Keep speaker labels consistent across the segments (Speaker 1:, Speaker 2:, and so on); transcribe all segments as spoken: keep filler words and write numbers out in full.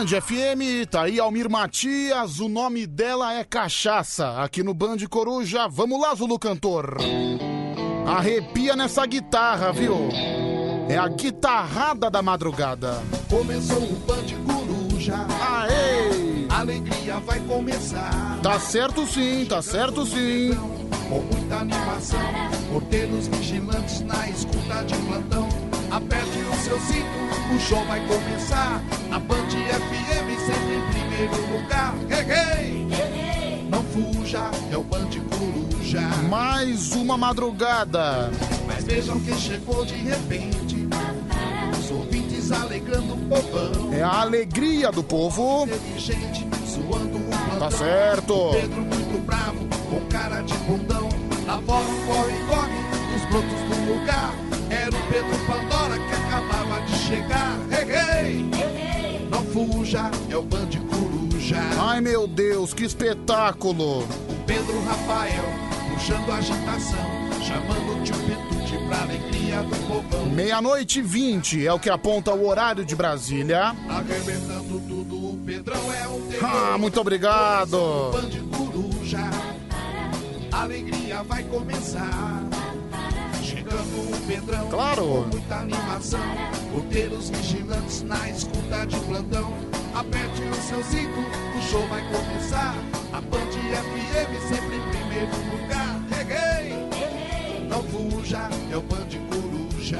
Speaker 1: Band F M, tá aí Almir Matias, o nome dela é Cachaça, aqui no Band Coruja. Vamos lá, Zulu Cantor. Arrepia nessa guitarra, viu? É a guitarrada da madrugada.
Speaker 2: Começou o Band Coruja.
Speaker 1: Aê!
Speaker 2: A alegria vai começar.
Speaker 1: Tá certo sim, tá certo sim.
Speaker 2: Com muita animação, porteiros vigilantes na escuta de plantão. Aperte o seu cinto, o show vai começar. A Band F M sempre em primeiro lugar. Hey, hey! Não fuja, é o Band Coruja.
Speaker 1: Mais uma madrugada.
Speaker 2: Mas vejam quem chegou de repente. Os ouvintes alegrando o povão.
Speaker 1: É a alegria do povo.
Speaker 2: Teve gente zoando o plantão.
Speaker 1: Tá certo.
Speaker 2: O Pedro muito bravo, com cara de bundão. Lá fora um corre-corre, os brotos do lugar. Era o Pedro Pandora que acabava de chegar. Hey, hey! Não fuja, é o Band Coruja.
Speaker 1: Ai meu Deus, que espetáculo.
Speaker 2: O Pedro Rafael puxando a agitação, chamando o tio Petute pra alegria do povão.
Speaker 1: Meia-noite e vinte é o que aponta o horário de Brasília.
Speaker 2: Arrebentando tudo, o Pedrão é um terror.
Speaker 1: Ah, muito obrigado.
Speaker 2: O Band Coruja, a alegria vai começar. Chegando o Pedrão,
Speaker 1: claro,
Speaker 2: com muita animação. Porteiros vigilantes na escuta de plantão. Aperte o seu cinto, o show vai começar. A Band F M sempre em primeiro lugar. Hey, hey! Não fuja, é o Band Coruja.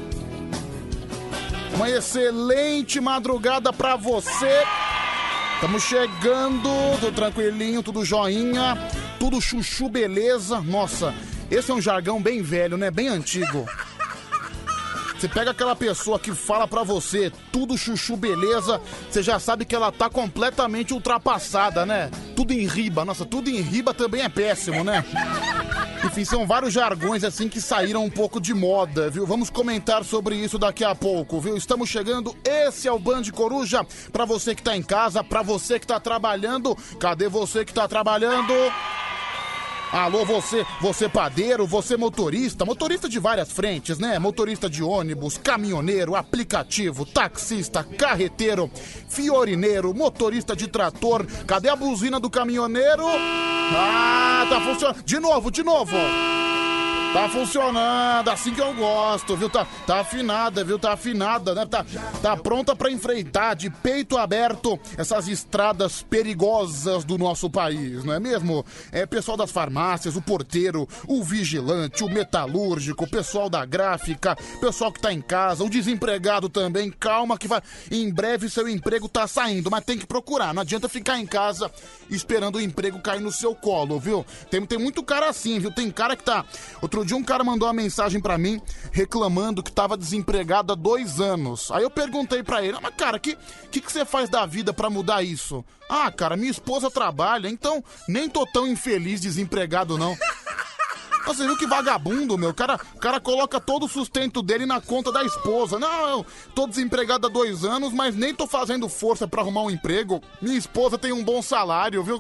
Speaker 1: Uma excelente madrugada pra você. Estamos chegando, tudo tranquilinho, tudo joinha, tudo chuchu beleza. Nossa, esse é um jargão bem velho, né? Bem antigo. Você pega aquela pessoa que fala pra você tudo chuchu beleza, você já sabe que ela tá completamente ultrapassada, né? Tudo em riba. Nossa, tudo em riba também é péssimo, né? Enfim, são vários jargões assim que saíram um pouco de moda, viu? Vamos comentar sobre isso daqui a pouco, viu? Estamos chegando, esse é o Band Coruja. Pra você que tá em casa, pra você que tá trabalhando. Cadê você que tá trabalhando? Alô, você, você padeiro, você motorista, motorista de várias frentes, né? Motorista de ônibus, caminhoneiro, aplicativo, taxista, carreteiro, fiorineiro, motorista de trator. Cadê a buzina do caminhoneiro? Ah, tá funcionando. De novo, de novo. Tá funcionando, assim que eu gosto, viu? Tá, tá afinada, viu? Tá afinada, né? Tá, tá pronta pra enfrentar de peito aberto essas estradas perigosas do nosso país, não é mesmo? É pessoal das farmácias, o porteiro, o vigilante, o metalúrgico, o pessoal da gráfica, pessoal que tá em casa, o desempregado também. Calma que vai, em breve seu emprego tá saindo, mas tem que procurar. Não adianta ficar em casa esperando o emprego cair no seu colo, viu? Tem, tem muito cara assim, viu? Tem cara que tá... Outro dia um cara mandou uma mensagem pra mim reclamando que tava desempregado há dois anos. Aí eu perguntei pra ele, mas cara, que que, que você faz da vida pra mudar isso? Ah, cara, minha esposa trabalha, então nem tô tão infeliz desempregado não. Você viu que vagabundo, meu? O cara, o cara coloca todo o sustento dele na conta da esposa. Não, eu tô desempregado há dois anos, mas nem tô fazendo força pra arrumar um emprego. Minha esposa tem um bom salário, viu?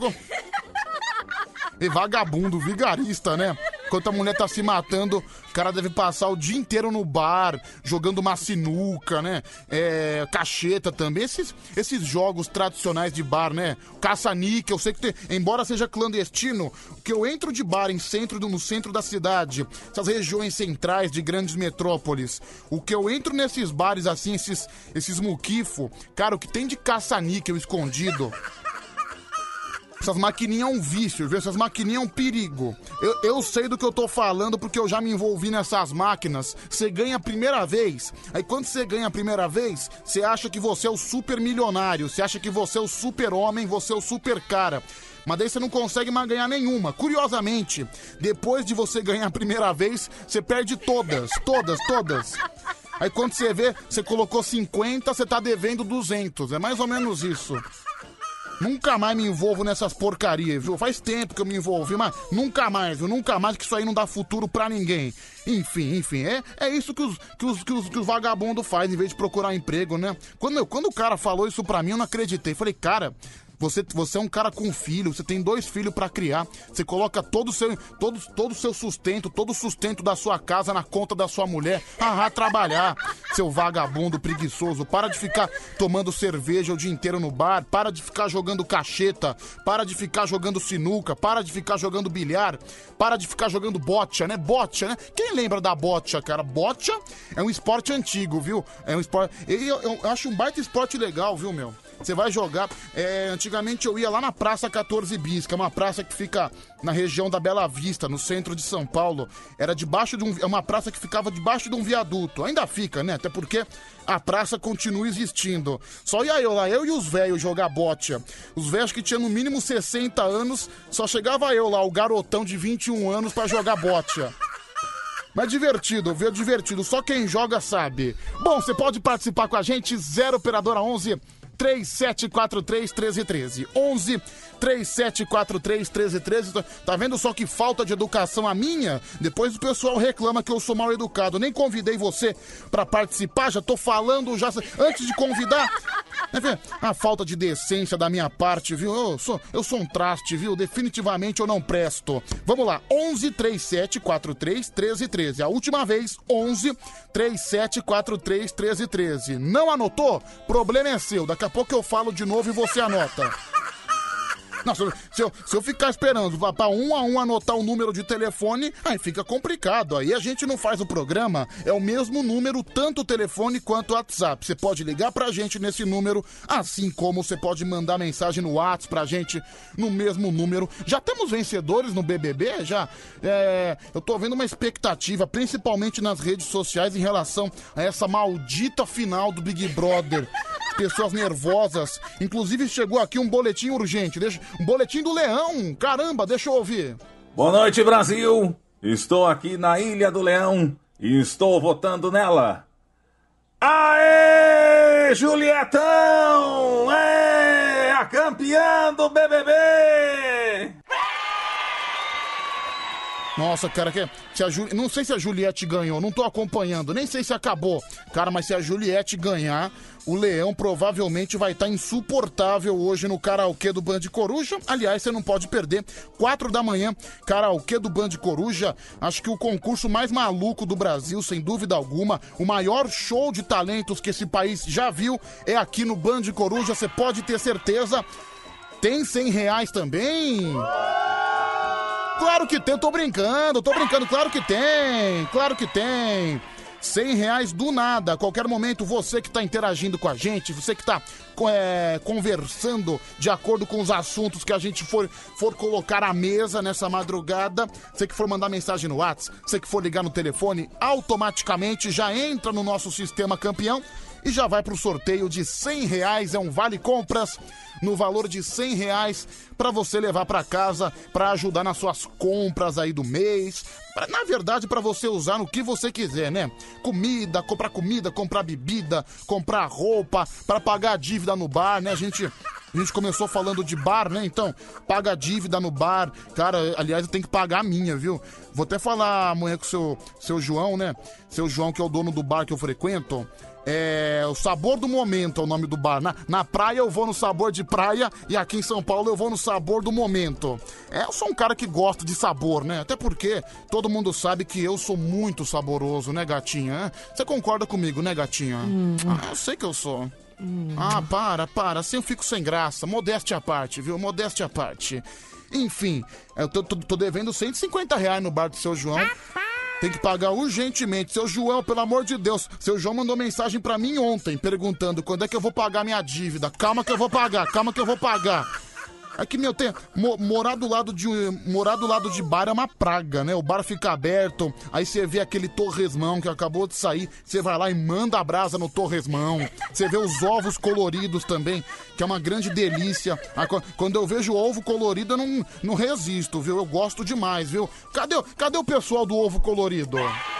Speaker 1: E vagabundo, vigarista, né? Enquanto a mulher tá se matando, o cara deve passar o dia inteiro no bar, jogando uma sinuca, né? É, cacheta também. Esses, esses jogos tradicionais de bar, né? Caça-níquel, eu sei que tem, embora seja clandestino, que eu entro de bar em centro, no centro da cidade, essas regiões centrais de grandes metrópoles, o que eu entro nesses bares assim, esses, esses muquifo, cara, o que tem de caça-níquel escondido... Essas maquininhas é um vício, viu? Essas maquininhas é um perigo. Eu, eu sei do que eu tô falando porque eu já me envolvi nessas máquinas. Você ganha a primeira vez. Aí quando você ganha a primeira vez, você acha que você é o super milionário. Você acha que você é o super homem, você é o super cara. Mas daí você não consegue mais ganhar nenhuma. Curiosamente, depois de você ganhar a primeira vez, você perde todas, todas, todas. Aí quando você vê, você colocou cinquenta, você tá devendo duzentos. É mais ou menos isso. Nunca mais me envolvo nessas porcarias, viu? Faz tempo que eu me envolvi, mas nunca mais, viu? Nunca mais, que isso aí não dá futuro pra ninguém. Enfim, enfim, é, é isso que os, que os, que os, que os vagabundos fazem em vez de procurar emprego, né? Quando, eu, quando o cara falou isso pra mim, eu não acreditei. Falei, cara, Você, você é um cara com filho, você tem dois filhos pra criar, você coloca todo o seu, todo, todo o seu sustento, todo o sustento da sua casa na conta da sua mulher. Ah, trabalhar, seu vagabundo preguiçoso. Para de ficar tomando cerveja o dia inteiro no bar, para de ficar jogando cacheta, para de ficar jogando sinuca, para de ficar jogando bilhar, para de ficar jogando bocha, né? Bocha, né? Quem lembra da bocha, cara? Bocha é um esporte antigo, viu? É um esporte... Eu, eu, eu acho um baita esporte legal, viu, meu? Você vai jogar... É, antigamente eu ia lá na Praça quatorze Bis, que é uma praça que fica na região da Bela Vista, no centro de São Paulo. Era debaixo de um... É uma praça que ficava debaixo de um viaduto. Ainda fica, né? Até porque a praça continua existindo. Só ia eu lá, eu e os velhos jogar bocha. Os velhos que tinham no mínimo sessenta anos, só chegava eu lá, o garotão de vinte e um anos, pra jogar bocha. Mas divertido, viu? Divertido. Só quem joga sabe. Bom, você pode participar com a gente, zero operadora onze, três sete quatro três, um três um três. onze, três sete quatro três, um três um três. Tá vendo só que falta de educação a minha? Depois o pessoal reclama que eu sou mal educado. Nem convidei você pra participar, já tô falando já antes de convidar. A falta de decência da minha parte, viu? Eu sou, eu sou um traste, viu? Definitivamente eu não presto. Vamos lá, onze, três sete quatro três, um três um três. A última vez, onze, três sete quatro três, um três um três. Não anotou? Problema é seu. Daqui a pouco eu falo de novo e você anota. Não, se eu, se, eu, se eu ficar esperando pra um a um anotar o número de telefone, aí fica complicado. Aí a gente não faz o programa. É o mesmo número, tanto o telefone quanto o WhatsApp. Você pode ligar pra gente nesse número, assim como você pode mandar mensagem no WhatsApp pra gente no mesmo número. Já temos vencedores no B B B? Já? É, eu tô vendo uma expectativa, principalmente nas redes sociais, em relação a essa maldita final do Big Brother. Pessoas nervosas. Inclusive chegou aqui um boletim urgente. Deixa... Um boletim do Leão. Caramba, deixa eu ouvir.
Speaker 3: Boa noite, Brasil. Estou aqui na Ilha do Leão e estou votando nela. Aê, Julietão! É a campeã do B B B!
Speaker 1: Nossa, cara, que, se a Ju... não sei se a Juliette ganhou, não tô acompanhando, nem sei se acabou. Cara, mas se a Juliette ganhar, o Leão provavelmente vai estar insuportável hoje no karaokê do Band Coruja. Aliás, você não pode perder, quatro da manhã, karaokê do Band Coruja. Acho que o concurso mais maluco do Brasil, sem dúvida alguma. O maior show de talentos que esse país já viu é aqui no Band Coruja, você pode ter certeza. Tem cem reais também... Claro que tem, tô brincando, tô brincando, claro que tem, claro que tem. cem reais do nada, a qualquer momento, você que tá interagindo com a gente, você que tá é, conversando de acordo com os assuntos que a gente for, for colocar à mesa nessa madrugada, você que for mandar mensagem no WhatsApp, você que for ligar no telefone, automaticamente já entra no nosso sistema campeão e já vai pro sorteio de cem reais, é um vale compras no valor de cem reais para você levar para casa, para ajudar nas suas compras aí do mês, pra, na verdade para você usar no que você quiser, né? Comida, comprar comida, comprar bebida, comprar roupa, para pagar a dívida no bar, né? A gente... A gente começou falando de bar, né? Então, paga a dívida no bar. Cara, aliás, eu tenho que pagar a minha, viu? Vou até falar amanhã com o seu, seu João, né? Seu João, que é o dono do bar que eu frequento. É... O Sabor do Momento é o nome do bar. Na, na praia eu vou no Sabor de Praia e aqui em São Paulo eu vou no Sabor do Momento. É, eu sou um cara que gosta de sabor, né? Até porque todo mundo sabe que eu sou muito saboroso, né, gatinha? Você concorda comigo, né, gatinha? Hum. Ah, eu sei que eu sou. Hum. Ah, para, para, assim eu fico sem graça. Modéstia à parte, viu? Modéstia à parte. Enfim, eu tô, tô, tô devendo cento e cinquenta reais no bar do seu João. Tem que pagar urgentemente. Seu João, pelo amor de Deus. Seu João mandou mensagem pra mim ontem, perguntando quando é que eu vou pagar minha dívida. Calma que eu vou pagar, calma que eu vou pagar. Aqui, meu, tem, mo, morar, do lado de, morar do lado de bar é uma praga, né? O bar fica aberto, aí você vê aquele torresmão que acabou de sair, você vai lá e manda a brasa no torresmão. Você vê os ovos coloridos também, que é uma grande delícia. Quando eu vejo ovo colorido, eu não, não resisto, viu? Eu gosto demais, viu? Cadê, cadê o pessoal do ovo colorido?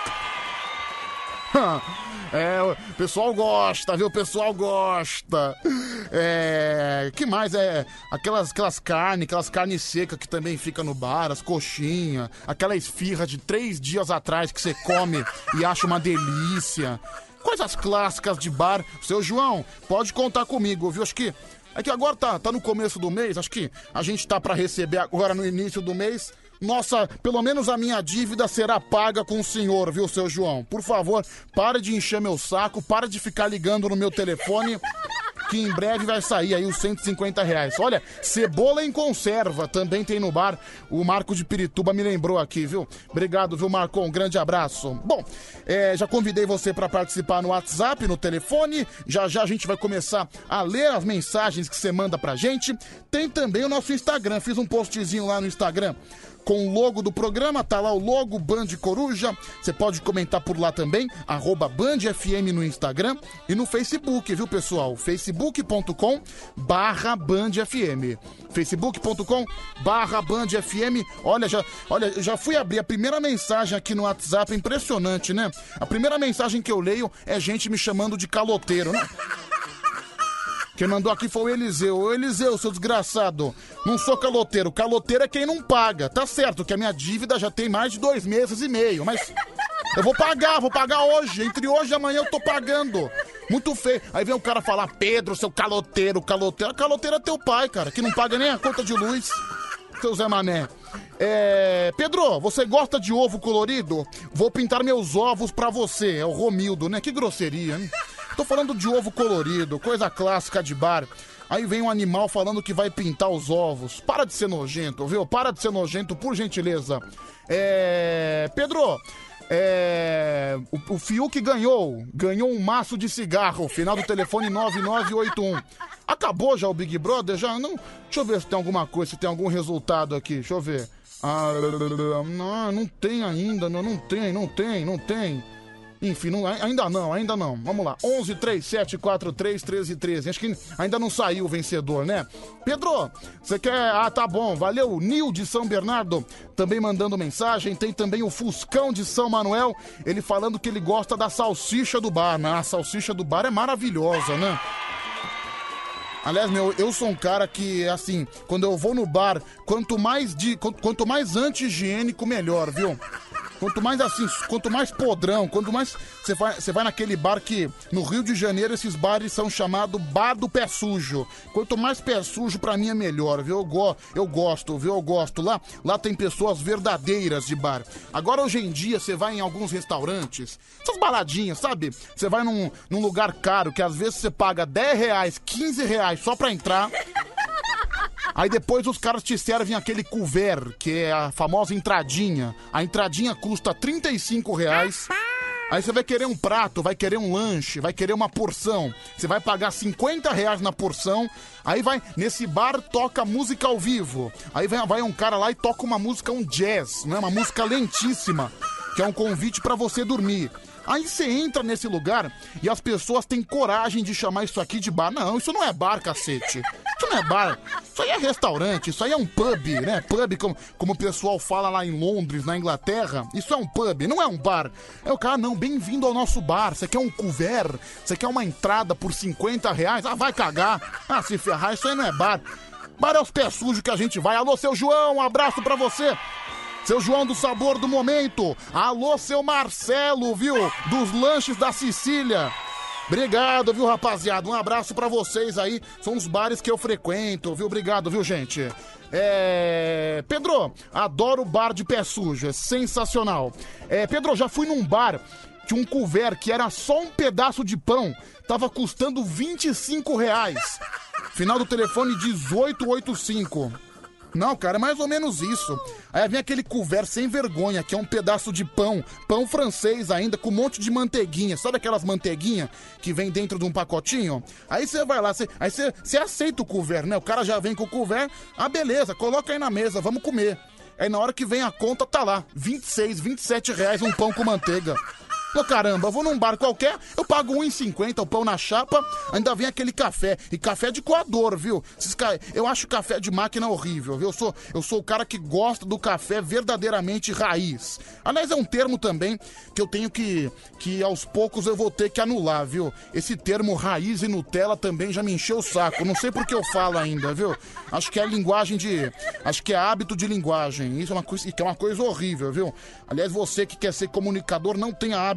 Speaker 1: É, o pessoal gosta, viu? O pessoal gosta. É, que mais? É, aquelas, aquelas carnes, aquelas carnes secas que também fica no bar, as coxinhas, aquela esfirra de três dias atrás que você come e acha uma delícia. coisas clássicas de bar. Seu João, pode contar comigo, viu? Acho que é que agora tá, tá no começo do mês, acho que a gente tá pra receber agora no início do mês. Nossa, pelo menos a minha dívida será paga com o senhor, viu, seu João? Por favor, para de encher meu saco, para de ficar ligando no meu telefone, que em breve vai sair aí os cento e cinquenta reais. Olha, cebola em conserva também tem no bar. O Marco de Pirituba me lembrou aqui, viu? Obrigado, viu, Marco? Um grande abraço. Bom, é, já convidei você para participar no WhatsApp, no telefone. Já já a gente vai começar a ler as mensagens que você manda pra gente. Tem também o nosso Instagram. Fiz um postzinho lá no Instagram com o logo do programa, tá lá o logo Band Coruja, você pode comentar por lá também, arroba Band F M no Instagram e no Facebook, viu pessoal? facebook ponto com barra Band F M, facebook ponto com barra Band F M. Olha, já, olha, já fui abrir a primeira mensagem aqui no WhatsApp, impressionante, né? A primeira mensagem que eu leio é gente me chamando de caloteiro, né? Quem mandou aqui foi o Eliseu. Ô Eliseu, seu desgraçado, não sou caloteiro. Caloteiro é quem não paga. Tá certo que a minha dívida já tem mais de dois meses e meio, mas eu vou pagar, vou pagar hoje. Entre hoje e amanhã eu tô pagando. Muito feio. Aí vem o cara falar, Pedro, seu caloteiro, caloteiro. Caloteiro é teu pai, cara, que não paga nem a conta de luz. Seu Zé Mané. É... Pedro, você gosta de ovo colorido? Vou pintar meus ovos pra você. É o Romildo, né? Que grosseria, hein? Tô falando de ovo colorido, coisa clássica de bar. Aí vem um animal falando que vai pintar os ovos. Para de ser nojento, viu? Para de ser nojento, por gentileza. É... Pedro, é... o, o Fiuk ganhou. Ganhou um maço de cigarro. Final do telefone nove nove oito um. Acabou já o Big Brother? Já não... Deixa eu ver se tem alguma coisa, se tem algum resultado aqui. Deixa eu ver. Ah, não, não tem ainda. Não, não tem, não tem, não tem. Enfim, não, ainda não, ainda não. Vamos lá. onze, três, sete, quatro, três, treze, treze. Acho que ainda não saiu o vencedor, né? Pedro, você quer... Ah, tá bom. Valeu. Nil de São Bernardo também mandando mensagem. Tem também o Fuscão de São Manuel. Ele falando que ele gosta da salsicha do bar. Ah, a salsicha do bar é maravilhosa, né? Aliás, meu, eu sou um cara que, assim, quando eu vou no bar, quanto mais, de, quanto mais anti-higiênico, melhor, viu? Quanto mais assim, quanto mais podrão, quanto mais você vai, você vai naquele bar que, no Rio de Janeiro, esses bares são chamados bar do pé sujo. Quanto mais pé sujo, pra mim é melhor, viu? Eu, go, eu gosto, viu? Eu gosto. Lá, lá tem pessoas verdadeiras de bar. Agora, hoje em dia, você vai em alguns restaurantes, essas baladinhas, sabe? Você vai num, num lugar caro, que às vezes você paga dez reais, quinze reais só pra entrar. Aí depois os caras te servem aquele couvert, que é a famosa entradinha. A entradinha custa trinta e cinco reais. Aí você vai querer um prato, vai querer um lanche, vai querer uma porção. Você vai pagar cinquenta reais na porção. Aí vai, nesse bar toca música ao vivo. Aí vai, vai um cara lá e toca uma música, um jazz, né? Uma música lentíssima, que é um convite pra você dormir. Aí você entra nesse lugar e as pessoas têm coragem de chamar isso aqui de bar. Não, isso não é bar, cacete. Isso não é bar. Isso aí é restaurante, isso aí é um pub, né? Pub, como, como o pessoal fala lá em Londres, na Inglaterra. Isso é um pub, não é um bar. É o cara, não, bem-vindo ao nosso bar. Você quer um couvert? Você quer uma entrada por cinquenta reais? Ah, vai cagar. Ah, se ferrar, isso aí não é bar. Bar é os pés sujos que a gente vai. Alô, seu João, um abraço pra você. Seu João do Sabor do Momento. Alô, seu Marcelo, viu? Dos Lanches da Sicília. Obrigado, viu, rapaziada? Um abraço pra vocês aí. São os bares que eu frequento, viu? Obrigado, viu, gente? É... Pedro, adoro bar de pé sujo. É sensacional. É, Pedro, já fui num bar de um couvert que era só um pedaço de pão. Tava custando vinte e cinco reais. Final do telefone dezoito oitenta e cinco. Não, cara, é mais ou menos isso. Aí vem aquele couvert sem vergonha, que é um pedaço de pão, pão francês ainda, com um monte de manteiguinha. Sabe aquelas manteiguinhas que vem dentro de um pacotinho? Aí você vai lá, cê, aí você aceita o couvert, né? O cara já vem com o couvert, ah, beleza, coloca aí na mesa, vamos comer. Aí na hora que vem a conta, tá lá, vinte e seis, vinte e sete reais um pão com manteiga. Pô, caramba, eu vou num bar qualquer, eu pago um real e cinquenta o pão na chapa, ainda vem aquele café. E café de coador, viu? Eu acho café de máquina horrível, viu? Eu sou, eu sou o cara que gosta do café verdadeiramente raiz. Aliás, é um termo também que eu tenho que, que aos poucos eu vou ter que anular, viu? Esse termo raiz e Nutella também já me encheu o saco. Não sei por que eu falo ainda, viu? Acho que é linguagem de... Acho que é hábito de linguagem. Isso é uma coisa, que é uma coisa horrível, viu? Aliás, você que quer ser comunicador não tenha hábito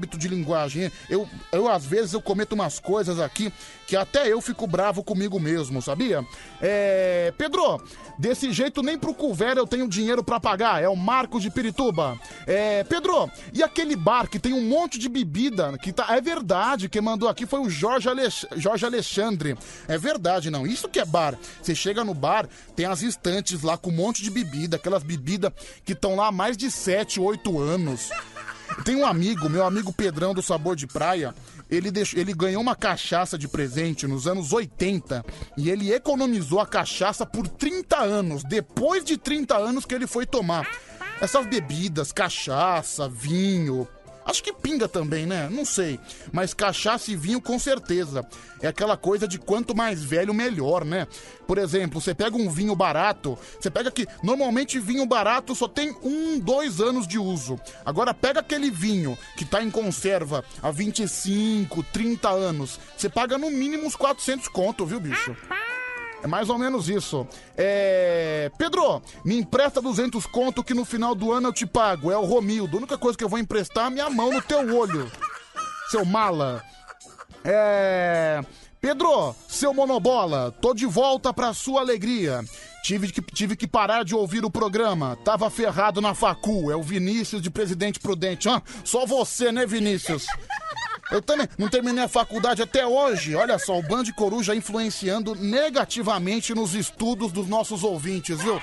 Speaker 1: hábito de linguagem. Eu, eu, às vezes, eu cometo umas coisas aqui que até eu fico bravo comigo mesmo, sabia? É... Pedro, desse jeito nem pro couvert eu tenho dinheiro pra pagar. É o Marco de Pirituba. É... Pedro, e aquele bar que tem um monte de bebida? Que tá... É verdade, quem mandou aqui foi o Jorge, Alex... Jorge Alexandre. É verdade, não. Isso que é bar. Você chega no bar, tem as estantes lá com um monte de bebida, aquelas bebidas que estão lá há mais de sete, oito anos. Tem um amigo, meu amigo Pedrão do Sabor de Praia, ele, deixou, ele ganhou uma cachaça de presente nos anos oitenta e ele economizou a cachaça por trinta anos, depois de trinta anos que ele foi tomar. Essas bebidas, cachaça, vinho... Acho que pinga também, né? Não sei. Mas cachaça e vinho com certeza. É aquela coisa de quanto mais velho, melhor, né? Por exemplo, você pega um vinho barato, você pega que normalmente vinho barato só tem um, dois anos de uso. Agora pega aquele vinho que tá em conserva há vinte e cinco, trinta anos. Você paga no mínimo uns quatrocentos conto, viu, bicho? É mais ou menos isso. É... Pedro, me empresta duzentos conto que no final do ano eu te pago. É o Romildo. A única coisa que eu vou emprestar é a minha mão no teu olho. Seu mala. É... Pedro, seu monobola, tô de volta pra sua alegria. Tive que, tive que parar de ouvir o programa. Tava ferrado na facu. É o Vinícius de Presidente Prudente. Ah, só você, né, Vinícius? Eu também não terminei a faculdade até hoje. Olha só, o Band Coruja influenciando negativamente nos estudos dos nossos ouvintes, viu?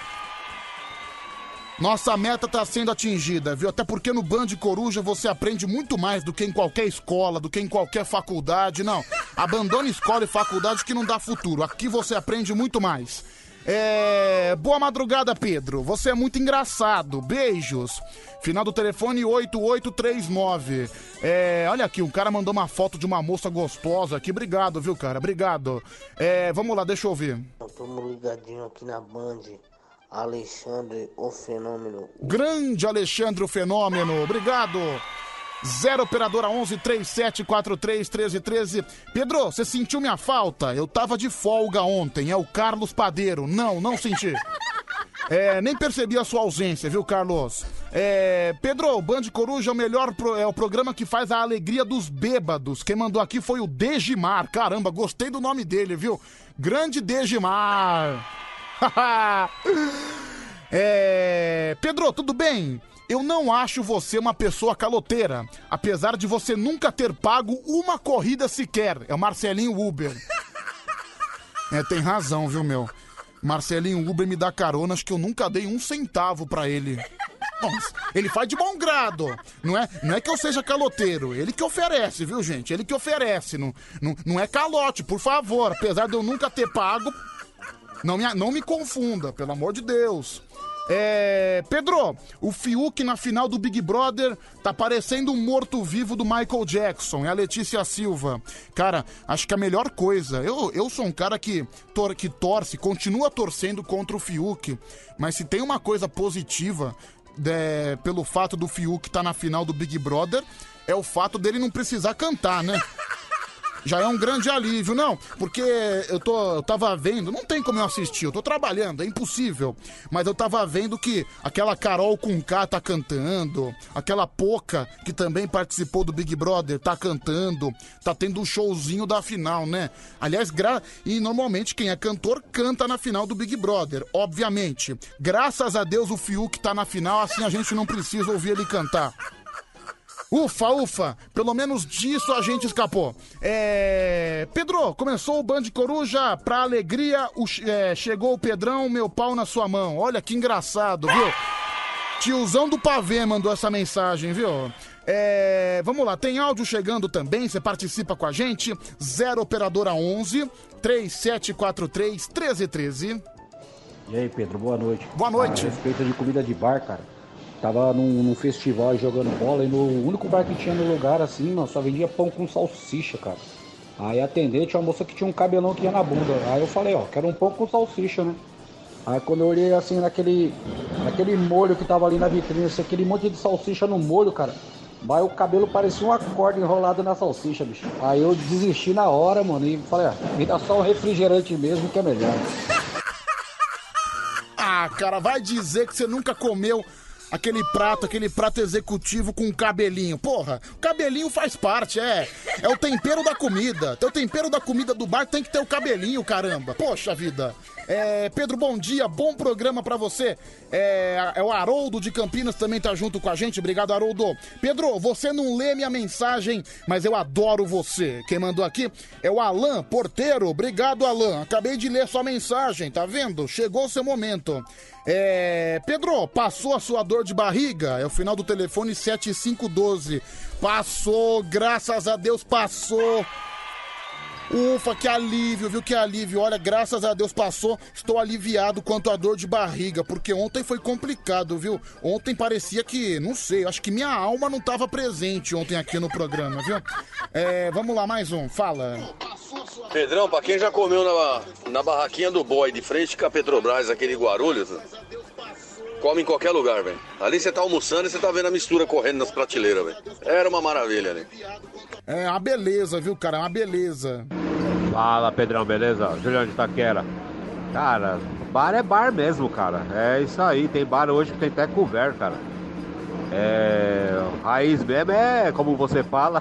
Speaker 1: Nossa meta tá sendo atingida, viu? Até porque no Band Coruja você aprende muito mais do que em qualquer escola, do que em qualquer faculdade. Não, abandone escola e faculdade que não dá futuro. Aqui você aprende muito mais. É... Boa madrugada, Pedro. Você é muito engraçado. Beijos. Final do telefone oito oito três nove. É... Olha aqui, um cara mandou uma foto de uma moça gostosa aqui. Obrigado, viu, cara? Obrigado. É... Vamos lá, deixa eu ouvir.
Speaker 4: Estamos ligadinho aqui na Band. Alexandre, o Fenômeno.
Speaker 1: Grande Alexandre, o Fenômeno. Obrigado. Zero operadora onze, três sete quatro três, treze treze. Pedro, você sentiu minha falta? Eu tava de folga ontem, é o Carlos Padeiro. Não, não senti. É, nem percebi a sua ausência, viu, Carlos? É, Pedro, o Band Coruja é o melhor, pro, é o programa que faz a alegria dos bêbados. Quem mandou aqui foi o Degimar. Caramba, gostei do nome dele, viu? Grande Degimar. É, Pedro, tudo bem? Eu não acho você uma pessoa caloteira, apesar de você nunca ter pago uma corrida sequer. É o Marcelinho Uber. É, tem razão, viu, meu? Marcelinho Uber me dá carona, acho que eu nunca dei um centavo pra ele. Nossa, ele faz de bom grado. Não é, não é que eu seja caloteiro, ele que oferece, viu, gente? Ele que oferece, não, não, não é calote, por favor. Apesar de eu nunca ter pago, não me, não me confunda, pelo amor de Deus. É... Pedro, o Fiuk na final do Big Brother tá parecendo um morto-vivo do Michael Jackson. É a Letícia Silva. Cara, acho que a melhor coisa... Eu, eu sou um cara que, tor- que torce, continua torcendo contra o Fiuk. Mas se tem uma coisa positiva de, pelo fato do Fiuk tá na final do Big Brother, é o fato dele não precisar cantar, né? Já é um grande alívio, não, porque eu, tô, eu tava vendo, não tem como eu assistir, eu tô trabalhando, é impossível, mas eu tava vendo que aquela Carol Conká tá cantando, aquela Poca, que também participou do Big Brother, tá cantando, tá tendo um showzinho da final, né? Aliás, gra... e normalmente quem é cantor canta na final do Big Brother, obviamente. Graças a Deus o Fiuk tá na final, assim a gente não precisa ouvir ele cantar. Ufa, ufa, pelo menos disso a gente escapou. É... Pedro, começou o Band Coruja, pra alegria, o... é, chegou o Pedrão, meu pau na sua mão. Olha que engraçado, viu? Tiozão do pavê mandou essa mensagem, viu? É... Vamos lá, tem áudio chegando também, você participa com a gente. Zero operadora onze, três sete quatro três, treze treze.
Speaker 5: E aí, Pedro, boa noite.
Speaker 1: Boa noite.
Speaker 5: A respeito de comida de bar, cara. Tava num, num festival jogando bola e no único bar que tinha no lugar, assim, mano, só vendia pão com salsicha, cara. Aí atendente, tinha uma moça que tinha um cabelão que ia na bunda. Aí eu falei, ó, quero um pão com salsicha, né? Aí quando eu olhei assim naquele, naquele molho que tava ali na vitrine, assim, aquele monte de salsicha no molho, cara. Aí o cabelo parecia uma corda enrolada na salsicha, bicho. Aí eu desisti na hora, mano, e falei, ah, me dá só um refrigerante mesmo que é melhor.
Speaker 1: Ah, cara, vai dizer que você nunca comeu aquele prato, aquele prato executivo com cabelinho. Porra, o cabelinho faz parte, é. É o tempero da comida. Tem o tempero da comida do bar, tem que ter o cabelinho, caramba. Poxa vida. É, Pedro, bom dia, bom programa pra você. É, é o Haroldo de Campinas também tá junto com a gente. Obrigado, Haroldo. Pedro, você não lê minha mensagem, mas eu adoro você. Quem mandou aqui é o Alan Porteiro. Obrigado, Alan. Acabei de ler sua mensagem, tá vendo? Chegou o seu momento. É, Pedro, passou a sua dor de barriga? É o final do telefone sete cinco um dois. Passou, graças a Deus passou. Ufa, que alívio, viu, que alívio. Olha, graças a Deus passou. Estou aliviado quanto à dor de barriga, porque ontem foi complicado, viu? Ontem parecia que, não sei, acho que minha alma não estava presente ontem aqui no programa, viu? É, vamos lá, mais um, fala.
Speaker 6: Pedrão, pra quem já comeu na, na barraquinha do Boy, de frente com a Petrobras, aquele Guarulhos, come em qualquer lugar, velho. Ali você tá almoçando e você tá vendo a mistura correndo nas prateleiras, velho. Era uma maravilha ali.
Speaker 1: É uma beleza, viu, cara? Uma beleza.
Speaker 7: Fala, Pedrão, beleza? Juliano de Itaquera. Cara, bar é bar mesmo, cara. É isso aí. Tem bar hoje que tem até couvert, cara. É... Raiz mesmo é, como você fala,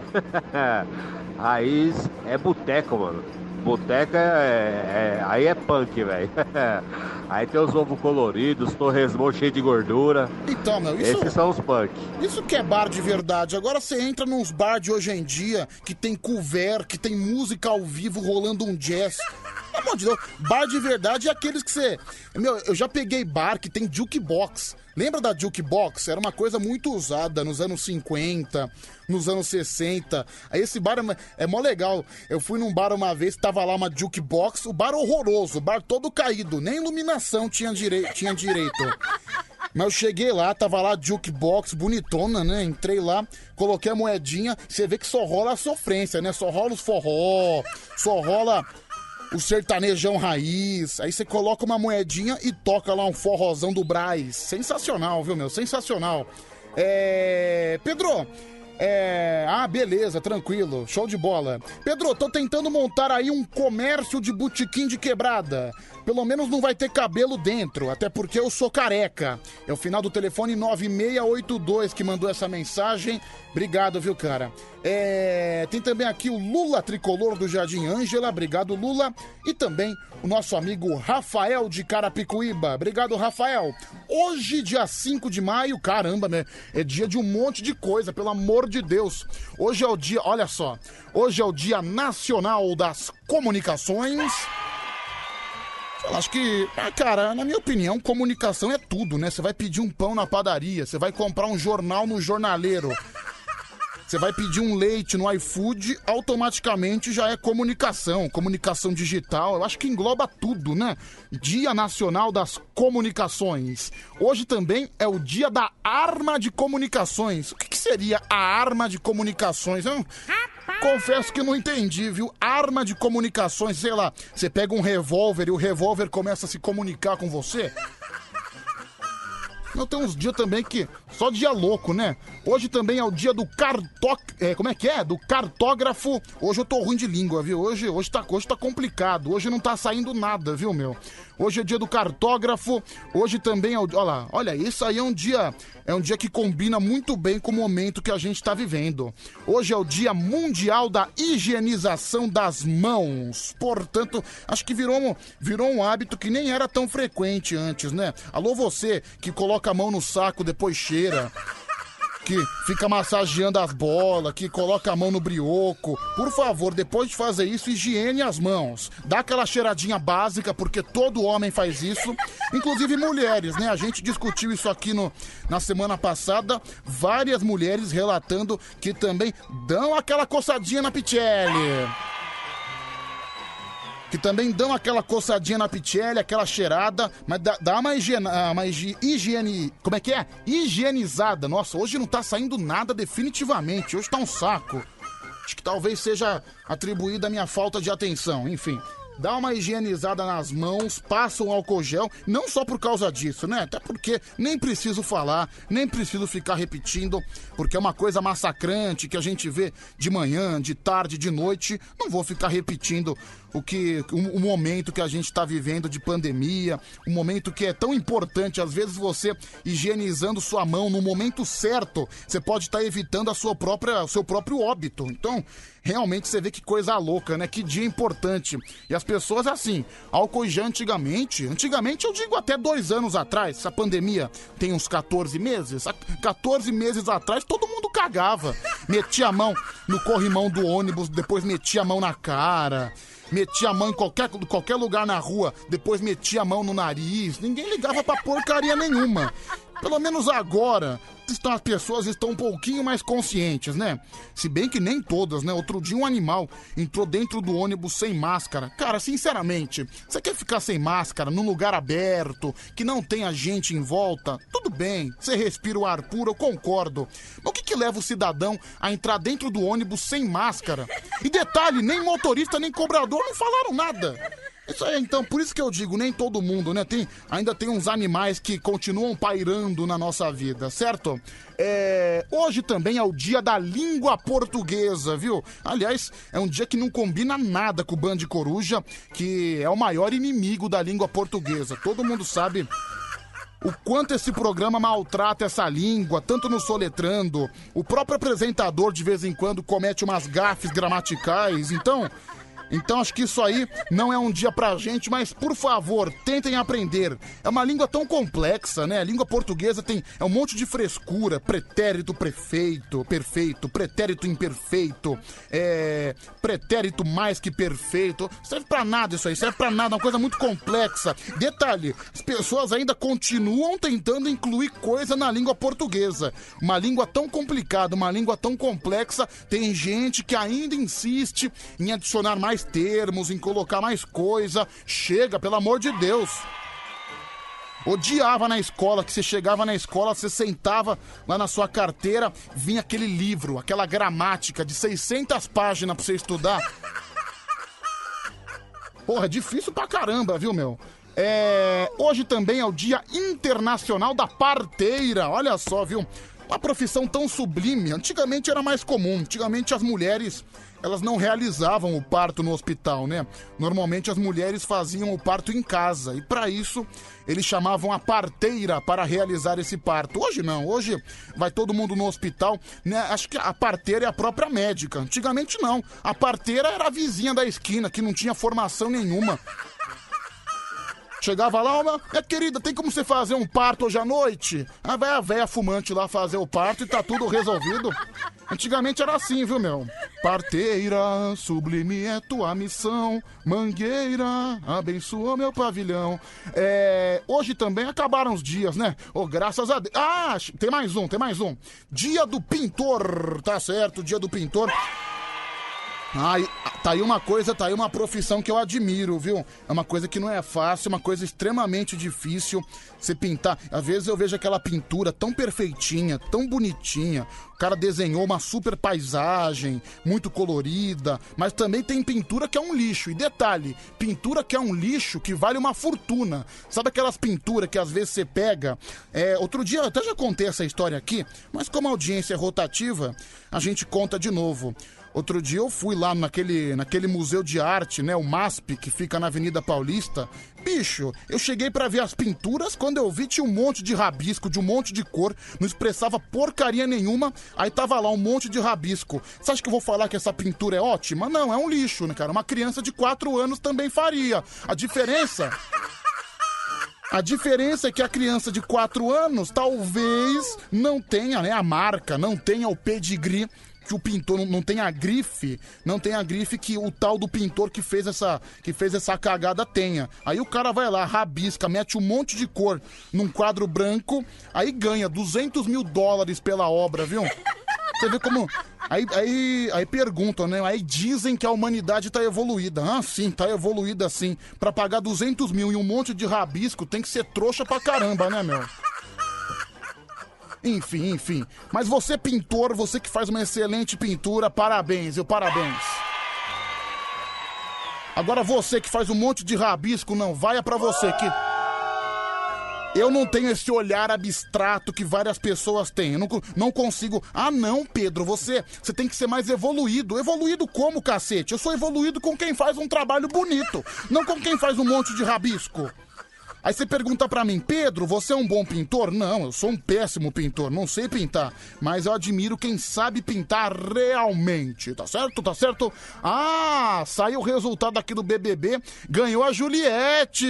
Speaker 7: raiz é boteco, mano. Boteca é, é... Aí é punk, velho. Aí tem os ovos coloridos, torresmo cheio de gordura.
Speaker 1: Então, meu, isso...
Speaker 7: Esses são os punk.
Speaker 1: Isso que é bar de verdade. Agora você entra nos bar de hoje em dia, que tem couvert, que tem música ao vivo rolando um jazz. Pelo amor de Deus, bar de verdade é aqueles que você... Meu, eu já peguei bar que tem jukebox. Lembra da jukebox? Era uma coisa muito usada nos anos cinquenta, nos anos sessenta. Aí esse bar é, é mó legal. Eu fui num bar uma vez, tava lá uma jukebox, o bar horroroso, o bar todo caído, nem iluminação tinha, direi- tinha direito. Mas eu cheguei lá, tava lá jukebox, bonitona, né? Entrei lá, coloquei a moedinha, você vê que só rola a sofrência, né? Só rola os forró, só rola... o sertanejão raiz, aí você coloca uma moedinha e toca lá um forrozão do Brás. Sensacional, viu, meu? Sensacional. É... Pedro, é... Ah, beleza, tranquilo, show de bola. Pedro, tô tentando montar aí um comércio de botequim de quebrada. Pelo menos não vai ter cabelo dentro, até porque eu sou careca. É o final do telefone nove seis oito dois que mandou essa mensagem. Obrigado, viu, cara? É... Tem também aqui o Lula Tricolor do Jardim Ângela. Obrigado, Lula. E também o nosso amigo Rafael de Carapicuíba. Obrigado, Rafael. Hoje, dia cinco de maio, caramba, né? É dia de um monte de coisa, pelo amor de Deus. Hoje é o dia, olha só. Hoje é o Dia Nacional das Comunicações. Eu acho que, cara, na minha opinião, comunicação é tudo, né? Você vai pedir um pão na padaria, você vai comprar um jornal no jornaleiro, você vai pedir um leite no iFood, automaticamente já é comunicação, comunicação digital. Eu acho que engloba tudo, né? Dia Nacional das Comunicações. Hoje também é o Dia da Arma de Comunicações. O que, que seria a arma de comunicações? Eu confesso que não entendi, viu? Arma de comunicações, sei lá, você pega um revólver e o revólver começa a se comunicar com você? Não, tem uns dias também que... Só dia louco, né? Hoje também é o dia do cartó... É, como é que é? Do cartógrafo. Hoje eu tô ruim de língua, viu? Hoje, hoje, tá, hoje tá complicado. Hoje não tá saindo nada, viu, meu? Hoje é dia do cartógrafo. Hoje também é o... Olha lá, olha, isso aí é um dia... É um dia que combina muito bem com o momento que a gente tá vivendo. Hoje é o Dia Mundial da Higienização das Mãos. Portanto, acho que virou um, virou um hábito que nem era tão frequente antes, né? Alô, você que coloca a mão no saco, depois cheira, que fica massageando as bolas, que coloca a mão no brioco. Por favor, depois de fazer isso, higiene as mãos. Dá aquela cheiradinha básica, porque todo homem faz isso. Inclusive mulheres, né? A gente discutiu isso aqui no, na semana passada. Várias mulheres relatando que também dão aquela coçadinha na pitele. Que também dão aquela coçadinha na pitele, aquela cheirada, mas dá, dá uma, higiene, uma higiene... Como é que é? Higienizada. Nossa, hoje não tá saindo nada definitivamente. Hoje tá um saco. Acho que talvez seja atribuída a minha falta de atenção. Enfim, dá uma higienizada nas mãos, passa um álcool gel. Não só por causa disso, né? Até porque nem preciso falar, nem preciso ficar repetindo, porque é uma coisa massacrante que a gente vê de manhã, de tarde, de noite. Não vou ficar repetindo o que o, o momento que a gente está vivendo de pandemia, um momento que é tão importante. Às vezes você higienizando sua mão no momento certo, você pode estar tá evitando a sua própria, o seu próprio óbito. Então, realmente você vê que coisa louca, né? Que dia importante. E as pessoas, assim, álcool já antigamente, antigamente eu digo até dois anos atrás, essa pandemia tem uns catorze meses, catorze meses atrás todo mundo cagava, metia a mão no corrimão do ônibus, depois metia a mão na cara, metia a mão em qualquer, qualquer lugar na rua, depois metia a mão no nariz, ninguém ligava pra porcaria nenhuma. Pelo menos agora, as pessoas estão um pouquinho mais conscientes, né? Se bem que nem todas, né? Outro dia um animal entrou dentro do ônibus sem máscara. Cara, sinceramente, você quer ficar sem máscara num lugar aberto, que não tenha gente em volta? Tudo bem, você respira o ar puro, eu concordo. Mas o que que leva o cidadão a entrar dentro do ônibus sem máscara? E detalhe, nem motorista nem cobrador não falaram nada. Isso aí, então, por isso que eu digo, nem todo mundo, né? Tem, ainda tem uns animais que continuam pairando na nossa vida, certo? É, hoje também é o dia da língua portuguesa, viu? Aliás, é um dia que não combina nada com o Band Coruja, que é o maior inimigo da língua portuguesa. Todo mundo sabe o quanto esse programa maltrata essa língua, tanto no Soletrando. O próprio apresentador, de vez em quando, comete umas gafes gramaticais, então... Então acho que isso aí não é um dia pra gente, mas por favor, tentem aprender. É uma língua tão complexa, né? A língua portuguesa tem é um monte de frescura, pretérito prefeito, perfeito, pretérito imperfeito, é, pretérito mais que perfeito. Serve pra nada isso aí, serve pra nada, é uma coisa muito complexa. Detalhe, as pessoas ainda continuam tentando incluir coisa na língua portuguesa. Uma língua tão complicada, uma língua tão complexa, tem gente que ainda insiste em adicionar mais termos, em colocar mais coisa. Chega, pelo amor de Deus. Odiava na escola, que você chegava na escola, você sentava lá na sua carteira, vinha aquele livro, aquela gramática de seiscentas páginas pra você estudar. Porra, é difícil pra caramba, viu, meu? É... Hoje também é o Dia Internacional da Parteira. Olha só, viu? Uma profissão tão sublime. Antigamente era mais comum. Antigamente as mulheres, elas não realizavam o parto no hospital, né? Normalmente as mulheres faziam o parto em casa. E para isso, eles chamavam a parteira para realizar esse parto. Hoje não. Hoje vai todo mundo no hospital, né? Acho que a parteira é a própria médica. Antigamente não. A parteira era a vizinha da esquina, que não tinha formação nenhuma. Chegava lá, uma, minha querida, tem como você fazer um parto hoje à noite? Aí vai a véia fumante lá fazer o parto e tá tudo resolvido. Antigamente era assim, viu, meu? Parteira, sublime é tua missão, mangueira, abençoa meu pavilhão. É, hoje também acabaram os dias, né? Oh, graças a Deus. Ah, tem mais um, tem mais um. Dia do pintor, tá certo, dia do pintor. Ai, tá aí uma coisa, tá aí uma profissão que eu admiro, viu? É uma coisa que não é fácil, é uma coisa extremamente difícil você pintar. Às vezes eu vejo aquela pintura tão perfeitinha, tão bonitinha. O cara desenhou uma super paisagem, muito colorida, mas também tem pintura que é um lixo. E detalhe, pintura que é um lixo que vale uma fortuna. Sabe aquelas pinturas que às vezes você pega? É, outro dia eu até já contei essa história aqui, mas como a audiência é rotativa, a gente conta de novo. Outro dia eu fui lá naquele, naquele museu de arte, né, o MASP, que fica na Avenida Paulista. Bicho, eu cheguei pra ver as pinturas, quando eu vi tinha um monte de rabisco, de um monte de cor, não expressava porcaria nenhuma, aí tava lá um monte de rabisco. Você acha que eu vou falar que essa pintura é ótima? Não, é um lixo, né, cara? Uma criança de quatro anos também faria. A diferença... A diferença é que a criança de quatro anos talvez não tenha, né, a marca, não tenha o pedigree, que o pintor não, não tem a grife, não tem a grife que o tal do pintor que fez essa, que fez essa cagada tenha. Aí o cara vai lá, rabisca, mete um monte de cor num quadro branco, aí ganha duzentos mil dólares pela obra, viu? Você vê como... Aí, aí, aí perguntam, né? Aí dizem que a humanidade tá evoluída. Ah, sim, tá evoluída sim. Pra pagar duzentos mil e um monte de rabisco tem que ser trouxa pra caramba, né, meu? Enfim, enfim. Mas você, pintor, você que faz uma excelente pintura, parabéns, eu parabéns. Agora você que faz um monte de rabisco, não, vai é pra você que... Eu não tenho esse olhar abstrato que várias pessoas têm. Eu não, não consigo... Ah, não, Pedro, você, você tem que ser mais evoluído. Evoluído como, cacete? Eu sou evoluído com quem faz um trabalho bonito, não com quem faz um monte de rabisco. Aí você pergunta pra mim, Pedro, você é um bom pintor? Não, eu sou um péssimo pintor, não sei pintar. Mas eu admiro quem sabe pintar realmente, tá certo? Tá certo? Ah, saiu o resultado aqui do B B B, ganhou a Juliette!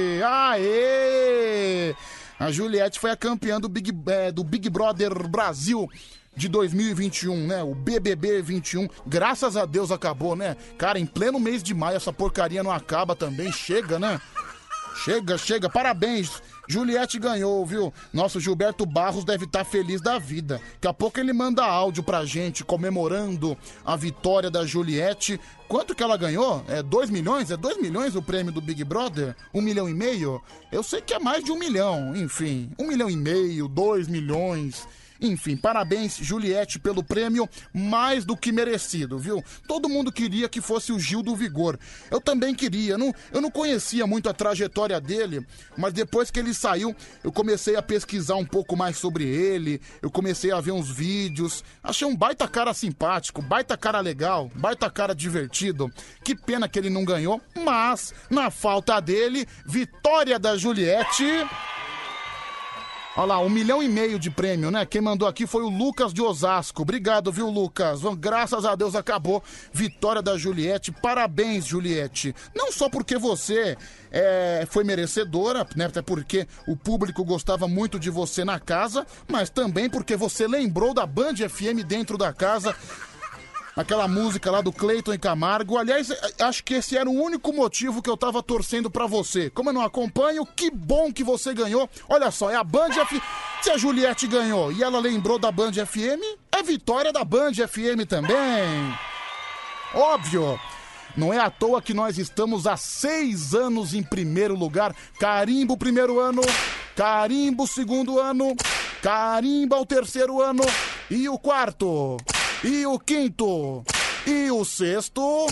Speaker 1: Aê! A Juliette foi a campeã do Big, é, do Big Brother Brasil de dois mil e vinte e um, né? O B B B vinte e um, graças a Deus acabou, né? Cara, em pleno mês de maio essa porcaria não acaba também, chega, né? Chega, chega, parabéns, Juliette ganhou, viu? Nosso Gilberto Barros deve estar feliz da vida. Daqui a pouco ele manda áudio pra gente comemorando a vitória da Juliette. Quanto que ela ganhou? É dois milhões? É dois milhões o prêmio do Big Brother? Um milhão e meio? Eu sei que é mais de um milhão, enfim. Um milhão e meio, dois milhões... Enfim, parabéns, Juliette, pelo prêmio, mais do que merecido, viu? Todo mundo queria que fosse o Gil do Vigor. Eu também queria, não, eu não conhecia muito a trajetória dele, mas depois que ele saiu, eu comecei a pesquisar um pouco mais sobre ele, eu comecei a ver uns vídeos, achei um baita cara simpático, baita cara legal, baita cara divertido. Que pena que ele não ganhou, mas, na falta dele, vitória da Juliette... Olha lá, um milhão e meio de prêmio, né? Quem mandou aqui foi o Lucas de Osasco. Obrigado, viu, Lucas? Graças a Deus acabou. Vitória da Juliette. Parabéns, Juliette. Não só porque você é, foi merecedora, né? Até porque o público gostava muito de você na casa, mas também porque você lembrou da Band F M dentro da casa. Aquela música lá do Cleiton e Camargo. Aliás, acho que esse era o único motivo que eu tava torcendo pra você. Como eu não acompanho, que bom que você ganhou. Olha só, é a Band F M. Se a Juliette ganhou e ela lembrou da Band F M, é vitória da Band F M também. Óbvio. Não é à toa que nós estamos há seis anos em primeiro lugar. Carimbo primeiro ano, carimbo segundo ano, carimba o terceiro ano e o quarto... E o quinto, e o sexto.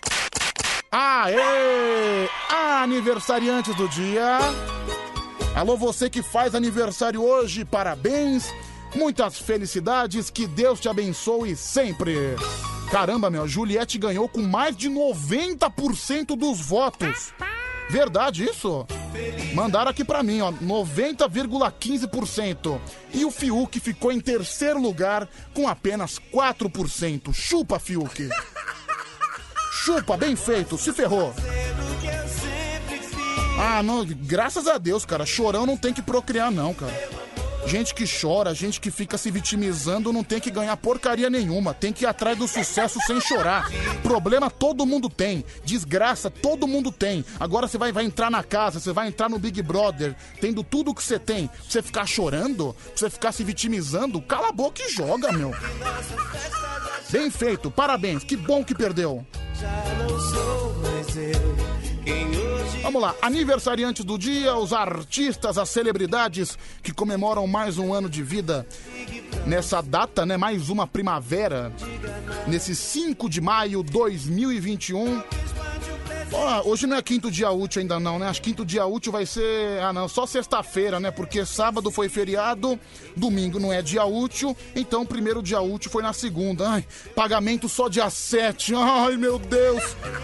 Speaker 1: Aê! Aniversariantes do dia. Alô, você que faz aniversário hoje, parabéns. Muitas felicidades, que Deus te abençoe sempre. Caramba, meu, Juliette ganhou com mais de noventa por cento dos votos. Verdade isso? Mandaram aqui pra mim, ó, noventa vírgula quinze por cento. E o Fiuk ficou em terceiro lugar com apenas quatro por cento. Chupa, Fiuk. Chupa, bem feito, se ferrou. Ah, não, graças a Deus, cara, chorão não tem que procriar não, cara. Gente que chora, gente que fica se vitimizando não tem que ganhar porcaria nenhuma. Tem que ir atrás do sucesso sem chorar. Problema todo mundo tem. Desgraça todo mundo tem. Agora você vai, vai entrar na casa, você vai entrar no Big Brother, tendo tudo que você tem. Pra você ficar chorando, pra você ficar se vitimizando, cala a boca e joga, meu. Bem feito, parabéns. Que bom que perdeu. Já não sou mais eu. Vamos lá, aniversariantes do dia, os artistas, as celebridades que comemoram mais um ano de vida nessa data, né? Mais uma primavera, nesse cinco de maio de dois mil e vinte e um. Oh, hoje não é quinto dia útil ainda não, né? Acho que quinto dia útil vai ser... Ah, não, só sexta-feira, né? Porque sábado foi feriado, domingo não é dia útil, então o primeiro dia útil foi na segunda. Ai, pagamento só dia sete. Ai, meu Deus!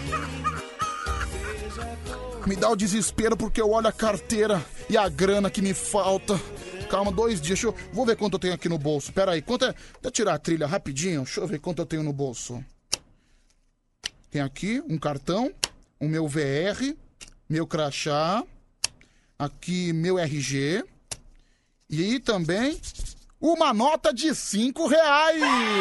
Speaker 1: Me dá o desespero porque eu olho a carteira e a grana que me falta. Calma, dois dias. Deixa eu... Vou ver quanto eu tenho aqui no bolso. Pera aí, quanto é... Deixa eu tirar a trilha rapidinho. Deixa eu ver quanto eu tenho no bolso. Tem aqui um cartão, o meu V R, meu crachá, aqui meu R G e também uma nota de cinco reais.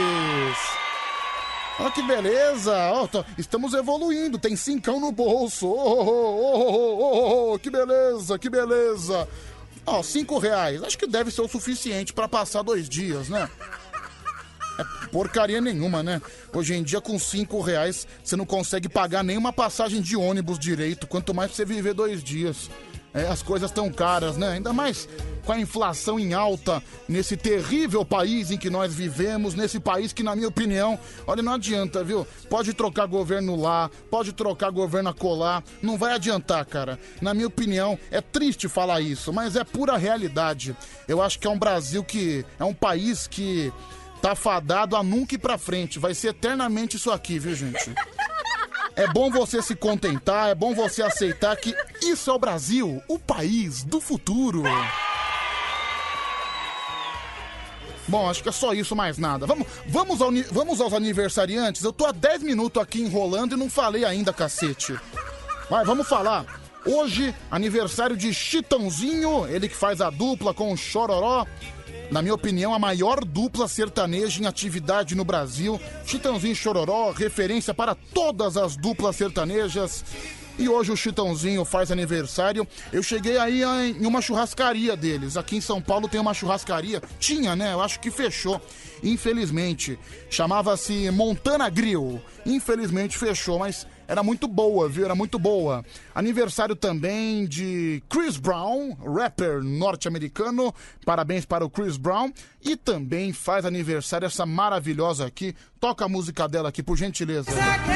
Speaker 1: Olha que beleza, oh, tô, estamos evoluindo, tem cincão no bolso, oh, oh, oh, oh, oh, oh, que beleza, que beleza. Ó, oh, cinco reais, acho que deve ser o suficiente pra passar dois dias, né? É porcaria nenhuma, né? Hoje em dia com cinco reais você não consegue pagar nenhuma passagem de ônibus direito, quanto mais você viver dois dias. É, as coisas estão caras, né? Ainda mais com a inflação em alta nesse terrível país em que nós vivemos, nesse país que, na minha opinião, olha, não adianta, viu? Pode trocar governo lá, pode trocar governo acolá, não vai adiantar, cara. Na minha opinião, é triste falar isso, mas é pura realidade. Eu acho que é um Brasil que... é um país que tá fadado a nunca ir pra frente. Vai ser eternamente isso aqui, viu, gente? É bom você se contentar, é bom você aceitar que isso é o Brasil, o país do futuro. Bom, acho que é só isso, mais nada. Vamos, vamos, ao, vamos aos aniversariantes. Eu tô há dez minutos aqui enrolando e não falei ainda, cacete. Vai, vamos falar. Hoje, aniversário de Chitãozinho, ele que faz a dupla com o Chororó. Na minha opinião, a maior dupla sertaneja em atividade no Brasil. Chitãozinho e Chororó, referência para todas as duplas sertanejas. E hoje o Chitãozinho faz aniversário. Eu cheguei aí em uma churrascaria deles. Aqui em São Paulo tem uma churrascaria. Tinha, né? Eu acho que fechou. Infelizmente. Chamava-se Montana Grill. Infelizmente fechou, mas era muito boa, viu? Era muito boa. Aniversário também de Chris Brown, rapper norte-americano. Parabéns para o Chris Brown. E também faz aniversário essa maravilhosa aqui. Toca a música dela aqui, por gentileza.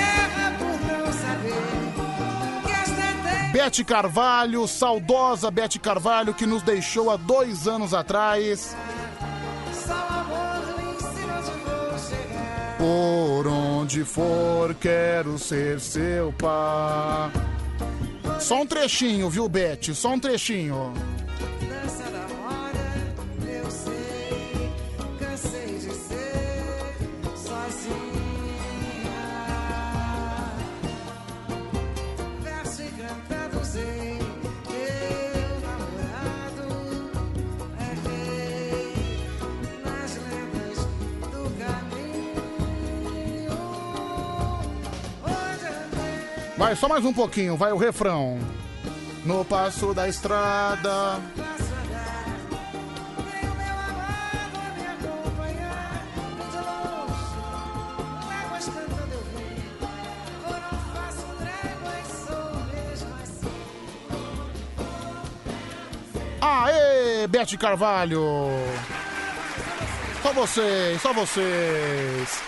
Speaker 1: Beth Carvalho, saudosa Beth Carvalho, que nos deixou há dois anos atrás. Por onde for, quero ser seu par. Só um trechinho, viu, Beth? Só um trechinho. Vai, só mais um pouquinho, vai o refrão. No passo da estrada. Aê, Beth Carvalho. Só vocês, só vocês.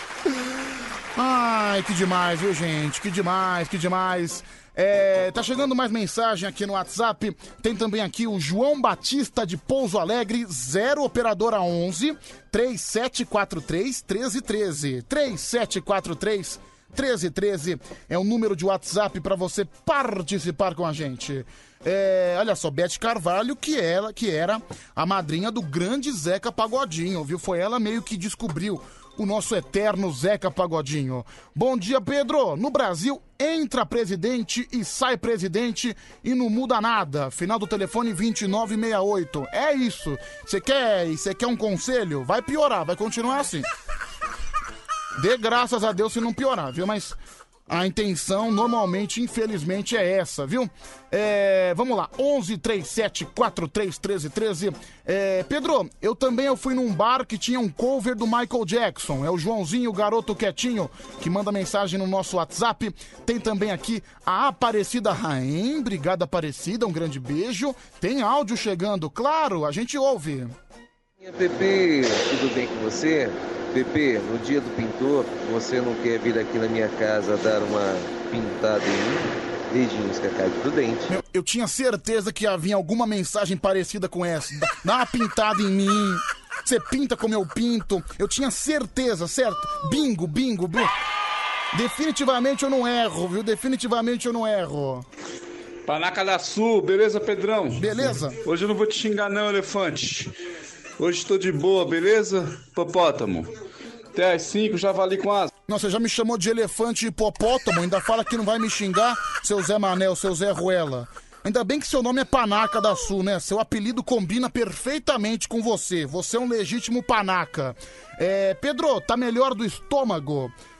Speaker 1: Ai, que demais, viu, gente? Que demais, que demais. É, tá chegando mais mensagem aqui no WhatsApp. Tem também aqui o João Batista de Pouso Alegre, zero operadora onze, três sete quatro três, um três um três. três sete quatro três, um três um três é o número de WhatsApp para você participar com a gente. É, olha só, Beth Carvalho, que ela que era a madrinha do grande Zeca Pagodinho, viu? Foi ela meio que descobriu o nosso eterno Zeca Pagodinho. Bom dia, Pedro. No Brasil, entra presidente e sai presidente e não muda nada. Final do telefone vinte e nove sessenta e oito. É isso. Você quer, você quer um conselho? Vai piorar, vai continuar assim. Dê graças a Deus se não piorar, viu? Mas a intenção, normalmente, infelizmente, é essa, viu? É, vamos lá, onze, trinta e sete, quarenta e três, treze, treze. É, Pedro, eu também eu fui num bar que tinha um cover do Michael Jackson. É o Joãozinho, o garoto quietinho, que manda mensagem no nosso WhatsApp. Tem também aqui a Aparecida Raim. Obrigado, Aparecida, um grande beijo. Tem áudio chegando, claro, a gente ouve.
Speaker 8: Pepe, tudo bem com você? Pepe, no dia do pintor, você não quer vir aqui na minha casa dar uma pintada em mim? Beijinhos, Cacá de Prudente.
Speaker 1: Meu, eu tinha certeza que havia alguma mensagem parecida com essa. Dá, dá uma pintada em mim. Você pinta como eu pinto. Eu tinha certeza, certo? Bingo, bingo, bingo. Definitivamente eu não erro, viu? Definitivamente eu não erro.
Speaker 3: Panaca da Sul, beleza, Pedrão?
Speaker 1: Beleza?
Speaker 3: Hoje eu não vou te xingar não, elefante. Hoje tô de boa, beleza? Hipopótamo. Até às cinco, javali com asa.
Speaker 1: Nossa, você já me chamou de elefante e hipopótamo, ainda fala que não vai me xingar, seu Zé Manel, seu Zé Ruela. Ainda bem que seu nome é Panaca da Sul, né? Seu apelido combina perfeitamente com você. Você é um legítimo panaca. É, Pedro, tá melhor do estômago?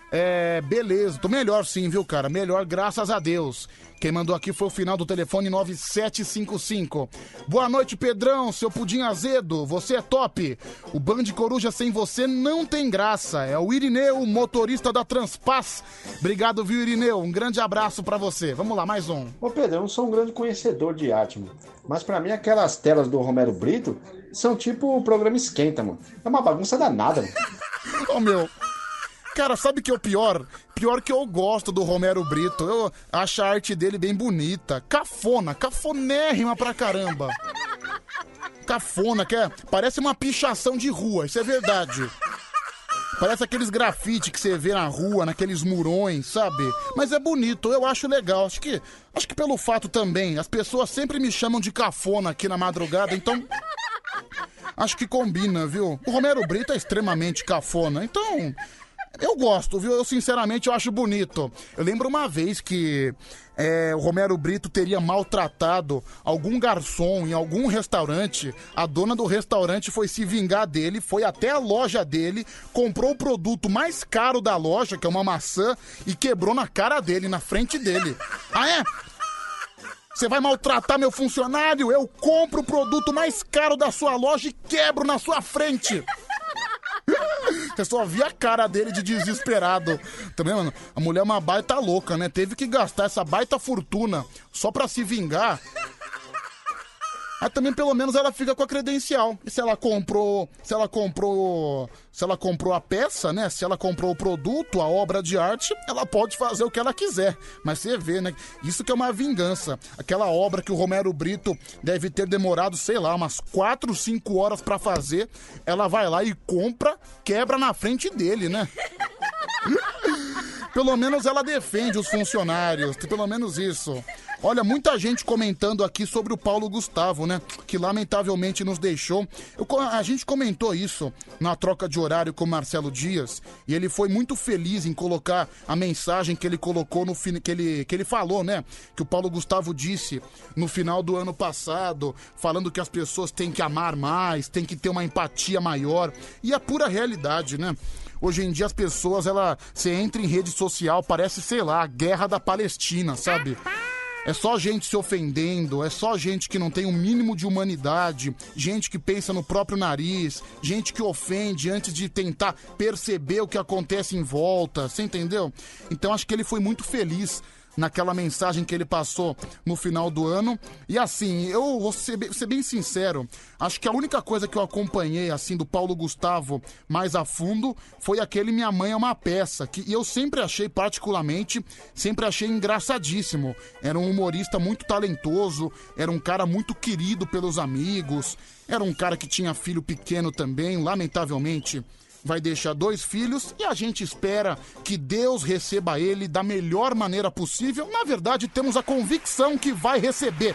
Speaker 1: É, beleza, tô melhor sim, viu, cara? Melhor, graças a Deus. Quem mandou aqui foi o final do telefone nove sete cinco cinco. Boa noite, Pedrão, seu pudim azedo, você é top. O Band Coruja sem você não tem graça. É o Irineu, motorista da Transpaz. Obrigado, viu, Irineu? Um grande abraço pra você. Vamos lá, mais um.
Speaker 9: Ô, Pedro, eu não sou um grande conhecedor de arte, mano. Mas pra mim, aquelas telas do Romero Brito são tipo o programa Esquenta, mano. É uma bagunça danada, mano.
Speaker 1: Ô, meu... Cara, sabe o que é o pior? Pior que eu gosto do Romero Brito. Eu acho a arte dele bem bonita. Cafona, cafonérrima pra caramba. Cafona, que é, parece uma pichação de rua, isso é verdade. Parece aqueles grafites que você vê na rua, naqueles murões, sabe? Mas é bonito, eu acho legal. Acho que, acho que pelo fato também, as pessoas sempre me chamam de cafona aqui na madrugada, então... Acho que combina, viu? O Romero Brito é extremamente cafona, então... Eu gosto, viu? Eu, sinceramente, eu acho bonito. Eu lembro uma vez que é, o Romero Brito teria maltratado algum garçom em algum restaurante. A dona do restaurante foi se vingar dele, foi até a loja dele, comprou o produto mais caro da loja, que é uma maçã, e quebrou na cara dele, na frente dele. Ah, é? Você vai maltratar meu funcionário? Eu compro o produto mais caro da sua loja e quebro na sua frente. Você só via a cara dele de desesperado. Também, mano, a mulher é uma baita louca, né? Teve que gastar essa baita fortuna só pra se vingar. Aí também, pelo menos, ela fica com a credencial. E se ela comprou... Se ela comprou... Se ela comprou a peça, né? Se ela comprou o produto, a obra de arte, ela pode fazer o que ela quiser. Mas você vê, né? Isso que é uma vingança. Aquela obra que o Romero Brito deve ter demorado, sei lá, umas quatro, cinco horas pra fazer. Ela vai lá e compra, quebra na frente dele, né? Pelo menos ela defende os funcionários. Pelo menos isso. Olha, muita gente comentando aqui sobre o Paulo Gustavo, né? Que lamentavelmente nos deixou. Eu, a gente comentou isso na troca de horário com o Marcelo Dias. E ele foi muito feliz em colocar a mensagem que ele colocou no fim, que ele, que ele falou, né? Que o Paulo Gustavo disse no final do ano passado, falando que as pessoas têm que amar mais, têm que ter uma empatia maior. E a pura realidade, né? Hoje em dia as pessoas, ela, você entra em rede social, parece, sei lá, a guerra da Palestina, sabe? É só gente se ofendendo, é só gente que não tem o um mínimo de humanidade, gente que pensa no próprio nariz, gente que ofende antes de tentar perceber o que acontece em volta, você entendeu? Então acho que ele foi muito feliz naquela mensagem que ele passou no final do ano. E assim, eu vou ser bem, ser bem sincero, acho que a única coisa que eu acompanhei, assim, do Paulo Gustavo mais a fundo, foi aquele Minha Mãe é uma Peça, que eu sempre achei, particularmente, sempre achei engraçadíssimo. Era um humorista muito talentoso, era um cara muito querido pelos amigos, era um cara que tinha filho pequeno também, lamentavelmente vai deixar dois filhos e a gente espera que Deus receba ele da melhor maneira possível. Na verdade, temos a convicção que vai receber.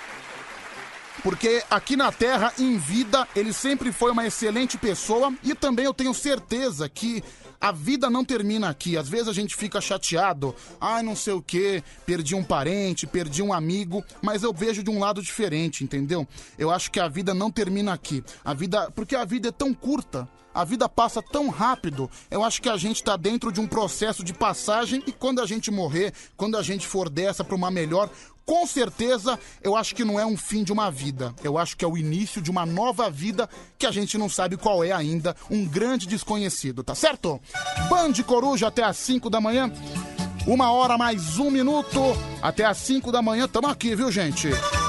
Speaker 1: Porque aqui na Terra, em vida, ele sempre foi uma excelente pessoa e também eu tenho certeza que a vida não termina aqui. Às vezes a gente fica chateado. Ai, não sei o quê, perdi um parente, perdi um amigo, mas eu vejo de um lado diferente, entendeu? Eu acho que a vida não termina aqui. A vida, porque a vida é tão curta. A vida passa tão rápido, eu acho que a gente tá dentro de um processo de passagem e quando a gente morrer, quando a gente for dessa pra uma melhor, com certeza eu acho que não é um fim de uma vida, eu acho que é o início de uma nova vida que a gente não sabe qual é ainda, um grande desconhecido, tá certo? Band Coruja até às cinco da manhã, uma hora mais um minuto, até às cinco da manhã, tamo aqui, viu, gente?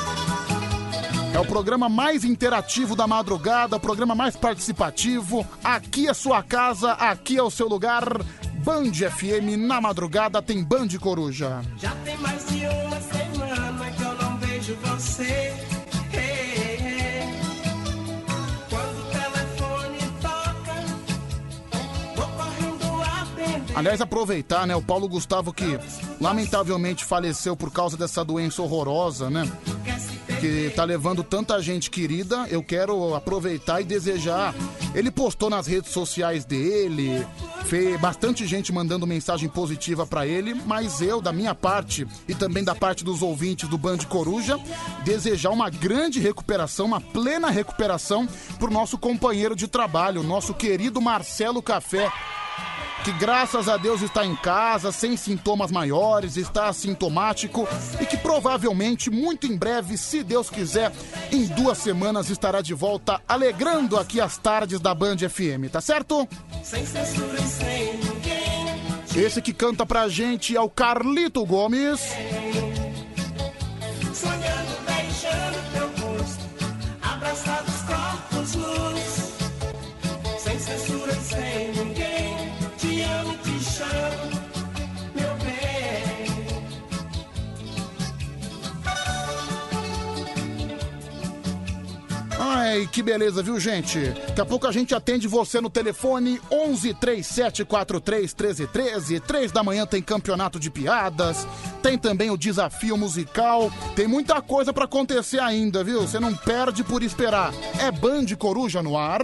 Speaker 1: É o programa mais interativo da madrugada, o programa mais participativo. Aqui é sua casa, aqui é o seu lugar. Band F M, na madrugada tem Band Coruja.
Speaker 10: Já tem mais de uma semana que eu não vejo você. Hey, hey. Quando o telefone toca, vou correndo atender.
Speaker 1: Aliás, aproveitar, né, o Paulo Gustavo que lamentavelmente faleceu por causa dessa doença horrorosa, né? Que tá levando tanta gente querida, eu quero aproveitar e desejar. Ele postou nas redes sociais dele, fez bastante gente mandando mensagem positiva pra ele, mas eu, da minha parte e também da parte dos ouvintes do Band Coruja, desejar uma grande recuperação, uma plena recuperação pro nosso companheiro de trabalho, nosso querido Marcelo Café. que graças a Deus está em casa, sem sintomas maiores, está assintomático e que provavelmente, muito em breve, se Deus quiser, em duas semanas estará de volta alegrando aqui as tardes da Band F M, tá certo?
Speaker 10: Sem censura e sem ninguém.
Speaker 1: Esse que canta pra gente é o Carlito Gomes.
Speaker 10: Sonhando, beijando teu rosto, abraçados corpos luz. Sem censura e sem ninguém. Te amo e te chamo, meu bem.
Speaker 1: Ai, que beleza, viu, gente? Daqui a pouco a gente atende você no telefone onze, trinta e sete, quarenta e três, treze, treze. Três da manhã tem campeonato de piadas, tem também o desafio musical, tem muita coisa pra acontecer ainda, viu? Você não perde por esperar. É Band Coruja no ar.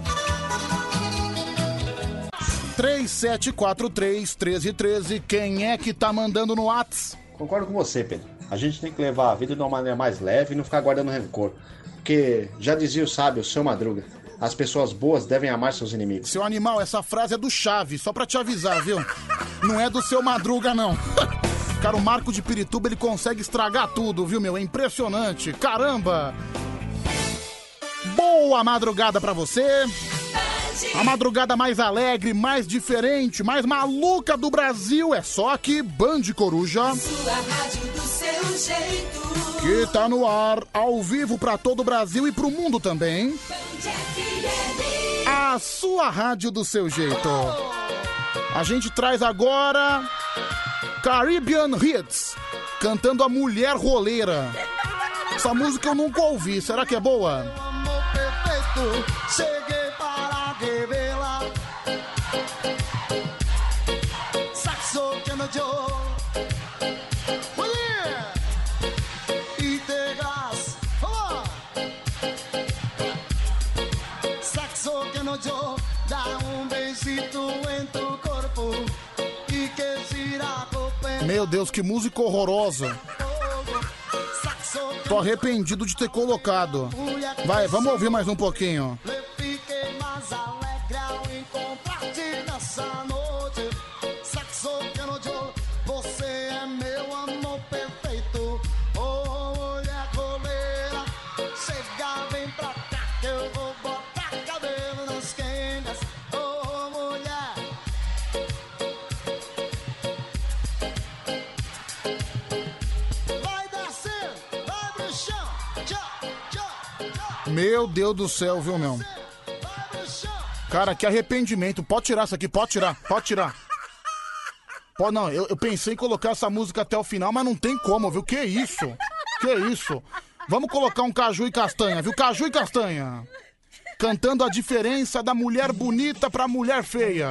Speaker 1: três sete quatro três, treze, treze. Quem é que tá mandando no Whats?
Speaker 9: Concordo com você, Pedro. A gente tem que levar a vida de uma maneira mais leve e não ficar guardando rancor. Porque, já dizia o sábio, seu Madruga, as pessoas boas devem amar seus inimigos.
Speaker 1: Seu animal, essa frase é do Chaves, só pra te avisar, viu? Não é do seu Madruga, não. Cara, o Marco de Pirituba, ele consegue estragar tudo, viu, meu? É impressionante. Caramba! Boa madrugada pra você. A madrugada mais alegre, mais diferente, mais maluca do Brasil é só aqui, Band Coruja.
Speaker 10: Sua rádio do seu jeito.
Speaker 1: Que tá no ar, ao vivo pra todo o Brasil e pro mundo também. A sua rádio do seu jeito. A gente traz agora Caribbean Hits, cantando a Mulher Roleira. Essa música eu nunca ouvi, será que é boa?
Speaker 10: Amor perfeito, cheguei para revelar. Saxo que no yo. Y te gas. Saxo que no yo. Dá um beijito em tu corpo. Y que gira cope.
Speaker 1: Meu Deus, que música horrorosa. Tô arrependido de ter colocado. Vai, vamos ouvir mais um pouquinho.
Speaker 10: Fiquei mais alegre ao encontrar-te nessa noite. Saxo que no yo, você é meu amor perfeito. Oh, mulher roleira, chega, vem pra cá que eu vou botar cabelo nas quengas. Oh, mulher. Vai descer, vai pro chão. Tchau, tchau, tchau.
Speaker 1: Meu Deus do céu, viu, meu? Cara, que arrependimento. Pode tirar isso aqui, pode tirar, pode tirar. Pode, não, eu, eu pensei em colocar essa música até o final, mas não tem como, viu? Que isso? Que isso? Vamos colocar um Caju e Castanha, viu? Caju e Castanha. Cantando a diferença da mulher bonita pra mulher feia.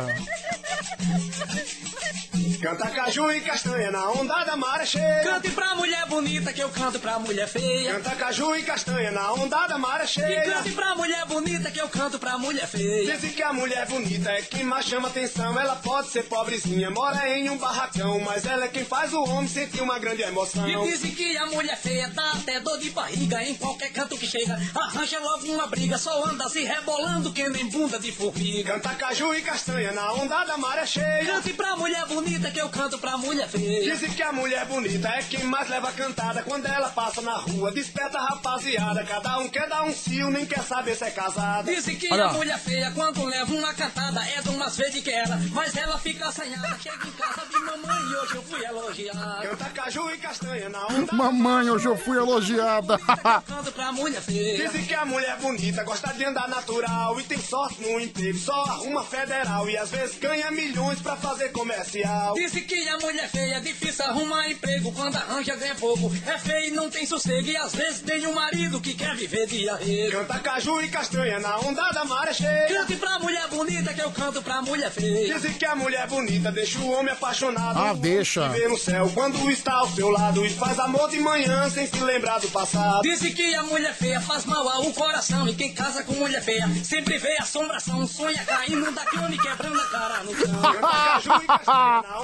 Speaker 11: Canta caju e castanha na onda da maré cheia.
Speaker 10: Cante pra mulher bonita que eu canto pra mulher feia.
Speaker 11: Canta caju e castanha na onda da maré cheia.
Speaker 10: E cante pra mulher bonita que eu canto pra mulher feia.
Speaker 11: Dizem que a mulher bonita é quem mais chama atenção. Ela pode ser pobrezinha, mora em um barracão, mas ela é quem faz o homem sentir uma grande emoção.
Speaker 10: E dizem que a mulher feia dá até dor de barriga em qualquer canto que chega. Arranja logo uma briga, só anda se rebolando que nem bunda de formiga.
Speaker 11: Canta caju e castanha na onda da maré cheia.
Speaker 10: Cante pra mulher bonita que eu canto pra mulher feia.
Speaker 11: Dizem que a mulher bonita é quem mais leva cantada. Quando ela passa na rua, desperta a rapaziada. Cada um quer dar um cio, nem quer saber se é casada.
Speaker 10: Dizem que
Speaker 1: Olha.
Speaker 10: a mulher feia, quando leva uma cantada, é de umas vezes que ela, mas ela fica assanhada. Chega em casa de mamãe e hoje eu fui elogiada.
Speaker 11: Canta caju e castanha na onda.
Speaker 1: Mamãe, hoje eu fui elogiada.
Speaker 10: Canto pra mulher feia.
Speaker 11: Dizem que a mulher bonita gosta de andar natural e tem sorte no emprego, só arruma federal e às vezes ganha milhões pra fazer comercial.
Speaker 10: Disse que a mulher feia é difícil arrumar emprego, quando arranja ganha pouco, é feio e não tem sossego, e às vezes tem um marido que quer viver de arrego.
Speaker 11: Canta caju e castanha na onda da maré cheia.
Speaker 10: Cante pra mulher bonita que eu canto pra mulher feia.
Speaker 11: Dizem que a mulher bonita deixa o homem apaixonado.
Speaker 1: Ah, deixa.
Speaker 11: Viver no céu quando está ao seu lado e faz amor de manhã sem se lembrar do passado.
Speaker 10: Disse que a mulher feia faz mal ao coração, e quem casa com mulher feia sempre vê assombração, sonha caindo da cama e quebrando a cara no chão.
Speaker 11: Canta caju e castanha na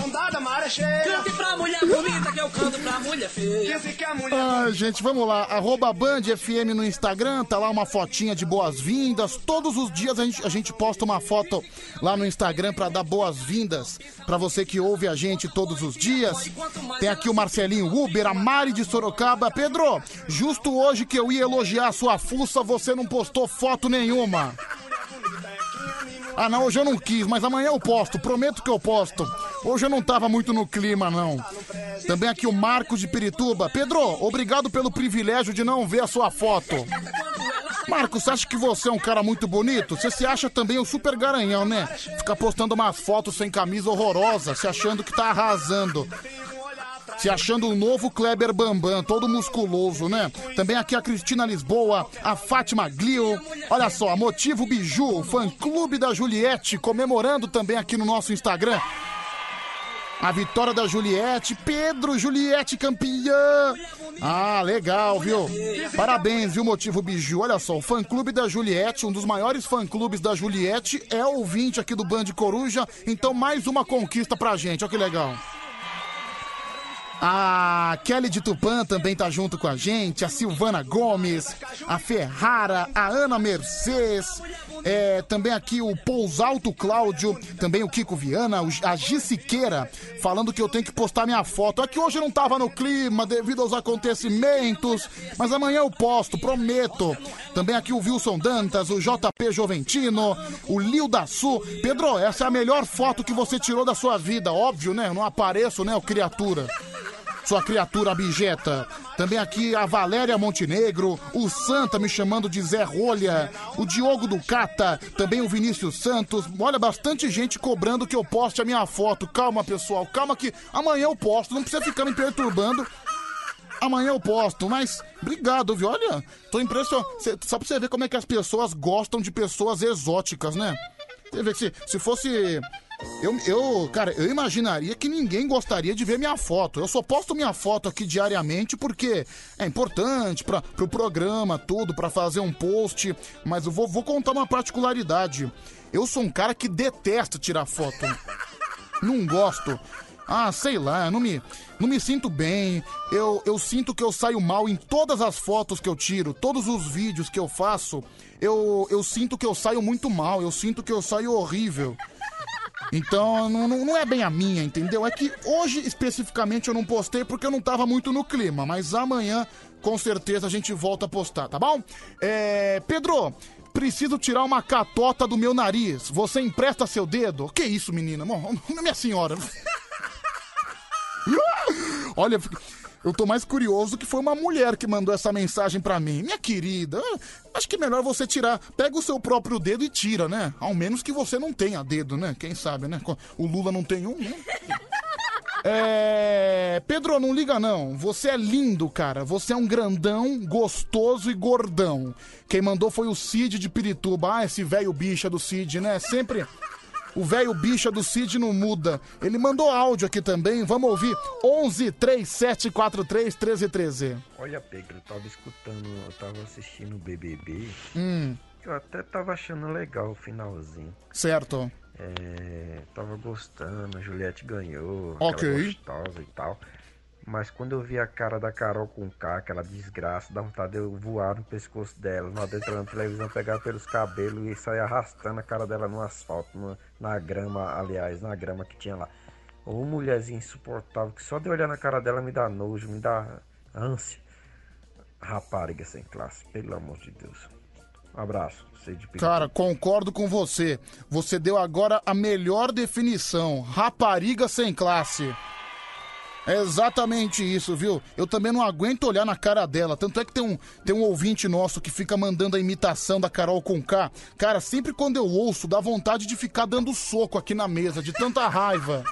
Speaker 11: onda da maré cheia.
Speaker 10: Cante pra mulher bonita que eu canto pra mulher feia.
Speaker 11: Disse que a mulher
Speaker 1: Ah, gente, vamos lá. Arroba Band F M no Instagram, tá lá uma fotinha de boas-vindas. Todos os dias a gente, a gente posta uma foto lá no Instagram pra dar boas-vindas pra você que ouve a gente todos os dias. Tem aqui o Marcelinho Uber, a Mari de Sorocaba. Pedro, justo hoje que eu ia elogiar a sua fuça, você não postou foto nenhuma. Ah, não, hoje eu não quis, mas amanhã eu posto, prometo que eu posto. Hoje eu não tava muito no clima, não. Também aqui o Marcos de Pirituba. Pedro, obrigado pelo privilégio de não ver a sua foto. Marcos, você acha que você é um cara muito bonito? Você se acha também um super garanhão, né? Fica postando umas fotos sem camisa horrorosa, se achando que tá arrasando. Se achando um novo Kleber Bambam, todo musculoso, né? Também aqui a Cristina Lisboa, a Fátima Glio. Olha só, a Motivo Biju, o fã-clube da Juliette, comemorando também aqui no nosso Instagram a vitória da Juliette. Pedro, Juliette campeã. Ah, legal, viu? Parabéns, viu, Motivo Biju? Olha só, o fã-clube da Juliette, um dos maiores fã-clubes da Juliette, é ouvinte aqui do Band Coruja. Então, mais uma conquista pra gente, olha que legal. A Kelly de Tupã também tá junto com a gente, a Silvana Gomes, a Ferrara, a Ana Mercedes, é, também aqui o Pousalto Cláudio, também o Kiko Viana, a Gissiqueira, falando que eu tenho que postar minha foto. É que hoje eu não tava no clima devido aos acontecimentos, mas amanhã eu posto, prometo. Também aqui o Wilson Dantas, o J P Joventino, o Lil da Sul. Pedro, essa é a melhor foto que você tirou da sua vida, óbvio, né? Eu não apareço, né, o criatura. Sua criatura abjeta. Também aqui a Valéria Montenegro, o Santa me chamando de Zé Rolha, o Diogo Ducata, também o Vinícius Santos. Olha, bastante gente cobrando que eu poste a minha foto. Calma, pessoal, calma que amanhã eu posto, não precisa ficar me perturbando. Amanhã eu posto, mas obrigado, viu? Olha, tô impressionado. Só pra você ver como é que as pessoas gostam de pessoas exóticas, né? Você vê que se, se fosse... Eu, eu, cara, eu imaginaria que ninguém gostaria de ver minha foto. Eu só posto minha foto aqui diariamente porque é importante para pro programa, tudo, pra fazer um post. Mas eu vou, vou contar uma particularidade. Eu sou um cara que detesta tirar foto. Não gosto. Ah, sei lá, não me, não me sinto bem. Eu, eu sinto que eu saio mal em todas as fotos que eu tiro, todos os vídeos que eu faço. Eu, eu sinto que eu saio muito mal, eu sinto que eu saio horrível. Então, não, não é bem a minha, entendeu? É que hoje, especificamente, eu não postei porque eu não tava muito no clima. Mas amanhã, com certeza, a gente volta a postar, tá bom? É... Pedro, preciso tirar uma catota do meu nariz. Você empresta seu dedo? Que isso, menina? Minha senhora. Olha... Eu tô mais curioso que foi uma mulher que mandou essa mensagem pra mim. Minha querida, acho que é melhor você tirar. Pega o seu próprio dedo e tira, né? Ao menos que você não tenha dedo, né? Quem sabe, né? O Lula não tem um, né? É... Pedro, não liga não. Você é lindo, cara. Você é um grandão, gostoso e gordão. Quem mandou foi o Cid de Pirituba. Ah, esse velho bicha do Cid, né? Sempre... O velho bicha do Cid não muda. Ele mandou áudio aqui também. Vamos ouvir. onze, trinta e sete, quarenta e três, treze, treze.
Speaker 12: Olha, Pedro, eu tava escutando, eu tava assistindo o B B B.
Speaker 1: Hum.
Speaker 12: Eu até tava achando legal o finalzinho.
Speaker 1: Certo.
Speaker 12: É, tava gostando, a Juliette ganhou.
Speaker 1: Ok.
Speaker 12: Gostosa e tal. Mas quando eu vi a cara da Carol com K, aquela desgraça, dá vontade de eu voar no pescoço dela, não dentro da televisão, pegar pelos cabelos e sair arrastando a cara dela no asfalto, no, na grama, aliás, na grama que tinha lá. Ô mulherzinha insuportável, que só de olhar na cara dela me dá nojo, me dá ânsia. Rapariga sem classe, pelo amor de Deus. Um abraço.
Speaker 1: Cara, concordo com você. Você deu agora a melhor definição. Rapariga sem classe. É exatamente isso, viu? Eu também não aguento olhar na cara dela. Tanto é que tem um, tem um ouvinte nosso que fica mandando a imitação da Carol com K. Cara, sempre quando eu ouço, dá vontade de ficar dando soco aqui na mesa, de tanta raiva.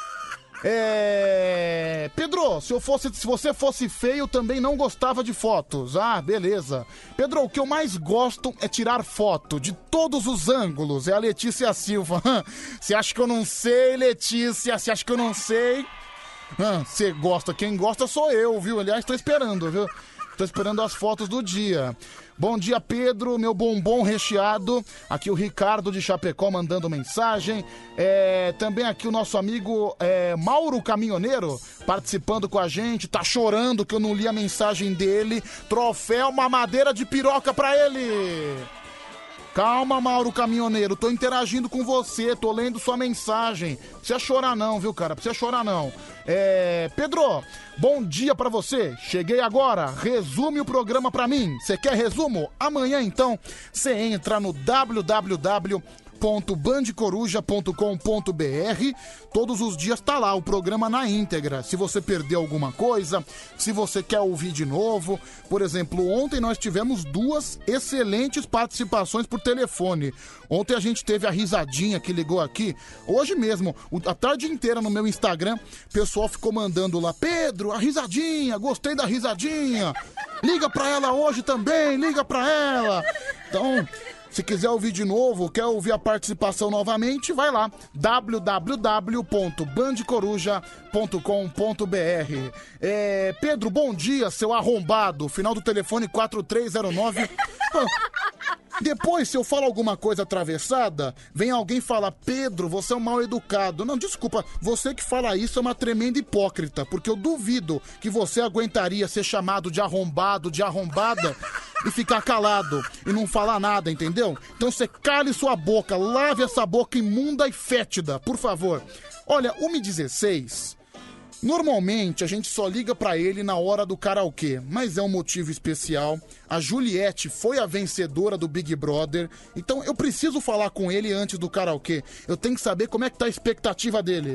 Speaker 1: É... Pedro, se, eu fosse, se você fosse feio, também não gostava de fotos. Ah, beleza. Pedro, o que eu mais gosto é tirar foto de todos os ângulos. É a Letícia Silva. Você acha que eu não sei, Letícia? Você acha que eu não sei? Você gosta, quem gosta sou eu, viu? Aliás, tô esperando, viu? tô esperando as fotos do dia. Bom dia, Pedro, meu bombom recheado. Aqui o Ricardo de Chapecó mandando mensagem. É, também aqui o nosso amigo é, Mauro Caminhoneiro participando com a gente. Tá chorando que eu não li a mensagem dele. Troféu mamadeira de piroca pra ele. Calma, Mauro Caminhoneiro, tô interagindo com você, tô lendo sua mensagem. Não precisa chorar não, viu, cara? Não precisa chorar não. É... Pedro, bom dia pra você. Cheguei agora, resume o programa pra mim. Você quer resumo? Amanhã, então, você entra no w w w ponto band coruja ponto com ponto b r. Todos os dias tá lá o programa na íntegra. Se você perdeu alguma coisa, se você quer ouvir de novo. Por exemplo, ontem nós tivemos duas excelentes participações por telefone. Ontem a gente teve a Risadinha que ligou aqui. Hoje mesmo, a tarde inteira no meu Instagram, o pessoal ficou mandando lá: Pedro, a Risadinha, gostei da Risadinha. Liga pra ela hoje também, liga pra ela. Então, se quiser ouvir de novo, quer ouvir a participação novamente, vai lá, w w w ponto band coruja ponto com ponto b r. É, Pedro, bom dia, seu arrombado. Final do telefone quatro três zero nove. Depois, se eu falo alguma coisa atravessada, vem alguém falar: Pedro, você é um mal educado. Não, desculpa, você que fala isso é uma tremenda hipócrita, porque eu duvido que você aguentaria ser chamado de arrombado, de arrombada, e ficar calado e não falar nada, entendeu? Então você cale sua boca, lave essa boca imunda e fétida, por favor. Olha, uma e dezesseis, normalmente a gente só liga pra ele na hora do karaokê, mas é um motivo especial. A Juliette foi a vencedora do Big Brother, então eu preciso falar com ele antes do karaokê. Eu tenho que saber como é que tá a expectativa dele.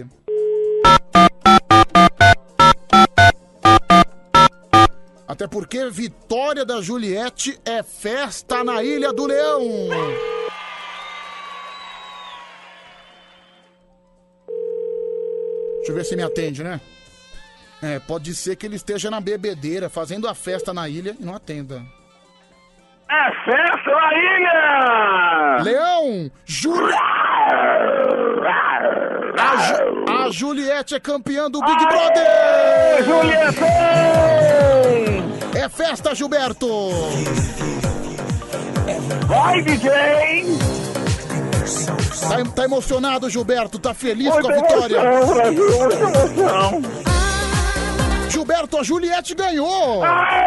Speaker 1: Até porque vitória da Juliette é festa na Ilha do Leão. Deixa eu ver se me atende, né? É, pode ser que ele esteja na bebedeira, fazendo a festa na ilha e não atenda.
Speaker 13: É festa na ilha!
Speaker 1: Leão! Juli... A, Ju... a Juliette é campeã do Big Aê, Brother!
Speaker 13: Juliette!
Speaker 1: É festa, Gilberto!
Speaker 13: Vai, D J!
Speaker 1: Tá, tá emocionado, Gilberto? Tá feliz
Speaker 13: muita
Speaker 1: com a vitória?
Speaker 13: Emoção, Brasil, muita emoção!
Speaker 1: Gilberto, a Juliette ganhou!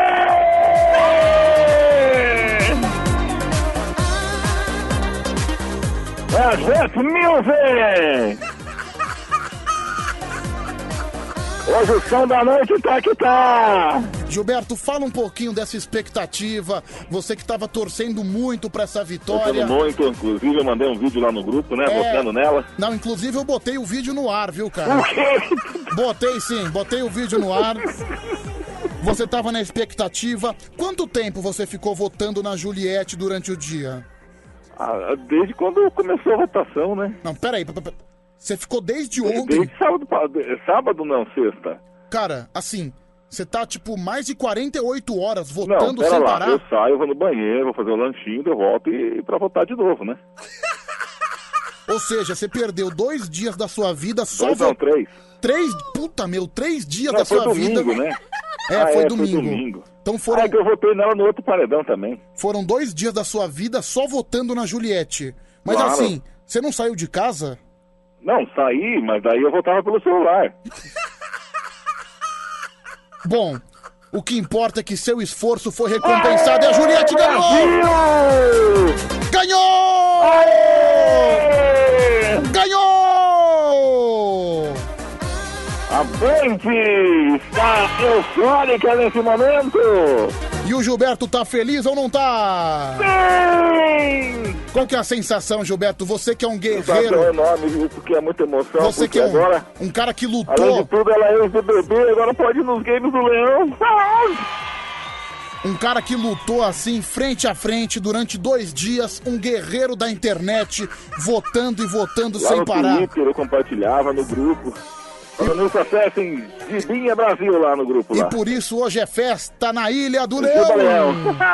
Speaker 13: É Jet Music! Hoje o som da noite tá que tá!
Speaker 1: Gilberto, fala um pouquinho dessa expectativa. Você que tava torcendo muito pra essa vitória.
Speaker 13: Torcendo muito, inclusive eu mandei um vídeo lá no grupo, né?
Speaker 1: É...
Speaker 13: Votando nela.
Speaker 1: Não, inclusive eu botei o vídeo no ar, viu, cara?
Speaker 13: O quê?
Speaker 1: Botei sim, botei o vídeo no ar. Você tava na expectativa. Quanto tempo você ficou votando na Juliette durante o dia?
Speaker 13: Ah, desde quando começou a votação, né?
Speaker 1: Não, peraí. Você ficou desde ontem?
Speaker 13: Desde sábado, sábado não, sexta.
Speaker 1: Cara, assim, você tá, tipo, mais de quarenta e oito horas votando
Speaker 13: não, pera
Speaker 1: sem
Speaker 13: lá,
Speaker 1: parar?
Speaker 13: Eu saio, vou no banheiro, vou fazer o lanchinho, eu volto e pra votar de novo, né?
Speaker 1: Ou seja, você perdeu dois dias da sua vida só...
Speaker 13: Dois, não, três.
Speaker 1: Três? Puta, meu, três dias
Speaker 13: não,
Speaker 1: da
Speaker 13: foi
Speaker 1: sua
Speaker 13: domingo,
Speaker 1: vida...
Speaker 13: né?
Speaker 1: É,
Speaker 13: ah,
Speaker 1: foi,
Speaker 13: é
Speaker 1: domingo.
Speaker 13: foi domingo.
Speaker 1: Então foram...
Speaker 13: Ah, é que eu votei nela no outro paredão também.
Speaker 1: Foram dois dias da sua vida só votando na Juliette. Mas
Speaker 13: claro.
Speaker 1: Assim, você não saiu de casa?
Speaker 13: Não, saí, mas daí eu votava pelo celular.
Speaker 1: Bom, o que importa é que seu esforço foi recompensado. Aê, e a Juliette ganhou!
Speaker 13: Brasil!
Speaker 1: Ganhou!
Speaker 13: Aê!
Speaker 1: Ganhou!
Speaker 13: A Band está eufórica nesse momento!
Speaker 1: E o Gilberto tá feliz ou não tá?
Speaker 13: Sim!
Speaker 1: Qual que é a sensação, Gilberto? Você que é um guerreiro...
Speaker 13: É enorme, isso que é muita emoção.
Speaker 1: Você que é um,
Speaker 13: agora,
Speaker 1: um cara que lutou...
Speaker 13: Além de tudo, ela é ex-B B B, agora pode ir nos games do Leão.
Speaker 1: Um cara que lutou assim, frente a frente, durante dois dias, um guerreiro da internet, votando e votando
Speaker 13: lá
Speaker 1: sem
Speaker 13: no
Speaker 1: parar.
Speaker 13: Twitter, eu compartilhava no grupo. Falando isso, acessem Gibinha Brasil lá no grupo.
Speaker 1: E
Speaker 13: lá.
Speaker 1: por isso hoje é festa na Ilha do Leão.
Speaker 13: Leão.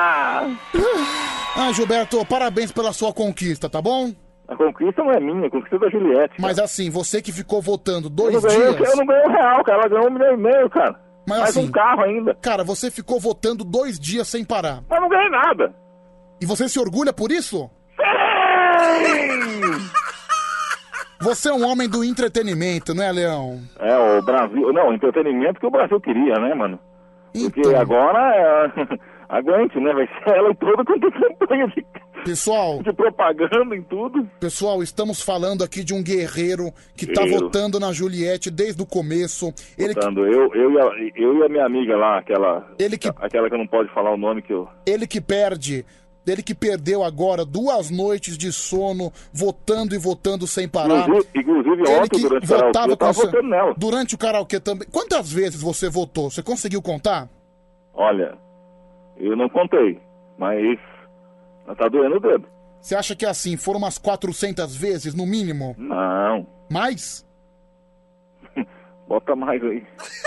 Speaker 1: Ah, Gilberto, parabéns pela sua conquista, tá bom?
Speaker 13: A conquista não é minha, a conquista é da Juliette.
Speaker 1: Mas
Speaker 13: cara.
Speaker 1: assim, você que ficou votando dois
Speaker 13: eu ganhei,
Speaker 1: dias...
Speaker 13: Eu não ganhei um real, cara. Ela ganhou um milhão e meio, cara.
Speaker 1: Mas
Speaker 13: Mais
Speaker 1: assim,
Speaker 13: um carro ainda.
Speaker 1: Cara, você ficou votando dois dias sem parar.
Speaker 13: Mas não ganhei nada.
Speaker 1: E você se orgulha por isso?
Speaker 13: Sim!
Speaker 1: Você é um homem do entretenimento, não é, Leão?
Speaker 13: É, o Brasil... Não, entretenimento que o Brasil queria, né, mano? Porque
Speaker 1: Então.
Speaker 13: agora, é... aguente, né? Vai ser ela em toda quanto campanha de...
Speaker 1: Pessoal...
Speaker 13: de propaganda em tudo.
Speaker 1: Pessoal, estamos falando aqui de um guerreiro que tá
Speaker 13: Guerreiro.
Speaker 1: votando na Juliette desde o começo. Ele que,
Speaker 13: Votando. Eu, eu, e a, eu e a minha amiga lá, aquela...
Speaker 1: Ele que-
Speaker 13: Aquela que não pode falar o nome que eu...
Speaker 1: ele que perde... Ele que perdeu agora duas noites de sono, votando e votando sem parar.
Speaker 13: Inclusive, inclusive
Speaker 1: Ele
Speaker 13: ontem,
Speaker 1: que
Speaker 13: durante o karaokê,
Speaker 1: votava
Speaker 13: eu tava
Speaker 1: com-
Speaker 13: votando nela.
Speaker 1: Durante o karaokê também. Quantas vezes você votou? Você conseguiu contar?
Speaker 13: Olha, eu não contei, mas tá doendo o dedo.
Speaker 1: Você acha que é assim, foram umas quatrocentas vezes, no mínimo?
Speaker 13: Não.
Speaker 1: Mais?
Speaker 13: Bota mais aí.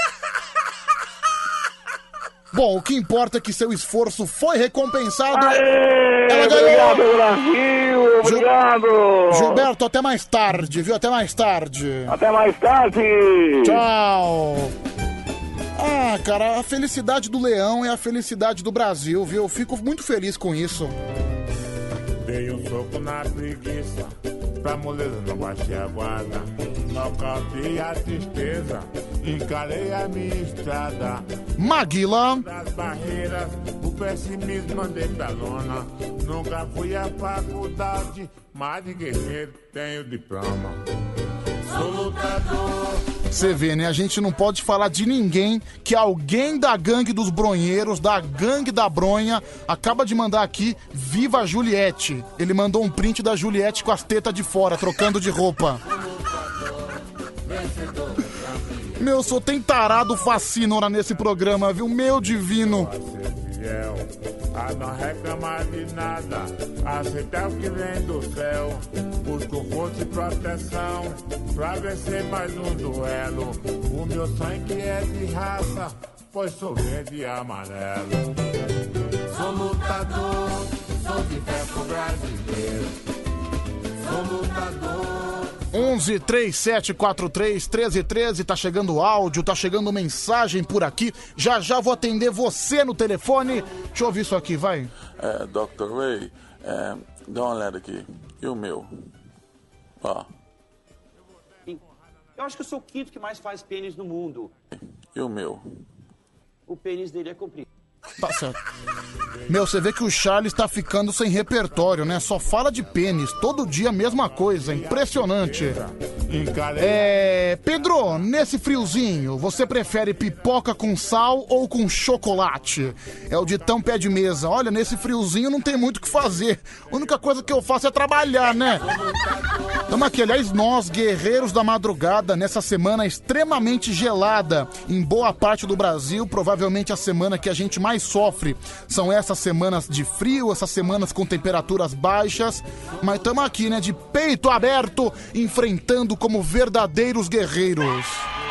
Speaker 1: Bom, o que importa é que seu esforço foi recompensado.
Speaker 13: Aê,
Speaker 1: Ela ganhou!
Speaker 13: obrigado, Brasil! Obrigado!
Speaker 1: Gilberto, até mais tarde, viu? Até mais tarde.
Speaker 13: Até mais tarde!
Speaker 1: Tchau! Ah, cara, a felicidade do Leão é a felicidade do Brasil, viu? Eu fico muito feliz com isso.
Speaker 14: Dei um soco na preguiça, pra moleza não baixei a guarda. Nocauteei a tristeza, encarei a minha estrada.
Speaker 1: Maguila.
Speaker 14: Das barreiras, o pessimismo andei pra lona. Nunca fui à faculdade, mas de guerreiro tenho diploma. Sou lutador.
Speaker 1: Você vê, né? A gente não pode falar de ninguém que alguém da gangue dos bronheiros, da gangue da bronha, acaba de mandar aqui, viva a Juliette. Ele mandou um print da Juliette com as tetas de fora, trocando de roupa. Meu, só tem tarado fascínora nesse programa, viu? Meu divino.
Speaker 14: Fiel, a não reclamar de nada, aceitar o que vem do céu, busco força e proteção, pra vencer mais um duelo. O meu sangue é de raça, pois sou verde e amarelo. Sou lutador, sou de ferro brasileiro. Sou lutador.
Speaker 1: onze, três sete quatro três, um três um três, tá chegando áudio, tá chegando mensagem por aqui. Já já vou atender você no telefone. Deixa eu ouvir isso aqui, vai.
Speaker 15: É, doutor Ray, é, dá uma olhada aqui. E o meu? Ó.
Speaker 16: Eu acho que eu sou o quinto que mais faz pênis no mundo.
Speaker 15: E o meu?
Speaker 16: O pênis dele é comprido.
Speaker 1: Tá certo. Meu, você vê que o Charles tá ficando sem repertório, né? Só fala de pênis, todo dia a mesma coisa, impressionante. É... Pedro, nesse friozinho, você prefere pipoca com sal ou com chocolate? É o ditão pé de mesa. Olha, nesse friozinho não tem muito o que fazer. A única coisa que eu faço é trabalhar, né? Tamo aqui, aliás, nós, guerreiros da madrugada, nessa semana extremamente gelada em boa parte do Brasil, provavelmente a semana que a gente mais sofre são essas semanas de frio, essas semanas com temperaturas baixas, mas estamos aqui, né, de peito aberto, enfrentando como verdadeiros guerreiros.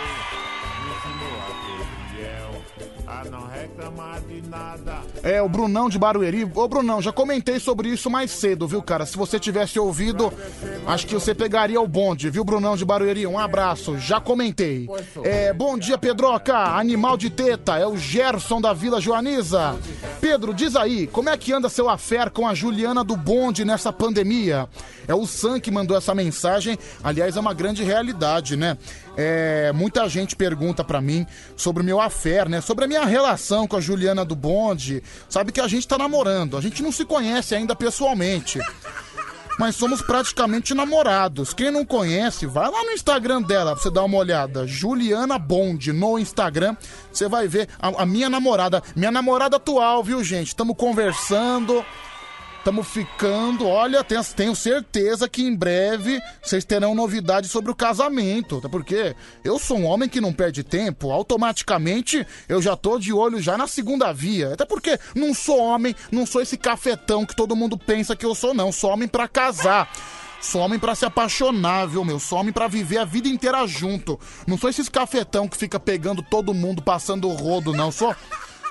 Speaker 1: É, o Brunão de Barueri. Ô, Brunão, já comentei sobre isso mais cedo, viu, cara? Se você tivesse ouvido, acho que você pegaria o bonde, viu, Brunão de Barueri? Um abraço, já comentei. É, bom dia, Pedroca, animal de teta, é o Gerson da Vila Joaniza. Pedro, diz aí, como é que anda seu affair com a Juliana do bonde nessa pandemia? É o Sam que mandou essa mensagem, aliás, é uma grande realidade, né? É, muita gente pergunta pra mim sobre o meu affair, né? Sobre a minha relação com a Juliana do bonde. Sabe que a gente tá namorando, a gente não se conhece ainda pessoalmente, mas somos praticamente namorados. Quem não conhece, vai lá no Instagram dela pra você dar uma olhada. Juliana Bonde no Instagram. Você vai ver a, a minha namorada. Minha namorada atual, viu, gente? Estamos conversando, estamos ficando. Olha, tenho, tenho certeza que em breve vocês terão novidades sobre o casamento. Até porque eu sou um homem que não perde tempo. Automaticamente eu já tô de olho já na segunda via. Até porque não sou homem, não sou esse cafetão que todo mundo pensa que eu sou, não. Sou homem pra casar. Sou homem pra se apaixonar, viu, meu? Sou homem pra viver a vida inteira junto. Não sou esses cafetão que fica pegando todo mundo, passando o rodo, não. Sou...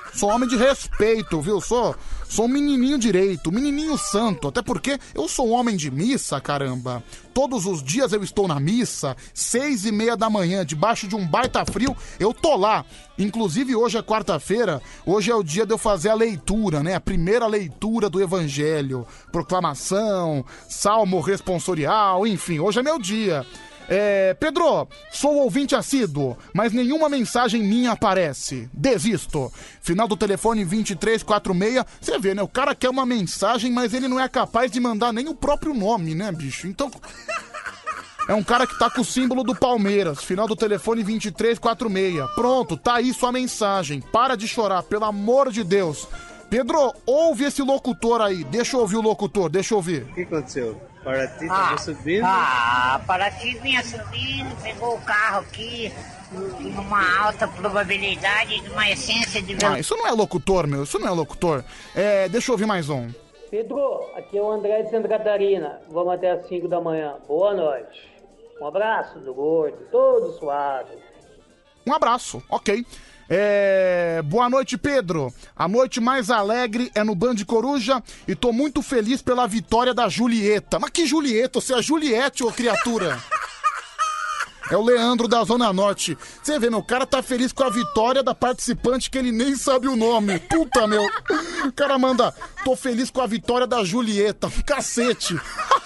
Speaker 1: Sou homem de respeito, viu? Sou, sou um menininho direito, um menininho santo. Até porque eu sou um homem de missa, caramba. Todos os dias eu estou na missa, seis e meia da manhã, debaixo de um baita frio, eu tô lá. Inclusive hoje é quarta-feira, hoje é o dia de eu fazer a leitura, né? A primeira leitura do Evangelho, proclamação, salmo responsorial, enfim, hoje é meu dia. É, Pedro, sou ouvinte assíduo, mas nenhuma mensagem minha aparece. Desisto. Final do telefone vinte e três quarenta e seis. Você vê, né? O cara quer uma mensagem, mas ele não é capaz de mandar nem o próprio nome, né, bicho? Então... É um cara que tá com o símbolo do Palmeiras. Final do telefone vinte e três quarenta e seis. Pronto, tá aí sua mensagem. Para de chorar, pelo amor de Deus. Pedro, ouve esse locutor aí. Deixa eu ouvir o locutor, deixa eu ouvir.
Speaker 17: O que aconteceu? Paraty
Speaker 18: Ah,
Speaker 17: tava subindo?
Speaker 18: Ah, Paraty vinha subindo, pegou o carro aqui, numa alta probabilidade de uma essência de...
Speaker 1: Ah, isso não é locutor, meu. Isso não é locutor. É, deixa eu ouvir mais um.
Speaker 19: Pedro, aqui é o André de Santa Catarina. Vamos até às cinco da manhã. Boa noite. Um abraço do gordo, todo suado.
Speaker 1: Um abraço, ok. É... Boa noite, Pedro. A noite mais alegre é no Band Coruja e tô muito feliz pela vitória da Julieta. Mas que Julieta? Você é a Juliette, ô criatura? É o Leandro da Zona Norte. Você vê, meu, o cara tá feliz com a vitória da participante que ele nem sabe o nome. Puta, meu. O cara manda, tô feliz com a vitória da Julieta. Cacete.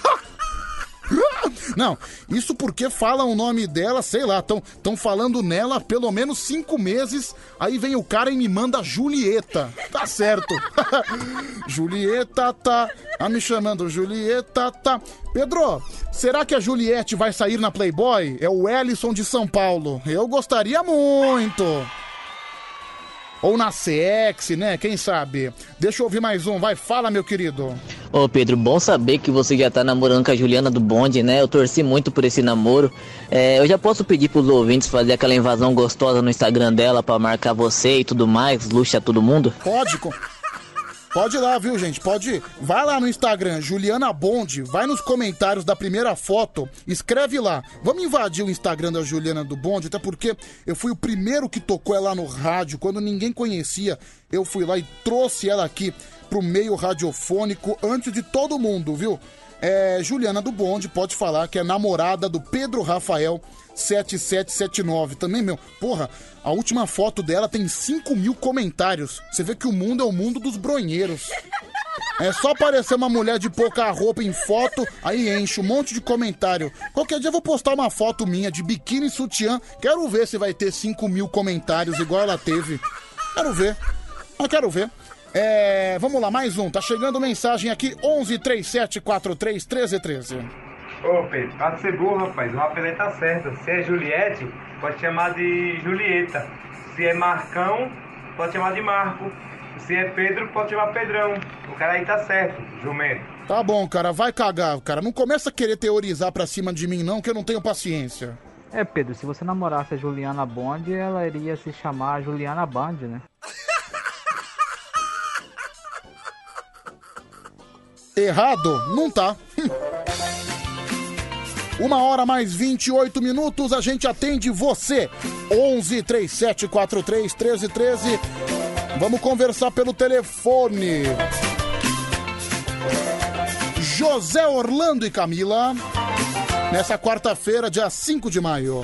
Speaker 1: Não, isso porque falam o nome dela, sei lá, tão, tão falando nela há pelo menos cinco meses, aí vem o cara e me manda Julieta. Tá certo. Julieta tá, tá me chamando Julieta tá. Pedro, será que a Juliette vai sair na Playboy? É o Ellison de São Paulo. Eu gostaria muito. Ou na C X, né? Quem sabe? Deixa eu ouvir mais um. Vai, fala, meu querido.
Speaker 20: Ô, Pedro, bom saber que você já tá namorando com a Juliana do Bonde, né? Eu torci muito por esse namoro. É, eu já posso pedir pros ouvintes fazer aquela invasão gostosa no Instagram dela pra marcar você e tudo mais, luxa todo mundo?
Speaker 1: Pode, com... Pode ir lá, viu, gente? Pode ir. Vai lá no Instagram, Juliana Bonde, vai nos comentários da primeira foto, escreve lá. Vamos invadir o Instagram da Juliana do Bonde, até porque eu fui o primeiro que tocou ela no rádio, quando ninguém conhecia. Eu fui lá e trouxe ela aqui pro meio radiofônico antes de todo mundo, viu? É, Juliana do Bonde, pode falar que é namorada do Pedro Rafael sete sete sete nove. Também, meu, porra, a última foto dela tem cinco mil comentários. Você vê que o mundo é o mundo dos bronheiros. É só aparecer uma mulher de pouca roupa em foto, aí enche um monte de comentário. Qualquer dia eu vou postar uma foto minha de biquíni e sutiã. Quero ver se vai ter cinco mil comentários igual ela teve. Quero ver. Mas quero ver. É, vamos lá, mais um. Tá chegando mensagem aqui, onze, trinta e sete, quarenta e três, treze, treze.
Speaker 21: Ô, Pedro, para de ser burro, rapaz. O rapaz tá certo. Se é Juliette, pode chamar de Julieta. Se é Marcão, pode chamar de Marco. Se é Pedro, pode chamar Pedrão. O cara aí tá certo, jumento.
Speaker 1: Tá bom, cara, vai cagar, cara. Não começa a querer teorizar pra cima de mim, não, que eu não tenho paciência.
Speaker 22: É, Pedro, se você namorasse a Juliana Bond, ela iria se chamar Juliana Band, né?
Speaker 1: Errado? Não tá. Uma hora mais vinte e oito minutos, a gente atende você. onze, trinta e sete, quarenta e três, treze, treze. Vamos conversar pelo telefone. José Orlando e Camila, nessa quarta-feira, dia cinco de maio.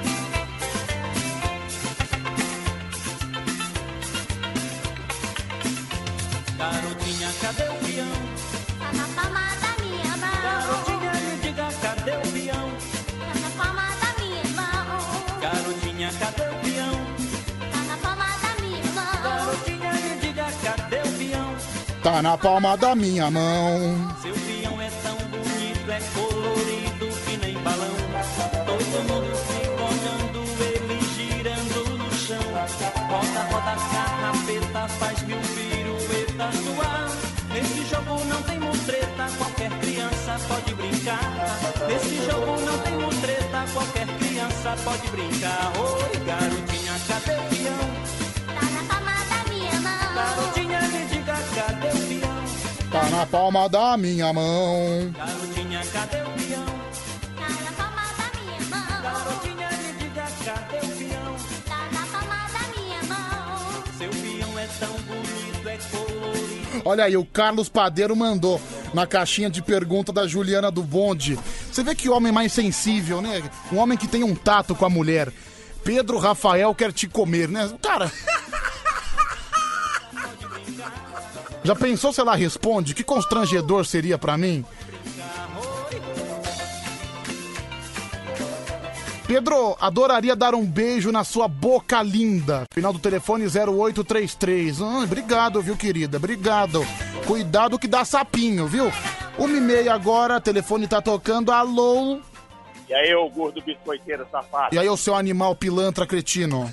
Speaker 10: Garotinha, cadê o peão? Tá na palma da minha mão. Garotinha, me diga, cadê o peão? Tá na palma da minha mão. Garotinha, cadê o peão? Tá na palma da minha mão. Garotinha, me diga, cadê o peão?
Speaker 1: Tá na palma da minha mão.
Speaker 10: Seu peão é tão bonito, é colorido que nem balão. Todo mundo se olhando, ele girando no chão. Roda, roda, carrapeta, faz mil piruetas no ar. Nesse jogo não tem mutreta, qualquer criança pode brincar. Nesse jogo não tem mutreta, qualquer criança pode brincar. Oi, garotinha, cadê o peão? Tá na palma da minha mão. Garotinha, me diga, cadê o peão?
Speaker 1: Tá na palma da minha mão.
Speaker 10: Garotinha, cadê o peão? Tá na palma da minha mão. Garotinha, me diga, cadê o peão? Tá na palma da minha mão. Seu peão é
Speaker 1: Olha aí, o Carlos Padeiro mandou na caixinha de pergunta da Juliana do Bonde. Você vê que homem mais sensível, né? Um homem que tem um tato com a mulher. Pedro Rafael quer te comer, né? Cara... Já pensou se ela responde? Que constrangedor seria pra mim? Pedro, adoraria dar um beijo na sua boca linda. Final do telefone zero oito três três. Ah, obrigado, viu, querida? Obrigado. Cuidado que dá sapinho, viu? Uma e meia agora, telefone tá tocando. Alô?
Speaker 2: E aí, ô gordo biscoiteiro safado?
Speaker 1: E aí, o seu animal pilantra cretino?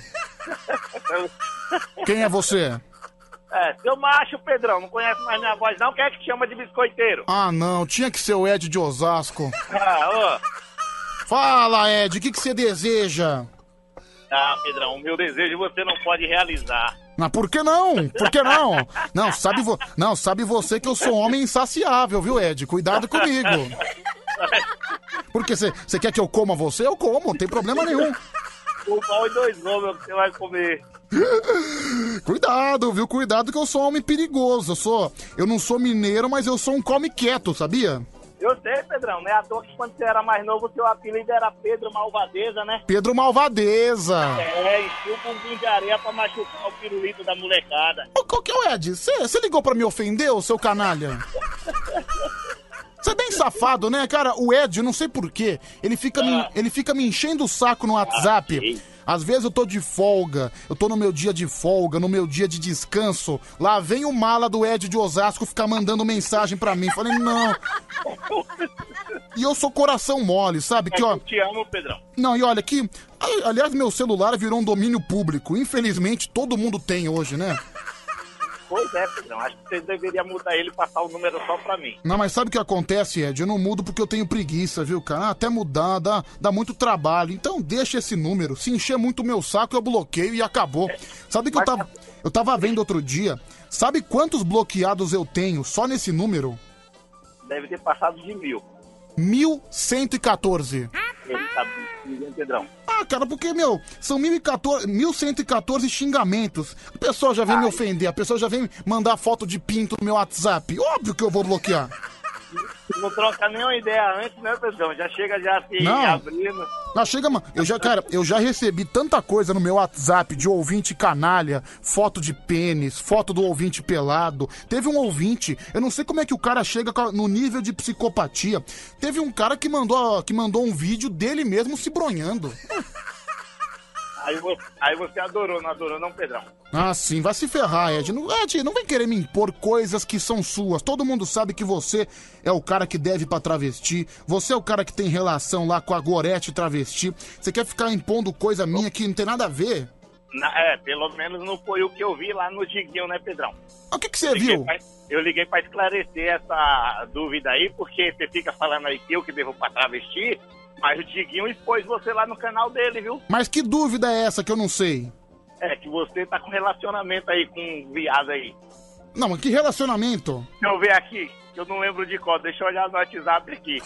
Speaker 1: Quem é você?
Speaker 2: É, seu macho, Pedrão, não conhece mais minha voz não? Quem é que te chama de biscoiteiro?
Speaker 1: Ah, não, tinha que ser o Ed de Osasco.
Speaker 2: Ah, ô.
Speaker 1: Fala, Ed, o que que você deseja?
Speaker 2: Ah, Pedrão, o meu desejo você não pode realizar.
Speaker 1: Mas por que não? Por que não? Não, sabe, vo... não, sabe você que eu sou homem insaciável, viu, Ed? Cuidado comigo. Porque você quer que eu coma você? Eu como, não tem problema nenhum.
Speaker 2: Um pau e dois gomes que você vai comer.
Speaker 1: Cuidado, viu? Cuidado que eu sou um homem perigoso. Eu sou, eu não sou mineiro, mas eu sou um come quieto, sabia?
Speaker 2: Eu sei, Pedrão, não é à toa que quando você era mais novo, o seu apelido era Pedro Malvadeza, né?
Speaker 1: Pedro Malvadeza.
Speaker 2: É, encheu o bumbum de areia pra machucar o pirulito da molecada.
Speaker 1: Ô, qual que é o Ed? Você ligou pra me ofender, ô seu canalha? Você é bem safado, né, cara? O Ed, eu não sei porquê, ele fica, me, ele fica me enchendo o saco no WhatsApp. Às vezes eu tô de folga, eu tô no meu dia de folga, no meu dia de descanso. Lá vem o mala do Ed de Osasco ficar mandando mensagem pra mim. Falei, não. E eu sou coração mole, sabe? Que, ó...
Speaker 2: Eu te amo, Pedrão.
Speaker 1: Não, e olha que... Aliás, meu celular virou um domínio público. Infelizmente, todo mundo tem hoje, né?
Speaker 2: Pois é, Pedrão. Acho que você deveria mudar ele e passar o número só pra mim.
Speaker 1: Não, mas sabe o que acontece, Ed? Eu não mudo porque eu tenho preguiça, viu, cara? Até mudar dá, dá muito trabalho. Então deixa esse número. Se encher muito o meu saco, eu bloqueio e acabou. Sabe que eu tava, eu tava vendo outro dia? Sabe quantos bloqueados eu tenho só nesse número?
Speaker 2: Deve ter passado de mil.
Speaker 1: mil cento e catorze.
Speaker 2: Ele tá ninguém, Pedrão.
Speaker 1: Ah, cara, porque, meu, são mil cento e catorze xingamentos. A pessoa já vem Ai. me ofender, a pessoa já vem mandar foto de pinto no meu WhatsApp. Óbvio que eu vou bloquear.
Speaker 2: Não troca nenhuma ideia antes, né, Pedrão? Já chega já se
Speaker 1: Não.
Speaker 2: abrindo.
Speaker 1: Não, chega, mano. Eu já, cara, eu já recebi tanta coisa no meu WhatsApp de ouvinte canalha, foto de pênis, foto do ouvinte pelado. Teve um ouvinte, eu não sei como é que o cara chega no nível de psicopatia. Teve um cara que mandou, que mandou um vídeo dele mesmo se bronhando.
Speaker 2: Aí você, aí você adorou, não adorou não, Pedrão?
Speaker 1: Ah, sim, vai se ferrar, Ed. Não, Ed, não vem querer me impor coisas que são suas. Todo mundo sabe que você é o cara que deve pra travesti. Você é o cara que tem relação lá com a Gorete travesti. Você quer ficar impondo coisa minha que não tem nada a ver?
Speaker 2: Na, é, pelo menos não foi o que eu vi lá no Diguinho, né, Pedrão?
Speaker 1: O que que você viu?
Speaker 2: Pra, eu liguei pra esclarecer essa dúvida aí, porque você fica falando aí que eu que devo pra travesti... Mas o Diguinho expôs você lá no canal dele, viu?
Speaker 1: Mas que dúvida é essa que eu não sei?
Speaker 2: É, que você tá com relacionamento aí com um viado aí.
Speaker 1: Não, mas que relacionamento?
Speaker 2: Deixa eu ver aqui, que eu não lembro de qual. Deixa eu olhar no WhatsApp aqui.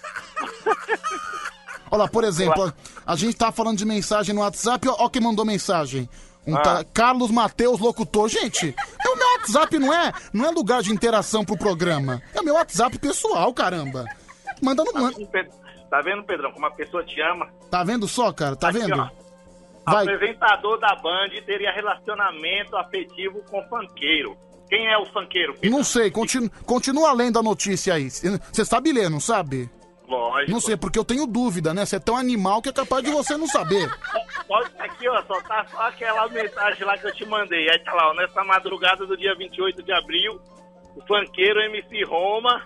Speaker 1: Olha lá, por exemplo, a gente tá falando de mensagem no WhatsApp, ó, ó quem mandou mensagem. Um
Speaker 2: Ah.
Speaker 1: ta- Carlos Mateus, locutor. Gente, o meu WhatsApp não é, não é lugar de interação pro programa. É o meu WhatsApp pessoal, caramba. Manda no...
Speaker 2: Tá vendo, Pedro? Tá vendo, Pedrão, como a pessoa te ama?
Speaker 1: Tá vendo só, cara? Tá
Speaker 2: Aqui,
Speaker 1: vendo?
Speaker 2: ó.
Speaker 1: Vai.
Speaker 2: Apresentador da Band teria relacionamento afetivo com funkeiro. Quem é o funkeiro, Pedro?
Speaker 1: Não sei, continu, continua lendo a notícia aí. Você sabe ler, não sabe?
Speaker 2: Lógico.
Speaker 1: Não sei, porque eu tenho dúvida, né? Você é tão animal que é capaz de você não saber.
Speaker 2: Só isso aqui, ó, só tá só aquela mensagem lá que eu te mandei. Aí tá lá, ó, nessa madrugada do dia vinte e oito de abril, o funkeiro M C Roma...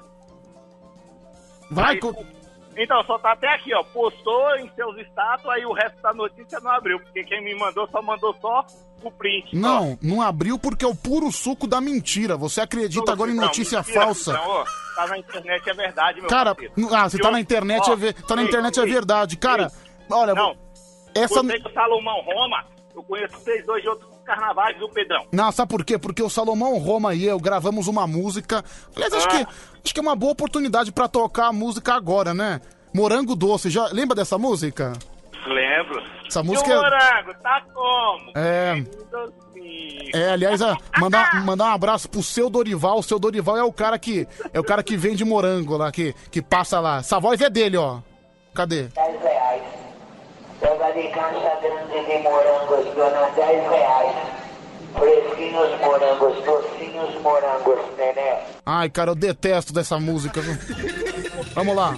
Speaker 1: Vai,
Speaker 2: Aí,
Speaker 1: co-
Speaker 2: Então, só tá até aqui, ó, postou em seus status, aí o resto da notícia não abriu, porque quem me mandou só mandou só o print.
Speaker 1: Não, não abriu porque é o puro suco da mentira. Você acredita agora em
Speaker 2: Não,
Speaker 1: notícia
Speaker 2: mentira,
Speaker 1: falsa.
Speaker 2: Não, ó, tá na internet, é verdade, meu
Speaker 1: Cara,
Speaker 2: parceiro.
Speaker 1: ah, você
Speaker 2: E
Speaker 1: tá
Speaker 2: eu-
Speaker 1: na internet,
Speaker 2: ó,
Speaker 1: é, ver- tá na
Speaker 2: ei,
Speaker 1: internet é
Speaker 2: ei,
Speaker 1: verdade. Cara, olha,
Speaker 2: Não,
Speaker 1: essa...
Speaker 2: você que o Salomão Roma, eu conheço vocês dois de outros carnavais, viu, Pedrão?
Speaker 1: Não, sabe por quê? Porque o Salomão Roma e eu gravamos uma música. Aliás, acho,
Speaker 2: Ah.
Speaker 1: que, acho que é uma boa oportunidade pra tocar a música agora, né? Morango Doce, já lembra dessa música?
Speaker 2: Lembro.
Speaker 1: Essa
Speaker 2: E o
Speaker 1: música é...
Speaker 2: morango, tá como?
Speaker 1: É...
Speaker 2: Docinho.
Speaker 1: É, aliás, a- mandar, mandar um abraço pro seu Dorival. O seu Dorival é o cara que é o cara que vende morango lá, que, que passa lá. Essa voz é dele, ó. Cadê?
Speaker 4: dez reais. Pega de caixa grande de morangos, dona, dez reais. Fresquinhos morangos, docinhos morangos, nenê.
Speaker 1: Ai, cara, eu detesto dessa música, viu? Vamos lá.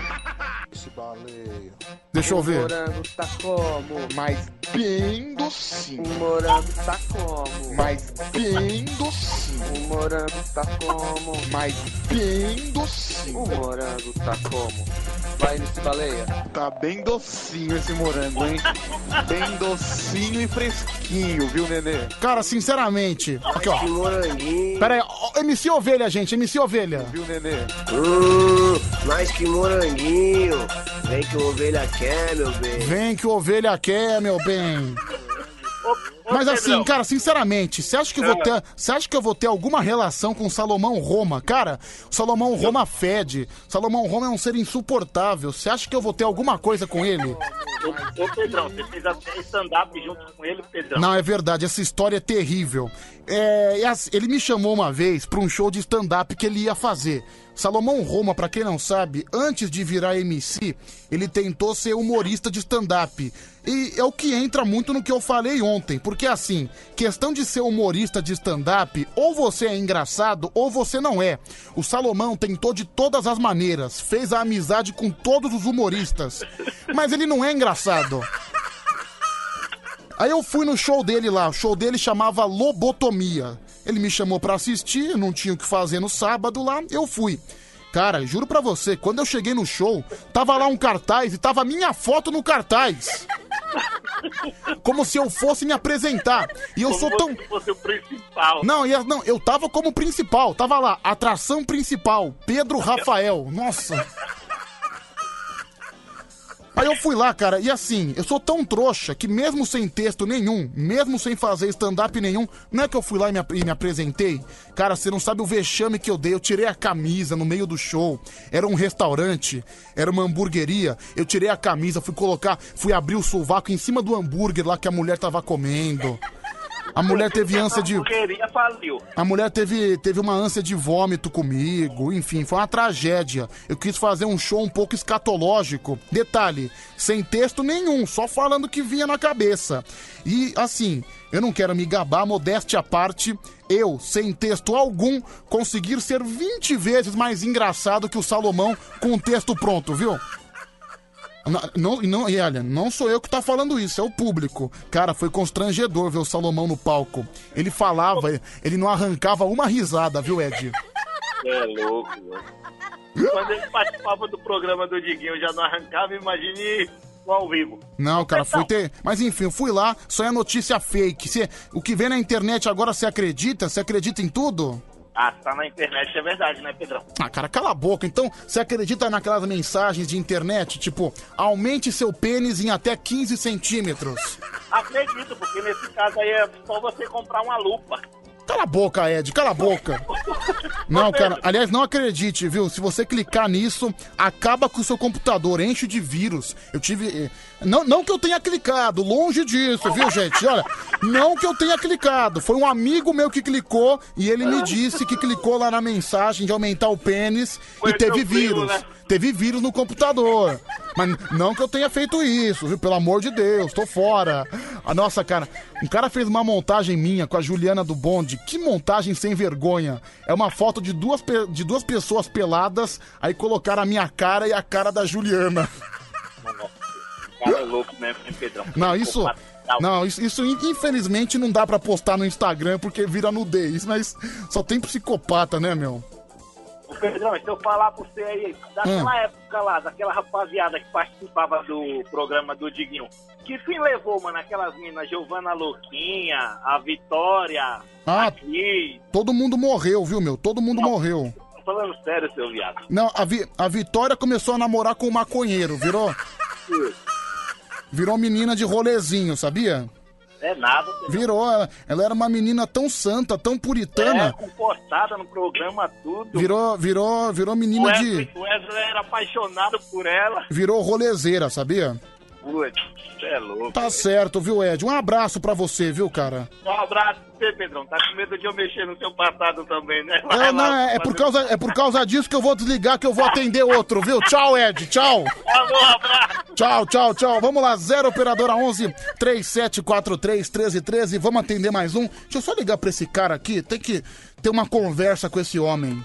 Speaker 1: Deixa eu ver.
Speaker 17: O morango tá como?
Speaker 1: Mas bem docinho.
Speaker 17: O morango tá como?
Speaker 1: Mas bem docinho.
Speaker 17: O morango tá como?
Speaker 1: Mas bem docinho.
Speaker 17: O morango tá como? Vai nesse baleia.
Speaker 23: Tá bem docinho esse morango, hein? Bem docinho e fresquinho, viu, nenê?
Speaker 1: Cara, sinceramente. Aqui, ó.
Speaker 23: Que moranguinho.
Speaker 1: Pera aí, ó, M C Ovelha, gente, M C Ovelha.
Speaker 23: Viu, nenê?
Speaker 17: Hum, mas que moranguinho. Vem que o ovelha quer, meu bem.
Speaker 1: Vem que o Ovelha quer, meu bem. Mas assim, cara, sinceramente, você acha que eu vou ter, você acha que eu vou ter alguma relação com o Salomão Roma? Cara, o Salomão Roma fede. Salomão Roma é um ser insuportável. Você acha que eu vou ter alguma coisa com ele?
Speaker 2: Ô, ô Pedrão, você fez até stand-up junto com ele, Pedrão.
Speaker 1: Não, é verdade, essa história é terrível. É, é assim, ele me chamou uma vez pra um show de stand-up que ele ia fazer. Salomão Roma, pra quem não sabe, antes de virar M C, ele tentou ser humorista de stand-up. E é o que entra muito no que eu falei ontem, porque assim, questão de ser humorista de stand-up, ou você é engraçado ou você não é. O Salomão tentou de todas as maneiras, fez a amizade com todos os humoristas, mas ele não é engraçado. Aí eu fui no show dele lá, o show dele chamava Lobotomia. Ele me chamou pra assistir, eu não tinha o que fazer no sábado lá, eu fui. Cara, juro pra você, quando eu cheguei no show, tava lá um cartaz e tava minha foto no cartaz. Como se eu fosse me apresentar. E eu
Speaker 2: Como
Speaker 1: sou tão...
Speaker 2: se fosse o principal.
Speaker 1: Não, eu, não, eu tava como principal, tava lá, atração principal, Pedro Rafael. Nossa... Aí eu fui lá, cara, e assim, eu sou tão trouxa que mesmo sem texto nenhum, mesmo sem fazer stand-up nenhum, não é que eu fui lá e me, ap- e me apresentei? Cara, você não sabe o vexame que eu dei, eu tirei a camisa no meio do show, era um restaurante, era uma hamburgueria, eu tirei a camisa, fui colocar, fui abrir o sovaco em cima do hambúrguer lá que a mulher tava comendo. A mulher teve ânsia de...
Speaker 2: hamburgueria faliu.
Speaker 1: A mulher teve, teve uma ânsia de vômito comigo, enfim, foi uma tragédia. Eu quis fazer um show um pouco escatológico. Detalhe, sem texto nenhum, só falando o que vinha na cabeça. E, assim, eu não quero me gabar, modéstia à parte, eu, sem texto algum, conseguir ser vinte vezes mais engraçado que o Salomão com o texto pronto, viu? Não, não, não, e olha, não sou eu que tá falando isso, é o público. Cara, foi constrangedor ver o Salomão no palco. Ele falava, ele não arrancava uma risada, viu, Ed?
Speaker 2: É louco, mano. Quando ele participava do programa do Diguinho, já não arrancava, imagine no ao vivo.
Speaker 1: Não, cara, fui ter... Mas enfim, eu fui lá, só é notícia fake. Cê, o que vem na internet agora, você acredita? Você acredita em tudo?
Speaker 2: Ah, tá na internet, é verdade, né, Pedrão?
Speaker 1: Ah, cara, cala a boca. Então, você acredita naquelas mensagens de internet, tipo, aumente seu pênis em até quinze centímetros?
Speaker 2: Acredito, porque nesse caso aí é só você comprar uma lupa.
Speaker 1: Cala a boca, Ed, cala a boca. Não, cara, aliás, não acredite, viu? Se você clicar nisso, acaba com o seu computador, enche de vírus. Eu tive... Não, não que eu tenha clicado, longe disso, viu, gente? Olha, não que eu tenha clicado. Foi um amigo meu que clicou e ele me disse que clicou lá na mensagem de aumentar o pênis e teve vírus. Teve vírus no computador. Mas não que eu tenha feito isso, viu? Pelo amor de Deus, tô fora. Ah, nossa, cara, um cara fez uma montagem minha com a Juliana do Bonde. Que montagem sem vergonha. É uma foto de duas, pe- de duas pessoas peladas, aí colocaram a minha cara e a cara da Juliana.
Speaker 2: O cara é louco mesmo, hein, Pedrão?
Speaker 1: Não, isso... Não, isso, isso infelizmente não dá pra postar no Instagram porque vira nudez, mas só tem psicopata, né, meu?
Speaker 2: Ô, Pedrão, se eu falar pra você aí, daquela
Speaker 1: Hum.
Speaker 2: época lá, daquela rapaziada que participava do programa do Diguinho, que fim levou, mano, aquelas minas, Giovana Louquinha, a Vitória,
Speaker 1: Ah,
Speaker 2: aqui...
Speaker 1: todo mundo morreu, viu, meu? Todo mundo morreu.
Speaker 2: Tô falando sério, seu viado.
Speaker 1: Não, a, Vi- a Vitória começou a namorar com o maconheiro, virou... Virou menina de rolezinho, sabia?
Speaker 2: É nada, Pedrão.
Speaker 1: Virou, ela, ela era uma menina tão santa, tão
Speaker 2: É,
Speaker 1: puritana.
Speaker 2: comportada no programa, tudo.
Speaker 1: Virou, virou, virou
Speaker 2: O
Speaker 1: menina
Speaker 2: Wesley,
Speaker 1: de...
Speaker 2: o Wesley era apaixonado por ela.
Speaker 1: Virou rolezeira, sabia?
Speaker 2: Putz, você é louco.
Speaker 1: Tá certo, viu, Ed? Um abraço pra você, viu, cara?
Speaker 2: Um abraço pra você, Pedrão. Tá com medo de eu mexer no seu passado também, né?
Speaker 1: É, não, é, é por causa, é por causa disso que eu vou desligar, que eu vou atender outro, viu? Tchau, Ed, tchau.
Speaker 2: Um abraço.
Speaker 1: Tchau, tchau, tchau. Vamos lá, zero operadora onze, três sete quatro três, um três um três. Vamos atender mais um. Deixa eu só ligar pra esse cara aqui. Tem que ter uma conversa com esse homem.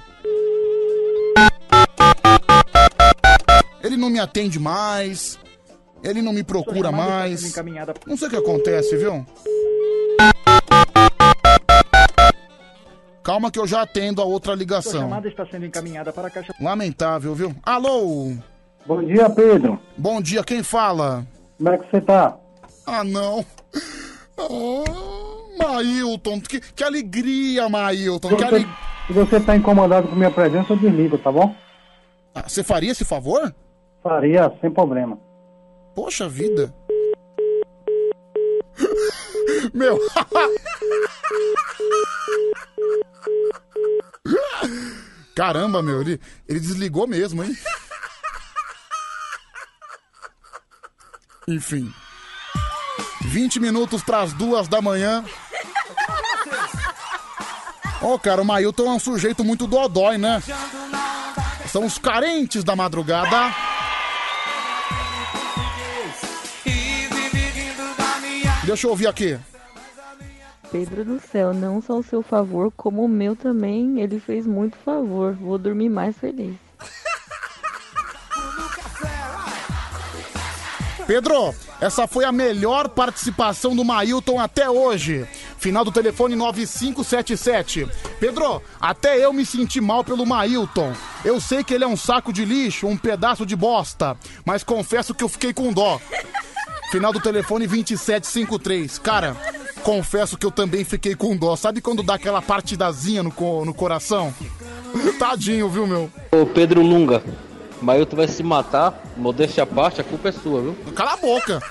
Speaker 1: Ele não me atende mais. Ele não me procura mais. Não sei o que acontece, viu? Calma que eu já atendo a outra
Speaker 5: Sua
Speaker 1: ligação.
Speaker 5: chamada está sendo encaminhada para a caixa...
Speaker 1: Lamentável, viu? Alô?
Speaker 5: Bom dia, Pedro.
Speaker 1: Bom dia, quem fala?
Speaker 5: Como é que você tá?
Speaker 1: Ah, não. Ah, Mailton, que, que alegria, Mailton.
Speaker 5: Se
Speaker 1: Que
Speaker 5: você,
Speaker 1: ale...
Speaker 5: se você tá incomodado com minha presença, eu desligo, tá bom?
Speaker 1: Ah, você faria esse favor?
Speaker 5: Faria, sem problema.
Speaker 1: Poxa vida. Meu. Caramba, meu, ele, ele desligou mesmo, hein? Enfim. vinte minutos pras duas da manhã. Ó, oh, cara, o Mailton é um sujeito muito dodói, né? São os carentes da madrugada. Deixa eu ouvir aqui.
Speaker 6: Pedro do céu, não só o seu favor, como o meu também, ele fez muito favor. Vou dormir mais feliz.
Speaker 1: Pedro, essa foi a melhor participação do Mailton até hoje. Final do telefone nove cinco sete sete. Pedro, até eu me senti mal pelo Mailton. Eu sei que ele é um saco de lixo, um pedaço de bosta, mas confesso que eu fiquei com dó. Final do telefone vinte e sete cinquenta e três. Cara, confesso que eu também fiquei com dó. Sabe quando dá aquela partidazinha no, co- no coração? Tadinho, viu, meu?
Speaker 7: Ô Pedro Lunga, Mailton vai se matar, modéstia à parte, a culpa é sua, viu?
Speaker 1: Cala a boca!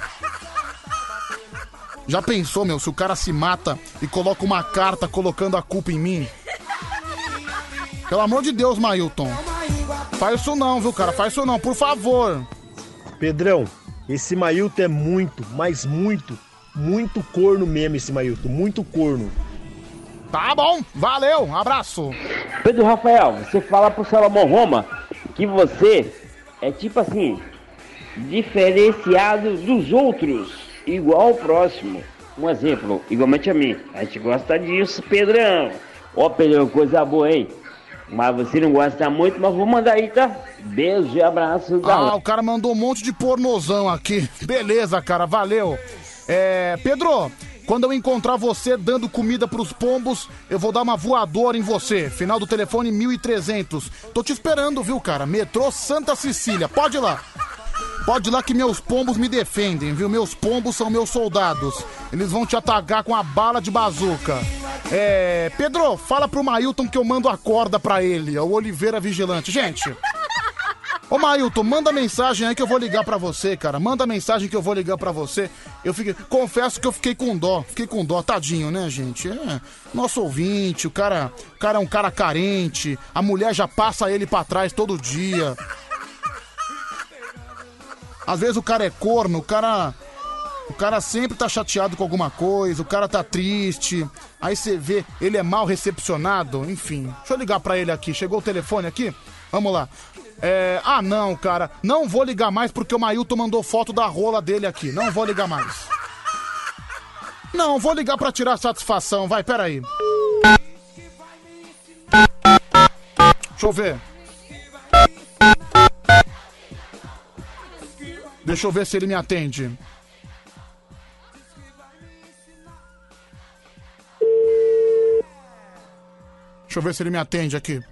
Speaker 1: Já pensou, meu, se o cara se mata e coloca uma carta colocando a culpa em mim? Pelo amor de Deus, Mailton. Faz isso não, viu, cara? Faz isso não, por favor.
Speaker 24: Pedrão, esse Mailton é muito, mas muito, muito corno mesmo, esse Mailton, muito corno.
Speaker 1: Tá bom, valeu, um abraço.
Speaker 25: Pedro Rafael, você fala pro Salomão Roma que você é tipo assim, diferenciado dos outros, igual ao próximo. Um exemplo, igualmente a mim. A gente gosta disso, Pedrão. Ó, Pedrão, coisa boa, hein? Mas você não gosta muito, mas vou mandar aí, tá? Beijo e abraço. Da...
Speaker 1: Ah, o cara mandou um monte de pornozão aqui. Beleza, cara, valeu. É, Pedro, quando eu encontrar você dando comida pros pombos, eu vou dar uma voadora em você. Final do telefone mil e trezentos. Tô te esperando, viu, cara? Metrô Santa Cecília. Pode ir lá. Pode ir lá que meus pombos me defendem, viu? Meus pombos são meus soldados. Eles vão te atacar com a bala de bazuca. É... Pedro, fala pro Mailton que eu mando a corda pra ele. É o Oliveira Vigilante. Gente... Ô Mailton, manda mensagem aí que eu vou ligar pra você, cara. Manda mensagem que eu vou ligar pra você. Eu fiquei... Confesso que eu fiquei com dó. Fiquei com dó, tadinho, né, gente? É... Nosso ouvinte, o cara... O cara é um cara carente. A mulher já passa ele pra trás todo dia. Às vezes o cara é corno, o cara... O cara sempre tá chateado com alguma coisa, o cara tá triste. Aí você vê, ele é mal recepcionado, enfim. Deixa eu ligar pra ele aqui. Chegou o telefone aqui? Vamos lá. É... Ah, não, cara. Não vou ligar mais porque o Mailton mandou foto da rola dele aqui. Não vou ligar mais. Não, vou ligar pra tirar satisfação. Vai, peraí. Deixa eu ver. Deixa eu ver se ele me atende. Deixa eu ver se ele me atende aqui.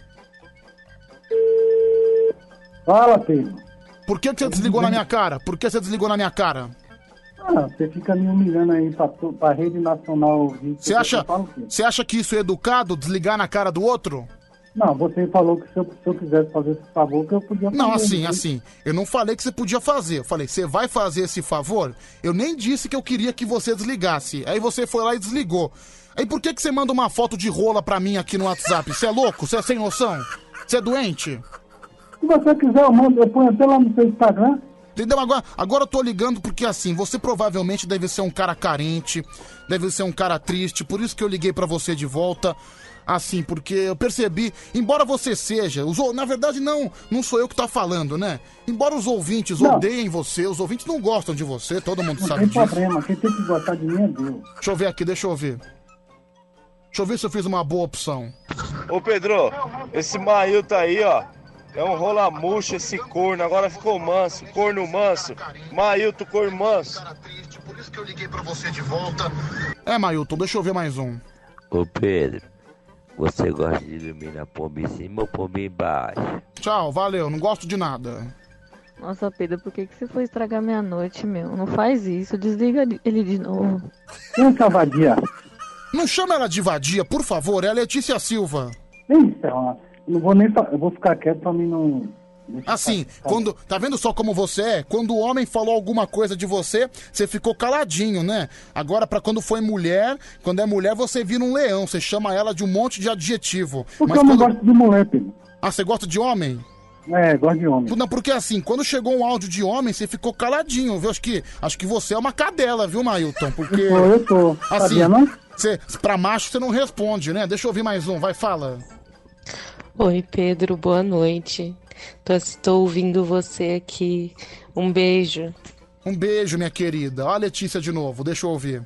Speaker 5: Fala, Pedro.
Speaker 1: Por que, que você desligou na minha cara? Por que você desligou na minha cara?
Speaker 5: Ah, você fica me humilhando aí pra, pra rede nacional ouvir.
Speaker 1: Você acha, você acha que isso é educado, desligar na cara do outro?
Speaker 5: Não, você falou que se eu, se eu quisesse fazer esse favor, que eu podia fazer.
Speaker 1: Não, assim,
Speaker 5: né?
Speaker 1: assim. Eu não falei que você podia fazer. Eu falei, você vai fazer esse favor? Eu nem disse que eu queria que você desligasse. Aí você foi lá e desligou. Aí por que, que você manda uma foto de rola pra mim aqui no WhatsApp? Você é louco? Você é sem noção? Você é doente?
Speaker 5: Se você quiser, eu mando, eu ponho até lá no seu Instagram.
Speaker 1: Entendeu? Agora, agora eu tô ligando porque, assim, você provavelmente deve ser um cara carente, deve ser um cara triste, por isso que eu liguei pra você de volta. Assim, porque eu percebi, embora você seja, os, ou- na verdade não, não sou eu que tá falando, né? Embora os ouvintes
Speaker 5: Não.
Speaker 1: odeiem você, os ouvintes não gostam de você, todo mundo
Speaker 5: Não
Speaker 1: sabe
Speaker 5: tem
Speaker 1: disso.
Speaker 5: problema, quem tem que gostar de mim é Deus.
Speaker 1: Deixa eu ver aqui, deixa eu ver. Deixa eu ver se eu fiz uma boa opção.
Speaker 24: Ô Pedro, esse Mailton aí, ó, é um rola murcha esse corno, agora ficou manso, corno manso. Mailton, corno manso.
Speaker 1: Por isso que eu liguei pra você de volta. É, Mailton, deixa eu ver mais um.
Speaker 3: Ô Pedro, você gosta de dormir na pomba em cima ou pomba embaixo?
Speaker 1: Tchau, valeu, não gosto de nada.
Speaker 6: Nossa, Pedro, por que, que você foi estragar minha noite, meu? Não faz isso, desliga ele de novo.
Speaker 5: Quem é essa vadia?
Speaker 1: Não chama ela de vadia, por favor, é a Letícia Silva.
Speaker 5: Então, eu não vou nem fa- eu vou ficar quieto pra mim não.
Speaker 1: Assim, quando. Tá vendo só como você é? Quando o homem falou alguma coisa de você, você ficou caladinho, né? Agora, pra quando foi mulher, quando é mulher, você vira um leão. Você chama ela de um monte de adjetivo.
Speaker 5: Porque
Speaker 1: Mas
Speaker 5: eu não
Speaker 1: quando-
Speaker 5: gosto de mulher, Pedro.
Speaker 1: Ah, você gosta de homem?
Speaker 5: É, gosto de homem.
Speaker 1: Não, porque assim, quando chegou um áudio de homem, você ficou caladinho, viu? Acho que, acho que você é uma cadela, viu, Mailton? Porque.
Speaker 5: Eu sou, eu sou.
Speaker 1: Assim,
Speaker 5: Sabia, não?
Speaker 1: Você, pra macho você não responde, né? Deixa eu ouvir mais um, vai, fala.
Speaker 8: Oi, Pedro, boa noite. Tô, estou ouvindo você aqui. Um beijo.
Speaker 1: Um beijo, minha querida. Ó a Letícia de novo, deixa eu ouvir.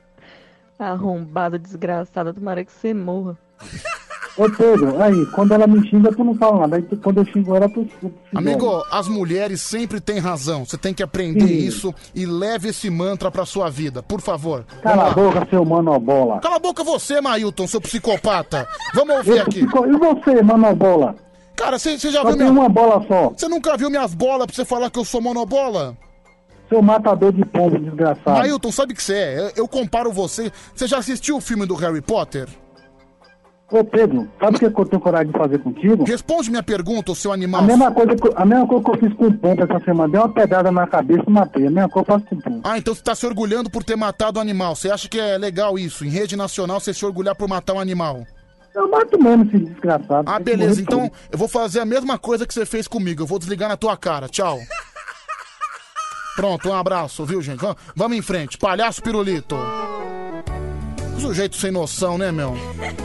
Speaker 6: Arrombado, desgraçado, tomara que você morra.
Speaker 5: Ô Pedro, aí, quando ela me xinga, tu não fala nada. Aí tu- quando eu xingo ela, tu. tu se
Speaker 1: Amigo, as mulheres sempre têm razão. Você tem que aprender
Speaker 5: Sim.
Speaker 1: isso e leve esse mantra pra sua vida, por favor.
Speaker 5: Cala a
Speaker 1: Vamos lá.
Speaker 5: boca, seu manobola.
Speaker 1: Cala a boca você, Mailton, seu psicopata. Vamos ouvir
Speaker 5: Eu
Speaker 1: aqui.
Speaker 5: fico- E você, manobola?
Speaker 1: Cara, você já
Speaker 5: Só
Speaker 1: viu
Speaker 5: tem
Speaker 1: minha...
Speaker 5: uma bola só.
Speaker 1: Você nunca viu minhas bolas pra você falar que eu sou monobola?
Speaker 5: Seu matador de pombo, desgraçado.
Speaker 1: Mailton, sabe o que você é? Eu, eu comparo você... Você já assistiu o filme do Harry Potter?
Speaker 5: Ô Pedro, sabe o que eu tenho coragem de fazer contigo?
Speaker 1: Responde minha pergunta, seu animal.
Speaker 5: A mesma, coisa que, a mesma coisa que eu fiz com o pombo essa semana. Dei uma pedrada na cabeça e matei. A mesma coisa eu faço com o pombo.
Speaker 1: Ah, então você tá se orgulhando por ter matado o animal. Você acha que é legal isso? Em rede nacional, você se orgulhar por matar um animal?
Speaker 5: Eu mato mesmo esse desgraçado.
Speaker 1: Ah,
Speaker 5: Tem que
Speaker 1: beleza.
Speaker 5: morrer
Speaker 1: Então,
Speaker 5: tudo.
Speaker 1: eu vou fazer a mesma coisa que você fez comigo. Eu vou desligar na tua cara. Tchau. Pronto, um abraço, viu, gente? Vam- Vamos em frente. Palhaço pirulito. Sujeito sem noção, né, meu?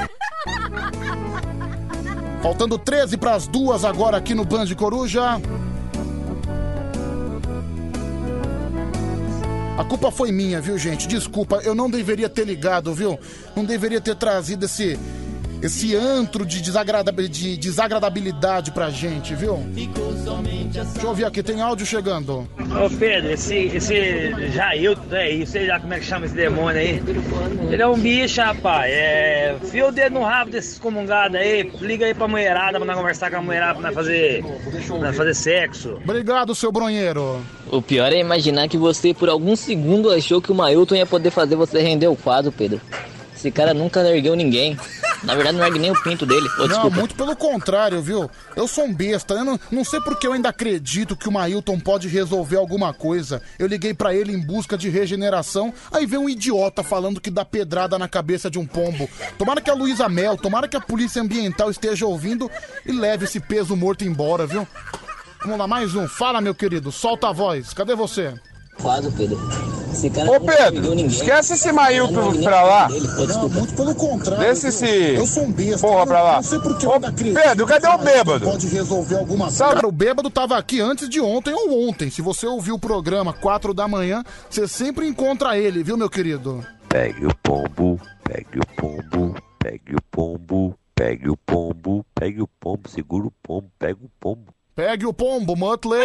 Speaker 1: Faltando treze pras duas agora aqui no Band Coruja. A culpa foi minha, viu, gente? Desculpa, eu não deveria ter ligado, viu? Não deveria ter trazido esse esse antro de, desagrada- de desagradabilidade pra gente, viu? Deixa eu ouvir aqui, tem áudio chegando.
Speaker 9: Ô Pedro, esse, esse Jailton aí, sei lá como é que chama esse demônio aí. Ele é um bicho, rapaz. É, fia o dedo no rabo desses comungados aí, liga aí pra mulherada pra nós conversar com a mulherada pra nós fazer, pra nós fazer sexo.
Speaker 1: Obrigado, seu bronheiro.
Speaker 20: O pior é imaginar que você, por algum segundo, achou que o Mailton ia poder fazer você render o quadro, Pedro. Esse cara nunca ergueu ninguém. Na verdade, não ergue nem o pinto dele. Ô,
Speaker 1: Não,
Speaker 20: desculpa.
Speaker 1: muito pelo contrário, viu? Eu sou um besta. Eu não, não sei porque eu ainda acredito que o Mailton pode resolver alguma coisa. Eu liguei pra ele em busca de regeneração, aí vem um idiota falando que dá pedrada na cabeça de um pombo. Tomara que a Luísa Mel, tomara que a Polícia Ambiental esteja ouvindo e leve esse peso morto embora, viu? Vamos lá, mais um. Fala, meu querido. Solta a voz. Cadê você?
Speaker 20: Quadro, Pedro. Esse cara
Speaker 11: Ô
Speaker 20: nunca
Speaker 11: Pedro,
Speaker 20: ergueu ninguém.
Speaker 11: esquece esse
Speaker 20: Não
Speaker 11: Mailton
Speaker 20: ergue nem
Speaker 11: pra
Speaker 20: o
Speaker 11: lá.
Speaker 20: pinto dele. Ô, desculpa.
Speaker 1: Muito pelo contrário.
Speaker 11: Desce esse
Speaker 1: Eu sou um besta.
Speaker 11: porra pra lá.
Speaker 1: Não sei porque eu
Speaker 11: Ô
Speaker 1: ainda acredito.
Speaker 11: Pedro, cadê o bêbado?
Speaker 1: Pode resolver alguma coisa. Cara, o bêbado tava aqui antes de ontem ou ontem. Se você ouviu o programa quatro da manhã, você sempre encontra ele, viu, meu querido?
Speaker 3: Pegue o pombo, pegue o pombo, pegue o pombo, pegue o pombo, pegue o pombo, segura o pombo, pega o pombo.
Speaker 1: Pegue o pombo, Muttley.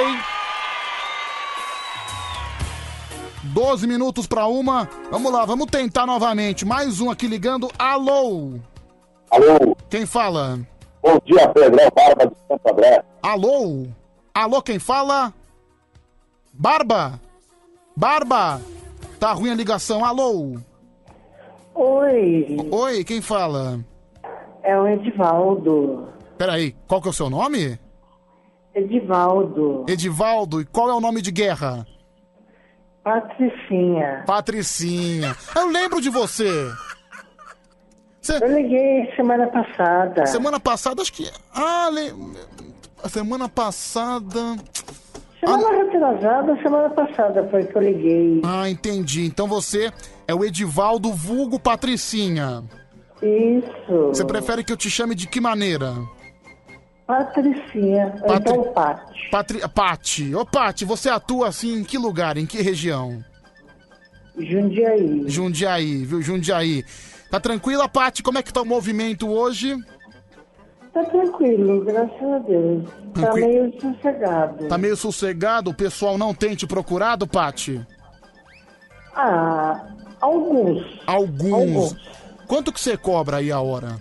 Speaker 1: doze minutos pra uma. Vamos lá, vamos tentar novamente. Mais um aqui ligando. Alô?
Speaker 12: Alô?
Speaker 1: Quem fala?
Speaker 12: Bom dia, Pedrão, Barba de Santo André.
Speaker 1: Alô? Alô, quem fala? Barba? Barba? Tá ruim a ligação. Alô?
Speaker 26: Oi,
Speaker 1: Oi, quem fala?
Speaker 26: é o Edivaldo.
Speaker 1: Peraí, qual que é o seu nome?
Speaker 26: Edivaldo.
Speaker 1: Edivaldo. E qual é o nome de guerra?
Speaker 26: Patricinha.
Speaker 1: Patricinha. Eu lembro de você. Cê-
Speaker 26: Eu liguei semana passada.
Speaker 1: Semana passada, acho que... Ah, le... a semana passada...
Speaker 26: Semana retrasada, semana passada foi que eu liguei.
Speaker 1: Ah, entendi. Então você é o Edivaldo vulgo Patricinha.
Speaker 26: Isso.
Speaker 1: Você prefere que eu te chame de que maneira?
Speaker 26: Patricinha, ou
Speaker 1: Patri-
Speaker 26: então Pati.
Speaker 1: Patri... Pati. Ô, Pati, você atua assim em que lugar? Em que região?
Speaker 26: Jundiaí.
Speaker 1: Jundiaí, viu? Jundiaí. Tá tranquila, Pati? Como é que tá o movimento hoje?
Speaker 26: Tá tranquilo, graças a Deus. Tá
Speaker 1: Tranqui-
Speaker 26: meio sossegado.
Speaker 1: Tá meio sossegado? O pessoal não tem te procurado, Pati?
Speaker 26: Ah, alguns.
Speaker 1: Alguns.
Speaker 26: Alguns.
Speaker 1: Quanto que você cobra aí a hora?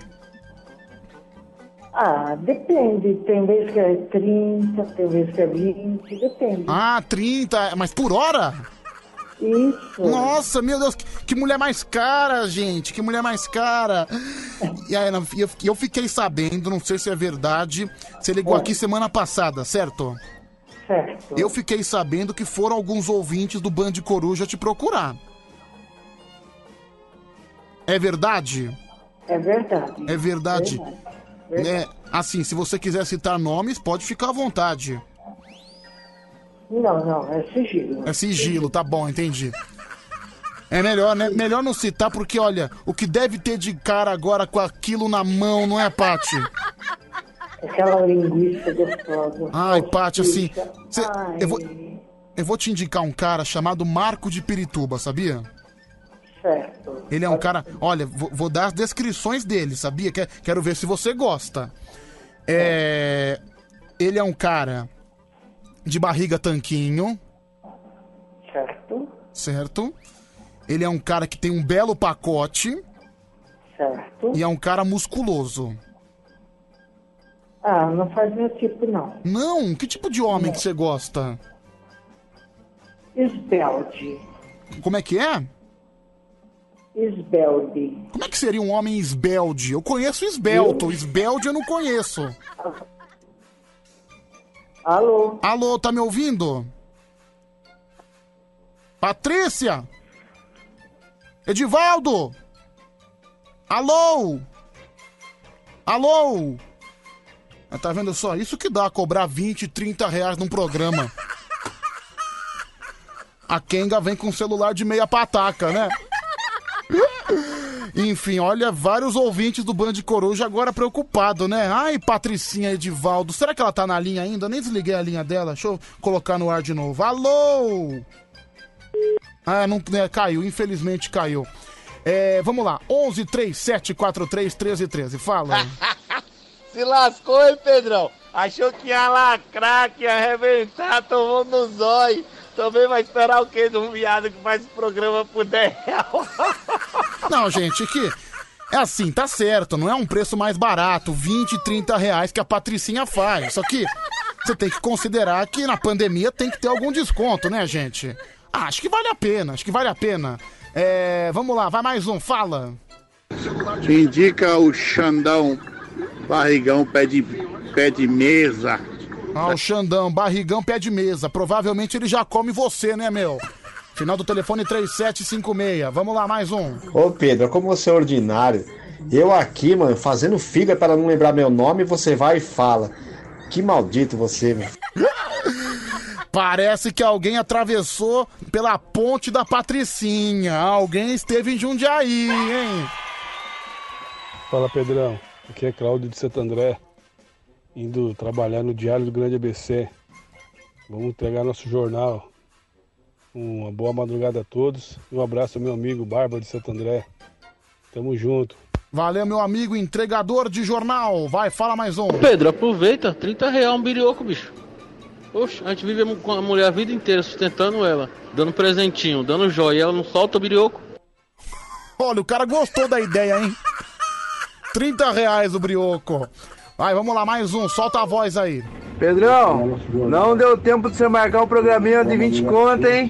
Speaker 26: Ah, depende. Tem vez que é trinta, tem vez que é vinte, depende.
Speaker 1: Ah, trinta, mas por hora?
Speaker 26: Isso.
Speaker 1: Nossa, meu Deus, que, que mulher mais cara, gente, que mulher mais cara. E aí, eu, eu- eu fiquei sabendo, não sei se é verdade, você ligou
Speaker 26: É.
Speaker 1: aqui semana passada, certo?
Speaker 26: Certo.
Speaker 1: Eu fiquei sabendo que foram alguns ouvintes do Band Coruja te procurar. É verdade?
Speaker 26: É verdade.
Speaker 1: É verdade.
Speaker 26: Verdade.
Speaker 1: É, assim, se você quiser citar nomes, pode ficar à vontade.
Speaker 26: Não, não, é sigilo.
Speaker 1: É sigilo, tá bom, entendi. É melhor, né? Melhor não citar, porque, olha, o que deve ter de cara agora com aquilo na mão, não é, Pati?
Speaker 26: Aquela linguiça gostosa.
Speaker 1: Ai, Pati, assim, cê-
Speaker 26: Ai.
Speaker 1: eu, vou, eu vou te indicar um cara chamado Marco de Pirituba, sabia?
Speaker 26: Certo.
Speaker 1: Ele é um cara, olha, vou, vou dar as descrições dele, sabia? Quer- Quero ver se você gosta. É, ele é um cara de barriga tanquinho.
Speaker 26: Certo.
Speaker 1: Certo. Ele é um cara que tem um belo pacote.
Speaker 26: Certo.
Speaker 1: E é um cara musculoso.
Speaker 26: Ah, não faz meu tipo, não.
Speaker 1: Não? Que tipo de homem que você gosta?
Speaker 26: Esbelde.
Speaker 1: Como é que é?
Speaker 26: Esbelde.
Speaker 1: Como é que seria um homem esbelde? Eu conheço esbelto. Esbelde eu não conheço.
Speaker 26: Alô?
Speaker 1: Alô, tá me ouvindo? Patrícia? Edivaldo? Alô? Alô? Ah, tá vendo só? Isso que dá cobrar vinte, trinta reais num programa. A Kenga vem com celular de meia pataca, né? Enfim, olha, vários ouvintes do Band Coruja agora preocupados, né? Ai, Patricinha Edivaldo, será que ela tá na linha ainda? Eu nem desliguei a linha dela, deixa eu colocar no ar de novo. Alô? Ah, não, né, caiu, infelizmente caiu. É, vamos lá, onze, três sete quatro três, treze treze, fala.
Speaker 24: Se lascou, hein, Pedrão? Achou que ia lacrar, que ia arrebentar, tomou no zóio. Também vai esperar o quê de um viado que faz programa por dez reais?
Speaker 1: Não, gente, que é assim, tá certo, não é um preço mais barato, vinte, trinta reais que a Patricinha faz. Só que você tem que considerar que na pandemia tem que ter algum desconto, né, gente? Ah, acho que vale a pena, acho que vale a pena. É, vamos lá, vai mais um, fala.
Speaker 11: Indica o Xandão, barrigão, pé de, pé de mesa.
Speaker 1: Ah, o Xandão, barrigão, pé de mesa. Provavelmente ele já come você, né, meu? Final do telefone três sete cinco seis. Vamos lá, mais um.
Speaker 13: Ô Pedro, como você é ordinário. Eu aqui, mano, fazendo figa para não lembrar meu nome, você vai e fala. Que maldito você, meu.
Speaker 1: Parece que alguém atravessou pela ponte da Patricinha. Alguém esteve em Jundiaí, hein?
Speaker 14: Fala, Pedrão. Aqui é Cláudio de Santo André, indo trabalhar no Diário do Grande A B C. Vamos entregar nosso jornal. Uma boa madrugada a todos e um abraço ao meu amigo Bárbara de Santo André. Tamo junto.
Speaker 1: Valeu, meu amigo entregador de jornal. Vai, fala mais um.
Speaker 7: Pedro, aproveita, trinta reais um birioco, bicho. Poxa, a gente vive com a mulher a vida inteira sustentando ela, dando presentinho, dando joia, e ela não solta o birioco.
Speaker 1: Olha, o cara gostou da ideia, hein? trinta reais o brioco. Vai, vamos lá, mais um. Solta a voz aí.
Speaker 15: Pedrão, não deu tempo de você marcar o programinha de vinte conto, hein?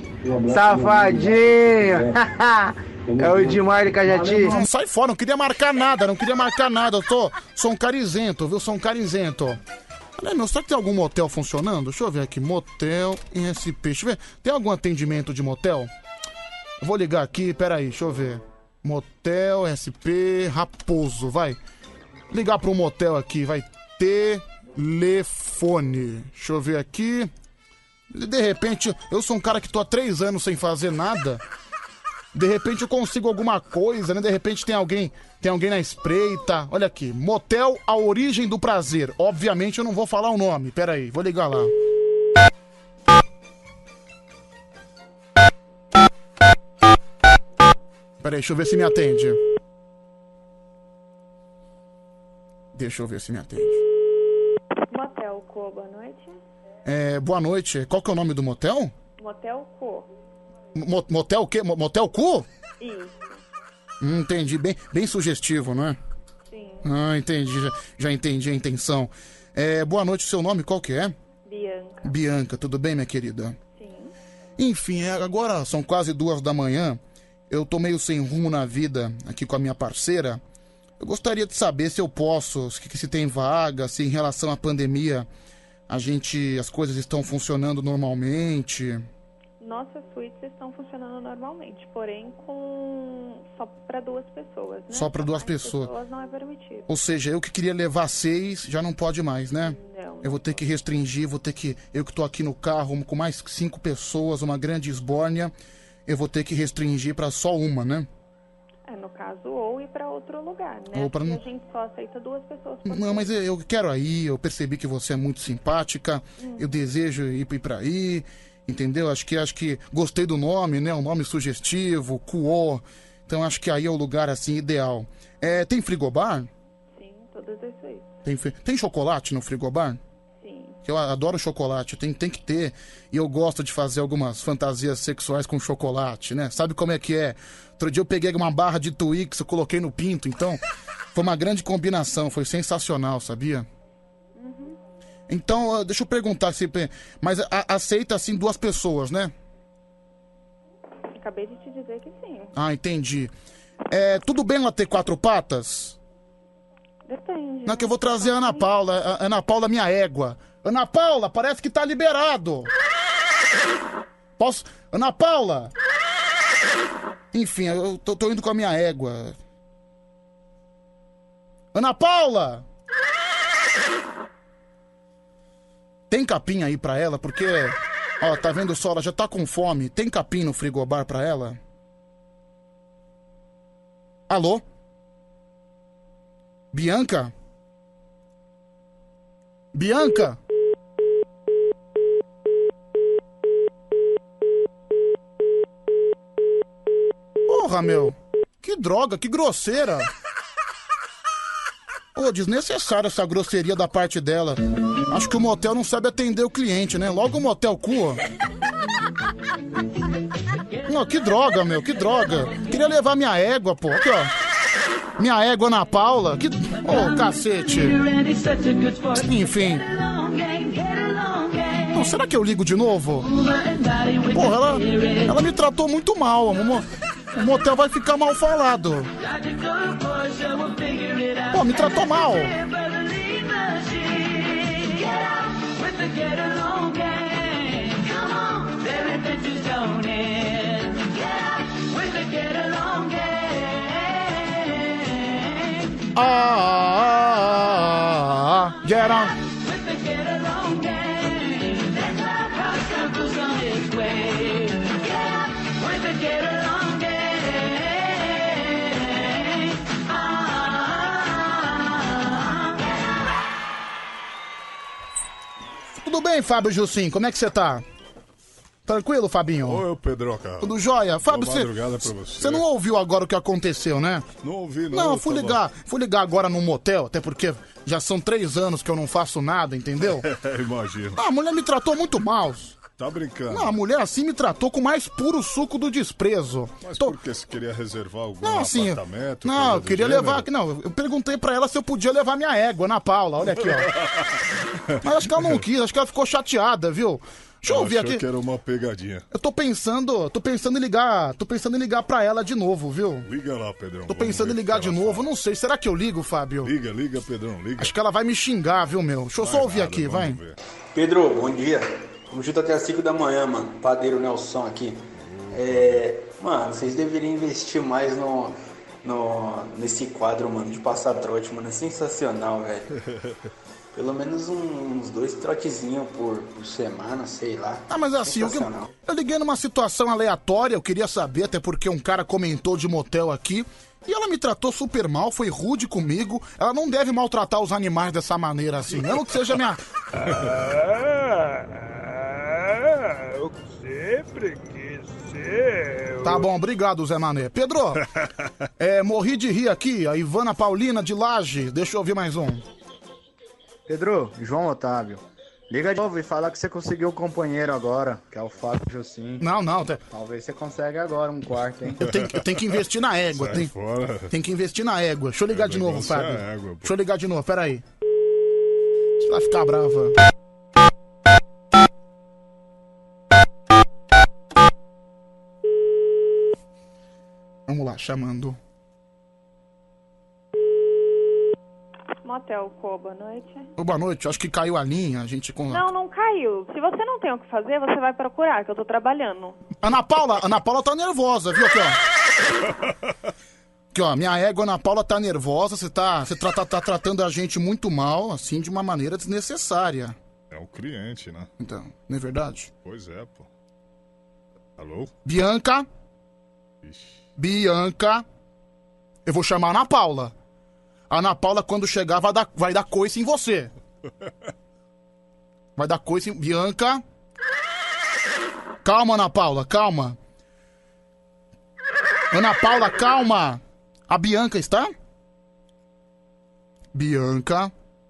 Speaker 15: Safadinho. É o Edmar de Cajati.
Speaker 1: Não, sai fora, não queria marcar nada, não queria marcar nada. Eu tô, sou um carizento, viu? Sou um carizento. Olha, meu, será que tem algum motel funcionando? Deixa eu ver aqui, motel em S P. Deixa eu ver, tem algum atendimento de motel? Eu vou ligar aqui, peraí, deixa eu ver. Motel, S P, Raposo, vai. Ligar para um motel aqui, vai. Telefone. Deixa eu ver aqui. De repente, eu sou um cara que tô há três anos sem fazer nada. De repente eu consigo alguma coisa, né? De repente tem alguém, tem alguém na espreita. Olha aqui, Motel A Origem do Prazer. Obviamente eu não vou falar o nome. Pera aí, vou ligar lá. Pera aí, deixa eu ver se me atende. Deixa eu ver se me atende.
Speaker 10: Motel Co, boa noite.
Speaker 1: É, boa noite. Qual que é o nome do motel?
Speaker 10: Motel Co.
Speaker 1: Mo- motel o quê? Mo- Motel Cu?
Speaker 10: Isso.
Speaker 1: Hum, entendi. Bem, bem sugestivo, não é?
Speaker 10: Sim.
Speaker 1: Ah, entendi. Já, já entendi a intenção. É, boa noite, seu nome qual que é?
Speaker 10: Bianca.
Speaker 1: Bianca, tudo bem, minha querida?
Speaker 10: Sim.
Speaker 1: Enfim, é, agora são quase duas da manhã. Eu tô meio sem rumo na vida aqui com a minha parceira. Eu gostaria de saber se eu posso, se, se tem vaga, se em relação à pandemia a gente, as coisas estão funcionando normalmente.
Speaker 10: Nossas suítes estão funcionando normalmente, porém com só para duas pessoas, né?
Speaker 1: Só para duas
Speaker 10: mais
Speaker 1: pessoas.
Speaker 10: pessoas não é permitido.
Speaker 1: Ou seja, eu que queria levar seis, já não pode mais, né?
Speaker 10: Não.
Speaker 1: Eu vou ter que restringir, vou ter que... Eu que tô aqui no carro com mais cinco pessoas, uma grande esbórnia, eu vou ter que restringir para só uma, né?
Speaker 10: É, no caso, ou ir para outro lugar, né?
Speaker 1: Ou pra
Speaker 10: Aqui
Speaker 1: não-
Speaker 10: a gente só aceita duas pessoas por
Speaker 1: Não, mas eu- eu quero aí, eu percebi que você é muito simpática,
Speaker 10: Hum.
Speaker 1: eu desejo ir ir pra aí, entendeu? Acho que, acho que gostei do nome, né? Um nome sugestivo, Cuó. Então acho que aí é o lugar, assim, ideal. É, tem frigobar?
Speaker 10: Sim, todas as suítes.
Speaker 1: Tem, fri- tem chocolate no frigobar?
Speaker 10: Sim.
Speaker 1: Que eu adoro chocolate, tem, tem que ter. E eu gosto de fazer algumas fantasias sexuais com chocolate, né? Sabe como é que é? Outro dia eu peguei uma barra de Twix, eu coloquei no pinto, então foi uma grande combinação, foi sensacional, sabia? Então, ah, deixa eu perguntar, se, mas a- aceita assim duas pessoas, né?
Speaker 10: Acabei de te dizer que sim.
Speaker 1: Ah, entendi. É, tudo bem ela ter quatro patas?
Speaker 10: Depende.
Speaker 1: Não, que eu vou trazer a Ana Paula, a Ana Paula, minha égua. Ana Paula, parece que tá liberado. Posso? Ana Paula! Enfim, eu tô, tô indo com a minha égua. Ana Paula! Tem capim aí pra ela? Porque, ó, tá vendo só, ela já tá com fome. Tem capim no frigobar pra ela? Alô? Bianca? Bianca? Porra, meu. Que droga, que grosseira. Ô, desnecessária essa grosseria da parte dela. Acho que o motel não sabe atender o cliente, né? Logo o motel cu. Não, que droga, meu, que droga. Queria levar minha égua, pô. Aqui, ó. Minha égua Ana Paula. Que... Ô, cacete. Enfim. Não, será que eu ligo de novo? Porra, ela, ela me tratou muito mal. O mo- o motel vai ficar mal falado. Pô, me tratou mal. Ah, ah, ah, ah, get on. Tudo bem, Fábio Jussim? Como é que você tá? Tranquilo, Fabinho?
Speaker 16: Oi, Pedroca.
Speaker 1: Tudo jóia? Fábio,
Speaker 16: Boa
Speaker 1: você
Speaker 16: madrugada pra você.
Speaker 1: você não ouviu agora o que aconteceu, né?
Speaker 16: Não ouvi, não.
Speaker 1: Não, eu fui
Speaker 16: tava-
Speaker 1: ligar, fui ligar agora no motel, até porque já são três anos que eu não faço nada, entendeu?
Speaker 16: Imagino.
Speaker 1: Ah, a mulher me tratou muito mal.
Speaker 16: Tá brincando.
Speaker 1: Não, a mulher assim me tratou com o mais puro suco do desprezo.
Speaker 16: Mas
Speaker 1: Tô-
Speaker 16: por que você queria reservar algum
Speaker 1: Não, assim,
Speaker 16: apartamento?
Speaker 1: não,
Speaker 16: coisa
Speaker 1: eu
Speaker 16: do
Speaker 1: queria
Speaker 16: gênero?
Speaker 1: levar, não, eu perguntei pra ela se eu podia levar minha égua, Ana Paula, olha aqui, ó. Mas acho que ela não quis, acho que ela ficou chateada, viu? Deixa eu
Speaker 16: Ela
Speaker 1: ouvir
Speaker 16: achou
Speaker 1: aqui.
Speaker 16: que era uma pegadinha.
Speaker 1: Eu tô pensando, tô pensando em ligar, tô pensando em ligar pra ela de novo, viu?
Speaker 16: Liga lá, Pedrão.
Speaker 1: Tô
Speaker 16: vamos
Speaker 1: pensando
Speaker 16: ver
Speaker 1: em
Speaker 16: o que
Speaker 1: ligar de
Speaker 16: ela
Speaker 1: novo, não sei, será que eu ligo, Fábio?
Speaker 16: Liga, liga, Pedrão, liga.
Speaker 1: Acho que ela vai me xingar, viu, meu? Deixa eu só
Speaker 16: Vai
Speaker 1: ouvir
Speaker 16: nada,
Speaker 1: aqui, vai.
Speaker 16: vamos ver.
Speaker 18: Pedro, bom dia. Vamos junto até as cinco da manhã, mano. Padeiro Nelson aqui. É, mano, vocês deveriam investir mais no, no, nesse quadro, mano, de passar trote, mano. É sensacional, velho. Pelo menos uns dois trotezinhos por, por semana, sei lá.
Speaker 1: Ah, mas assim, eu, eu liguei numa situação aleatória, eu queria saber, até porque um cara comentou de motel aqui, e ela me tratou super mal, foi rude comigo. Ela não deve maltratar os animais dessa maneira assim, mesmo que seja minha...
Speaker 4: Ah, eu sempre quis ser...
Speaker 1: Tá bom, obrigado, Zé Mané. Pedro, é, morri de rir aqui, a Ivana Paulina de Laje, deixa eu ouvir mais um.
Speaker 17: Pedro, João Otávio, liga de novo e fala que você conseguiu um companheiro agora, que é o Fábio Jussim.
Speaker 1: Não, não. Te...
Speaker 17: Talvez você consiga agora um quarto, hein?
Speaker 1: Eu tenho, eu tenho que investir na égua. Tem, tem que investir na égua. Deixa eu ligar é de novo, Fábio. É égua, Deixa eu ligar de novo, peraí. Você vai ficar brava. Vamos lá, chamando.
Speaker 10: Motel Co, boa noite.
Speaker 1: Oh, boa noite, acho que caiu a linha, a gente... Com...
Speaker 10: Não, não caiu. Se você não tem o que fazer, você vai procurar, que eu tô trabalhando.
Speaker 1: Ana Paula, Ana Paula tá nervosa, viu aqui, ó. Aqui, ó, minha égua Ana Paula tá nervosa, você tá, você tá, tá, tá tratando a gente muito mal, assim, de uma maneira desnecessária.
Speaker 16: É um cliente, né?
Speaker 1: Então, não é verdade?
Speaker 16: Pois é, pô. Alô?
Speaker 1: Bianca?
Speaker 16: Ixi.
Speaker 1: Bianca? Eu vou chamar a Ana Paula. A Ana Paula, quando chegar, vai dar, vai dar coice em você. Vai dar coice em... Bianca? Calma, Ana Paula, calma. Ana Paula, calma. A Bianca está? Bianca?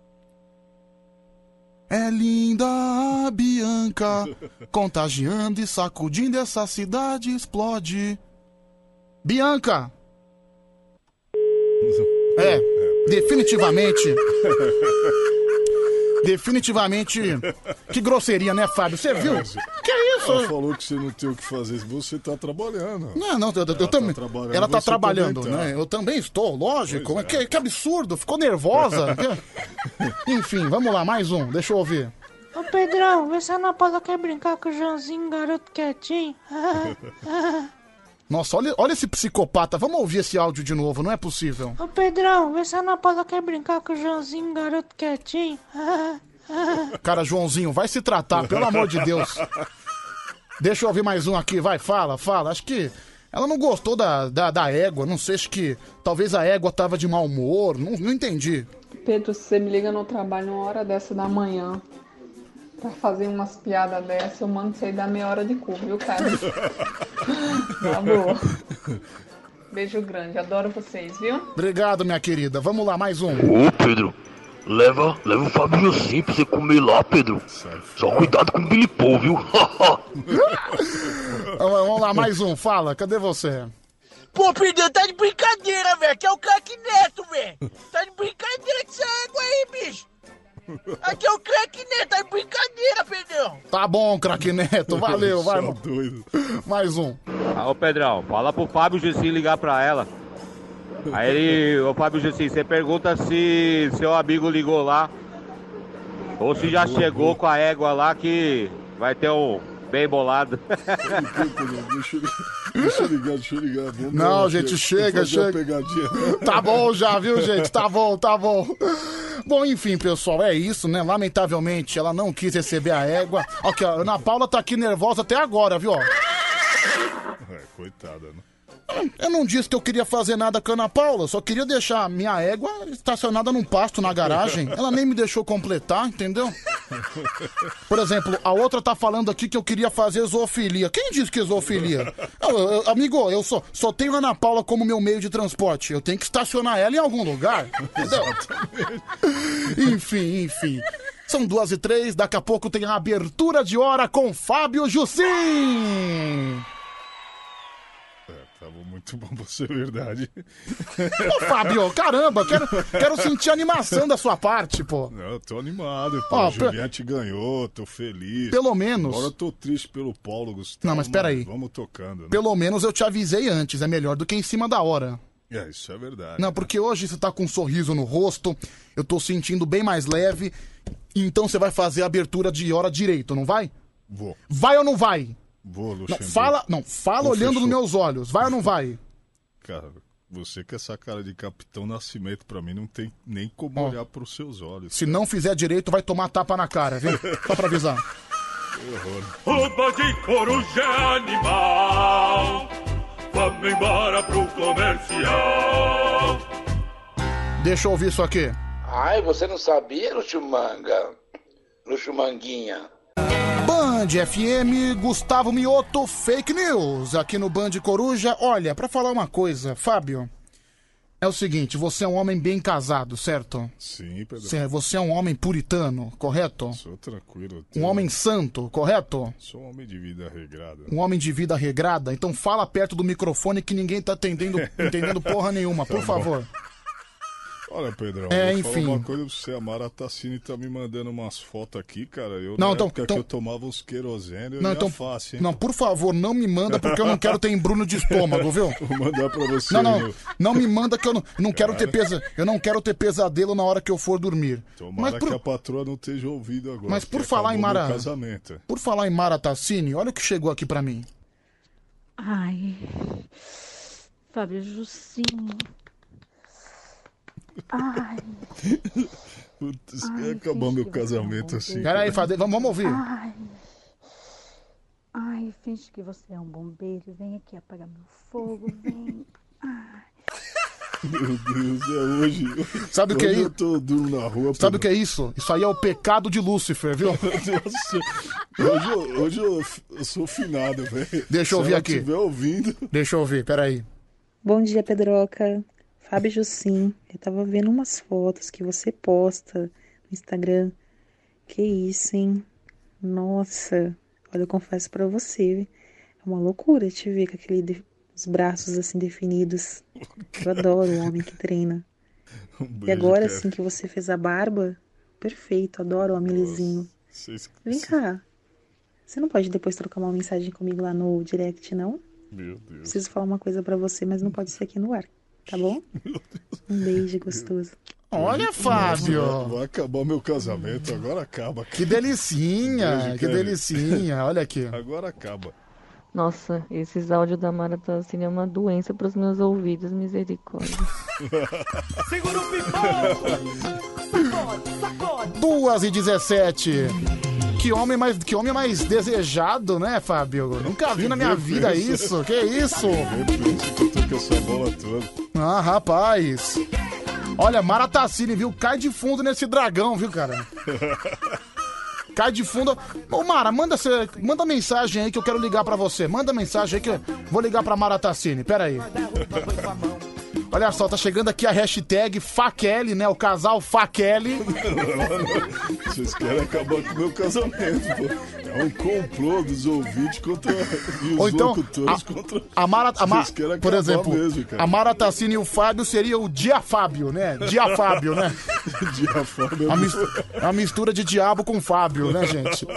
Speaker 1: É linda a Bianca, contagiando e sacudindo essa cidade explode. Bianca! É, definitivamente. Definitivamente. Que grosseria, né, Fábio? Você viu? Que é isso?
Speaker 16: Ela falou que você não tem o que fazer, você tá trabalhando.
Speaker 1: Não, não, eu, eu, eu também. Tá ela tá trabalhando, tá. né? Eu também estou, lógico. É. Que, que absurdo, ficou nervosa. Enfim, vamos lá, mais um, deixa eu ouvir.
Speaker 19: Ô Pedrão, vê se a Ana Paula quer brincar com o Joãozinho, garoto quietinho.
Speaker 1: Nossa, olha, olha esse psicopata. Vamos ouvir esse áudio de novo, não é possível.
Speaker 19: Ô Pedrão, vê se a Ana Paula quer brincar com o Joãozinho, garoto quietinho.
Speaker 1: Cara, Joãozinho, vai se tratar, pelo amor de Deus. Deixa eu ouvir mais um aqui, vai, fala, fala. Acho que ela não gostou da, da, da égua, não sei, acho que talvez a égua tava de mau humor, não, não entendi.
Speaker 21: Pedro, se você me liga no trabalho uma hora dessa da manhã pra fazer umas piadas dessa, eu mando você dar meia hora de cu, viu, cara? Tá boa. Beijo grande, adoro vocês, viu?
Speaker 1: Obrigado, minha querida. Vamos lá, mais um.
Speaker 3: Ô, Pedro, leva, leva o Fábio Jussim pra você comer lá, Pedro. Só cuidado com o Billy Paul, viu?
Speaker 1: Vamos lá, mais um. Fala, cadê você?
Speaker 24: Pô, Pedro, tá de brincadeira, velho. Que é o craque Neto, velho. Tá de brincadeira com essa égua aí, bicho. Aqui é o craque Neto, tá de brincadeira, Pedrão.
Speaker 1: Tá bom, craque Neto, valeu, vai, mano. Mais um.
Speaker 22: Ah, ô Pedrão, fala pro Fábio Jussim ligar pra ela. Aí ele, ô Fábio Jussim, você pergunta se seu amigo ligou lá ou se já chegou com a égua lá que vai ter um bem bolado.
Speaker 16: Deixa eu, deixa eu ligar, deixa eu ligar. Vamos
Speaker 1: Não,
Speaker 16: lá,
Speaker 1: gente, chega, chega.
Speaker 16: Pegadinha.
Speaker 1: Tá bom já, viu, gente? Tá bom, tá bom. Bom, enfim, pessoal, é isso, né? Lamentavelmente, ela não quis receber a égua. Ok, a Ana Paula tá aqui nervosa até agora, viu?
Speaker 16: É, coitada, né?
Speaker 1: Eu não disse que eu queria fazer nada com a Ana Paula, só queria deixar a minha égua estacionada num pasto na garagem. Ela nem me deixou completar, entendeu? Por exemplo, a outra tá falando aqui que eu queria fazer zoofilia. Quem disse que é zoofilia? Eu, eu, amigo, eu só, só tenho a Ana Paula como meu meio de transporte. Eu tenho que estacionar ela em algum lugar, entendeu? Enfim, enfim. São duas e três, daqui a pouco tem a abertura de hora com Fábio Jussim.
Speaker 16: Tava muito bom pra ser verdade.
Speaker 1: Ô, Fábio, caramba, quero, quero sentir a animação da sua parte, pô.
Speaker 16: Não, eu tô animado, pô.
Speaker 1: Ó,
Speaker 16: o Juliette pe... ganhou, tô feliz.
Speaker 1: Pelo menos.
Speaker 16: Agora eu tô triste pelo Paulo Gustavo.
Speaker 1: Não, mas peraí.
Speaker 16: Vamos tocando, né?
Speaker 1: Pelo menos eu te avisei antes, é melhor do que em cima da hora.
Speaker 16: É, isso é verdade.
Speaker 1: Não, porque hoje você tá com um sorriso no rosto, eu tô sentindo bem mais leve, então você vai fazer a abertura de hora direito, não vai?
Speaker 16: Vou.
Speaker 1: Vai ou não vai?
Speaker 16: Vou,
Speaker 1: Luxemburgo. Não, fala, não, fala
Speaker 16: Vou,
Speaker 1: olhando
Speaker 16: fechou.
Speaker 1: nos meus olhos. Vai ou não vai?
Speaker 16: Cara, Você com essa cara de Capitão Nascimento, pra mim não tem nem como
Speaker 1: Ó.
Speaker 16: olhar pros seus olhos.
Speaker 1: Se não fizer direito, vai tomar tapa na cara, viu? Só pra avisar.
Speaker 16: Que horror.
Speaker 2: O Bande Coruja é animal. Vamos embora pro comercial.
Speaker 1: Deixa eu ouvir isso aqui.
Speaker 11: Ai, você não sabia, Luxumanga? Luxumanguinha.
Speaker 1: Band F M, Gustavo Mioto, fake news, aqui no Band Coruja. Olha, pra falar uma coisa, Fábio, é o seguinte, você é um homem bem casado, certo?
Speaker 16: Sim, Pedro.
Speaker 1: Cê- Você é um homem puritano, correto?
Speaker 16: Sou tranquilo.
Speaker 1: Um homem santo, correto?
Speaker 16: Sou um homem de vida regrada.
Speaker 1: Um homem de vida regrada? Então fala perto do microfone que ninguém tá entendendo, entendendo porra nenhuma, por
Speaker 16: Tá bom.
Speaker 1: favor.
Speaker 16: Olha, Pedrão,
Speaker 1: É,
Speaker 16: vou
Speaker 1: enfim.
Speaker 16: falar uma coisa pra você. A Mara Tassini tá me mandando umas fotos aqui, cara. Eu,
Speaker 1: Não,
Speaker 16: na
Speaker 1: então-
Speaker 16: época
Speaker 1: então-
Speaker 16: que eu tomava uns querosene, eu
Speaker 1: Não,
Speaker 16: ia
Speaker 1: então,
Speaker 16: fácil, hein?
Speaker 1: não, por favor, não me manda porque eu não quero ter embruno de estômago, viu?
Speaker 16: Vou mandar pra você.
Speaker 1: Não, não,
Speaker 16: meu.
Speaker 1: não me manda que eu não, não quero ter
Speaker 16: Cara.
Speaker 1: pesa, eu não quero ter pesadelo na hora que eu for dormir.
Speaker 16: Tomara
Speaker 1: Mas por,
Speaker 16: que a patroa não esteja ouvindo agora.
Speaker 1: mas por
Speaker 16: porque
Speaker 1: falar em
Speaker 16: acabou meu
Speaker 1: Mara,
Speaker 16: casamento.
Speaker 1: por falar em Mara Tassini, olha o que chegou aqui pra mim.
Speaker 5: Ai, Fábio Jussim. Ai.
Speaker 16: Putz,
Speaker 5: Ai,
Speaker 16: ia acabar
Speaker 5: finge
Speaker 16: meu
Speaker 5: que você é um
Speaker 16: casamento
Speaker 5: bom
Speaker 16: assim.
Speaker 5: beijo.
Speaker 1: Peraí, Fade, vamos, vamos ouvir.
Speaker 5: Ai. Ai, finge que você é um bombeiro. Vem aqui apagar meu fogo. Vem. Ai.
Speaker 16: Meu Deus, é hoje.
Speaker 1: Sabe o que é
Speaker 16: Hoje
Speaker 1: isso?
Speaker 16: Eu tô duro na rua.
Speaker 1: Sabe o que é isso? Isso aí é o pecado de Lúcifer, viu?
Speaker 16: Nossa, hoje, eu- hoje eu, eu sou finado, velho.
Speaker 1: Deixa eu
Speaker 16: Se
Speaker 1: ouvir
Speaker 16: ela
Speaker 1: aqui.
Speaker 16: estiver ouvindo.
Speaker 1: Deixa eu ouvir, peraí.
Speaker 6: Bom dia, Pedroca. Fábio Jussim. Eu tava vendo umas fotos que você posta no Instagram. Que isso, hein? Nossa. Olha, eu confesso pra você. É uma loucura te ver com aquele de- os braços assim definidos. Eu adoro o homem que treina.
Speaker 16: Um
Speaker 6: E
Speaker 16: beijo,
Speaker 6: agora,
Speaker 16: cara.
Speaker 6: assim, que você fez a barba, perfeito. Adoro o homem lisinho.
Speaker 16: Vocês-
Speaker 6: Vem cá. Você não pode depois trocar uma mensagem comigo lá no direct, não?
Speaker 16: Meu Deus.
Speaker 6: Preciso falar uma coisa pra você, mas não pode ser aqui no ar, tá bom? Um beijo gostoso.
Speaker 1: Olha, Fábio.
Speaker 16: Nossa, vai acabar meu casamento, agora acaba.
Speaker 1: Que delicinha,
Speaker 16: Beijo,
Speaker 1: que
Speaker 16: Kevin.
Speaker 1: delicinha. Olha aqui.
Speaker 16: Agora acaba.
Speaker 5: Nossa, esses áudios da Mara Tassini é uma doença pros meus ouvidos, misericórdia.
Speaker 2: Segura o pipoco. Sacode, sacode.
Speaker 1: duas e dezessete. Que homem mais, que homem mais desejado, né, Fábio? Nunca vi na minha vida isso. Que isso?
Speaker 16: Repente que eu tô com essa bola toda.
Speaker 1: Ah, rapaz. Olha, Mara Tassini, viu? Cai de fundo nesse dragão, viu, cara? Cai de fundo. Ô, Mara, manda, cê, manda mensagem aí que eu quero ligar pra você. Manda mensagem aí que eu vou ligar pra Mara Tassini. Pera aí. Olha só, tá chegando aqui a hashtag Fakelly, né? O casal Fakelly.
Speaker 16: Vocês querem acabar com o meu casamento, pô. É um complô dos ouvintes contra e os
Speaker 1: Ou então,
Speaker 16: locutores
Speaker 1: a,
Speaker 16: contra...
Speaker 1: a Mara, a Ma-
Speaker 16: Vocês querem
Speaker 1: por
Speaker 16: acabar
Speaker 1: exemplo,
Speaker 16: mesmo, cara.
Speaker 1: a Mara Tassini e o Fábio seria o Diafábio, né? Diafábio, né?
Speaker 16: Diafábio.
Speaker 1: A, mis- a mistura de diabo com Fábio, né, gente?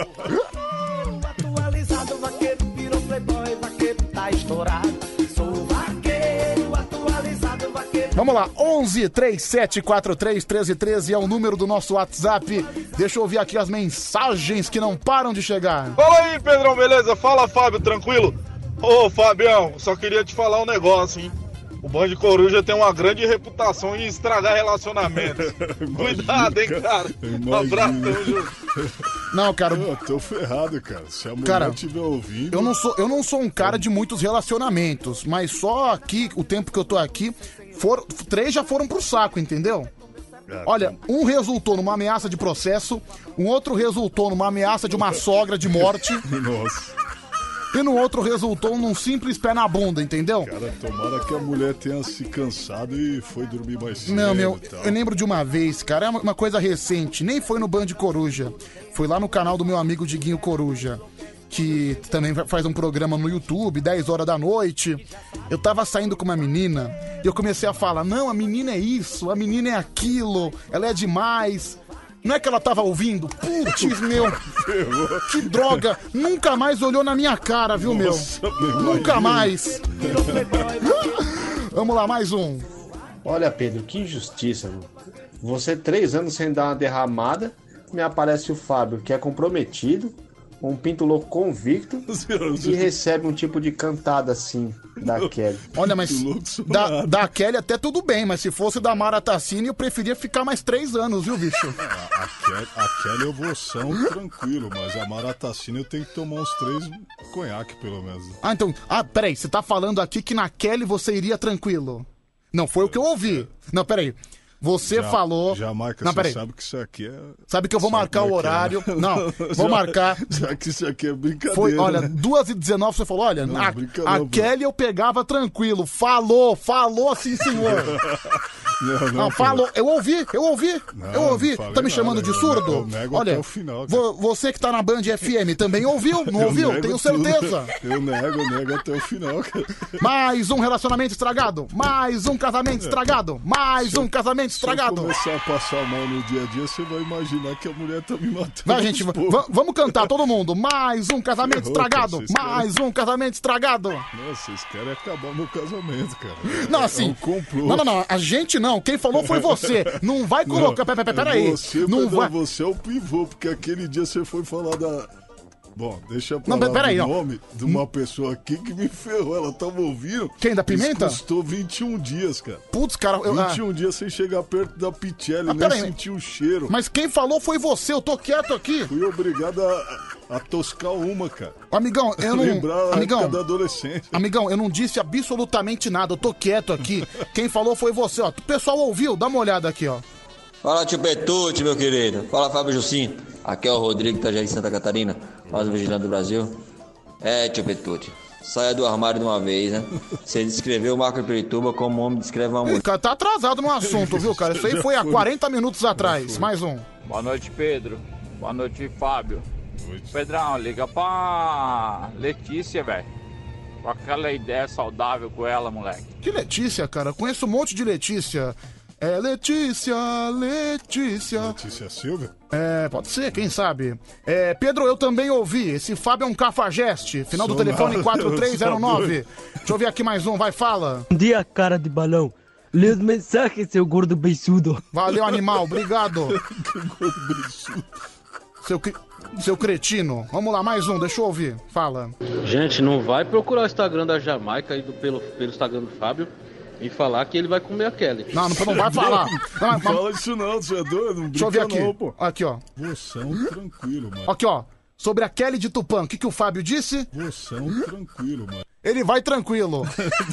Speaker 2: Atualizado, vaqueiro virou playboy, vaqueiro tá estourado. Sou vaqueiro, atualizado, vaqueiro.
Speaker 1: Vamos lá, onze, trinta e sete, quarenta e três, treze, treze é o número do nosso WhatsApp. Deixa eu ouvir aqui as mensagens que não param de chegar.
Speaker 8: Fala aí, Pedrão, beleza? Fala, Fábio, tranquilo? Ô, Fabião, só queria te falar um negócio, hein? O Band Coruja tem uma grande reputação em estragar relacionamentos. Cuidado, hein, cara? Um abraço, tamo junto.
Speaker 1: Não, cara.
Speaker 16: Eu tô ferrado, cara. Se a mulher
Speaker 1: Cara,
Speaker 16: estiver ouvindo.
Speaker 1: Eu não, sou, eu não sou um cara de muitos relacionamentos, mas só aqui, o tempo que eu tô aqui, foram, três já foram pro saco, entendeu? Olha, um resultou numa ameaça de processo, um outro resultou numa ameaça de uma sogra de morte.
Speaker 16: Nossa.
Speaker 1: E no outro resultou num simples pé na bunda, entendeu?
Speaker 16: Cara, tomara que a mulher tenha se cansado e foi dormir mais cedo.
Speaker 1: Não, meu,
Speaker 16: e tal.
Speaker 1: eu lembro de uma vez, cara, é uma, uma coisa recente, nem foi no Band Coruja, foi lá no canal do meu amigo Diguinho Coruja, que também faz um programa no YouTube, dez horas da noite. Eu tava saindo com uma menina e eu comecei a falar, não, a menina é isso, a menina é aquilo, ela é demais. Não é que ela tava ouvindo? Putz, meu, que droga, nunca mais olhou na minha cara, viu, meu?
Speaker 16: Nossa, meu
Speaker 1: Nunca
Speaker 16: imagina.
Speaker 1: mais. Vamos lá, mais um.
Speaker 13: Olha, Pedro, que injustiça, meu. Você três anos sem dar uma derramada, me aparece o Fábio, que é comprometido, um pinto louco convicto e recebe um tipo de cantada assim da Kelly.
Speaker 1: Olha, mas da, da Kelly até tudo bem, mas se fosse da Mara Tassini, eu preferia ficar mais três anos, viu, bicho?
Speaker 16: A Kelly, a Kelly eu vou são tranquilo, mas a Mara Tassini eu tenho que tomar uns três conhaque, pelo menos.
Speaker 1: Ah, então... Ah, peraí, você tá falando aqui que na Kelly você iria tranquilo. Não, foi o que eu ouvi. Não, peraí. Você
Speaker 16: Já,
Speaker 1: falou...
Speaker 16: Jamaica,
Speaker 1: não,
Speaker 16: você
Speaker 1: peraí.
Speaker 16: sabe que isso aqui é...
Speaker 1: Sabe que eu vou
Speaker 16: Sabe
Speaker 1: marcar
Speaker 16: como
Speaker 1: o
Speaker 16: é que é,
Speaker 1: horário.
Speaker 16: né?
Speaker 1: Não, vou
Speaker 16: Já-
Speaker 1: marcar.
Speaker 16: Já que isso aqui é brincadeira.
Speaker 1: Foi, olha,
Speaker 16: né?
Speaker 1: duas e dezenove você falou, olha,
Speaker 16: Não,
Speaker 1: a,
Speaker 16: brinca
Speaker 1: a
Speaker 16: não, pô.
Speaker 1: Kelly eu pegava tranquilo. Falou, falou sim, senhor.
Speaker 16: Não, não,
Speaker 1: Não,
Speaker 16: pô.
Speaker 1: falou, eu ouvi, eu ouvi,
Speaker 16: Não,
Speaker 1: eu ouvi.
Speaker 16: não falei
Speaker 1: Tá me
Speaker 16: nada,
Speaker 1: chamando de
Speaker 16: eu
Speaker 1: surdo?
Speaker 16: nego- eu nego
Speaker 1: Olha,
Speaker 16: até o final, cara.
Speaker 1: vo- você que tá na Band F M também ouviu? Não
Speaker 16: Eu
Speaker 1: ouviu?
Speaker 16: nego
Speaker 1: Tenho
Speaker 16: tudo.
Speaker 1: certeza.
Speaker 16: Eu nego, eu nego até o final, cara.
Speaker 1: Mais um relacionamento estragado, mais um casamento estragado, mais um casamento
Speaker 16: Se eu
Speaker 1: estragado.
Speaker 16: começar a passar mal no dia a dia, você vai imaginar que a mulher tá me matando.
Speaker 1: Vai, gente,
Speaker 16: aos
Speaker 1: va-
Speaker 16: poucos.
Speaker 1: va- vamos cantar todo mundo. Mais um casamento
Speaker 16: Ferrou, cara,
Speaker 1: estragado,
Speaker 16: vocês
Speaker 1: mais um casamento estragado.
Speaker 16: Nossa, vocês querem acabar meu casamento, cara.
Speaker 1: Não,
Speaker 16: É
Speaker 1: assim.
Speaker 16: um complô.
Speaker 1: Não, não, não. A gente não. Quem falou foi você. Não vai colocar. Pera, pera, pera aí.
Speaker 16: Você,
Speaker 1: Não
Speaker 16: Pedro,
Speaker 1: vai.
Speaker 16: você é o pivô, porque aquele dia você foi falar da... Bom, deixa eu
Speaker 1: Não,
Speaker 16: falar
Speaker 1: pera aí,
Speaker 16: o
Speaker 1: ó.
Speaker 16: nome de uma pessoa aqui que me ferrou. Ela tava ouvindo.
Speaker 1: Quem, da Pimenta?
Speaker 16: Isso custou vinte e um dias, cara.
Speaker 1: Putz, cara. Eu, ah,
Speaker 16: vinte e um dias sem chegar perto da Pichelli,
Speaker 1: Ah,
Speaker 16: nem
Speaker 1: pera aí.
Speaker 16: sentir o cheiro.
Speaker 1: mas quem falou foi você. Eu tô quieto aqui.
Speaker 16: Fui obrigado a, a toscar uma, cara.
Speaker 1: Amigão, eu não.
Speaker 16: Lembrar a
Speaker 1: Amigão,
Speaker 16: época da adolescência.
Speaker 1: amigão, eu não disse absolutamente nada. Eu tô quieto aqui. Quem falou foi você, ó. O pessoal ouviu? Dá uma olhada aqui, ó.
Speaker 9: Fala, tio Petute, meu querido. Fala, Fábio Jussim. Aqui é o Rodrigo, que tá já em Santa Catarina, mais um vigilante do Brasil. É, tio Petute, saia do armário de uma vez, né? Você descreveu o Marco Pirituba como um homem descreve uma mulher.
Speaker 1: Cara, tá atrasado no assunto, viu, cara? Isso aí foi há quarenta minutos atrás. Mais um.
Speaker 12: Boa noite, Pedro. Boa noite, Fábio. Pedrão, liga pra Letícia, velho. Com aquela ideia saudável com ela, moleque.
Speaker 1: Que Letícia, cara? Conheço um monte de Letícia. É Letícia, Letícia.
Speaker 16: Letícia Silva?
Speaker 1: É, pode ser, quem sabe. É, Pedro, eu também ouvi. Esse Fábio é um cafajeste. Final do
Speaker 20: Sou
Speaker 1: telefone
Speaker 20: nada,
Speaker 1: quatro três zero nove.
Speaker 20: eu sou
Speaker 1: Deixa eu ver aqui mais um, vai, fala.
Speaker 20: Bom dia, cara de balão. Lê os mensagens, seu gordo beiçudo.
Speaker 1: Valeu, animal, obrigado. Seu, cri- seu cretino. Vamos lá, mais um, deixa eu ouvir. Fala.
Speaker 7: Gente, não vai procurar o Instagram da Jamaica aí do, pelo, pelo Instagram do Fábio e falar que ele vai comer a Kelly.
Speaker 1: Não, não, não vai falar. Não,
Speaker 16: Não fala isso não, você é doido? Não
Speaker 1: Deixa eu ver
Speaker 16: brinca
Speaker 1: aqui.
Speaker 16: não, pô.
Speaker 1: Aqui, ó.
Speaker 16: Você é um tranquilo, mano.
Speaker 1: Aqui, ó. Sobre a Kelly de Tupã, o que, que o Fábio disse?
Speaker 16: Você é um tranquilo, mano.
Speaker 1: Ele vai tranquilo.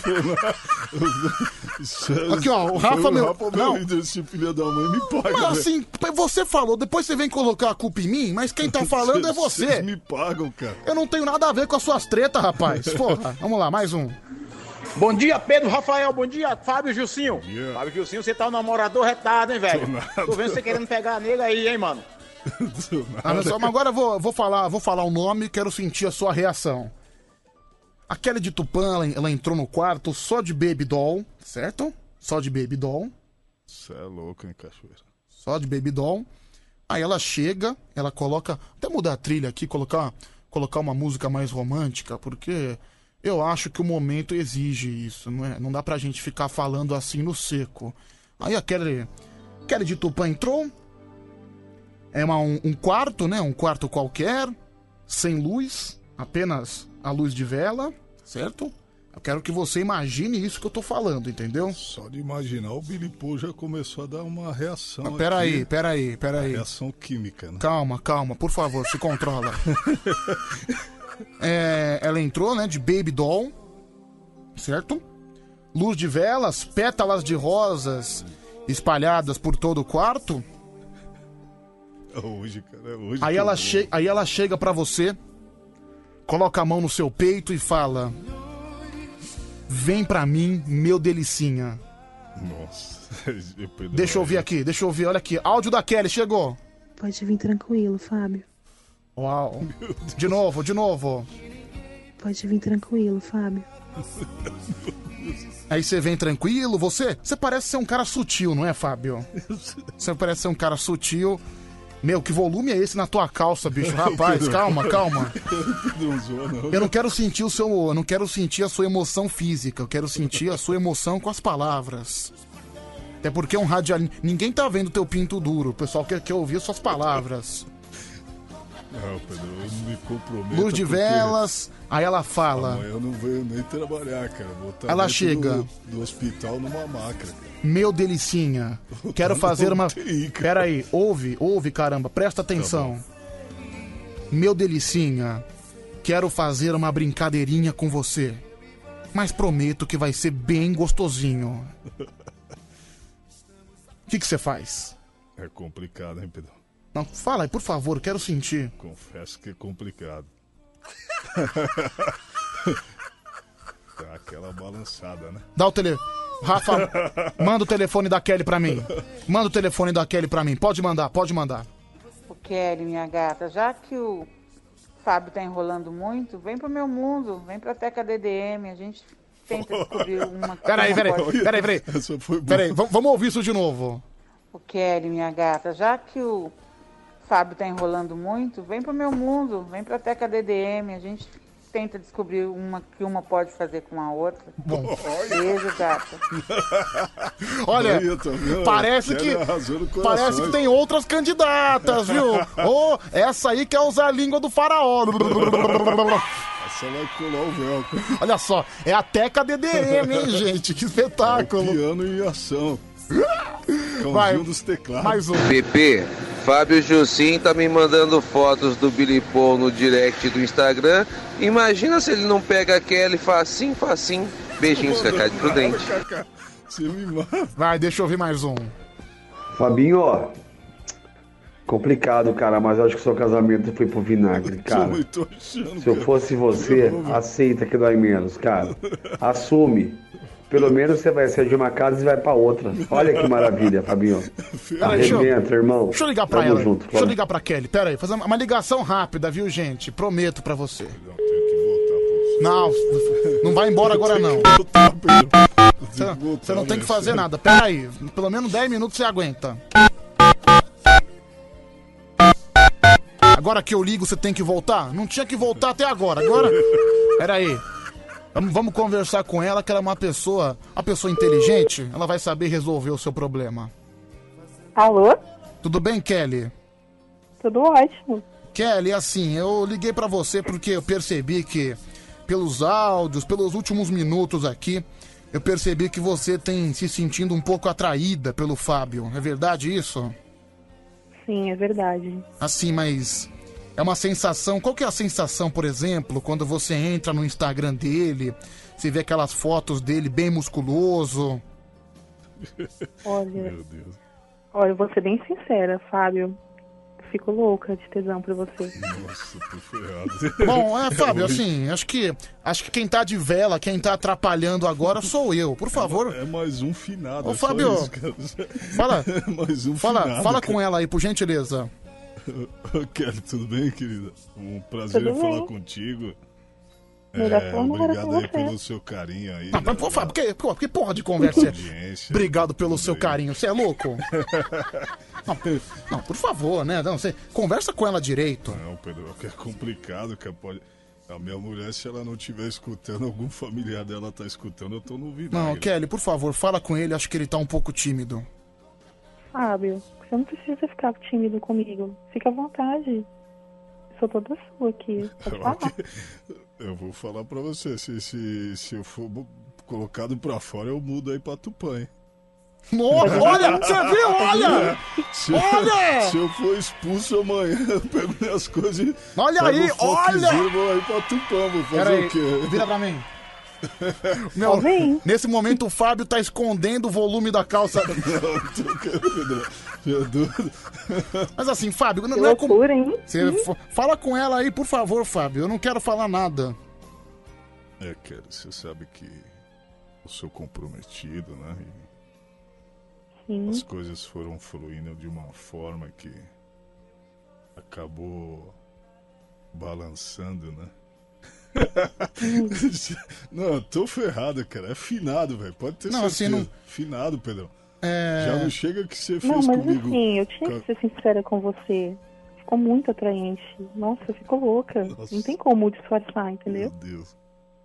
Speaker 1: Aqui, ó, o Rafa,
Speaker 16: Foi
Speaker 1: meu-
Speaker 16: O Rafa,
Speaker 1: não.
Speaker 16: meu líder, esse filho da mãe me paga,
Speaker 1: Mas
Speaker 16: velho.
Speaker 1: assim, você falou, depois você vem colocar a culpa em mim, mas quem tá falando é você.
Speaker 16: Vocês me pagam, cara.
Speaker 1: Eu não tenho nada a ver com as suas tretas, rapaz. Porra, vamos lá, mais um.
Speaker 23: Bom dia, Pedro Rafael. Bom dia, Fábio Gilcinho. Fábio Gilcinho, você tá um namorador retado, hein, velho? Tô vendo você querendo pegar a nega aí, hein, mano?
Speaker 1: Ah, mas, mas agora eu vou, vou, falar, vou falar o nome e quero sentir a sua reação. A Kelly de Tupã, ela, ela entrou no quarto só de baby doll, certo? Só de baby doll.
Speaker 16: Você é louco, hein, cachoeira?
Speaker 1: Só de baby doll. Aí ela chega, ela coloca... Até mudar a trilha aqui, colocar, colocar uma música mais romântica, porque eu acho que o momento exige isso, não é? Não dá pra gente ficar falando assim no seco. Aí a Kelly, Kelly de Tupã entrou. É uma, um, um quarto, né? Um quarto qualquer, sem luz, apenas a luz de vela, certo? Eu quero que você imagine isso que eu tô falando, entendeu?
Speaker 16: Só de imaginar, o Billy Paul já começou a dar uma reação.
Speaker 1: Mas peraí,
Speaker 16: aqui.
Speaker 1: peraí, peraí.
Speaker 16: Reação química, né?
Speaker 1: Calma, calma, por favor, se controla. É, ela entrou, né, de baby doll, certo? Luz de velas, pétalas de rosas espalhadas por todo o quarto.
Speaker 16: É hoje, cara, é hoje.
Speaker 1: Aí
Speaker 16: que
Speaker 1: ela,
Speaker 16: eu vou.
Speaker 1: che aí ela chega pra você, coloca a mão no seu peito e fala: vem pra mim, meu delicinha.
Speaker 16: Nossa.
Speaker 1: Deixa eu ouvir aqui, deixa eu ouvir, olha aqui. Áudio da Kelly, chegou.
Speaker 6: Pode vir tranquilo, Fábio.
Speaker 1: Uau. De novo, de novo.
Speaker 6: Pode vir tranquilo, Fábio.
Speaker 1: Aí você vem tranquilo, você... Você parece ser um cara sutil, não é, Fábio? Você parece ser um cara sutil. Meu, que volume é esse na tua calça, bicho? Rapaz, calma, calma.
Speaker 16: Não zoa, não.
Speaker 1: Eu não quero sentir o seu... Eu não quero sentir a sua emoção física. Eu quero sentir a sua emoção com as palavras. Até porque é um radial... Ninguém tá vendo teu pinto duro. O pessoal quer, quer ouvir suas palavras.
Speaker 16: Não, Pedro, eu não me comprometo.
Speaker 1: Luz de
Speaker 16: porque
Speaker 1: velas, aí ela fala.
Speaker 16: Amanhã eu não venho nem trabalhar, cara. Vou estar
Speaker 1: Ela
Speaker 16: dentro
Speaker 1: chega.
Speaker 16: Do, do hospital numa maca, cara.
Speaker 1: Meu delicinha, quero fazer uma... Pera aí, ouve, ouve, caramba, presta atenção. Meu delicinha, quero fazer uma brincadeirinha com você, mas prometo que vai ser bem gostosinho. O que que você faz?
Speaker 16: É complicado, hein, Pedro?
Speaker 1: Não, fala aí, por favor, quero sentir.
Speaker 16: Confesso que é complicado. Dá aquela balançada, né?
Speaker 1: Dá o tele... Rafa, manda o telefone da Kelly pra mim. Manda o telefone da Kelly pra mim. Pode mandar, pode mandar.
Speaker 4: O Kelly, minha gata, já que o Fábio tá enrolando muito, vem pro meu mundo, vem pra Teca D D M, a gente tenta descobrir uma...
Speaker 1: Peraí, peraí, peraí, peraí. Peraí, v- vamos ouvir isso de novo.
Speaker 4: O Kelly, minha gata, já que o Fábio tá enrolando muito, vem pro meu mundo, vem pra Teca D D M, a gente tenta descobrir uma que uma pode fazer com a outra.
Speaker 1: Bom.
Speaker 4: Beijo, gata.
Speaker 1: Olha,
Speaker 16: Aí, tá vendo?
Speaker 1: parece
Speaker 16: Kelly
Speaker 1: que
Speaker 16: arrasou no coração,
Speaker 1: parece que
Speaker 16: hein?
Speaker 1: tem outras candidatas, viu? Ô, essa aí quer usar a língua do faraó.
Speaker 16: Essa vai colar o véu.
Speaker 1: Olha só, é a Teca D D M, hein, gente? Que espetáculo.
Speaker 16: É piano em ação. Cãozinho
Speaker 1: Vai,
Speaker 16: dos teclados.
Speaker 1: mais um.
Speaker 14: Pepe, Fábio Jussim tá me mandando fotos do Billy Paul no direct do Instagram. Imagina se ele não pega a Kelly facinho, facinho. Beijinhos, Cacá de Prudente.
Speaker 16: Você me mata.
Speaker 1: Vai, deixa eu ouvir mais um.
Speaker 13: Fabinho, ó. Complicado, cara, mas eu acho que o seu casamento foi pro vinagre, cara.
Speaker 16: Eu tô achando,
Speaker 13: Se eu
Speaker 16: cara.
Speaker 13: fosse você, aceita que dói menos, cara. Assume. Pelo menos você vai sair de uma casa e vai pra outra. Olha que maravilha, Fabinho.
Speaker 1: Peraí, deixa eu-
Speaker 13: Arrebenta, irmão.
Speaker 1: Deixa eu ligar pra
Speaker 13: Tamo
Speaker 1: ela.
Speaker 13: junto,
Speaker 1: Deixa eu
Speaker 13: Flávio.
Speaker 1: ligar pra Kelly. Pera aí, fazer uma uma ligação rápida, viu, gente? Prometo pra você. Não, não vai embora agora não. Você, você não tem que fazer nada. Pera aí, pelo menos dez minutos você aguenta. Agora que eu ligo, você tem que voltar? Não tinha que voltar até agora. Agora, pera aí. Vamos, vamos conversar com ela, que ela é uma pessoa, uma pessoa inteligente. Ela vai saber resolver o seu problema.
Speaker 10: Alô?
Speaker 1: Tudo bem, Kelly?
Speaker 10: Tudo ótimo.
Speaker 1: Kelly, assim, eu liguei pra você porque eu percebi que, pelos áudios, pelos últimos minutos aqui, eu percebi que você tem se sentindo um pouco atraída pelo Fábio. É verdade isso?
Speaker 10: Sim, é verdade.
Speaker 1: Assim, mas é uma sensação... Qual que é a sensação, por exemplo, quando você entra no Instagram dele, você vê aquelas fotos dele bem musculoso?
Speaker 10: Olha,
Speaker 16: Meu Deus.
Speaker 10: olha, eu vou ser bem sincera, Fábio. Fico louca de tesão por você.
Speaker 16: Nossa, tô ferrado.
Speaker 1: Bom, é, Fábio, assim, acho que acho que quem tá de vela, quem tá atrapalhando agora sou eu. Por favor.
Speaker 16: É mais um finado.
Speaker 1: Ô,
Speaker 16: é só
Speaker 1: Fábio,
Speaker 16: isso, cara.
Speaker 1: fala,
Speaker 16: É mais um
Speaker 1: fala,
Speaker 16: finado,
Speaker 1: fala
Speaker 16: cara.
Speaker 1: com ela aí, por gentileza.
Speaker 16: Ô, Kelly, tudo bem, querida? Um prazer
Speaker 10: Tudo
Speaker 16: em falar
Speaker 10: bem.
Speaker 16: contigo.
Speaker 10: Melhor
Speaker 16: É,
Speaker 10: forma era
Speaker 16: obrigado
Speaker 10: com
Speaker 16: aí
Speaker 10: você.
Speaker 16: pelo seu carinho aí.
Speaker 1: Não,
Speaker 16: né?
Speaker 1: mas, pô, Fábio, que, pô, que porra de conversa é?
Speaker 16: Audiência,
Speaker 1: Obrigado pelo
Speaker 16: tudo
Speaker 1: seu
Speaker 16: aí.
Speaker 1: carinho. Você é louco? Não, não, por favor, né? Não, você conversa com ela direito.
Speaker 16: Não, Pedro, que é complicado, que pode... A minha mulher, se ela não estiver escutando, algum familiar dela tá escutando, eu tô no vinagre.
Speaker 1: Não, Kelly, por favor, fala com ele. Acho que ele tá um pouco tímido.
Speaker 10: Fábio, você não precisa ficar tímido comigo. Fica à vontade. Sou toda sua aqui. Pode falar.
Speaker 16: Eu vou falar pra você, se, se, se eu for bo- colocado pra fora, eu mudo aí pra Tupã, hein?
Speaker 1: Nossa, olha, você viu? Olha!
Speaker 16: Se,
Speaker 1: Olha!
Speaker 16: se eu for expulso amanhã, eu pego minhas coisas e...
Speaker 1: Olha
Speaker 16: pego
Speaker 1: aí,
Speaker 16: o foquezinho
Speaker 1: olha!
Speaker 16: e vou aí pra Tupã, vou fazer
Speaker 1: Pera aí,
Speaker 16: o quê?
Speaker 1: vira pra mim. Meu, nesse momento o Fábio tá escondendo o volume da calça.
Speaker 16: Não, tô querendo, meu Deus.
Speaker 1: Mas assim, Fábio, não,
Speaker 10: Que
Speaker 1: não é como...
Speaker 10: loucura, hein?
Speaker 1: Você f- fala com ela aí, por favor, Fábio. Eu não quero falar nada.
Speaker 16: É, Kelly, você sabe que eu sou comprometido, né? E
Speaker 10: Sim.
Speaker 16: as coisas foram fluindo de uma forma que acabou balançando, né? Não, eu tô ferrado, cara. É finado, velho. Pode ter
Speaker 1: Não,
Speaker 16: certeza.
Speaker 1: assim, não-
Speaker 16: Finado, Pedrão.
Speaker 1: É...
Speaker 16: Já não chega que você fez
Speaker 10: Não, mas
Speaker 16: comigo.
Speaker 10: assim, eu tinha que ser sincera com você. Ficou muito atraente. Nossa, ficou louca.
Speaker 16: Nossa.
Speaker 10: Não tem como disfarçar, entendeu?
Speaker 16: Meu Deus.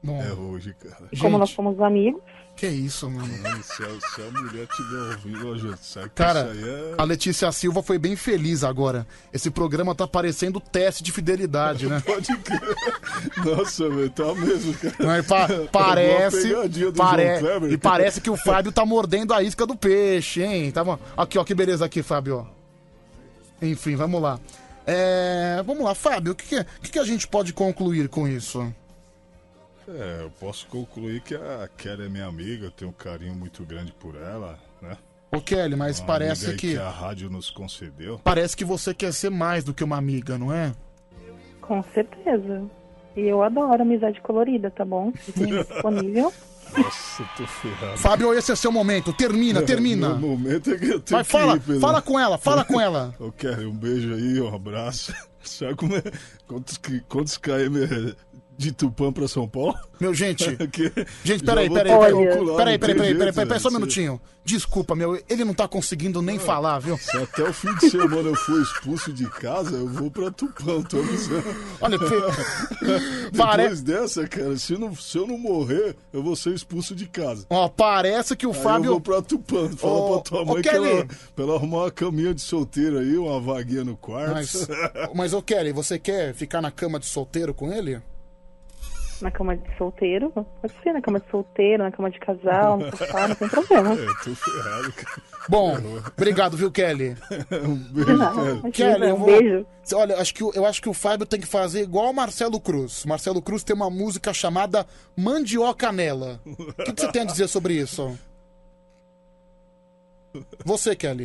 Speaker 16: É hoje, cara.
Speaker 10: Como nós somos amigos.
Speaker 1: Que isso, mano.
Speaker 16: Mano, se, a, se a mulher tiver ouvindo, ó, gente, sabe que
Speaker 1: Cara,
Speaker 16: isso aí é...
Speaker 1: a Letícia Silva foi bem feliz agora. Esse programa tá parecendo teste de fidelidade, né?
Speaker 16: Pode crer. Nossa, velho, tá mesmo, cara.
Speaker 1: Não, e pa-
Speaker 16: É uma
Speaker 1: parece,
Speaker 16: pegadinha do
Speaker 1: pare-
Speaker 16: João Kleber.
Speaker 1: e parece que o Fábio tá mordendo a isca do peixe, hein? Tá bom. Aqui, ó, que beleza aqui, Fábio, ó. Enfim, vamos lá. É, vamos lá, Fábio, o que, que, o que, que a gente pode concluir com isso?
Speaker 16: É, eu posso concluir que a Kelly é minha amiga, eu tenho um carinho muito grande por ela, né?
Speaker 1: Ô, Kelly, mas
Speaker 16: Uma
Speaker 1: parece
Speaker 16: amiga aí
Speaker 1: que...
Speaker 16: que a rádio nos concedeu.
Speaker 1: Parece que você quer ser mais do que uma amiga, não é?
Speaker 10: Com certeza. E eu adoro amizade colorida, tá bom? Se tem disponível.
Speaker 16: Nossa, eu tô ferrado.
Speaker 1: Fábio, esse é seu momento. Termina, termina.
Speaker 16: Meu momento é que eu tenho
Speaker 1: Vai,
Speaker 16: que
Speaker 1: fala,
Speaker 16: ir, Pedro.
Speaker 1: fala com ela, fala com ela.
Speaker 16: Eu quero um beijo aí, um abraço. Sabe como é? Quantos, qui- quantos km de Tupã pra São Paulo?
Speaker 1: Meu, gente,
Speaker 16: Que
Speaker 1: gente,
Speaker 16: já
Speaker 1: peraí,
Speaker 16: vou
Speaker 1: peraí,
Speaker 16: ter
Speaker 1: peraí,
Speaker 16: que calcular,
Speaker 1: peraí,
Speaker 16: não
Speaker 1: peraí,
Speaker 16: tem
Speaker 1: peraí, peraí,
Speaker 16: jeito,
Speaker 1: peraí, só um
Speaker 16: velho.
Speaker 1: minutinho. Desculpa, meu, ele não tá conseguindo nem falar, viu?
Speaker 16: Se até o fim de semana eu for expulso de casa, eu vou pra Tupã, tô avisando.
Speaker 1: Olha,
Speaker 16: Depois
Speaker 1: Pare-
Speaker 16: dessa, cara, se, não, se eu não morrer, eu vou ser expulso de casa.
Speaker 1: Ó, parece que o
Speaker 16: Aí
Speaker 1: Fábio...
Speaker 16: eu vou pra Tupã, fala
Speaker 1: Ô,
Speaker 16: pra tua
Speaker 1: ô,
Speaker 16: mãe que
Speaker 1: Kelly.
Speaker 16: ela, pra ela arrumar uma caminha de solteiro aí, uma vaguinha no quarto.
Speaker 1: Mas, mas ô Kelly, você quer ficar na cama de solteiro com ele?
Speaker 10: Na cama de solteiro? Pode ser na cama de solteiro, na cama de casal, no sofá, não tem problema.
Speaker 16: É, tô ferrado, cara.
Speaker 1: Bom, obrigado, viu, Kelly?
Speaker 16: Um beijo, Kelly.
Speaker 1: Kelly, eu
Speaker 10: Um
Speaker 1: vou...
Speaker 10: beijo.
Speaker 1: Olha, acho que, o- eu acho que o Fábio tem que fazer igual o Marcelo Cruz. Marcelo Cruz tem uma música chamada Mandioca Nela. O que, que você tem a dizer sobre isso? Você, Kelly.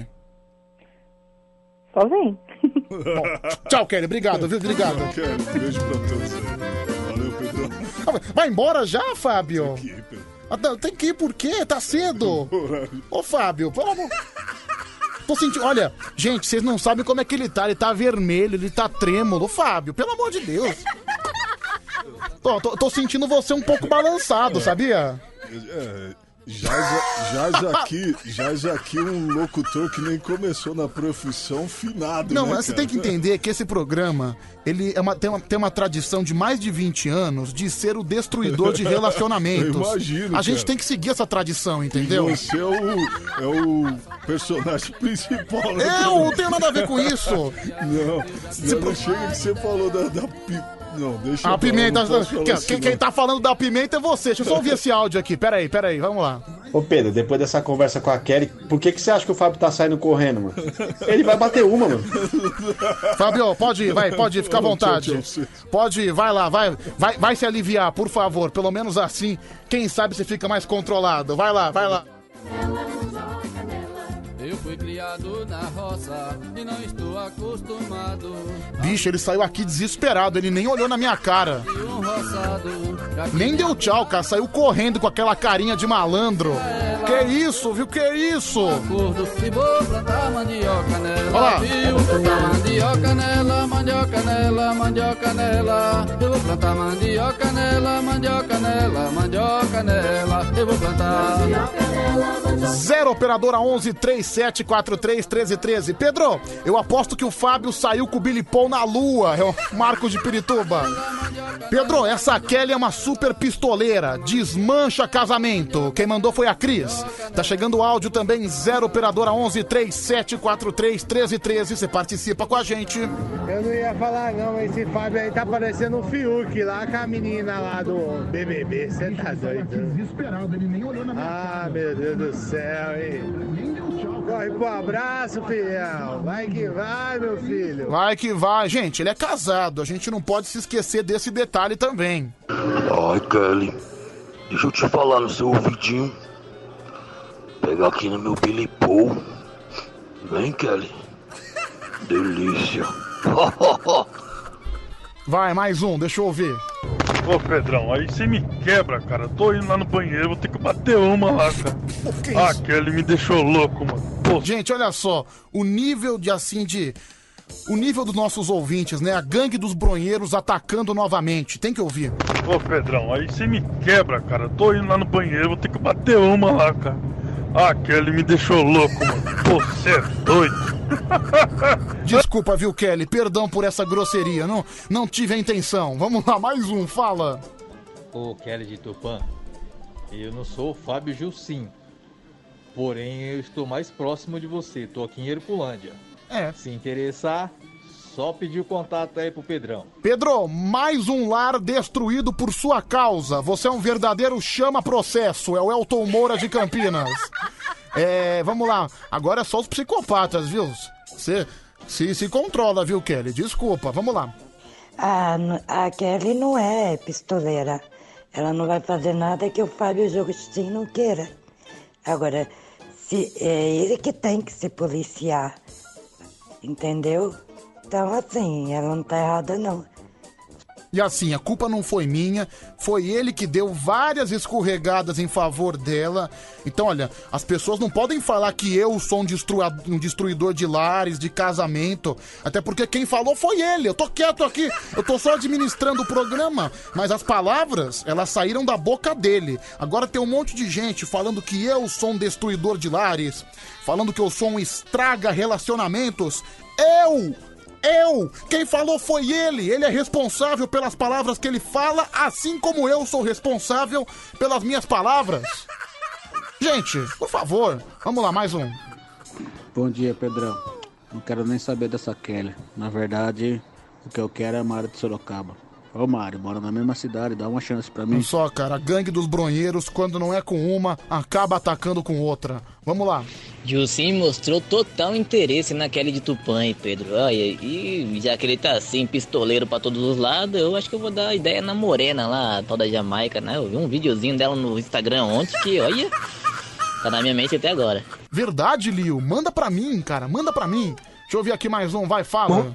Speaker 10: Só vem.
Speaker 1: Bom, tchau, Kelly. Obrigado, viu? Obrigado.
Speaker 16: Kelly, beijo pra todos aí. Valeu, Pedro.
Speaker 1: Vai embora já, Fábio? Tem que ir, Pedro. Ah, tá- tem que ir por quê? Tá cedo. Ô, Fábio, pelo amor... Tô sentindo... Olha, gente, vocês não sabem como é que ele tá. Ele tá vermelho, ele tá trêmulo. Fábio, pelo amor de Deus. Tô, tô, tô sentindo você um pouco balançado, sabia?
Speaker 16: É, jaz, jaz aqui, jaz aqui um locutor que nem começou na profissão finado,
Speaker 1: Não,
Speaker 16: né,
Speaker 1: mas você
Speaker 16: cara?
Speaker 1: tem que entender que esse programa, ele é uma, tem, uma, tem uma tradição de mais de vinte anos de ser o destruidor de relacionamentos.
Speaker 16: Eu imagino,
Speaker 1: A gente
Speaker 16: cara.
Speaker 1: tem que seguir essa tradição, entendeu?
Speaker 16: Você é o, é o personagem principal. né?
Speaker 1: Eu não tenho nada a ver com isso.
Speaker 16: Não, não, não chega que você falou da... da pi- Não, deixa
Speaker 1: A
Speaker 16: eu falar,
Speaker 1: pimenta.
Speaker 16: não posso falar
Speaker 1: Quem,
Speaker 16: assim,
Speaker 1: quem, quem
Speaker 16: não.
Speaker 1: tá falando da pimenta é você. Deixa eu só ouvir esse áudio aqui. Peraí, peraí, vamos lá.
Speaker 15: Ô Pedro, depois dessa conversa com a Kelly, por que, que você acha que o Fábio tá saindo correndo, mano? Ele vai bater uma, mano.
Speaker 1: Fábio, pode ir, vai, pode ir, fica à
Speaker 16: Tchau,
Speaker 1: vontade.
Speaker 16: tchau,
Speaker 1: Pode ir, vai lá, vai, vai, vai se aliviar, por favor. Pelo menos assim, quem sabe você fica mais controlado. Vai lá, vai lá.
Speaker 17: Eu fui criado na roça e não estou acostumado.
Speaker 1: Bicho, ele saiu aqui desesperado, ele nem olhou na minha cara.
Speaker 17: Um roçado,
Speaker 1: Nem deu tchau, cara. Saiu correndo com aquela carinha de malandro. Que isso, viu? Que isso?
Speaker 17: gordo e vou plantar mandioca nela.
Speaker 1: Olha lá.
Speaker 17: Eu vou plantar mandioca nela, mandioca nela, mandioca nela. Eu vou plantar mandioca nela, mandioca nela, mandioca nela. Eu vou plantar
Speaker 1: Zero operadora onze, três sete quatro três, um três um três. Pedro, eu aposto que o Fábio saiu com o Billy Paul na lua. É o Marco de Pirituba. Pedro, essa Kelly é uma super pistoleira. Desmancha casamento. Quem mandou foi a Cris. Tá chegando o áudio também. Zero operadora onze, três sete quatro três, um três um três. Você participa com a gente.
Speaker 18: Eu não ia falar não, mas esse Fábio aí tá parecendo um Fiuk lá com a menina lá do B B B. Você tá doido?
Speaker 1: Desesperado, ele nem olhou na minha
Speaker 18: Ah, meu Deus do céu, hein? Corre pro abraço, filhão. Vai que vai, meu filho.
Speaker 1: Vai que vai. Gente, ele é casado. A gente não pode se esquecer desse detalhe também.
Speaker 3: Ai, Kelly, deixa eu te falar no seu ouvidinho. Pegar aqui no meu Billy Paul. Vem, Kelly. Delícia.
Speaker 1: Vai, mais um. Deixa eu ouvir.
Speaker 8: Ô Pedrão, aí você me quebra, cara. Tô indo lá no banheiro, vou ter que bater uma lá, cara. Ah, Kelly me deixou louco, mano. Pô.
Speaker 1: Gente, olha só. O nível de, assim, de... O nível dos nossos ouvintes, né? A gangue dos bronheiros atacando novamente. Tem que ouvir.
Speaker 8: Ô Pedrão, aí você me quebra, cara. Tô indo lá no banheiro, vou ter que bater uma lá, cara. Ah, Kelly me deixou louco, mano. Pô, você é doido.
Speaker 1: Desculpa, viu, Kelly? Perdão por essa grosseria. Não, não tive a intenção. Vamos lá, mais um. Fala.
Speaker 19: Ô, Kelly de Tupã, eu não sou o Fábio Gilcim, porém eu estou mais próximo de você, tô aqui em Herculândia.
Speaker 1: É.
Speaker 19: Se interessar, só pedir o contato aí pro Pedrão.
Speaker 1: Pedro, mais um lar destruído por sua causa. Você é um verdadeiro chama-processo. É o Elton Moura de Campinas. É, vamos lá. Agora é só os psicopatas, viu? Você se, se controla, viu, Kelly? Desculpa, vamos lá.
Speaker 21: A, a Kelly não é pistoleira. Ela não vai fazer nada que o Fábio Jossim não queira. Agora, se, é ele que tem que se policiar. Entendeu? Então, assim, ela não tá errada, não.
Speaker 1: E assim, a culpa não foi minha, foi ele que deu várias escorregadas em favor dela. Então, olha, as pessoas não podem falar que eu sou um, destrua- um destruidor de lares, de casamento. Até porque quem falou foi ele. Eu tô quieto aqui, eu tô só administrando o programa. Mas as palavras, elas saíram da boca dele. Agora tem um monte de gente falando que eu sou um destruidor de lares, falando que eu sou um estraga relacionamentos. Eu... Eu! Quem falou foi ele! Ele é responsável pelas palavras que ele fala, assim como eu sou responsável pelas minhas palavras. Gente, por favor, vamos lá, mais um.
Speaker 23: Bom dia, Pedrão. Não quero nem saber dessa Kelly. Na verdade, o que eu quero é a Mara de Sorocaba. Ô, Mário, mora na mesma cidade, dá uma chance pra mim.
Speaker 1: Não só, cara, a gangue dos bronheiros, quando não é com uma, acaba atacando com outra. Vamos lá.
Speaker 22: Gilcim mostrou total interesse na Kelly de Tupã, hein, Pedro? Olha, e já que ele tá assim, pistoleiro pra todos os lados, eu acho que eu vou dar ideia na Morena lá, a tal da Jamaica, né? Eu vi um videozinho dela no Instagram ontem que, olha, tá na minha mente até agora.
Speaker 1: Verdade, Lio? Manda pra mim, cara, manda pra mim. Deixa eu ver aqui mais um, vai, fala.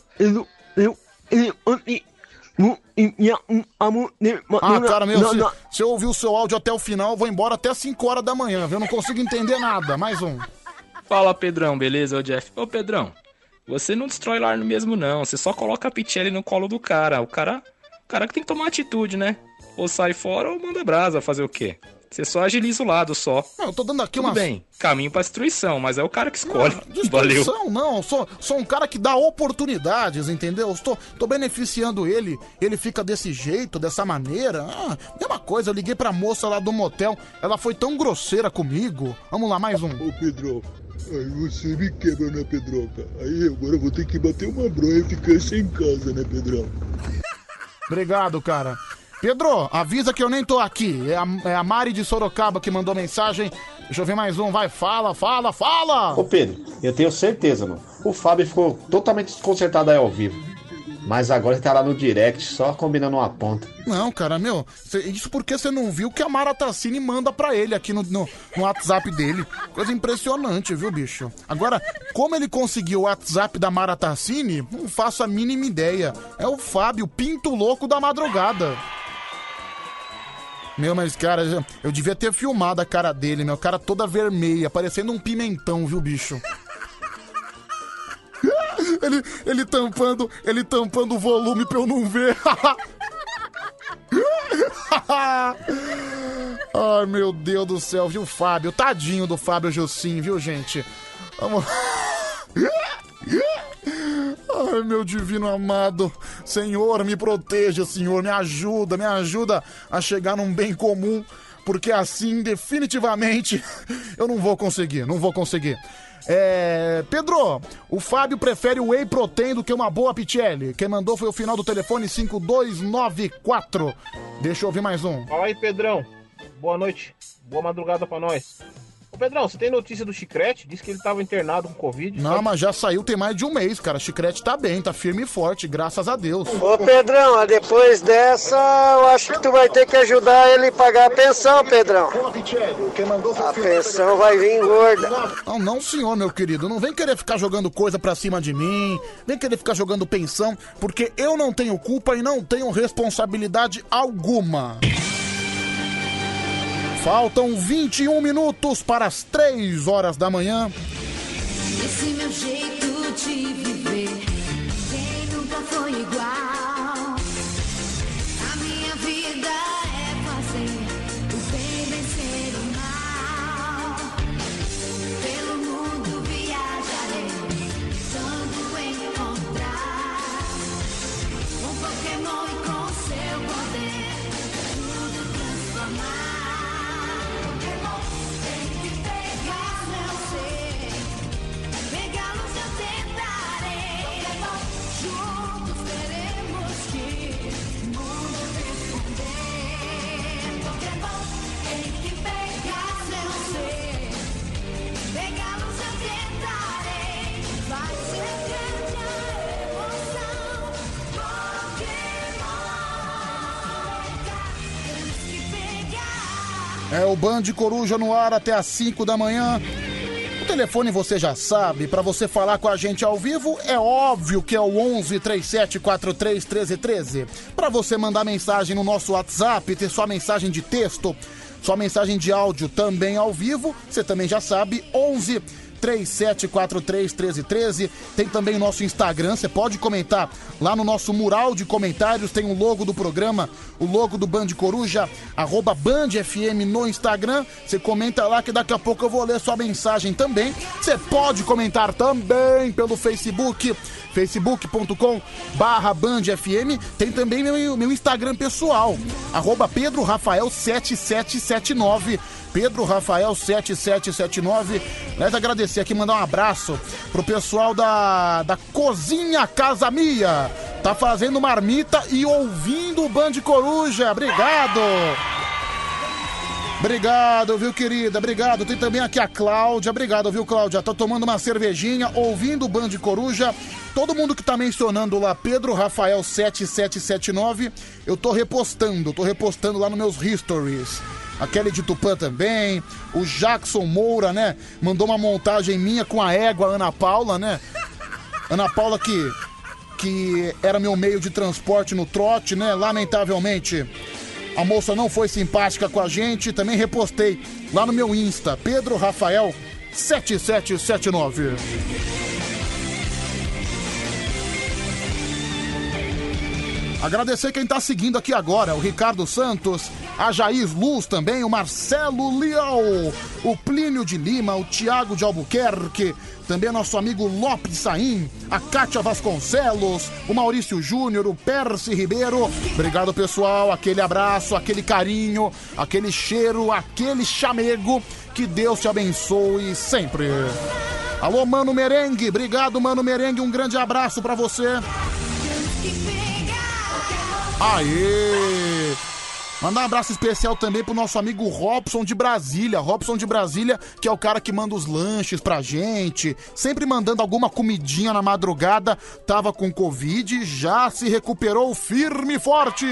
Speaker 1: Ah, cara, meu, se, se eu ouvir o seu áudio até o final, eu vou embora até cinco horas da manhã, viu? Eu não consigo entender nada. Mais um.
Speaker 24: Fala, Pedrão, beleza? Ô, Jeff. Ô, Pedrão, você não destrói lar mesmo, não. Você só coloca a Pichelli no colo do cara. O cara, o cara que tem que tomar atitude, né? Ou sai fora ou manda brasa, fazer o quê? Você só agiliza o lado só.
Speaker 1: Não, eu tô dando aqui
Speaker 24: Tudo
Speaker 1: uma...
Speaker 24: bem, caminho pra destruição, mas é o cara que escolhe.
Speaker 1: Não,
Speaker 24: Valeu.
Speaker 1: destruição, não, sou, sou um cara que dá oportunidades, entendeu? Estou, tô beneficiando ele, ele fica desse jeito, dessa maneira. Ah, mesma coisa, eu liguei pra moça lá do motel, ela foi tão grosseira comigo. Vamos lá, mais um.
Speaker 25: Ô, Pedro, aí você me quebra, né, Pedroca? Aí agora eu vou ter que bater uma bronha e ficar sem casa, né, Pedrão?
Speaker 1: Obrigado, cara. Pedro, avisa que eu nem tô aqui. É a, é a Mari de Sorocaba que mandou mensagem. Deixa eu ver mais um. Vai, fala, fala, fala!
Speaker 15: Ô Pedro, eu tenho certeza, mano. O Fábio ficou totalmente desconcertado aí ao vivo. Mas agora ele tá lá no direct, só combinando uma ponta.
Speaker 1: Não, cara, meu, cê, isso porque você não viu que a Mara Tassini manda pra ele aqui no, no, no WhatsApp dele. Coisa impressionante, viu, bicho? Agora, como ele conseguiu o WhatsApp da Mara Tassini, não faço a mínima ideia. É o Fábio, pinto louco da madrugada. Meu, mas, cara, eu devia ter filmado a cara dele, meu. Cara toda vermelha, parecendo um pimentão, viu, bicho? Ele, ele tampando, ele tampando o volume pra eu não ver. Ai, meu Deus do céu, viu, Fábio? Tadinho do Fábio Jossim, viu, gente? Vamos... Ai, meu divino amado, Senhor, me proteja, Senhor, me ajuda, me ajuda a chegar num bem comum, porque assim, definitivamente, eu não vou conseguir, não vou conseguir. É... Pedro, o Fábio prefere o Whey Protein do que uma boa Pichelli. Quem mandou foi o final do telefone cinco dois nove quatro. Deixa eu ouvir mais um.
Speaker 23: Fala aí, Pedrão. Boa noite. Boa madrugada pra nós. Ô, Pedrão, você tem notícia do Chicrete? Diz que ele tava internado com Covid.
Speaker 1: Não, mas já saiu tem mais de um mês, cara. Chicrete tá bem, tá firme e forte, graças a Deus.
Speaker 26: Ô, Pedrão, depois dessa, eu acho que tu vai ter que ajudar ele a pagar a pensão, Pedrão. A pensão vai vir gorda.
Speaker 1: Não, não, senhor, meu querido. Não vem querer ficar jogando coisa pra cima de mim. Vem querer ficar jogando pensão, porque eu não tenho culpa e não tenho responsabilidade alguma. Faltam vinte e um minutos para as três horas da manhã.
Speaker 2: Esse meu jeito de viver, quem nunca foi igual? A minha vida é fazer o bem vencer o mal. Pelo mundo viajarei, tentando encontrar um Pokémon e com seu poder
Speaker 1: É o Band Coruja no ar até às cinco da manhã. O telefone você já sabe, pra você falar com a gente ao vivo, é óbvio que é o onze, trinta e sete, quarenta e três, treze, treze. Pra você mandar mensagem no nosso WhatsApp, ter sua mensagem de texto, sua mensagem de áudio também ao vivo, você também já sabe, onze, trinta e sete, quarenta e três, treze, treze. Tem também o nosso Instagram, você pode comentar lá no nosso mural de comentários, tem o logo do programa, o logo do Band Coruja, arroba Band F M no Instagram. Você comenta lá que daqui a pouco eu vou ler sua mensagem também. Você pode comentar também pelo Facebook, facebook ponto com barra Band F M. Tem também meu, meu Instagram pessoal, arroba Pedro Rafael sete sete sete nove. Pedro Rafael sete sete sete nove. Aliás, agradecer aqui, mandar um abraço pro pessoal da, da Cozinha Casa Mia. Tá fazendo marmita e ouvindo o Band Coruja. Obrigado. Obrigado, viu, querida? Obrigado. Tem também aqui a Cláudia. Obrigado, viu, Cláudia? Tá tomando uma cervejinha, ouvindo o Band Coruja. Todo mundo que tá mencionando lá, Pedro Rafael sete sete sete nove, eu tô repostando, tô repostando lá nos meus histories. A Kelly de Tupã também, o Jackson Moura, né? Mandou uma montagem minha com a égua Ana Paula, né? Ana Paula que, que era meu meio de transporte no trote, né? Lamentavelmente, a moça não foi simpática com a gente. Também repostei lá no meu Insta, Pedro Rafael sete sete sete nove. Agradecer quem tá seguindo aqui agora, o Ricardo Santos, a Jair Luz também, o Marcelo Leal, o Plínio de Lima, o Thiago de Albuquerque, também nosso amigo Lopes Saim, a Kátia Vasconcelos, o Maurício Júnior, o Percy Ribeiro. Obrigado, pessoal, aquele abraço, aquele carinho, aquele cheiro, aquele chamego. Que Deus te abençoe sempre. Alô, Mano Merengue, obrigado, Mano Merengue, um grande abraço pra você. Aê! Mandar um abraço especial também pro nosso amigo Robson de Brasília. Robson de Brasília, que é o cara que manda os lanches pra gente, sempre mandando alguma comidinha na madrugada. Tava com Covid, já se recuperou firme e forte.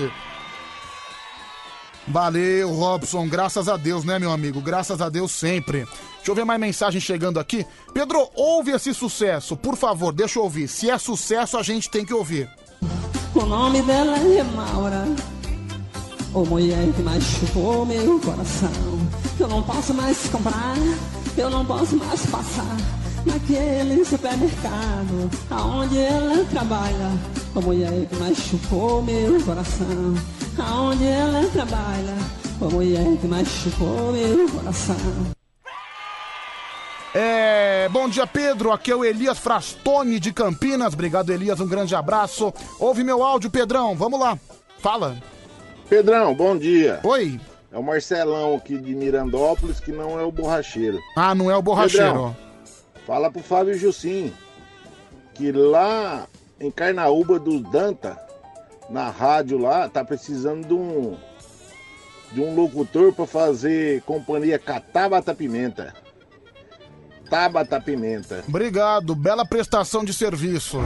Speaker 1: Valeu, Robson, graças a Deus, né, meu amigo? Graças a Deus sempre. Deixa eu ver mais mensagem chegando aqui. Pedro, ouve esse sucesso, por favor, deixa eu ouvir. Se é sucesso, a gente tem que ouvir.
Speaker 5: O nome dela é Maura, ô mulher que machucou meu coração. Eu não posso mais comprar, eu não posso mais passar naquele supermercado aonde ela trabalha. Ô mulher que machucou meu coração, aonde ela trabalha. Ô mulher que machucou meu coração.
Speaker 1: É, bom dia, Pedro, aqui é o Elias Frastoni de Campinas. Obrigado, Elias, um grande abraço. Ouve meu áudio, Pedrão, vamos lá, fala.
Speaker 7: Pedrão, bom dia.
Speaker 1: Oi.
Speaker 7: É o Marcelão aqui de Mirandópolis, que não é o borracheiro.
Speaker 1: Ah, não é o borracheiro.
Speaker 7: Pedrão, fala pro Fábio Jussim que lá em Carnaúba do Danta, na rádio lá, tá precisando de um, de um locutor pra fazer companhia com a Tabata Pimenta. Tabata Pimenta.
Speaker 1: Obrigado, bela prestação de serviço.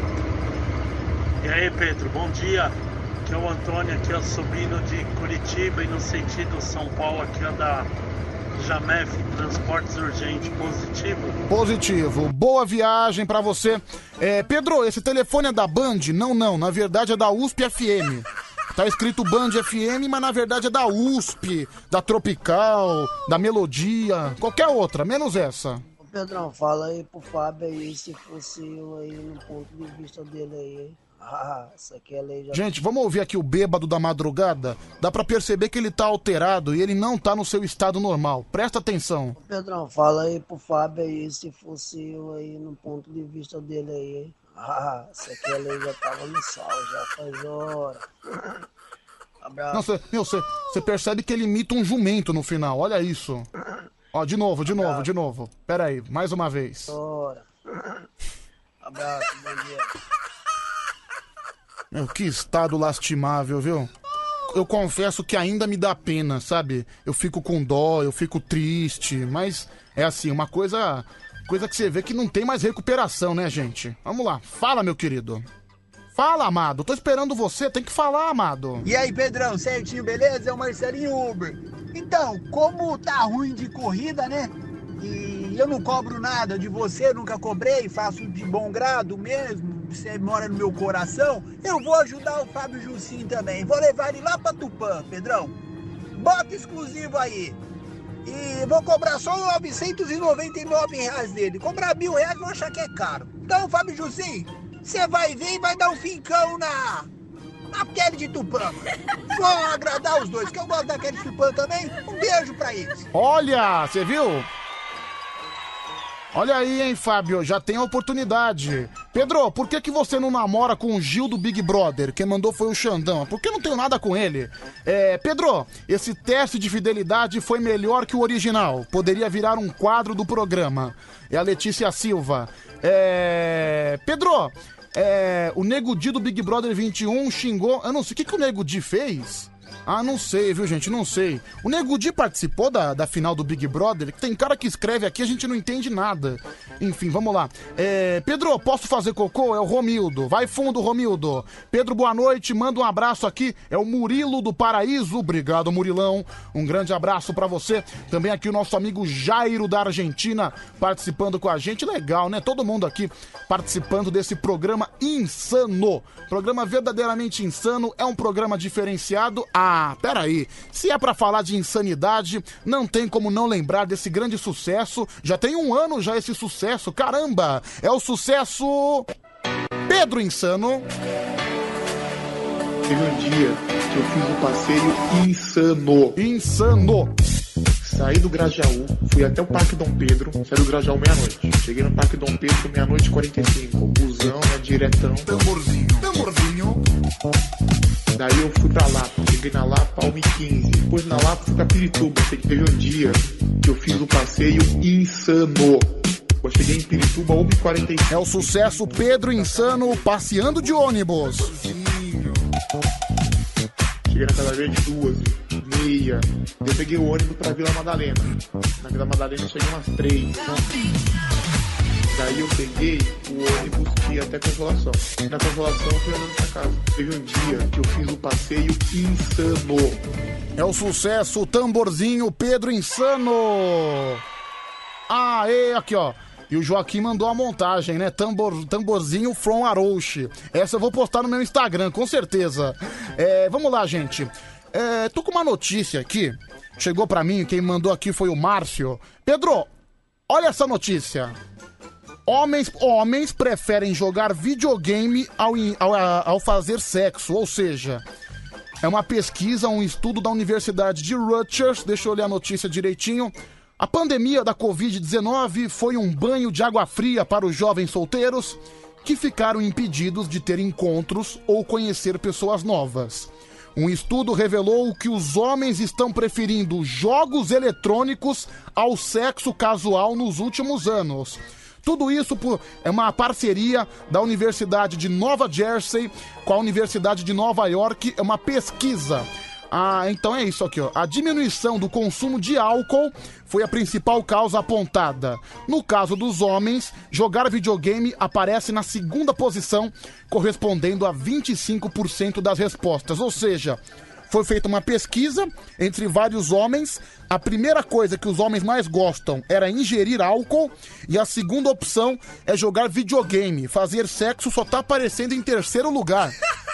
Speaker 9: E aí, Pedro, bom dia. Aqui é o Antônio, aqui é o sobrinho de Curitiba e no sentido São Paulo, aqui é da Jamef Transportes Urgente. Positivo?
Speaker 1: Positivo, boa viagem pra você. É, Pedro, esse telefone é da Band? Não, não, na verdade é da U S P F M. Tá escrito Band F M, mas na verdade é da U S P, da Tropical, da Melodia, qualquer outra, menos essa.
Speaker 11: Pedrão, fala aí pro Fábio aí, se fosse eu aí, no ponto de vista dele aí, hein? Ah, essa aqui é lei já...
Speaker 1: Gente, vamos ouvir aqui o bêbado da madrugada? Dá pra perceber que ele tá alterado e ele não tá no seu estado normal. Presta atenção.
Speaker 11: Pedrão, fala aí pro Fábio aí, se fosse eu aí, no ponto de vista dele aí, hein? Ah, essa aqui é lei já tava no sal, já faz hora. Abraço.
Speaker 1: Não, cê, meu, você percebe que ele imita um jumento no final, olha isso. Ó, de novo, de novo, de novo. Pera aí, mais uma vez.
Speaker 11: Hora. Abraço, bom dia.
Speaker 1: Meu, que estado lastimável, viu? Eu confesso que ainda me dá pena, sabe? Eu fico com dó, eu fico triste, mas é assim, uma coisa, coisa que você vê que não tem mais recuperação, né, gente? Vamos lá, fala, meu querido. Fala, amado. Tô esperando você. Tem que falar, amado.
Speaker 4: E aí, Pedrão, certinho, beleza? É o Marcelinho Uber. Então, como tá ruim de corrida, né? E eu não cobro nada de você, nunca cobrei, faço de bom grado mesmo, você mora no meu coração, eu vou ajudar o Fábio Jussim também. Vou levar ele lá pra Tupã, Pedrão. Bota exclusivo aí. E vou cobrar só novecentos e noventa e nove reais dele. Cobrar mil reais vão achar que é caro. Então, Fábio Jussim, você vai ver e vai dar um fincão na... na Kelly de Tupã. Vou agradar os dois, que eu gosto da Kelly de Tupã também. Um beijo pra eles.
Speaker 1: Olha, você viu? Olha aí, hein, Fábio, já tem a oportunidade. Pedro, por que que você não namora com o Gil do Big Brother? Quem mandou foi o Xandão. Por que eu não tenho nada com ele? É, Pedro, esse teste de fidelidade foi melhor que o original. Poderia virar um quadro do programa. É a Letícia Silva. É... Pedro, é... o Nego Di do Big Brother vinte e um xingou... Eu não sei, o que que o Nego Di fez? Ah, não sei, viu, gente? Não sei. O Nego Di participou da, da final do Big Brother? Tem cara que escreve aqui, a gente não entende nada. Enfim, vamos lá. É, Pedro, posso fazer cocô? É o Romildo. Vai fundo, Romildo. Pedro, boa noite. Manda um abraço aqui. É o Murilo do Paraíso. Obrigado, Murilão. Um grande abraço pra você. Também aqui o nosso amigo Jairo da Argentina participando com a gente. Legal, né? Todo mundo aqui participando desse programa insano. Programa verdadeiramente insano. É um programa diferenciado. Ah, Ah, peraí, se é pra falar de insanidade, não tem como não lembrar desse grande sucesso. Já tem um ano já esse sucesso, caramba! É o sucesso Pedro Insano.
Speaker 6: Teve um dia que eu fiz um passeio insano.
Speaker 1: Insano.
Speaker 6: Saí do Grajaú, fui até o Parque Dom Pedro, saí do Grajaú meia-noite. Cheguei no Parque Dom Pedro meia-noite e quarenta e cinco. Busão, né, diretão.
Speaker 1: Tamborzinho, tamborzinho.
Speaker 6: Daí eu fui pra Lapa, cheguei na Lapa uma e quinze. Depois na Lapa fui pra Pirituba. Sei que teve um dia que eu fiz um passeio insano. Eu cheguei em Pirituba uma e quarenta e cinco.
Speaker 1: É o sucesso Pedro Insano passeando de ônibus.
Speaker 6: Cheguei na Casa Verde duas, meia. Eu peguei o ônibus pra Vila Madalena. Na Vila Madalena eu cheguei umas três. Daí eu peguei o ônibus que ia até Consolação. Na Consolação eu fui andando pra casa. Teve um dia que eu fiz um passeio insano.
Speaker 1: É o sucesso Tamborzinho Pedro Insano. Aê, aqui ó. E o Joaquim mandou a montagem, né? Tambor, tamborzinho from Arouche. Essa eu vou postar no meu Instagram, com certeza. É, vamos lá, gente. É, tô com uma notícia aqui. Chegou pra mim, quem mandou aqui foi o Márcio. Pedro, olha essa notícia. Homens, homens preferem jogar videogame ao, ao, ao fazer sexo, ou seja, é uma pesquisa, um estudo da Universidade de Rutgers, deixa eu ler a notícia direitinho. A pandemia da covid dezenove foi um banho de água fria para os jovens solteiros que ficaram impedidos de ter encontros ou conhecer pessoas novas. Um estudo revelou que os homens estão preferindo jogos eletrônicos ao sexo casual nos últimos anos. Tudo isso por, é uma parceria da Universidade de Nova Jersey com a Universidade de Nova York, é uma pesquisa. Ah, então é isso aqui, ó. A diminuição do consumo de álcool foi a principal causa apontada. No caso dos homens, jogar videogame aparece na segunda posição, correspondendo a vinte e cinco por cento das respostas. Ou seja, foi feita uma pesquisa entre vários homens. A primeira coisa que os homens mais gostam era ingerir álcool. E a segunda opção é jogar videogame. Fazer sexo só tá aparecendo em terceiro lugar.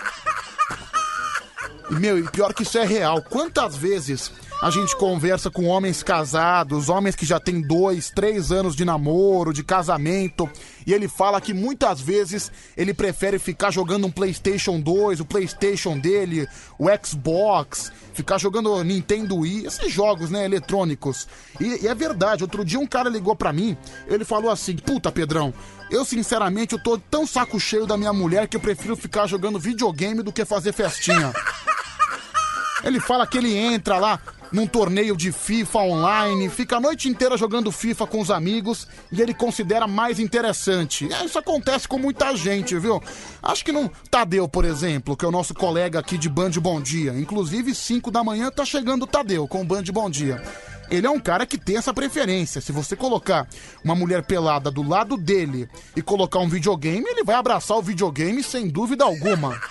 Speaker 1: E, meu, e pior que isso é real. Quantas vezes a gente conversa com homens casados, homens que já têm dois, três anos de namoro, de casamento, e ele fala que muitas vezes ele prefere ficar jogando um PlayStation dois, o PlayStation dele, o Xbox, ficar jogando Nintendo Wii, esses jogos, né, eletrônicos. E, e é verdade, outro dia um cara ligou pra mim, ele falou assim, puta, Pedrão, eu sinceramente eu tô tão saco cheio da minha mulher que eu prefiro ficar jogando videogame do que fazer festinha. Ele fala que ele entra lá num torneio de FIFA online, fica a noite inteira jogando FIFA com os amigos e ele considera mais interessante. É, isso acontece com muita gente, viu? Acho que não... Tadeu, por exemplo, que é o nosso colega aqui de Band Bom Dia. Inclusive, cinco da manhã tá chegando o Tadeu com o Band Bom Dia. ele é um cara que tem essa preferência. Se você colocar uma mulher pelada do lado dele e colocar um videogame, ele vai abraçar o videogame sem dúvida alguma.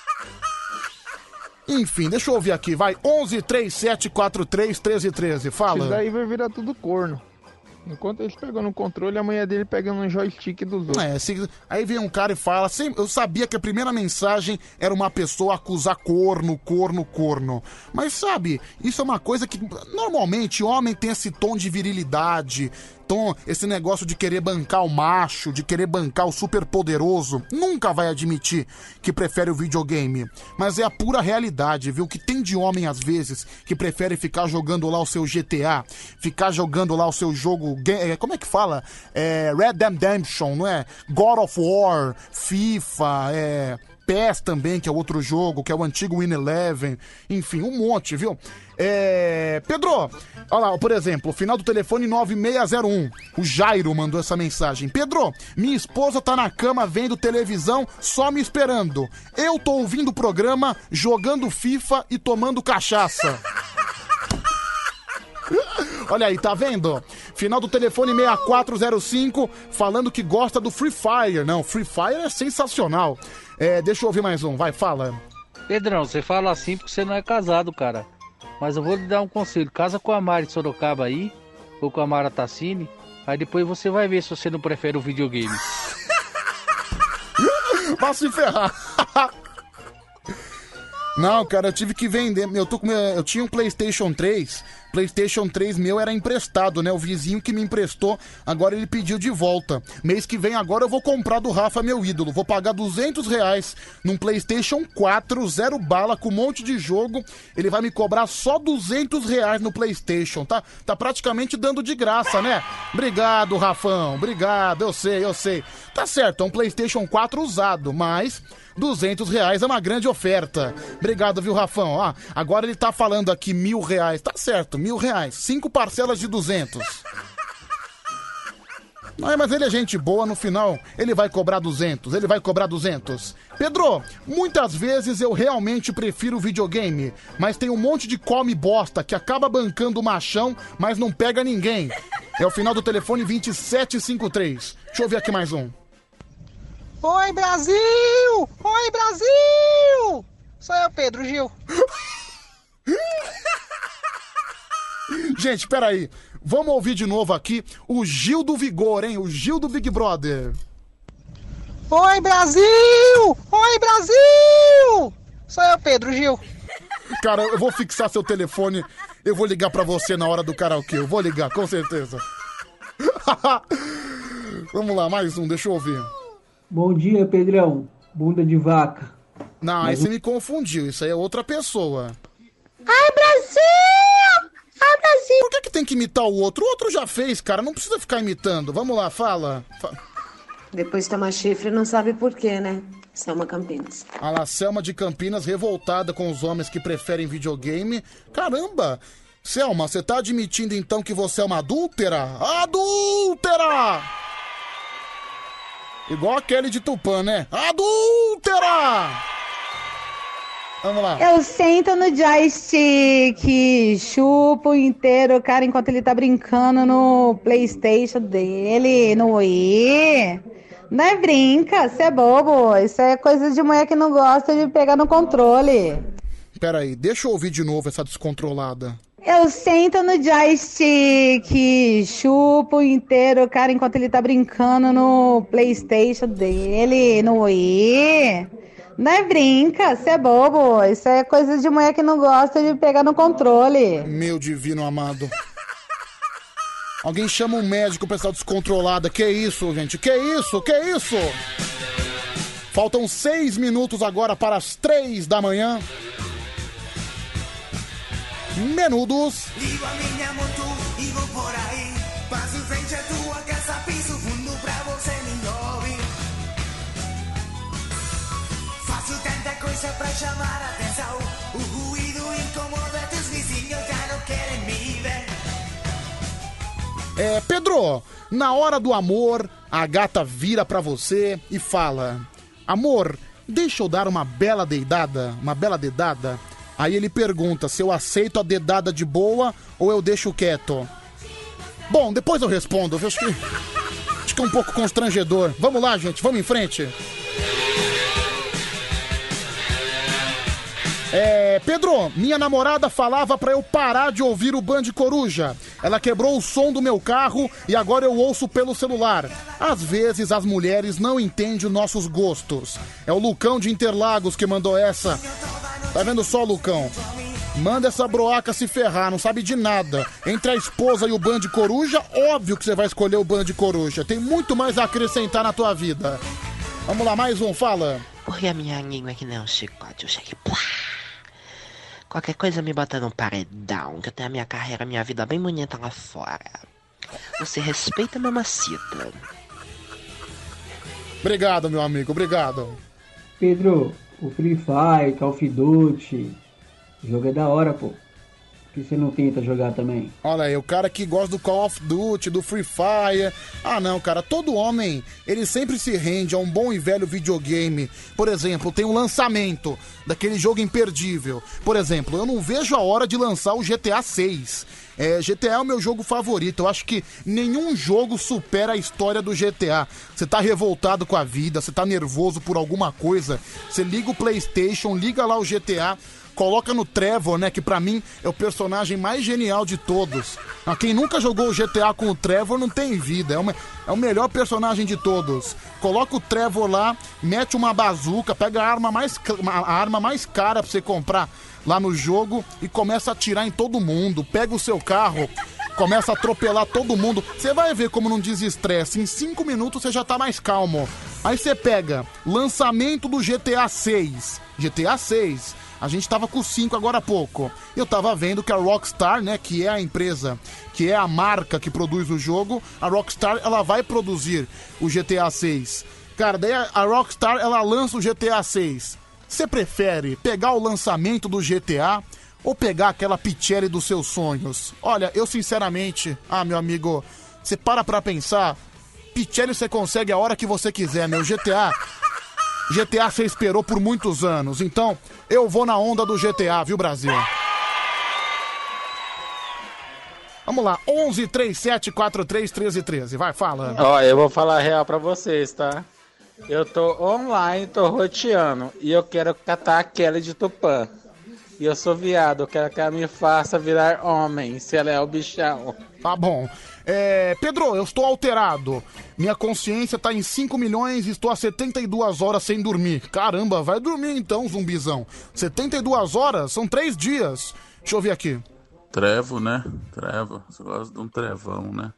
Speaker 1: Enfim, deixa eu ouvir aqui, vai. onze, trinta e sete, quarenta e três, treze, treze, fala.
Speaker 10: Isso daí vai virar tudo corno. Enquanto eles pegam no controle, a mulher dele pega no joystick dos outros.
Speaker 1: É, se, aí vem um cara e fala, assim, eu sabia que a primeira mensagem era uma pessoa acusar corno, corno, corno. Mas sabe, isso é uma coisa que normalmente homem tem esse tom de virilidade, tom, esse negócio de querer bancar o macho, de querer bancar o super poderoso, nunca vai admitir que prefere o videogame. Mas é a pura realidade, viu? Que tem de homem às vezes que prefere ficar jogando lá o seu G T A, ficar jogando lá o seu jogo, como é que fala? É, Red Dead Redemption, não é? God of War, FIFA, é, P E S também, que é outro jogo, que é o antigo Win Eleven, enfim, um monte, viu? É... Pedro, olha lá, por exemplo, o final do telefone nove seis zero um, o Jairo mandou essa mensagem. Pedro, minha esposa tá na cama vendo televisão, só me esperando. Eu tô ouvindo o programa, jogando FIFA e tomando cachaça. Olha aí, tá vendo? Final do telefone seis quatro zero cinco, falando que gosta do Free Fire. Não, Free Fire é sensacional. É, deixa eu ouvir mais um, vai, fala.
Speaker 23: Pedrão, você fala assim porque você não é casado, cara. Mas eu vou lhe dar um conselho. Casa com a Mari Sorocaba aí, ou com a Mara Tassini, aí depois você vai ver se você não prefere o videogame.
Speaker 1: Vai se ferrar. Não, cara, eu tive que vender. Eu, tô com... eu tinha um PlayStation três. PlayStation três meu era emprestado, né? O vizinho que me emprestou, agora ele pediu de volta. Mês que vem agora eu vou comprar do Rafa, meu ídolo. Vou pagar duzentos reais num PlayStation quatro, zero bala, com um monte de jogo. Ele vai me cobrar só duzentos reais no PlayStation, tá? Tá praticamente dando de graça, né? Obrigado, Rafão. Obrigado, eu sei, eu sei. Tá certo, é um PlayStation quatro usado, mas duzentos reais é uma grande oferta. Obrigado, viu, Rafão? Ó, agora ele tá falando aqui mil reais. Tá certo, mil reais. Cinco parcelas de duzentos. Não, mas ele é gente boa, no final ele vai cobrar duzentos. Ele vai cobrar duzentos. Pedro, muitas vezes eu realmente prefiro videogame, mas tem um monte de come bosta que acaba bancando o machão, mas não pega ninguém. É o final do telefone vinte e sete cinquenta e três. Deixa eu ver aqui mais um.
Speaker 12: Oi, Brasil! Oi, Brasil! Sou eu, Pedro Gil.
Speaker 1: Gente, peraí. Vamos ouvir de novo aqui o Gil do Vigor, hein? O Gil do Big Brother.
Speaker 12: Oi, Brasil! Oi, Brasil! Sou eu, Pedro Gil.
Speaker 1: Cara, eu vou fixar seu telefone. Eu vou ligar pra você na hora do karaokê. Eu vou ligar, com certeza. Vamos lá, mais um, deixa eu ouvir.
Speaker 13: Bom dia, Pedrão. Bunda de vaca.
Speaker 1: Não, aí você me confundiu. Isso aí é outra pessoa.
Speaker 12: Ai, Brasil! Ai, Brasil!
Speaker 1: Por que que tem que imitar o outro? O outro já fez, cara. Não precisa ficar imitando. Vamos lá, fala. Fa...
Speaker 14: Depois toma chifre não sabe por quê, né? Selma Campinas.
Speaker 1: A La Selma de Campinas, revoltada com os homens que preferem videogame. Caramba! Selma, você tá admitindo então que você é uma adúltera? Adúltera! Igual a Kelly de Tupã, né? Adúltera! Vamos lá.
Speaker 16: Eu sento no joystick, chupo inteiro o cara enquanto ele tá brincando no PlayStation dele, no Wii. Não é brinca, você é bobo. Isso é coisa de mulher que não gosta de pegar no controle.
Speaker 1: Pera aí, deixa eu ouvir de novo essa descontrolada.
Speaker 16: Eu sento no joystick, chupo inteiro o cara enquanto ele tá brincando no PlayStation dele, no Wii. Não é brinca, você é bobo. Isso é coisa de mulher que não gosta de pegar no controle.
Speaker 1: Meu divino amado. Alguém chama um médico pra essa descontrolada. Que isso, gente? Que isso? Que isso? Faltam seis minutos agora para as três da manhã. Menudos.
Speaker 2: Digo a minha moto e vou por aí. Passo em frente à tua casa, piso fundo pra você me ouvir. Faço tanta coisa pra chamar a atenção. O ruído incomoda teus vizinhos, já não querem me ver.
Speaker 1: É, Pedro, na hora do amor, a gata vira pra você e fala: amor, deixa eu dar uma bela dedada, uma bela dedada. Aí ele pergunta se eu aceito a dedada de boa ou eu deixo quieto. Bom, depois eu respondo, viu? Acho que, acho que é um pouco constrangedor. Vamos lá, gente, vamos em frente. É, Pedro, minha namorada falava pra eu parar de ouvir o Band Coruja. Ela quebrou o som do meu carro e agora eu ouço pelo celular. Às vezes as mulheres não entendem os nossos gostos. É o Lucão de Interlagos que mandou essa. Tá vendo só, Lucão? Manda essa broaca se ferrar, não sabe de nada. Entre a esposa e o Band Coruja, óbvio que você vai escolher o Band Coruja. Tem muito mais a acrescentar na tua vida. Vamos lá, mais um, fala.
Speaker 3: Porque a minha língua é que nem um chicote, eu cheguei. Qualquer coisa me bota no paredão, que eu tenho a minha carreira, a minha vida bem bonita lá fora. Você respeita a mamacita.
Speaker 1: Obrigado, meu amigo, obrigado.
Speaker 13: Pedro, o Free Fire, Call of Duty, o jogo é da hora, pô. Por que você não tenta jogar também?
Speaker 1: Olha aí, o cara que gosta do Call of Duty, do Free Fire... Ah, não, cara, todo homem, ele sempre se rende a um bom e velho videogame. Por exemplo, tem um lançamento daquele jogo imperdível. Por exemplo, eu não vejo a hora de lançar o G T A seis. É, G T A é o meu jogo favorito. Eu acho que nenhum jogo supera a história do G T A. Você tá revoltado com a vida, você tá nervoso por alguma coisa, você liga o PlayStation, liga lá o G T A... Coloca no Trevor, né, que pra mim é o personagem mais genial de todos. Ah, quem nunca jogou o G T A com o Trevor não tem vida, é, uma, é o melhor personagem de todos. Coloca o Trevor lá, mete uma bazuca, pega a arma mais, a arma mais cara pra você comprar lá no jogo e começa a atirar em todo mundo. Pega o seu carro, começa a atropelar todo mundo. Você vai ver como não desestressa, em cinco minutos você já tá mais calmo. Aí você pega lançamento do G T A seis. G T A seis... A gente tava com o cinco agora há pouco. Eu tava vendo que a Rockstar, né, que é a empresa, que é a marca que produz o jogo, a Rockstar, ela vai produzir o G T A seis. Cara, daí a Rockstar, ela lança o G T A seis. Você prefere pegar o lançamento do G T A ou pegar aquela Pichelli dos seus sonhos? Olha, eu sinceramente, ah, meu amigo, você para pra pensar, Pichelli você consegue a hora que você quiser, meu. G T A... G T A você esperou por muitos anos, então eu vou na onda do G T A, viu, Brasil? Vamos lá, onze, trinta e sete, quarenta e três, treze, treze, vai, fala.
Speaker 8: Ó, eu vou falar a real pra vocês, tá? Eu tô online, tô roteando, e eu quero catar a Kelly de Tupã. E eu sou viado, eu quero que ela me faça virar homem, se ela é o bichão.
Speaker 1: Tá bom. É, Pedro, eu estou alterado. Minha consciência tá em cinco milhões e estou há setenta e duas horas sem dormir. Caramba, vai dormir então, zumbizão. setenta e duas horas? São três dias. Deixa eu ver aqui.
Speaker 17: Trevo, né? Trevo. Você gosta de um trevão, né?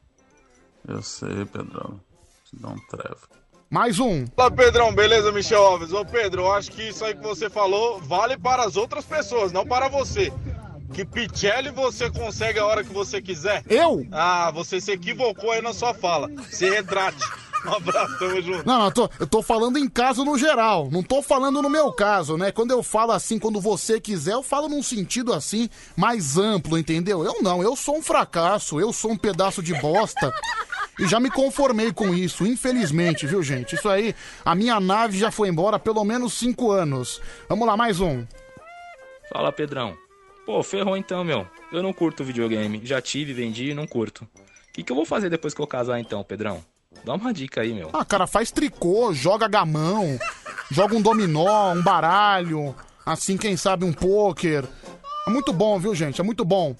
Speaker 17: Eu sei, Pedrão. Te dá um trevo.
Speaker 1: Mais um.
Speaker 18: Fala, Pedrão, beleza, Michel Alves? Ô, Pedro, eu acho que isso aí que você falou vale para as outras pessoas, não para você. Que Pichelli você consegue a hora que você quiser.
Speaker 1: Eu?
Speaker 18: Ah, você se equivocou aí na sua fala. Se retrate. Um abraço, tamo junto.
Speaker 1: Não, não, eu tô, eu tô falando em caso no geral. Não tô falando no meu caso, né? Quando eu falo assim, quando você quiser, eu falo num sentido assim, mais amplo, entendeu? Eu não, eu sou um fracasso, eu sou um pedaço de bosta. E já me conformei com isso, infelizmente, viu, gente? Isso aí, a minha nave já foi embora há pelo menos cinco anos. Vamos lá, mais um.
Speaker 24: Fala, Pedrão. Pô, ferrou então, meu. Eu não curto videogame. Já tive, vendi e não curto. O que, que eu vou fazer depois que eu casar então, Pedrão? Dá uma dica aí, meu.
Speaker 1: Ah, cara, faz tricô, joga gamão, joga um dominó, um baralho, assim, quem sabe um pôquer. É muito bom, viu, gente? É muito bom.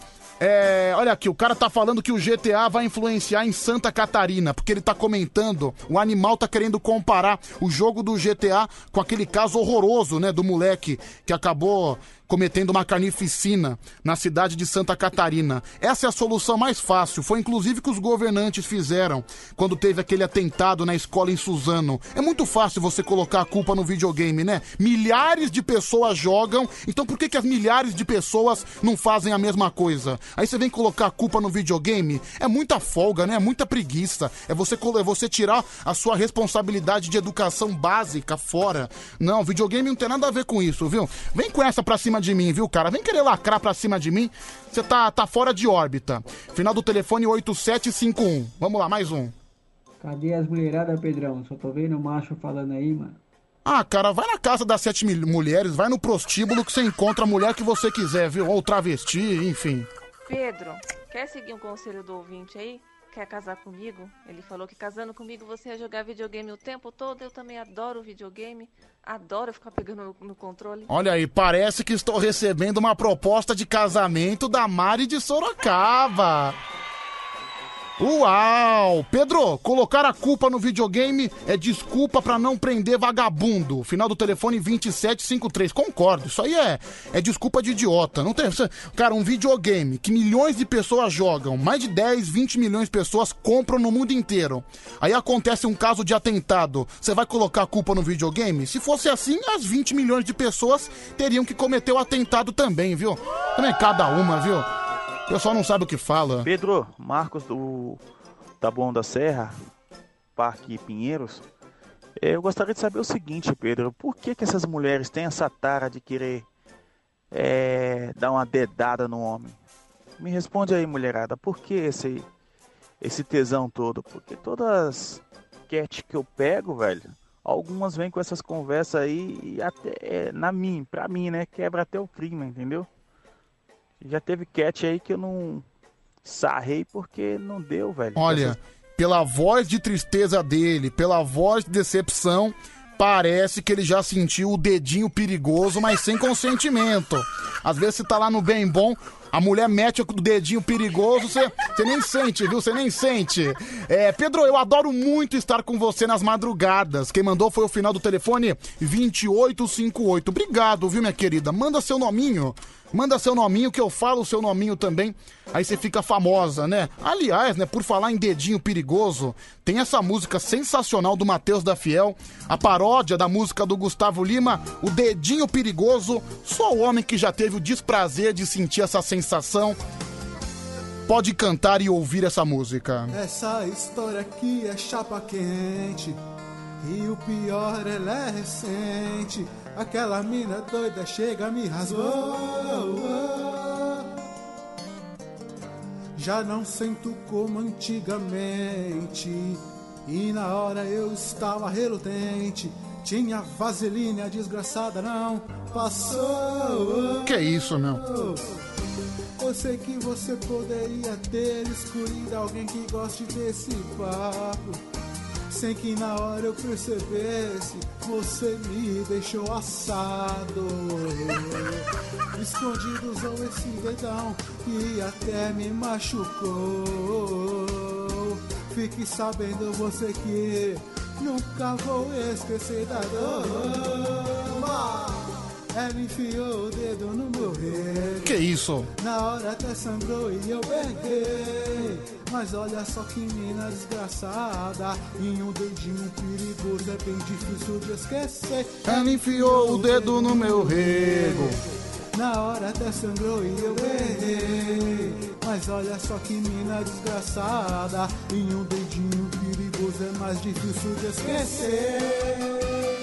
Speaker 1: É, olha aqui, o cara tá falando que o G T A vai influenciar em Santa Catarina, porque ele tá comentando, o animal tá querendo comparar o jogo do G T A com aquele caso horroroso, né, do moleque que acabou cometendo uma carnificina na cidade de Santa Catarina. Essa é a solução mais fácil, foi inclusive que os governantes fizeram quando teve aquele atentado na escola em Suzano. É muito fácil você colocar a culpa no videogame, né? Milhares de pessoas jogam, então por que que as milhares de pessoas não fazem a mesma coisa? Aí você vem colocar a culpa no videogame, é muita folga, né? É muita preguiça. É você, é você tirar a sua responsabilidade de educação básica fora. Não, videogame não tem nada a ver com isso, viu? Vem com essa pra cima de mim, viu, cara? Vem querer lacrar pra cima de mim, você tá, tá fora de órbita. Final do telefone oito sete cinco um. Vamos lá, mais um.
Speaker 13: Cadê as mulheradas, Pedrão? Só tô vendo o macho falando aí, mano.
Speaker 1: Ah, cara, vai na casa das sete mil mulheres, vai no prostíbulo que você encontra a mulher que você quiser, viu? Ou travesti, enfim.
Speaker 15: Pedro, quer seguir um conselho do ouvinte aí? Quer casar comigo? Ele falou que casando comigo você ia jogar videogame o tempo todo. Eu também adoro videogame. Adoro ficar pegando no, no controle.
Speaker 1: Olha aí, parece que estou recebendo uma proposta de casamento da Mari de Sorocaba. Uau! Pedro, colocar a culpa no videogame é desculpa pra não prender vagabundo. Final do telefone vinte e sete cinquenta e três. Concordo, isso aí é, é desculpa de idiota. Não tem, cara, um videogame que milhões de pessoas jogam, mais de dez, vinte milhões de pessoas compram no mundo inteiro. Aí acontece um caso de atentado. Você vai colocar a culpa no videogame? Se fosse assim, as vinte milhões de pessoas teriam que cometer o atentado também, viu? Também cada uma, viu? O pessoal não sabe o que fala.
Speaker 19: Pedro, Marcos do Taboão da Serra, Parque Pinheiros. Eu gostaria de saber o seguinte, Pedro. Por que que essas mulheres têm essa tara de querer é, dar uma dedada no homem? Me responde aí, mulherada. Por que esse, esse tesão todo? Porque todas cat que eu pego, velho, algumas vêm com essas conversas aí e até, é, na mim, pra mim, né? Quebra até o clima, entendeu? Já teve cat aí que eu não sarrei porque não deu, velho.
Speaker 1: Olha, Essas... pela voz de tristeza dele, pela voz de decepção, parece que ele já sentiu o dedinho perigoso, mas sem consentimento. Às vezes você tá lá no bem bom, a mulher mete o dedinho perigoso, você, você nem sente, viu? Você nem sente. É, Pedro, eu adoro muito estar com você nas madrugadas. Quem mandou foi o final do telefone vinte e oito cinquenta e oito. Obrigado, viu, minha querida? Manda seu nominho. Manda seu nominho que eu falo o seu nominho também. Aí você fica famosa, né? Aliás, né, por falar em dedinho perigoso, tem essa música sensacional do Matheus da Fiel, a paródia da música do Gustavo Lima, o dedinho perigoso. Só o homem que já teve o desprazer de sentir essa sensação pode cantar e ouvir essa música.
Speaker 20: Essa história aqui é chapa quente e o pior, ela é recente. Aquela mina doida chega, me rasgou. Já não sinto como antigamente, e na hora eu estava relutante. Tinha vaselina, a desgraçada não passou.
Speaker 1: Que isso, meu?
Speaker 20: Eu sei que você poderia ter escolhido alguém que goste desse papo, sem que na hora eu percebesse, você me deixou assado. Escondido usou esse dedão e até me machucou. Fique sabendo você que nunca vou esquecer da dor. Ela enfiou o dedo no meu rego.
Speaker 1: Que isso?
Speaker 20: Na hora até sangrou e eu berrei. Mas olha só que mina desgraçada, e um dedinho perigoso é bem difícil de esquecer.
Speaker 1: Ela enfiou o dedo no meu rego.
Speaker 20: Na hora até sangrou e eu errei. Mas olha só que mina desgraçada, e um dedinho perigoso é mais difícil de esquecer.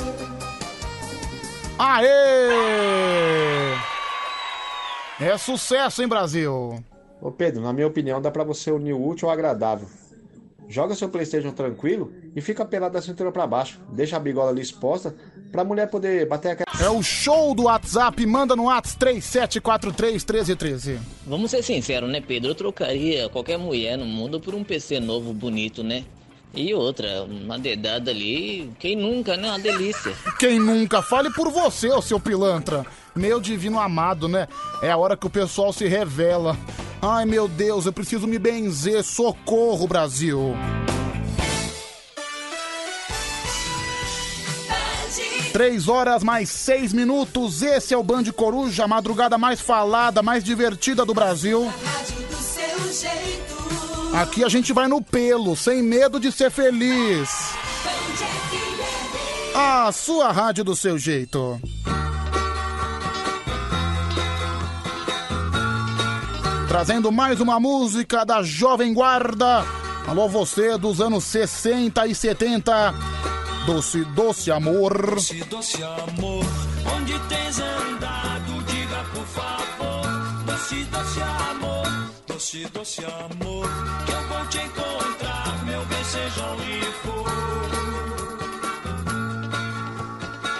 Speaker 1: Aê! É sucesso, hein, Brasil?
Speaker 21: Ô Pedro, na minha opinião, dá pra você unir o útil ao agradável. Joga seu PlayStation tranquilo e fica pelado da cintura pra baixo. Deixa a bigola ali exposta pra mulher poder bater aquela...
Speaker 1: É o show do WhatsApp, manda no WhatsApp três sete quatro três, um três um três.
Speaker 22: Vamos ser sinceros, né, Pedro? Eu trocaria qualquer mulher no mundo por um P C novo, bonito, né? E outra, uma dedada ali, quem nunca, né? Uma delícia.
Speaker 1: Quem nunca? Fale por você, ô seu pilantra. Meu divino amado, né? É a hora que o pessoal se revela. Ai, meu Deus, eu preciso me benzer. Socorro, Brasil. Três horas mais seis minutos. Esse é o Band Coruja, a madrugada mais falada, mais divertida do Brasil. Aqui a gente vai no pelo, sem medo de ser feliz. A sua rádio do seu jeito. Trazendo mais uma música da Jovem Guarda. Alô, você dos anos sessenta e setenta. Doce, doce amor.
Speaker 2: Doce, doce amor, onde tens andado, diga por favor. Doce, doce amor, doce, doce amor, que eu vou te encontrar, meu bem, seja onde for.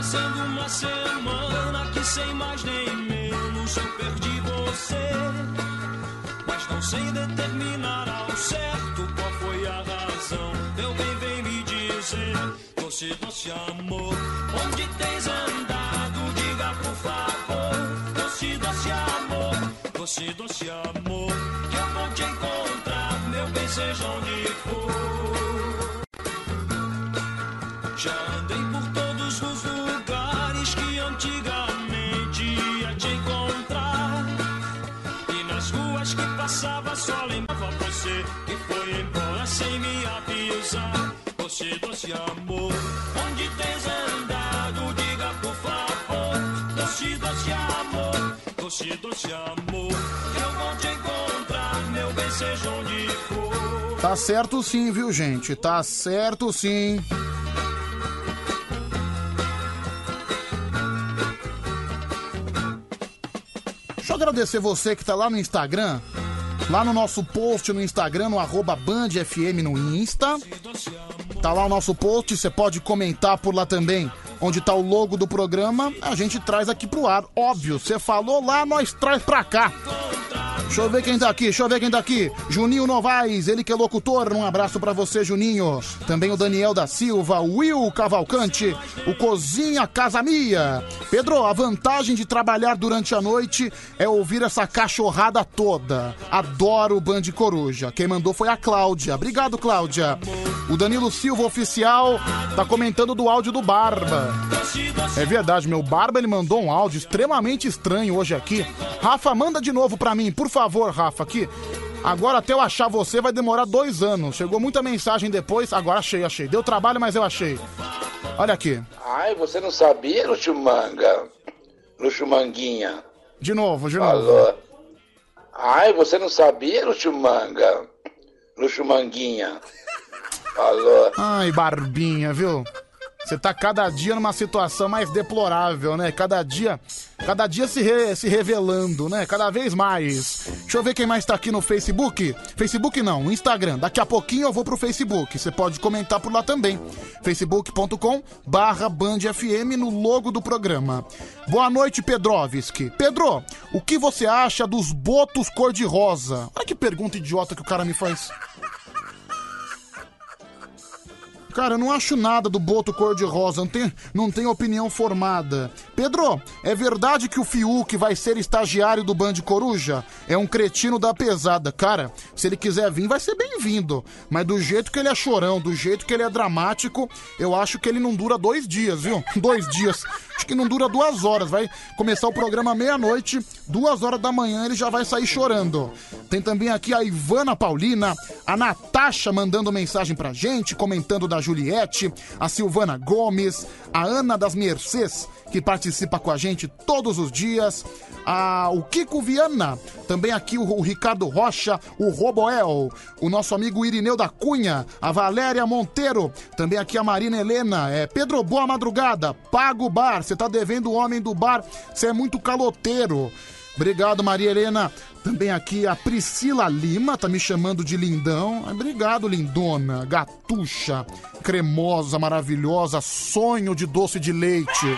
Speaker 2: Passando uma semana que sem mais nem menos eu perdi você. Mas não sei determinar ao certo qual foi a razão. Meu bem, vem me dizer, doce, doce amor, onde tens andado? Diga por favor, doce, doce amor, doce, doce amor, que eu vou te encontrar, meu bem, seja onde for. Já andei por todos os lugares que antigamente ia te encontrar. E nas ruas que passava só lembrava você, que foi embora sem me avisar. Doce, doce amor, onde tens andado? Diga por favor, doce, doce amor, doce, doce amor, que eu vou te encontrar, meu bem, seja onde for.
Speaker 1: Tá certo sim, viu, gente? Tá certo sim. Deixa eu agradecer você que tá lá no Instagram, lá no nosso post no Instagram, no arroba Band F M no Insta. Tá lá o nosso post, você pode comentar por lá também, onde tá o logo do programa, a gente traz aqui pro ar, óbvio, você falou lá, nós traz pra cá. Deixa eu ver quem tá aqui, deixa eu ver quem tá aqui. Juninho Novaes, ele que é locutor, um abraço pra você, Juninho. Também o Daniel da Silva, o Will Cavalcante, o Cozinha Casa Mia. Pedro, a vantagem de trabalhar durante a noite é ouvir essa cachorrada toda. Adoro o Band Coruja. Quem mandou foi a Cláudia. Obrigado, Cláudia. O Danilo Silva Oficial tá comentando do áudio do Barba. É verdade, meu Barba, ele mandou um áudio extremamente estranho hoje aqui. Rafa, manda de novo pra mim, por favor, Rafa, aqui. Agora até eu achar você vai demorar dois anos. Chegou muita mensagem depois, agora achei, achei. Deu trabalho, mas eu achei. Olha aqui.
Speaker 5: Ai, você não sabia, Luxumanga? Luxumanguinha.
Speaker 1: De novo, de novo.
Speaker 5: Alô? Ai, você não sabia, Luxumanga? Luxumanguinha. Alô?
Speaker 1: Ai, Barbinha, viu? Você tá cada dia numa situação mais deplorável, né? Cada dia, cada dia se, re, se revelando, né? Cada vez mais. Deixa eu ver quem mais tá aqui no Facebook. Facebook não, no Instagram. Daqui a pouquinho eu vou pro Facebook. Você pode comentar por lá também. facebook ponto com barra Band F M no logo do programa. Boa noite, Pedrovski. Pedro, o que você acha dos botos cor-de-rosa? Olha que pergunta idiota que o cara me faz. Cara, eu não acho nada do boto cor-de-rosa, não tem, não tem opinião formada. Pedro, é verdade que o Fiuk vai ser estagiário do Band Coruja? É um cretino da pesada. Cara, se ele quiser vir, vai ser bem-vindo. Mas do jeito que ele é chorão, do jeito que ele é dramático, eu acho que ele não dura dois dias, viu? Dois dias. Acho que não dura duas horas. Vai começar o programa meia-noite, duas horas da manhã ele já vai sair chorando. Tem também aqui a Ivana Paulina, a Natasha mandando mensagem pra gente, comentando da Juliette, a Silvana Gomes, a Ana das Mercês, que participa com a gente todos os dias, a, o Kiko Viana, também aqui o, o Ricardo Rocha, o Roboel, o nosso amigo Irineu da Cunha, a Valéria Monteiro, também aqui a Marina Helena, é, Pedro, boa madrugada, paga o bar, você tá devendo o homem do bar, você é muito caloteiro. Obrigado, Maria Helena. Também aqui a Priscila Lima, tá me chamando de lindão. Obrigado, lindona, gatucha, cremosa, maravilhosa, sonho de doce de leite.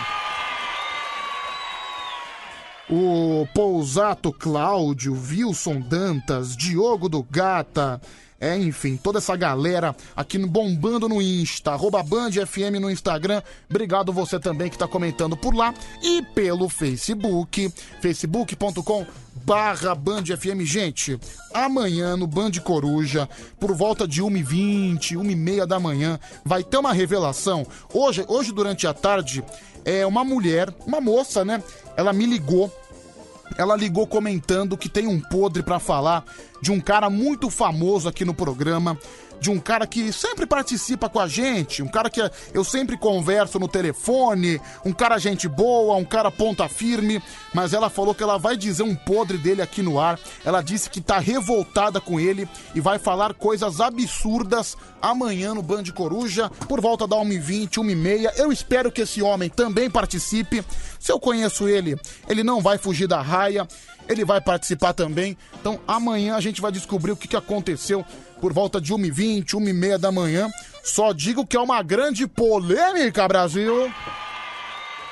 Speaker 1: O Pousato Cláudio, Wilson Dantas, Diogo do Gata... É, enfim, toda essa galera aqui no, bombando no Insta, arroba Band F M no Instagram. Obrigado você também que tá comentando por lá e pelo Facebook, facebook ponto com barra Band F M. Gente, amanhã no Band Coruja, por volta de uma e vinte, uma e meia da manhã, vai ter uma revelação. Hoje, hoje durante a tarde, é uma mulher, uma moça, né? Ela me ligou. Ela ligou comentando que tem um podre pra falar de um cara muito famoso aqui no programa, de um cara que sempre participa com a gente, um cara que eu sempre converso no telefone, um cara gente boa, um cara ponta firme, mas ela falou que ela vai dizer um podre dele aqui no ar. Ela disse que tá revoltada com ele e vai falar coisas absurdas amanhã no Band Coruja, por volta da uma e vinte, uma e meia. Eu espero que esse homem também participe. Se eu conheço ele, ele não vai fugir da raia, ele vai participar também. Então amanhã a gente vai descobrir o que, que aconteceu por volta de uma e vinte, uma e meia da manhã. Só digo que é uma grande polêmica, Brasil.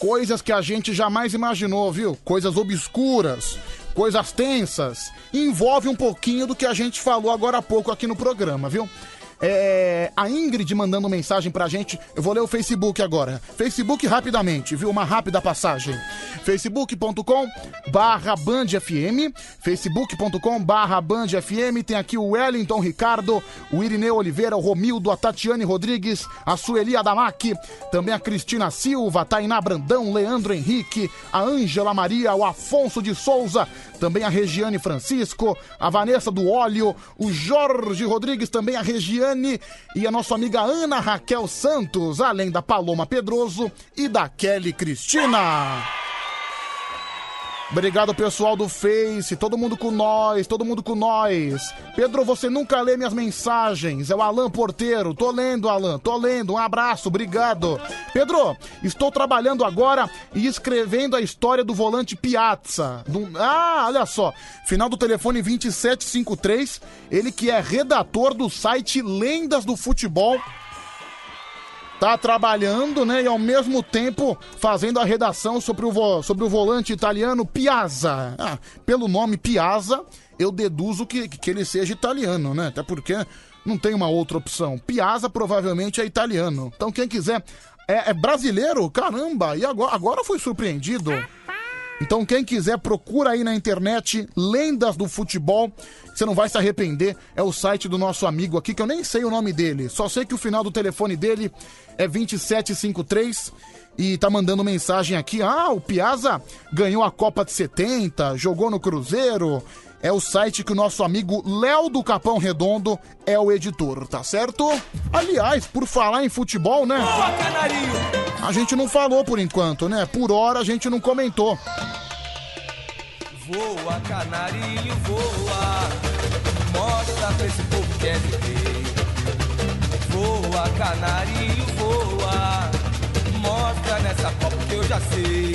Speaker 1: coisas que a gente jamais imaginou, viu? Coisas obscuras, coisas tensas. Envolve um pouquinho do que a gente falou agora há pouco aqui no programa, viu? É, a Ingrid mandando mensagem pra gente. Eu vou ler o Facebook agora. Facebook rapidamente, viu? Uma rápida passagem. facebook.com barra Band FM facebook.com barra Band FM. Tem aqui o Wellington Ricardo, o Irineu Oliveira, o Romildo, a Tatiane Rodrigues, a Sueli Adamac, também a Cristina Silva, a Tainá Brandão, Leandro Henrique, a Ângela Maria, o Afonso de Souza, também a Regiane Francisco, a Vanessa do Óleo, o Jorge Rodrigues, também a Regiane e a nossa amiga Ana Raquel Santos, além da Paloma Pedroso e da Kelly Cristina. Obrigado, pessoal do Face, todo mundo com nós, todo mundo com nós. Pedro, você nunca lê minhas mensagens, é o Alan Porteiro. Tô lendo, Alan, tô lendo, um abraço, obrigado. Pedro, estou trabalhando agora e escrevendo a história do volante Piazza. Do... Ah, olha só, final do telefone vinte e sete cinquenta e três, ele que é redator do site Lendas do Futebol. Tá trabalhando, né, e ao mesmo tempo fazendo a redação sobre o, vo- sobre o volante italiano Piazza. Ah, pelo nome Piazza, eu deduzo que, que ele seja italiano, né? Até porque não tem uma outra opção. Piazza provavelmente é italiano. Então quem quiser... É, é brasileiro? Caramba! E agora, agora fui surpreendido. Então quem quiser, procura aí na internet Lendas do Futebol. Você não vai se arrepender. É o site do nosso amigo aqui, que eu nem sei o nome dele. Só sei que o final do telefone dele é vinte e sete cinquenta e três. E tá mandando mensagem aqui. Ah, o Piazza ganhou a Copa de setenta, jogou no Cruzeiro. É o site que o nosso amigo Léo do Capão Redondo é o editor, tá certo? Aliás, por falar em futebol, né? A gente não falou por enquanto, né? Por hora a gente não comentou.
Speaker 2: Voa, canarinho, voa. Mostra pra esse povo que é viver. Voa, canarinho, voa. Mostra nessa Copa que eu já sei.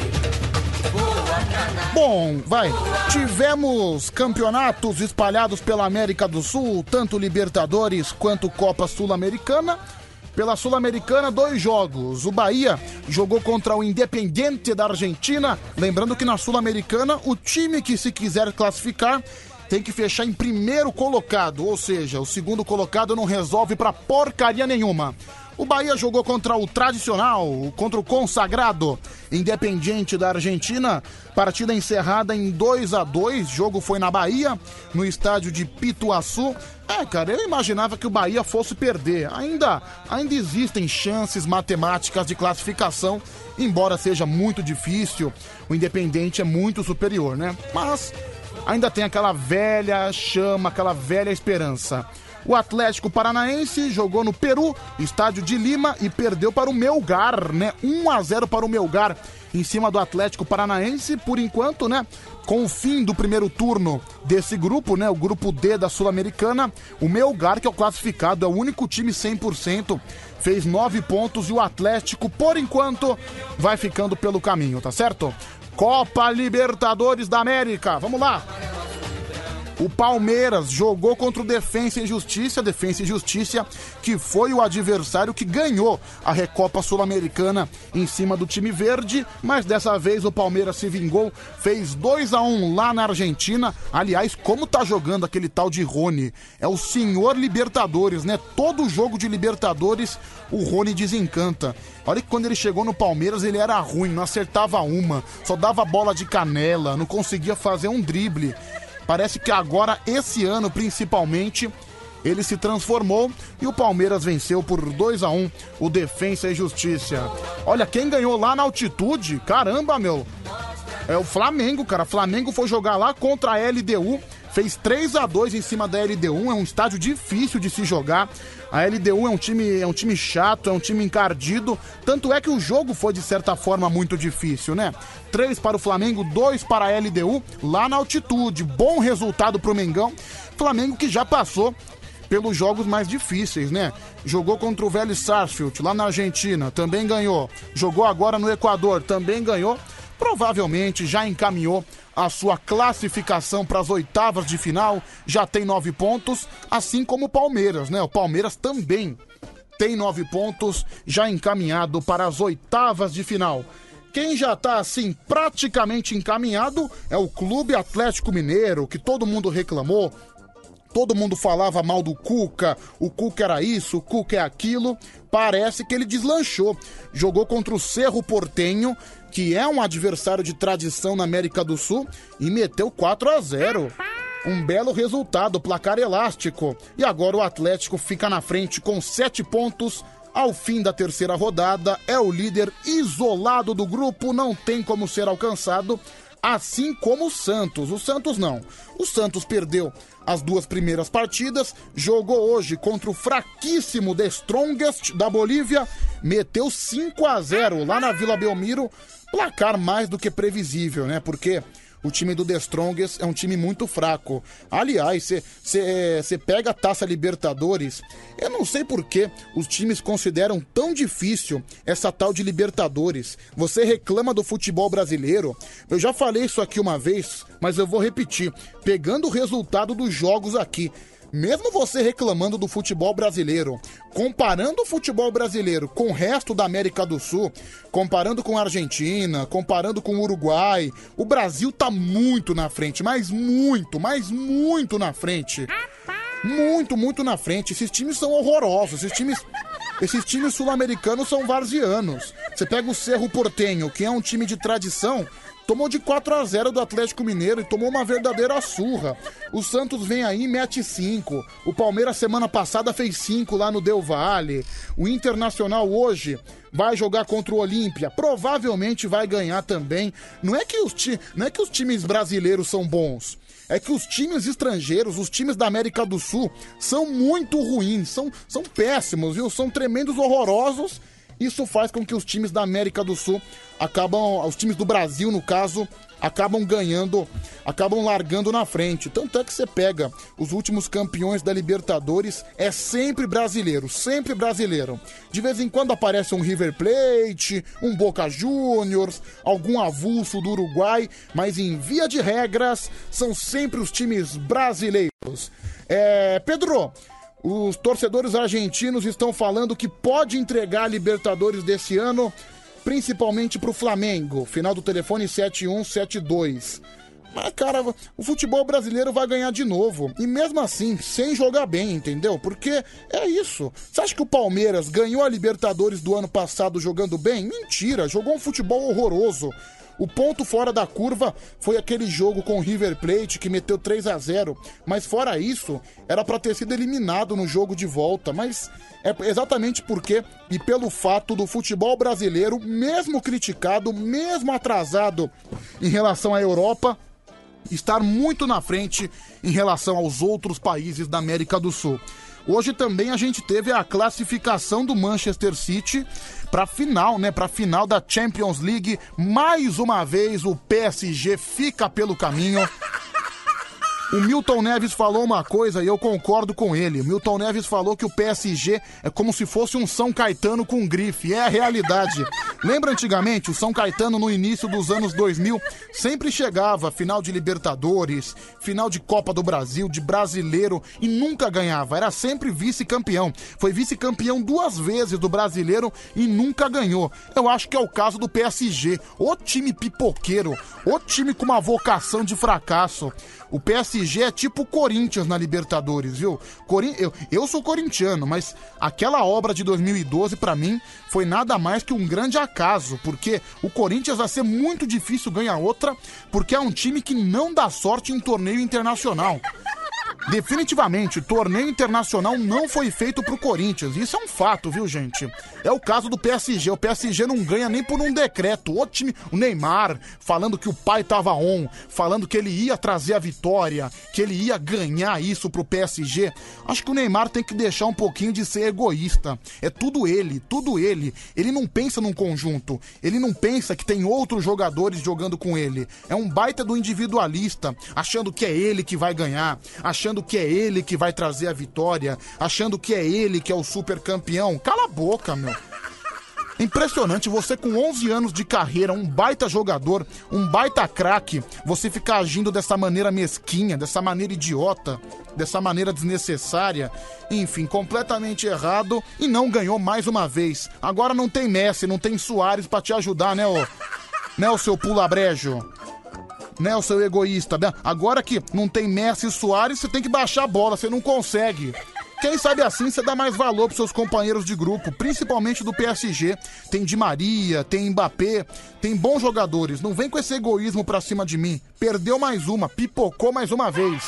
Speaker 2: Voa, canarinho.
Speaker 1: Bom, vai. Tivemos campeonatos espalhados pela América do Sul, tanto Libertadores quanto Copa Sul-Americana. Pela Sul-Americana, dois jogos. O Bahia jogou contra o Independiente da Argentina. Lembrando que na Sul-Americana, o time que se quiser classificar tem que fechar em primeiro colocado. Ou seja, o segundo colocado não resolve pra porcaria nenhuma. O Bahia jogou contra o tradicional, contra o consagrado Independiente da Argentina. Partida encerrada em dois a dois. Jogo foi na Bahia, no estádio de Pituaçu. É, cara, eu imaginava que o Bahia fosse perder. Ainda, ainda existem chances matemáticas de classificação, embora seja muito difícil. O Independiente é muito superior, né? Mas ainda tem aquela velha chama, aquela velha esperança. O Atlético Paranaense jogou no Peru, estádio de Lima, e perdeu para o Melgar, né? um a zero para o Melgar em cima do Atlético Paranaense. Por enquanto, né? Com o fim do primeiro turno desse grupo, né? O grupo D da Sul-Americana, o Melgar, que é o classificado, é o único time cem por cento, fez nove pontos, e o Atlético, por enquanto, vai ficando pelo caminho, tá certo? Copa Libertadores da América, vamos lá! O Palmeiras jogou contra o Defensa e Justiça, Defensa e Justiça, que foi o adversário que ganhou a Recopa Sul-Americana em cima do time verde, mas dessa vez o Palmeiras se vingou, fez dois a um lá na Argentina. Aliás, como tá jogando aquele tal de Rony? É o senhor Libertadores, né? Todo jogo de Libertadores o Rony desencanta. Olha que quando ele chegou no Palmeiras ele era ruim, não acertava uma, só dava bola de canela, não conseguia fazer um drible. Parece que agora, esse ano principalmente, ele se transformou e o Palmeiras venceu por dois a um o Defensa e Justiça. Olha, quem ganhou lá na altitude, caramba, meu, é o Flamengo, cara. Flamengo foi jogar lá contra a L D U, fez três a dois em cima da L D U, é um estádio difícil de se jogar. A L D U é um time, é um time chato, é um time encardido, tanto é que o jogo foi de certa forma muito difícil, né? Três para o Flamengo, dois para a L D U, lá na altitude. Bom resultado pro Mengão. Flamengo que já passou pelos jogos mais difíceis, né? Jogou contra o Vélez Sarsfield, lá na Argentina, também ganhou. Jogou agora no Equador, também ganhou. Provavelmente já encaminhou a sua classificação para as oitavas de final, já tem nove pontos, assim como o Palmeiras, né? O Palmeiras também tem nove pontos, já encaminhado para as oitavas de final. Quem já tá, assim, praticamente encaminhado é o Clube Atlético Mineiro, que todo mundo reclamou. Todo mundo falava mal do Cuca, o Cuca era isso, o Cuca é aquilo. Parece que ele deslanchou. Jogou contra o Cerro Porteño, que é um adversário de tradição na América do Sul, e meteu quatro a zero. Um belo resultado, placar elástico. E agora o Atlético fica na frente com sete pontos. Ao fim da terceira rodada, é o líder isolado do grupo, não tem como ser alcançado. Assim como o Santos. O Santos não. O Santos perdeu as duas primeiras partidas, jogou hoje contra o fraquíssimo The Strongest da Bolívia, meteu cinco a zero lá na Vila Belmiro, placar mais do que previsível, né? Porque o time do The Strongest é um time muito fraco. Aliás, você pega a Taça Libertadores, eu não sei por que os times consideram tão difícil essa tal de Libertadores. Você reclama do futebol brasileiro. Eu já falei isso aqui uma vez, mas eu vou repetir. Pegando o resultado dos jogos aqui, mesmo você reclamando do futebol brasileiro, comparando o futebol brasileiro com o resto da América do Sul, comparando com a Argentina, comparando com o Uruguai, o Brasil tá muito na frente, mas muito, mas muito na frente. Muito, muito na frente. Esses times são horrorosos, esses times... Esses times sul-americanos são varzianos. Você pega o Cerro Porteño, que é um time de tradição, tomou de quatro a zero do Atlético Mineiro e tomou uma verdadeira surra. O Santos vem aí e mete cinco. O Palmeiras semana passada fez cinco lá no Del Valle. O Internacional hoje vai jogar contra o Olímpia. Provavelmente vai ganhar também. Não é que os, ti- não é que os times brasileiros são bons. É que os times estrangeiros, os times da América do Sul, são muito ruins, são, são péssimos, viu? São tremendos, horrorosos. Isso faz com que os times da América do Sul acabam, os times do Brasil, no caso, acabam ganhando, acabam largando na frente. Tanto é que você pega os últimos campeões da Libertadores, é sempre brasileiro, sempre brasileiro. De vez em quando aparece um River Plate, um Boca Juniors, algum avulso do Uruguai, mas em via de regras, são sempre os times brasileiros. É, Pedro... Os torcedores argentinos estão falando que pode entregar a Libertadores desse ano, principalmente pro Flamengo. Final do telefone sete um sete dois. Mas, cara, o futebol brasileiro vai ganhar de novo. E mesmo assim, sem jogar bem, entendeu? Porque é isso. Você acha que o Palmeiras ganhou a Libertadores do ano passado jogando bem? Mentira, jogou um futebol horroroso. O ponto fora da curva foi aquele jogo com o River Plate que meteu três a zero. Mas fora isso, era pra ter sido eliminado no jogo de volta. Mas é exatamente porque e pelo fato do futebol brasileiro, mesmo criticado, mesmo atrasado em relação à Europa, estar muito na frente em relação aos outros países da América do Sul. Hoje também a gente teve a classificação do Manchester City para final, né? Para final da Champions League. Mais uma vez o P S G fica pelo caminho. O Milton Neves falou uma coisa e eu concordo com ele. O Milton Neves falou que o P S G é como se fosse um São Caetano com grife. É a realidade. Lembra antigamente? O São Caetano no início dos anos dois mil sempre chegava final de Libertadores, final de Copa do Brasil, de Brasileiro e nunca ganhava. Era sempre vice-campeão. Foi vice-campeão duas vezes do Brasileiro e nunca ganhou. Eu acho que é o caso do P S G. O time pipoqueiro, o time com uma vocação de fracasso. O P S G é tipo o Corinthians na Libertadores, viu? Corin... Eu, eu sou corintiano, mas aquela obra de dois mil e doze, pra mim, foi nada mais que um grande acaso, porque o Corinthians vai ser muito difícil ganhar outra, porque é um time que não dá sorte em torneio internacional. Definitivamente, o torneio internacional não foi feito pro Corinthians. Isso é um fato, viu, gente? É o caso do P S G. O P S G não ganha nem por um decreto. O time, o Neymar, falando que o pai tava on, falando que ele ia trazer a vitória, que ele ia ganhar isso pro P S G. Acho que o Neymar tem que deixar um pouquinho de ser egoísta. É tudo ele, tudo ele. Ele não pensa num conjunto. Ele não pensa que tem outros jogadores jogando com ele. É um baita do individualista, achando que é ele que vai ganhar, achando que é ele que vai trazer a vitória, achando que é ele que é o super campeão. Cala a boca, meu. Impressionante, você com onze anos de carreira, um baita jogador, um baita craque, você ficar agindo dessa maneira mesquinha, dessa maneira idiota, dessa maneira desnecessária, enfim, completamente errado e não ganhou mais uma vez. Agora não tem Messi, não tem Suárez pra te ajudar, né, ô? né, o seu pula-brejo? Né, o seu egoísta. Agora que não tem Messi e Suárez, você tem que baixar a bola, você não consegue. Quem sabe assim você dá mais valor pros seus companheiros de grupo, principalmente do P S G. Tem Di Maria, tem Mbappé, tem bons jogadores. Não vem com esse egoísmo pra cima de mim. Perdeu mais uma, pipocou mais uma vez.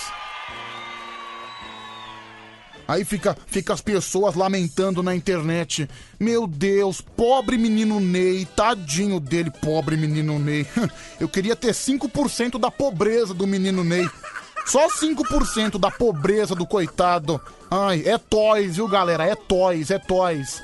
Speaker 1: Aí fica, fica as pessoas lamentando na internet. Meu Deus, pobre menino Ney, tadinho dele, pobre menino Ney. Eu queria ter cinco por cento da pobreza do menino Ney. Só cinco por cento da pobreza do coitado. Ai, é toys, viu, galera? É toys, é toys.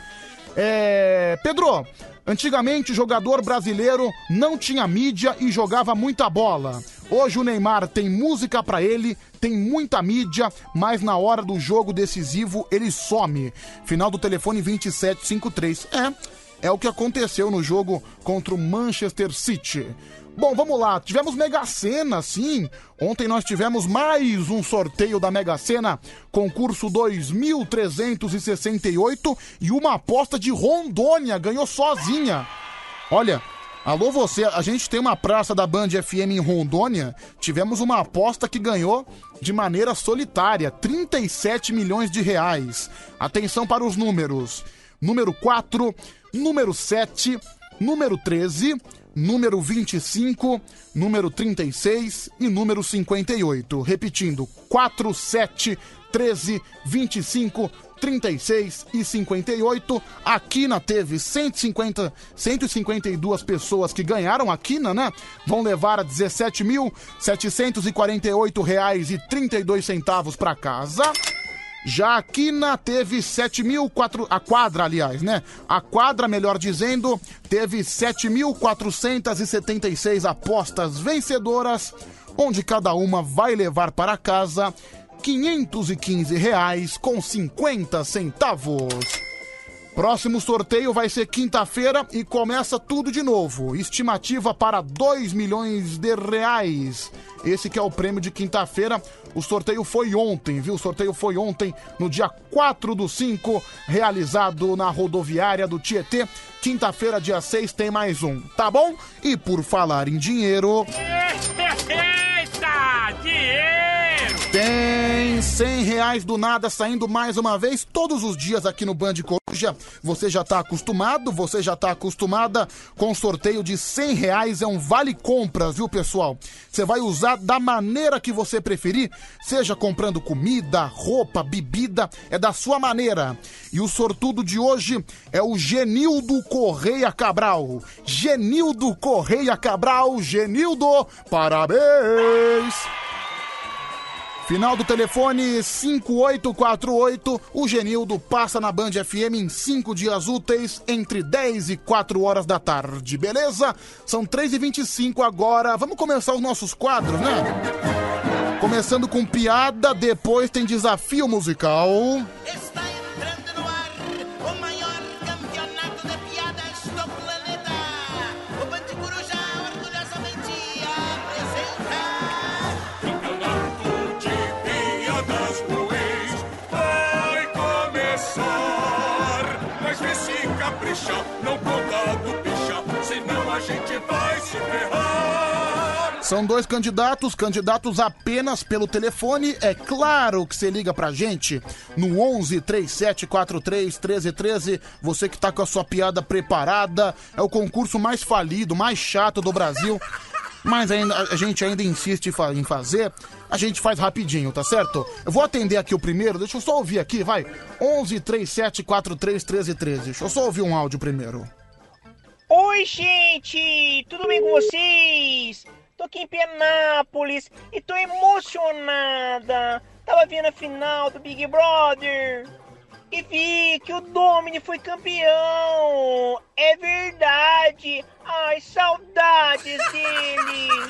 Speaker 1: É... Pedro, antigamente o jogador brasileiro não tinha mídia e jogava muita bola. Hoje o Neymar tem música pra ele, tem muita mídia, mas na hora do jogo decisivo ele some. Final do telefone vinte e sete cinquenta e três. É, é o que aconteceu no jogo contra o Manchester City. Bom, vamos lá, tivemos Mega Sena, sim. Ontem nós tivemos mais um sorteio da Mega Sena, concurso dois mil trezentos e sessenta e oito, e uma aposta de Rondônia, ganhou sozinha. Olha, alô você, a gente tem uma praça da Band F M em Rondônia, tivemos uma aposta que ganhou de maneira solitária, trinta e sete milhões de reais. Atenção para os números, número quatro, número sete, número treze... número vinte e cinco, número trinta e seis e número cinquenta e oito. Repetindo, quatro, sete, treze, vinte e cinco, trinta e seis e cinquenta e oito. A Quina teve cento e cinquenta, cento e cinquenta e duas pessoas que ganharam. A Quina, né? Vão levar dezessete mil setecentos e quarenta e oito reais e trinta e dois centavos para casa. Já a Quina teve sete mil, a quadra, aliás, né? A quadra, melhor dizendo, teve sete mil quatrocentos e setenta e seis apostas vencedoras, onde cada uma vai levar para casa quinhentos e quinze reais com cinquenta centavos. Próximo sorteio vai ser quinta-feira e começa tudo de novo. Estimativa para dois milhões de reais. Esse que é o prêmio de quinta-feira. O sorteio foi ontem, viu? O sorteio foi ontem, no dia quatro do cinco, realizado na rodoviária do Tietê. Quinta-feira, dia seis, tem mais um, tá bom? E por falar em dinheiro... Eita, dinheiro! Tem cem reais do nada saindo mais uma vez, todos os dias aqui no Band Coruja. Você já tá acostumado, você já tá acostumada com o sorteio de cem reais, é um vale compras, viu, pessoal? Você vai usar da maneira que você preferir, seja comprando comida, roupa, bebida, é da sua maneira. E o sortudo de hoje é o Genildo Correia Cabral. Genildo Correia Cabral, Genildo, parabéns! Final do telefone cinco oito quatro oito, o Genildo passa na Band F M em cinco dias úteis, entre dez e quatro horas da tarde, beleza? São três e vinte e cinco agora, vamos começar os nossos quadros, né? Começando com piada, depois tem desafio musical.
Speaker 2: Está entrando no ar o maior campeonato de piadas do planeta. O Band Coruja orgulhosamente apresenta... Campeonato de piadas ruins vai começar. Mas vê se capricha, não conta do picha, senão a gente vai se ferrar.
Speaker 1: São dois candidatos, candidatos apenas pelo telefone. É claro que você liga pra gente no onze, trinta e sete, quarenta e três, treze treze. Você que tá com a sua piada preparada. É o concurso mais falido, mais chato do Brasil. Mas ainda, a gente ainda insiste em fazer. A gente faz rapidinho, tá certo? Eu vou atender aqui o primeiro. Deixa eu só ouvir aqui, vai. onze, trinta e sete, quarenta e três, treze treze. Deixa eu só ouvir um áudio primeiro.
Speaker 4: Oi, gente! Tudo bem com vocês? Tô aqui em Penápolis e tô emocionada. Tava vendo a final do Big Brother e vi que o Domini foi campeão. É verdade. Ai, saudades dele.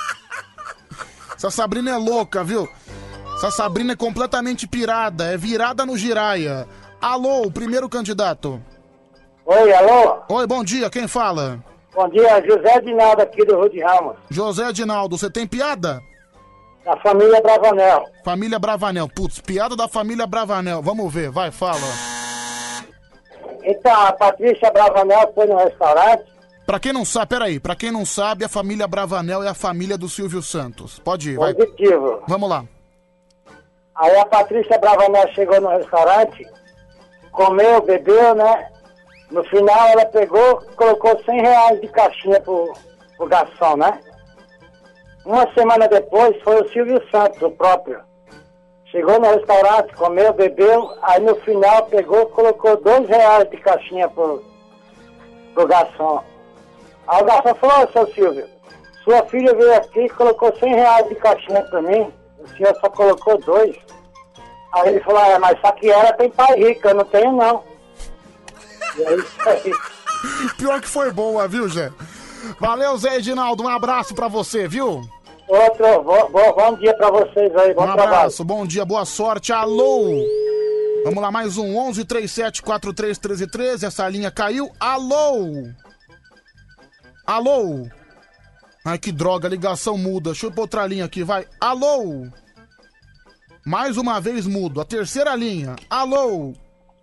Speaker 1: Essa Sabrina é louca, viu? Essa Sabrina é completamente pirada. É virada no giraia. Alô, o primeiro candidato.
Speaker 7: Oi, alô?
Speaker 1: Oi, bom dia. Quem fala?
Speaker 7: Bom dia, José Edinaldo aqui do Rio de Ramos.
Speaker 1: José Edinaldo, você tem piada?
Speaker 7: Da família Bravanel.
Speaker 1: Família Bravanel, putz, piada da família Bravanel. Vamos ver, vai, fala.
Speaker 7: Então, a Patrícia Bravanel foi no restaurante.
Speaker 1: Pra quem não sabe, peraí, pra quem não sabe, a família Bravanel é a família do Silvio Santos. Pode ir, vai.
Speaker 7: Positivo.
Speaker 1: Vamos lá.
Speaker 7: Aí a Patrícia Bravanel chegou no restaurante, comeu, bebeu, né? No final ela pegou, colocou cem reais de caixinha pro, pro garçom, né? Uma semana depois foi o Silvio Santos, o próprio. Chegou no restaurante, comeu, bebeu, aí no final pegou, colocou dois reais de caixinha pro, pro garçom. Aí o garçom falou, ô, seu Silvio, sua filha veio aqui e colocou cem reais de caixinha pra mim, o senhor só colocou dois. Aí ele falou, é, mas só que ela tem pai rico, eu não tenho não. E é isso aí.
Speaker 1: Pior que foi boa, viu, Zé? Valeu, Zé Edinaldo, um abraço pra você, viu?
Speaker 7: Outro, bo, bo, bom dia pra vocês aí, bom
Speaker 1: Um
Speaker 7: trabalho.
Speaker 1: abraço, bom dia, boa sorte, alô! Vamos lá, mais um, onze, trinta e sete, quarenta e três, treze, treze, essa linha caiu, alô! Alô? Ai, que droga, a ligação muda, deixa eu ir pra outra linha aqui, vai, alô? Mais uma vez mudo, a terceira linha, alô?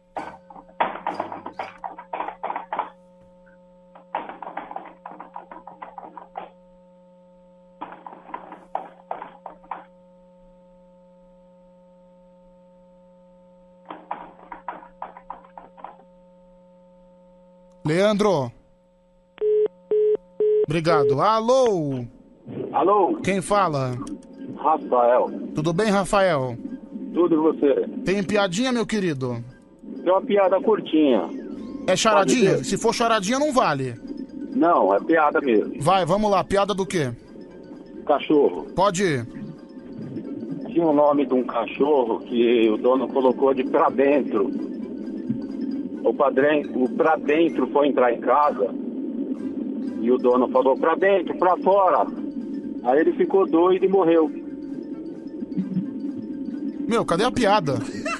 Speaker 1: Leandro. Obrigado. Alô?
Speaker 6: Alô?
Speaker 1: Quem fala?
Speaker 6: Rafael.
Speaker 1: Tudo bem, Rafael?
Speaker 6: Tudo e você?
Speaker 1: Tem piadinha, meu querido?
Speaker 6: Tem uma piada curtinha.
Speaker 1: É charadinha?
Speaker 6: Pode ser?
Speaker 1: Se for charadinha, não vale.
Speaker 6: Não, é piada mesmo.
Speaker 1: Vai, vamos lá. Piada do quê?
Speaker 6: Cachorro.
Speaker 1: Pode ir.
Speaker 6: Tinha o nome de um cachorro que o dono colocou de pra dentro. O, padrão, o pra dentro foi entrar em casa e o dono falou pra dentro, pra fora. Aí ele ficou doido e morreu.
Speaker 1: Meu, cadê a piada?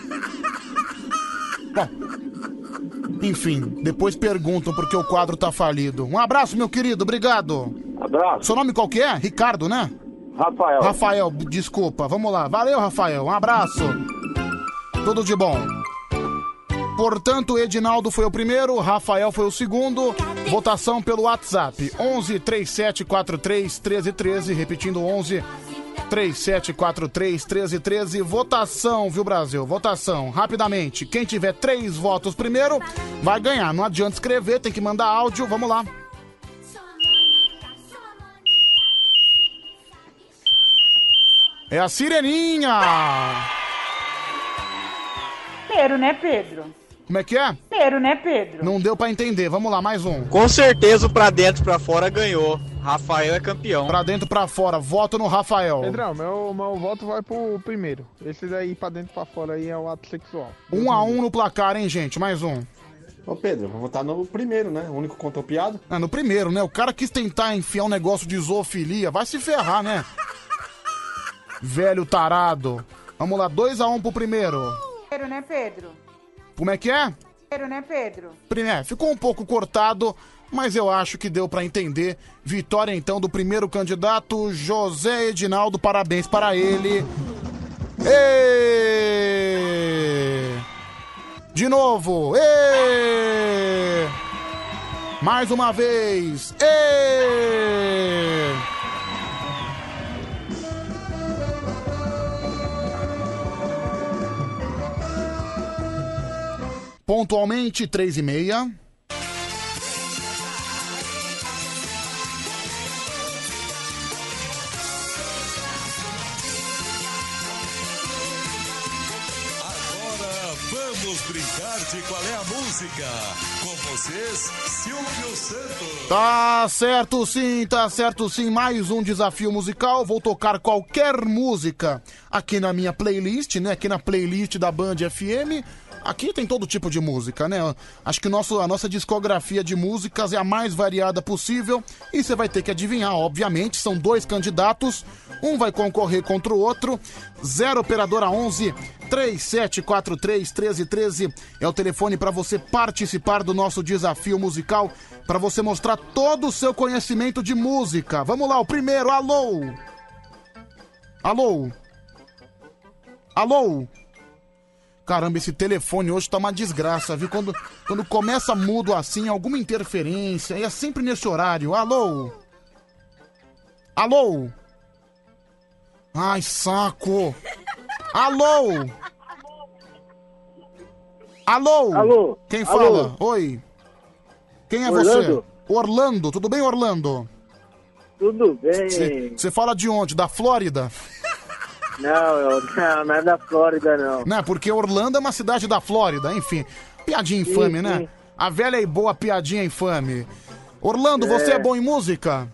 Speaker 1: Bom, enfim, depois perguntam porque o quadro tá falido. Um abraço, meu querido, obrigado.
Speaker 6: Abraço.
Speaker 1: Seu nome qual que é? Ricardo, né?
Speaker 6: Rafael.
Speaker 1: Rafael, desculpa, vamos lá. Valeu, Rafael, um abraço. Tudo de bom. Portanto, Edinaldo foi o primeiro, Rafael foi o segundo. Votação pelo WhatsApp, onze, trinta e sete, quarenta e três, treze, treze. Repetindo, onze, trinta e sete, quarenta e três, treze, treze. Votação, viu, Brasil? Votação, rapidamente. Quem tiver três votos primeiro, vai ganhar. Não adianta escrever, tem que mandar áudio. Vamos lá. É a Sireninha!
Speaker 9: Pedro, né, Pedro?
Speaker 1: Como é que é?
Speaker 9: Pedro, né, Pedro?
Speaker 1: Não deu pra entender. Vamos lá, mais um.
Speaker 10: Com certeza o pra dentro pra fora ganhou. Rafael é campeão.
Speaker 1: Pra dentro pra fora. Voto no Rafael.
Speaker 11: Pedrão, meu, meu voto vai pro primeiro. Esse daí pra dentro pra fora aí é o ato sexual.
Speaker 1: Um a um no placar, hein, gente? Mais um.
Speaker 21: Ô, Pedro, vou votar no primeiro, né? O único que contou piada.
Speaker 1: Ah, no primeiro, né? O cara quis tentar enfiar um negócio de zoofilia. Vai se ferrar, né? Velho tarado. Vamos lá, dois a um pro primeiro.
Speaker 9: Pedro, né, Pedro?
Speaker 1: Como é que é?
Speaker 9: Pedro, né, Pedro?
Speaker 1: Primeiro, ficou um pouco cortado, mas eu acho que deu pra entender. Vitória, então, do primeiro candidato, José Edinaldo. Parabéns para ele. Êêêê! De novo. Êêêê! Mais uma vez. Êêêê! Pontualmente, três e meia.
Speaker 25: Agora vamos brincar de qual é a música. Com vocês, Silvio Santos.
Speaker 1: Tá certo sim, tá certo sim. Mais um desafio musical. Vou tocar qualquer música aqui na minha playlist, né? Aqui na playlist da Band F M. Aqui tem todo tipo de música, né? Acho que o nosso, a nossa discografia de músicas é a mais variada possível. E você vai ter que adivinhar, obviamente. São dois candidatos. Um vai concorrer contra o outro. zero operadora onze, trinta e sete, quarenta e três, treze, treze. É o telefone para você participar do nosso desafio musical. Para você mostrar todo o seu conhecimento de música. Vamos lá, o primeiro. Alô? Alô? Alô? Caramba, esse telefone hoje tá uma desgraça, viu? Quando, quando começa mudo assim, alguma interferência, e é sempre nesse horário. Alô? Alô? Ai, saco! Alô? Alô?
Speaker 3: Alô?
Speaker 1: Quem
Speaker 3: Alô?
Speaker 1: fala? Oi. Quem é
Speaker 3: Orlando?
Speaker 1: você? Orlando, tudo bem, Orlando?
Speaker 3: Tudo bem.
Speaker 1: Você fala de onde? Da Flórida?
Speaker 3: Não, eu, não, não é da Flórida, não.
Speaker 1: Não, porque Orlando é uma cidade da Flórida, enfim. Piadinha infame,
Speaker 3: Sim,
Speaker 1: né?
Speaker 3: sim.
Speaker 1: A velha e boa piadinha infame. Orlando,
Speaker 3: É.
Speaker 1: você é bom em música?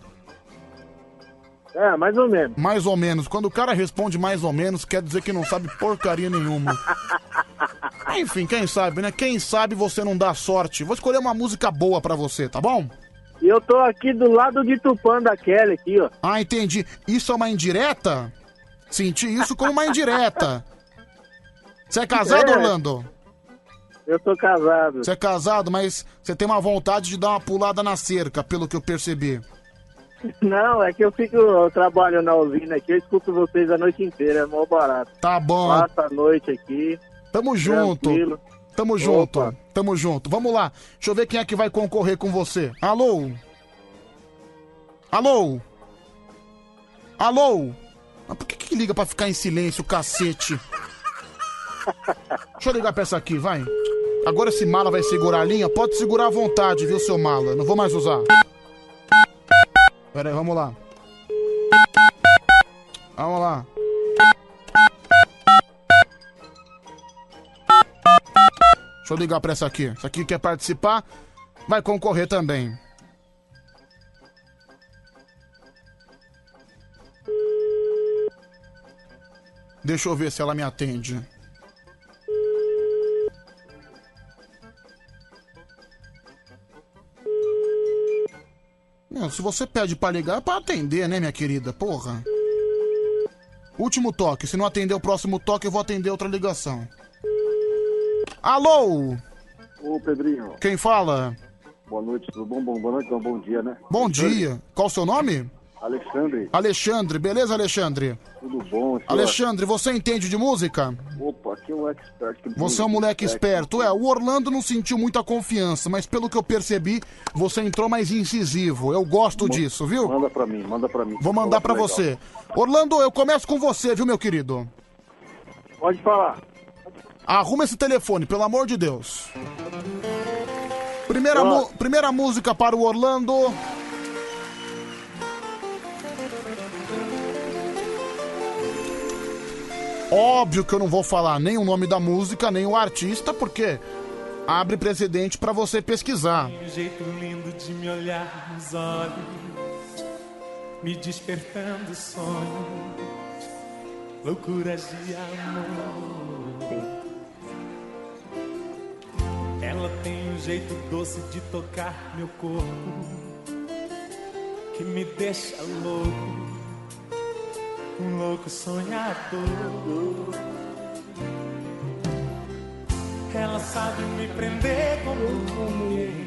Speaker 3: É, mais ou menos.
Speaker 1: Mais ou menos. Quando o cara responde mais ou menos, quer dizer que não sabe porcaria nenhuma. Enfim, quem sabe, né? Quem sabe você não dá sorte. Vou escolher uma música boa pra você, tá bom?
Speaker 3: E eu tô aqui do lado de Tupã da Kelly, aqui, ó.
Speaker 1: Ah, entendi. Isso é uma indireta? Senti isso como uma indireta. Você é casado,
Speaker 3: É.
Speaker 1: Orlando?
Speaker 3: Eu tô casado.
Speaker 1: Você é casado, mas você tem uma vontade de dar uma pulada na cerca, pelo que eu percebi.
Speaker 3: Não, é que eu fico, eu trabalho na usina aqui, eu escuto vocês a noite inteira, é mó barato.
Speaker 1: Tá bom.
Speaker 3: Passa a noite aqui.
Speaker 1: Tamo junto.
Speaker 3: Tranquilo.
Speaker 1: Tamo junto. Tamo junto. Vamos lá. Deixa eu ver quem é que vai concorrer com você. Alô? Alô? Alô? Mas por que que liga pra ficar em silêncio, cacete? Deixa eu ligar pra essa aqui, vai. Agora esse mala vai segurar a linha. Pode segurar à vontade, viu, seu mala? Não vou mais usar. Pera aí, vamos lá. Vamos lá. Deixa eu ligar pra essa aqui. Essa aqui quer participar, vai concorrer também. Deixa eu ver se ela me atende. Não, se você pede pra ligar, é pra atender, né, minha querida? Porra. Último toque. Se não atender o próximo toque, eu vou atender outra ligação. Alô?
Speaker 12: Ô, Pedrinho.
Speaker 1: Quem fala?
Speaker 12: Boa noite, tudo bom? Bom, boa noite, não, bom dia, né?
Speaker 1: Bom dia. Qual o seu nome?
Speaker 12: Alexandre.
Speaker 1: Alexandre. Beleza, Alexandre?
Speaker 12: Tudo bom, senhor?
Speaker 1: Alexandre, você entende de música?
Speaker 12: Opa, aqui é um expert. que-
Speaker 1: Você é um moleque esperto. É, o Orlando não sentiu muita confiança, mas pelo que eu percebi, você entrou mais incisivo. Eu gosto disso, viu?
Speaker 12: Manda pra mim, manda pra mim.
Speaker 1: Vou mandar
Speaker 12: Eu
Speaker 1: pra
Speaker 12: acho legal.
Speaker 1: você. Orlando, eu começo com você, viu, meu querido?
Speaker 3: Pode falar.
Speaker 1: Arruma esse telefone, pelo amor de Deus. Primeira, mu- primeira música para o Orlando. Óbvio que eu não vou falar nem o nome da música, nem o artista, porque abre precedente pra você pesquisar.
Speaker 2: Um jeito lindo de me olhar nos olhos, me despertando sonhos, loucuras de amor. Ela tem um jeito doce de tocar meu corpo, que me deixa louco, um louco sonhador. Ela sabe me prender como ninguém,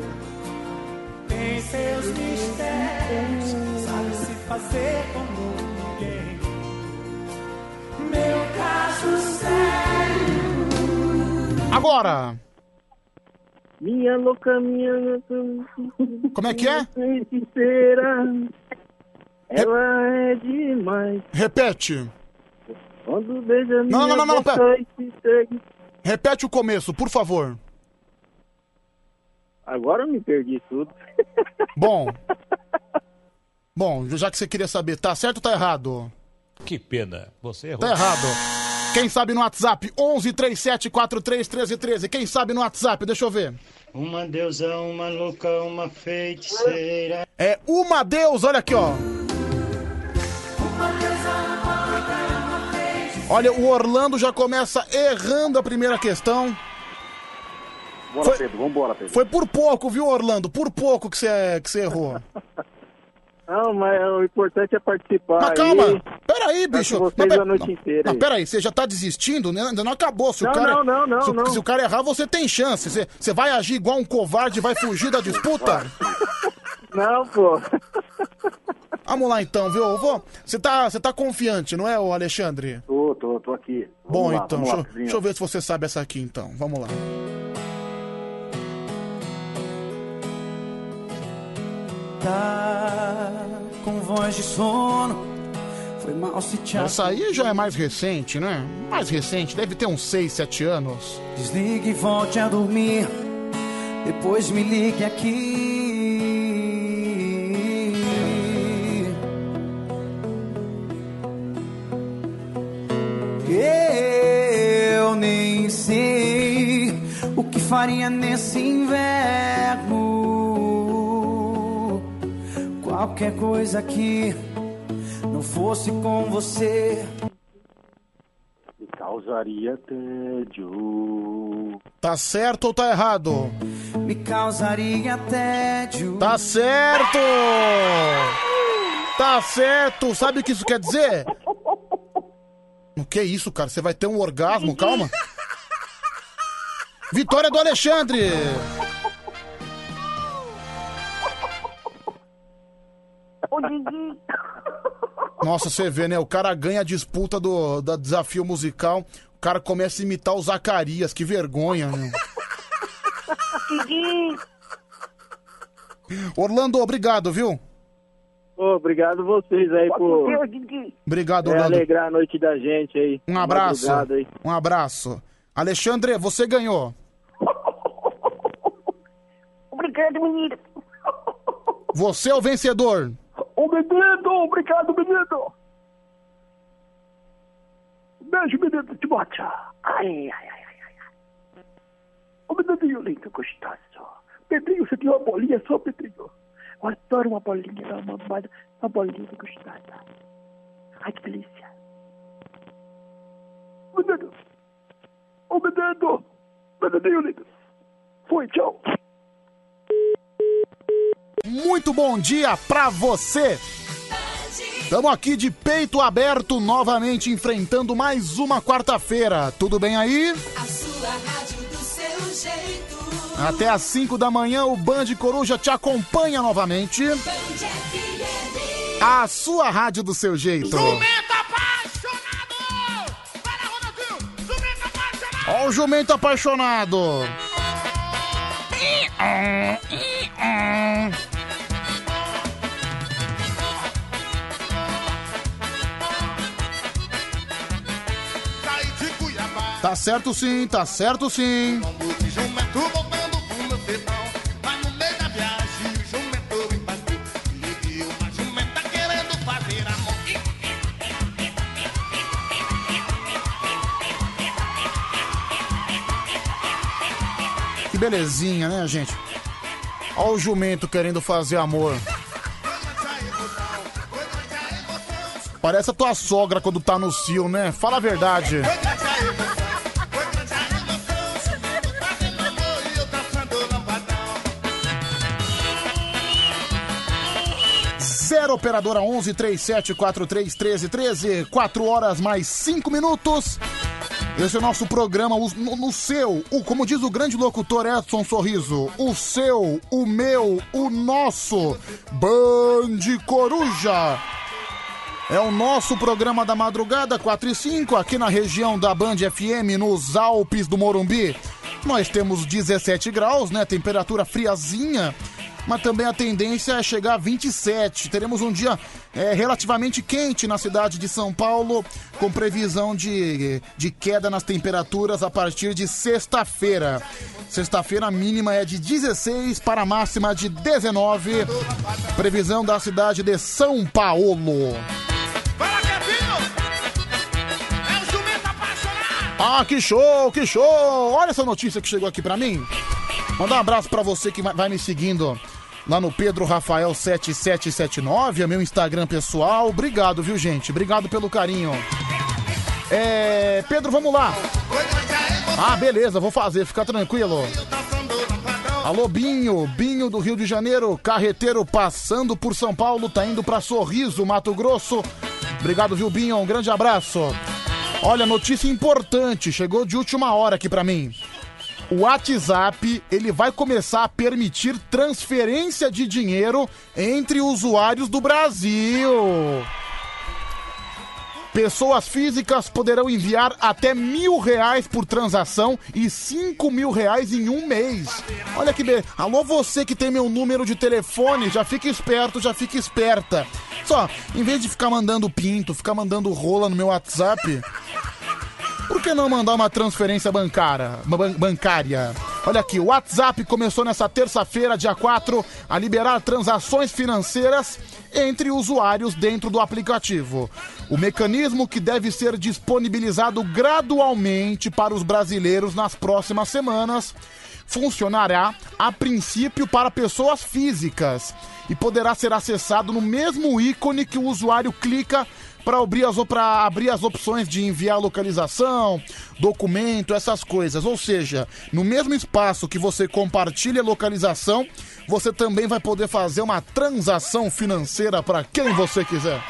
Speaker 2: tem seus mistérios, sabe se fazer como ninguém. Meu caso sério.
Speaker 1: Agora!
Speaker 3: Minha louca, minha louca.
Speaker 1: Como é que é?
Speaker 3: Feiticeira. Ela é demais.
Speaker 1: Repete.
Speaker 3: Quando beija
Speaker 1: Não,
Speaker 3: minha
Speaker 1: não, não, não,
Speaker 3: boca
Speaker 1: pera.
Speaker 3: e se segue.
Speaker 1: Repete o começo, por favor.
Speaker 3: Agora eu me perdi tudo.
Speaker 1: Bom. Bom, já que você queria saber, tá certo ou tá errado?
Speaker 14: Que pena, você errou.
Speaker 1: Tá errado. Quem sabe no WhatsApp? onze, trinta e sete, quarenta e três, treze, treze. Quem sabe no WhatsApp? Deixa eu ver.
Speaker 16: Uma deusa, uma louca, uma feiticeira.
Speaker 1: É uma Deus, olha aqui, ó. Olha, o Orlando já começa errando a primeira questão.
Speaker 12: Bora,
Speaker 1: Foi-
Speaker 12: Pedro, vambora, Pedro.
Speaker 1: Foi por pouco, viu, Orlando? Por pouco que você que você errou.
Speaker 3: Não, mas o importante é participar.
Speaker 1: Mas calma,
Speaker 3: aí.
Speaker 1: peraí,
Speaker 3: Tá
Speaker 1: bicho.
Speaker 3: com vocês
Speaker 1: Mas,
Speaker 3: a noite inteira
Speaker 1: Não,
Speaker 3: aí.
Speaker 1: peraí, você já tá desistindo, né? Ainda não acabou. Se
Speaker 3: Não,
Speaker 1: o cara,
Speaker 3: não, não, não,
Speaker 1: se, o-
Speaker 3: não.
Speaker 1: se o cara errar, você tem chance. Você, você vai agir igual um covarde e vai fugir da disputa?
Speaker 3: Não, pô.
Speaker 1: Vamos lá então, viu? Eu vou... Você tá, você tá confiante, não é, ô Alexandre?
Speaker 12: Tô, tô, tô aqui. Vamos
Speaker 1: Bom,
Speaker 12: lá,
Speaker 1: então,
Speaker 12: vamos lá,
Speaker 1: deixa,
Speaker 12: vizinho.
Speaker 1: deixa eu ver se você sabe essa aqui, então. Vamos lá.
Speaker 2: Tá com voz de sono. Foi mal se te
Speaker 1: Essa aí já é mais recente, né? Mais recente, deve ter uns seis, sete anos.
Speaker 2: Desligue e volte a dormir. Depois me ligue aqui. Eu nem sei o que faria nesse inverno. Qualquer coisa que não fosse com você
Speaker 12: Me causaria tédio.
Speaker 1: Tá certo ou tá errado?
Speaker 2: me causaria tédio.
Speaker 1: Tá certo! Tá certo! Sabe o que isso quer dizer? O que é isso, cara? Você vai ter um orgasmo? Calma. Vitória do Alexandre! Nossa, você vê, né? O cara ganha a disputa do, do desafio musical. O cara começa a imitar o Zacarias. Que vergonha, meu. Orlando, obrigado, viu?
Speaker 3: Ô, obrigado vocês aí por
Speaker 1: Obrigado,
Speaker 3: é,
Speaker 1: Orlando.
Speaker 3: alegrar a noite da gente aí.
Speaker 1: Um abraço.
Speaker 3: Madrugada aí.
Speaker 1: Um abraço. Alexandre, você ganhou.
Speaker 7: Obrigado, menino.
Speaker 1: Você é o vencedor.
Speaker 7: Ô, menino, obrigado, menino. Beijo, menino, te bote. Ai, ai, ai, ai, ai. Ô, menininho lindo, gostoso. Pedrinho, você tem uma bolinha só, Pedrinho? Eu adoro uma bolinha, uma, uma, uma bolinha gostosa. Ai, que delícia. Menino. Ô, menino. Menininho lindo. Foi, tchau.
Speaker 1: Muito bom dia pra você. Estamos aqui de peito aberto, novamente enfrentando mais uma quarta-feira. Tudo bem aí?
Speaker 2: A sua rádio do seu jeito.
Speaker 1: Até às cinco da manhã o Band Coruja te acompanha novamente. A sua rádio do seu jeito.
Speaker 2: Jumento apaixonado! Para, Ronaldinho! Jumento apaixonado!
Speaker 1: Ó o jumento apaixonado. Tá certo sim, tá certo sim.
Speaker 2: Jumento voltando com meu sertão. Mas no meio da viagem o jumento empatou. Ele viu uma jumenta querendo fazer amor.
Speaker 1: Que belezinha, né, gente? Ó o jumento querendo fazer amor. Parece a tua sogra quando tá no cio, né? Fala a verdade. Zero operadora onze, três sete quatro três, treze treze, quatro horas mais cinco minutos. Esse é o nosso programa, o- no, no seu, o, como diz o grande locutor Edson Sorriso, o seu, o meu, o nosso Band Coruja. É o nosso programa da madrugada, quatro e cinco, aqui na região da Band F M, nos Alpes do Morumbi. Nós temos dezessete graus, né? Temperatura friazinha, mas também a tendência é chegar a vinte e sete. Teremos um dia é, relativamente quente na cidade de São Paulo, com previsão de, de queda nas temperaturas a partir de sexta-feira. Sexta-feira a mínima é de dezesseis para a máxima de dezenove. Previsão da cidade de São Paulo. Ah, que show, que show! Olha essa notícia que chegou aqui pra mim. Mandar um abraço pra você que vai- vai me seguindo lá no Pedro Rafael sete sete sete nove, é meu Instagram pessoal. Obrigado, viu, gente? Obrigado pelo carinho. É... Pedro, vamos lá. Ah, beleza, vou fazer, fica tranquilo. Alô, Binho, Binho do Rio de Janeiro, carreteiro passando por São Paulo, tá indo pra Sorriso, Mato Grosso. Obrigado, viu, Binho? Um grande abraço. Olha, notícia importante, chegou de última hora aqui pra mim. O WhatsApp, ele vai começar a permitir transferência de dinheiro entre usuários do Brasil. Pessoas físicas poderão enviar até mil reais por transação e cinco mil reais em um mês. Olha que beleza. Alô, você que tem meu número de telefone, já fica esperto, já fica esperta. Só, em vez de ficar mandando pinto, ficar mandando rola no meu WhatsApp, por que não mandar uma transferência bancária? ban- bancária? Olha aqui, o WhatsApp começou nessa terça-feira, dia quatro, a liberar transações financeiras entre usuários dentro do aplicativo. O mecanismo, que deve ser disponibilizado gradualmente para os brasileiros nas próximas semanas, funcionará a princípio para pessoas físicas e poderá ser acessado no mesmo ícone que o usuário clica para abrir, as, pra abrir as opções de enviar localização, documento, essas coisas. Ou seja, no mesmo espaço que você compartilha a localização, você também vai poder fazer uma transação financeira para quem você quiser.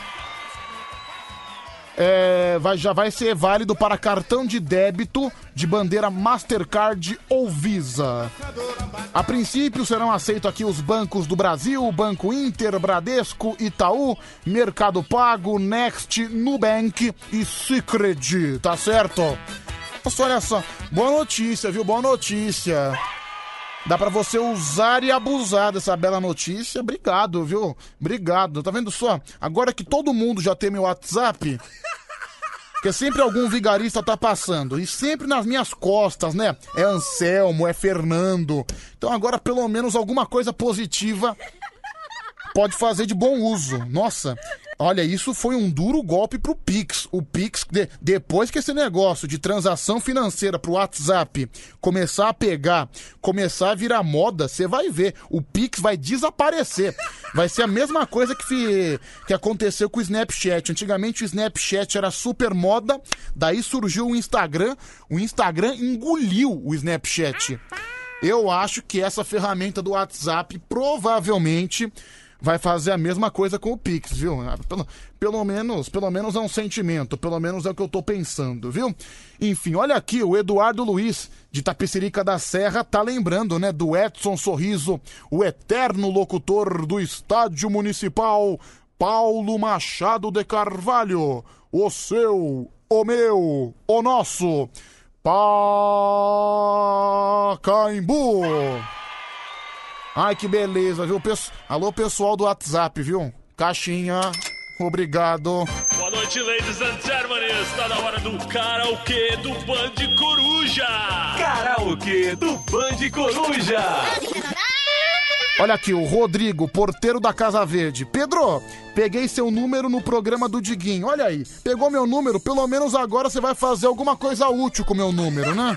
Speaker 1: É, vai, já vai ser válido para cartão de débito de bandeira Mastercard ou Visa. A princípio serão aceitos aqui os bancos do Brasil, Banco Inter, Bradesco, Itaú, Mercado Pago, Next, Nubank e Sicredi, tá certo? Nossa, olha só, boa notícia, viu? Boa notícia. Dá pra você usar e abusar dessa bela notícia. Obrigado, viu? Obrigado. Tá vendo só? Agora que todo mundo já tem meu WhatsApp, porque sempre algum vigarista tá passando. E sempre nas minhas costas, né? É Anselmo, é Fernando. Então agora pelo menos alguma coisa positiva pode fazer de bom uso. Nossa, olha, isso foi um duro golpe pro Pix. O Pix, de, depois que esse negócio de transação financeira pro WhatsApp começar a pegar, começar a virar moda, você vai ver, o Pix vai desaparecer. Vai ser a mesma coisa que, fi, que aconteceu com o Snapchat. Antigamente o Snapchat era super moda, daí surgiu o Instagram, o Instagram engoliu o Snapchat. Eu acho que essa ferramenta do WhatsApp provavelmente vai fazer a mesma coisa com o Pix, viu? Pelo, pelo menos, pelo menos é um sentimento, pelo menos é o que eu tô pensando, viu? Enfim, olha aqui, o Eduardo Luiz, de Tapecerica da Serra, tá lembrando, né, do Edson Sorriso, o eterno locutor do Estádio Municipal, Paulo Machado de Carvalho, o seu, o meu, o nosso, Pacaembu. Ai, que beleza, viu? Pesso... Alô, pessoal do WhatsApp, viu? Caixinha, obrigado.
Speaker 2: Boa noite, ladies and gentlemen. Está na hora do karaokê do Band Coruja.
Speaker 8: Karaokê do Band Coruja.
Speaker 1: Olha aqui, o Rodrigo, porteiro da Casa Verde. Pedro, peguei seu número no programa do Diguinho. Olha aí, pegou meu número, pelo menos agora você vai fazer alguma coisa útil com meu número, né?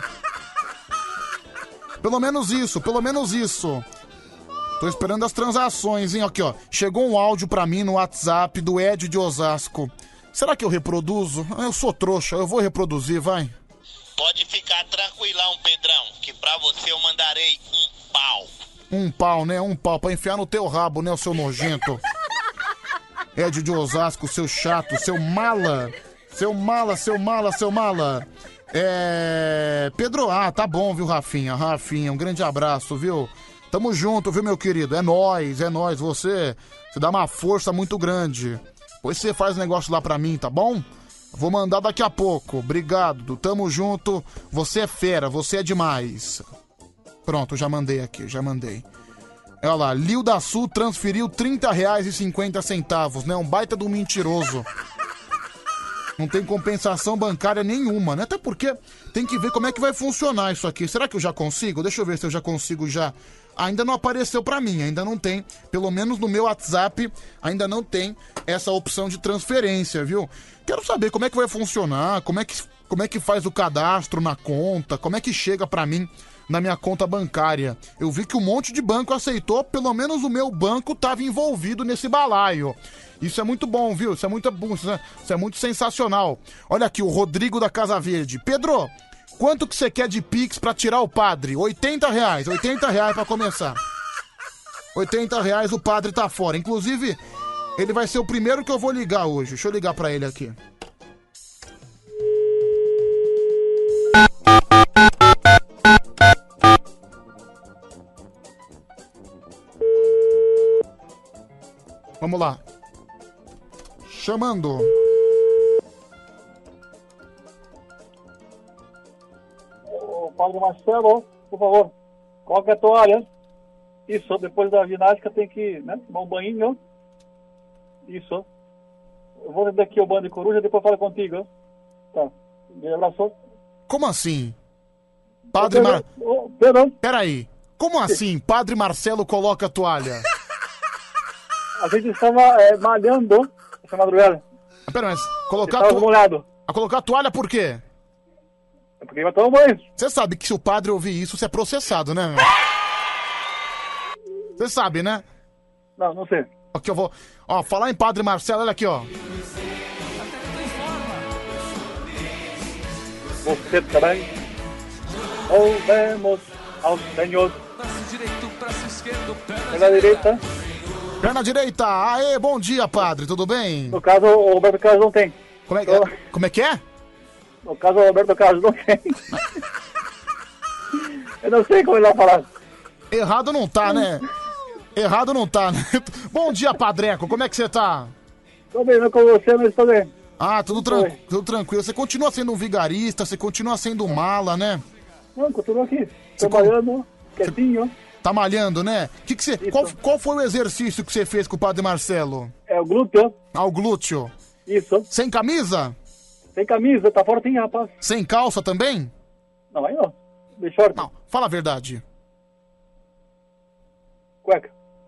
Speaker 1: Pelo menos isso, pelo menos isso. Tô esperando as transações, hein? Aqui, ó. Chegou um áudio pra mim no WhatsApp do Ed de Osasco. Será que eu reproduzo? Eu sou trouxa, eu vou reproduzir, vai.
Speaker 17: Pode ficar tranquilão, Pedrão, que pra você eu mandarei um pau.
Speaker 1: Um pau, né? Um pau pra enfiar no teu rabo, né, o seu nojento? Ed de Osasco, seu chato, seu mala. Seu mala, seu mala, seu mala. É... Pedro, ah, tá bom, viu, Rafinha? Rafinha, um grande abraço, viu? Tamo junto, viu, meu querido? É nóis, é nóis. Você, você dá uma força muito grande. Depois você faz um negócio lá pra mim, tá bom? Vou mandar daqui a pouco. Obrigado, tamo junto. Você é fera, você é demais. Pronto, já mandei aqui, já mandei. Olha lá, Lio da Sul transferiu trinta reais e cinquenta centavos, né? Um baita do mentiroso. Não tem compensação bancária nenhuma, né? Até porque tem que ver como é que vai funcionar isso aqui. Será que eu já consigo? Deixa eu ver se eu já consigo já. Ainda não apareceu pra mim, ainda não tem. Pelo menos no meu WhatsApp, ainda não tem essa opção de transferência, viu? Quero saber como é que vai funcionar, como é que, como é que faz o cadastro na conta, como é que chega pra mim na minha conta bancária. Eu vi que um monte de banco aceitou, pelo menos o meu banco estava envolvido nesse balaio. Isso é muito bom, viu? Isso é muito bom, isso é muito sensacional. Olha aqui, o Rodrigo da Casa Verde. Pedro, quanto que você quer de Pix pra tirar o padre? oitenta reais, oitenta reais pra começar. oitenta reais o padre tá fora. Inclusive, ele vai ser o primeiro que eu vou ligar hoje. Deixa eu ligar pra ele aqui. Vamos lá. Chamando.
Speaker 13: Padre Marcelo, por favor, coloque a toalha. Isso, depois da ginástica tem que, né, tomar um banho. Isso. Eu vou daqui ao Bando de Coruja, depois eu falo contigo. Tá. Me abraçou.
Speaker 1: Como assim? Padre Mar...
Speaker 13: Oh, perdão.
Speaker 1: Peraí. Como assim? Padre Marcelo coloca a toalha?
Speaker 13: A gente estava é, malhando essa madrugada.
Speaker 1: Pera, mas colocar a
Speaker 13: Estava
Speaker 1: toalha...
Speaker 13: molhado.
Speaker 1: A colocar a toalha por quê?
Speaker 13: É porque vai tomar um banho.
Speaker 1: Você sabe que se o padre ouvir isso, você é processado, né? Você sabe, né?
Speaker 13: Não, não sei.
Speaker 1: Aqui eu vou... Ó, falar em Padre Marcelo, olha aqui, ó.
Speaker 13: Você também. Ouvemos ao Senhor. Pela direita.
Speaker 1: Perna direita. Aê, bom dia, padre. Tudo bem?
Speaker 13: No caso, o Roberto Carlos não tem.
Speaker 1: Como é que é? Como é, que é?
Speaker 13: No caso, o Roberto Carlos não tem. Eu não sei como ele vai falar.
Speaker 1: Errado não tá, né? Errado não tá, né? Bom dia, Padreco. Como é que você tá?
Speaker 13: Tô bem, não com você, mas tô bem.
Speaker 1: Ah, tudo, tran tudo tranquilo. Você continua sendo um vigarista, você continua sendo mala, né?
Speaker 13: Não, continua aqui. Trabalhando, quietinho.
Speaker 1: Tá malhando, né? Que que você, qual, qual foi o exercício que você fez com o Padre Marcelo?
Speaker 13: É o glúteo.
Speaker 1: Ah, o glúteo.
Speaker 13: Isso.
Speaker 1: Sem camisa?
Speaker 13: Sem camisa, tá fortinho, rapaz.
Speaker 1: Sem calça também?
Speaker 13: Não, aí não. De short.
Speaker 1: Não, fala a verdade.
Speaker 13: Cueca.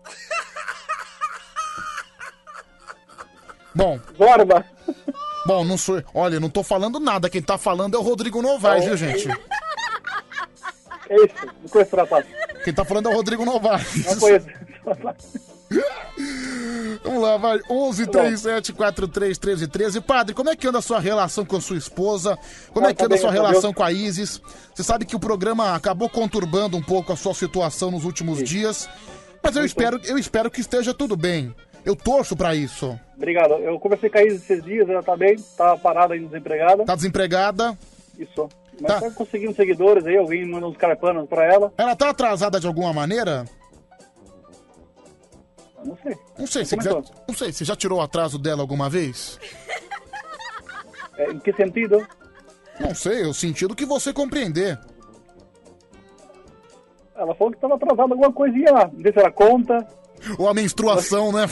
Speaker 1: Bom.
Speaker 13: Zorba.
Speaker 1: Bom, não sou... Olha, não tô falando nada. Quem tá falando é o Rodrigo Novaes, viu, gente?
Speaker 13: É isso, não conheço o rapaz.
Speaker 1: Quem tá falando é o Rodrigo Novaes.
Speaker 13: Não conheço.
Speaker 1: Vamos lá, vai. onze, trinta e sete, quarenta e três, treze, treze. Padre, como é que anda a sua relação com a sua esposa? Como
Speaker 13: Ah,
Speaker 1: é que
Speaker 13: tá
Speaker 1: anda a
Speaker 13: bem,
Speaker 1: sua
Speaker 13: graças a
Speaker 1: relação
Speaker 13: Deus.
Speaker 1: com a Isis? Você sabe que o programa acabou conturbando um pouco a sua situação nos últimos dias. Mas eu espero, eu espero que esteja tudo bem. Eu torço pra isso.
Speaker 13: Obrigado. Eu conversei com a Isis esses dias, ela tá bem, tá parada aí, desempregada.
Speaker 1: Tá desempregada?
Speaker 13: Isso. Mas tá conseguindo seguidores aí, alguém manda uns carpanos pra ela.
Speaker 1: Ela tá atrasada de alguma maneira?
Speaker 13: Eu não sei.
Speaker 1: Não sei,
Speaker 13: Não
Speaker 1: você já,
Speaker 13: comentou.
Speaker 1: não sei, você já tirou o atraso dela alguma vez?
Speaker 13: É, em que sentido?
Speaker 1: Não sei, o sentido que você compreender.
Speaker 13: Ela falou que tava atrasada alguma coisinha lá. Não sei se ela conta.
Speaker 1: Ou a menstruação, né?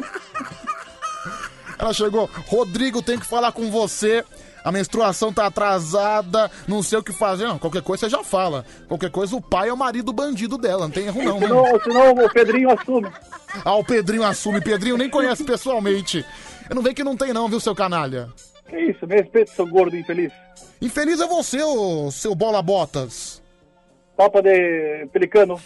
Speaker 1: Ela chegou, Rodrigo, tem que falar com você. A menstruação tá atrasada, não sei o que fazer. Não, qualquer coisa você já fala. Qualquer coisa, o pai é o marido bandido dela, não tem erro não, né?
Speaker 13: Senão, senão o Pedrinho assume.
Speaker 1: Ah, o Pedrinho assume. Pedrinho nem conhece pessoalmente. Eu não vejo que não tem não, viu, seu canalha?
Speaker 13: Que isso, me respeita, seu gordo infeliz.
Speaker 1: Infeliz é você, ô, seu bola botas.
Speaker 13: Papa de pelicano.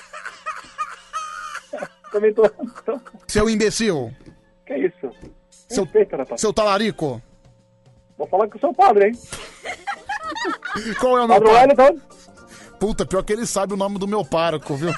Speaker 13: Também tô... tô-
Speaker 1: Seu imbecil.
Speaker 13: Que isso?
Speaker 1: Seu,
Speaker 13: Respeita, rapaz.
Speaker 1: seu talarico.
Speaker 13: Vou falar com o seu padre, hein?
Speaker 1: Qual é o meu
Speaker 13: Padre
Speaker 1: pároco?
Speaker 13: Wellington.
Speaker 1: Puta, pior que ele sabe o nome do meu pároco, viu?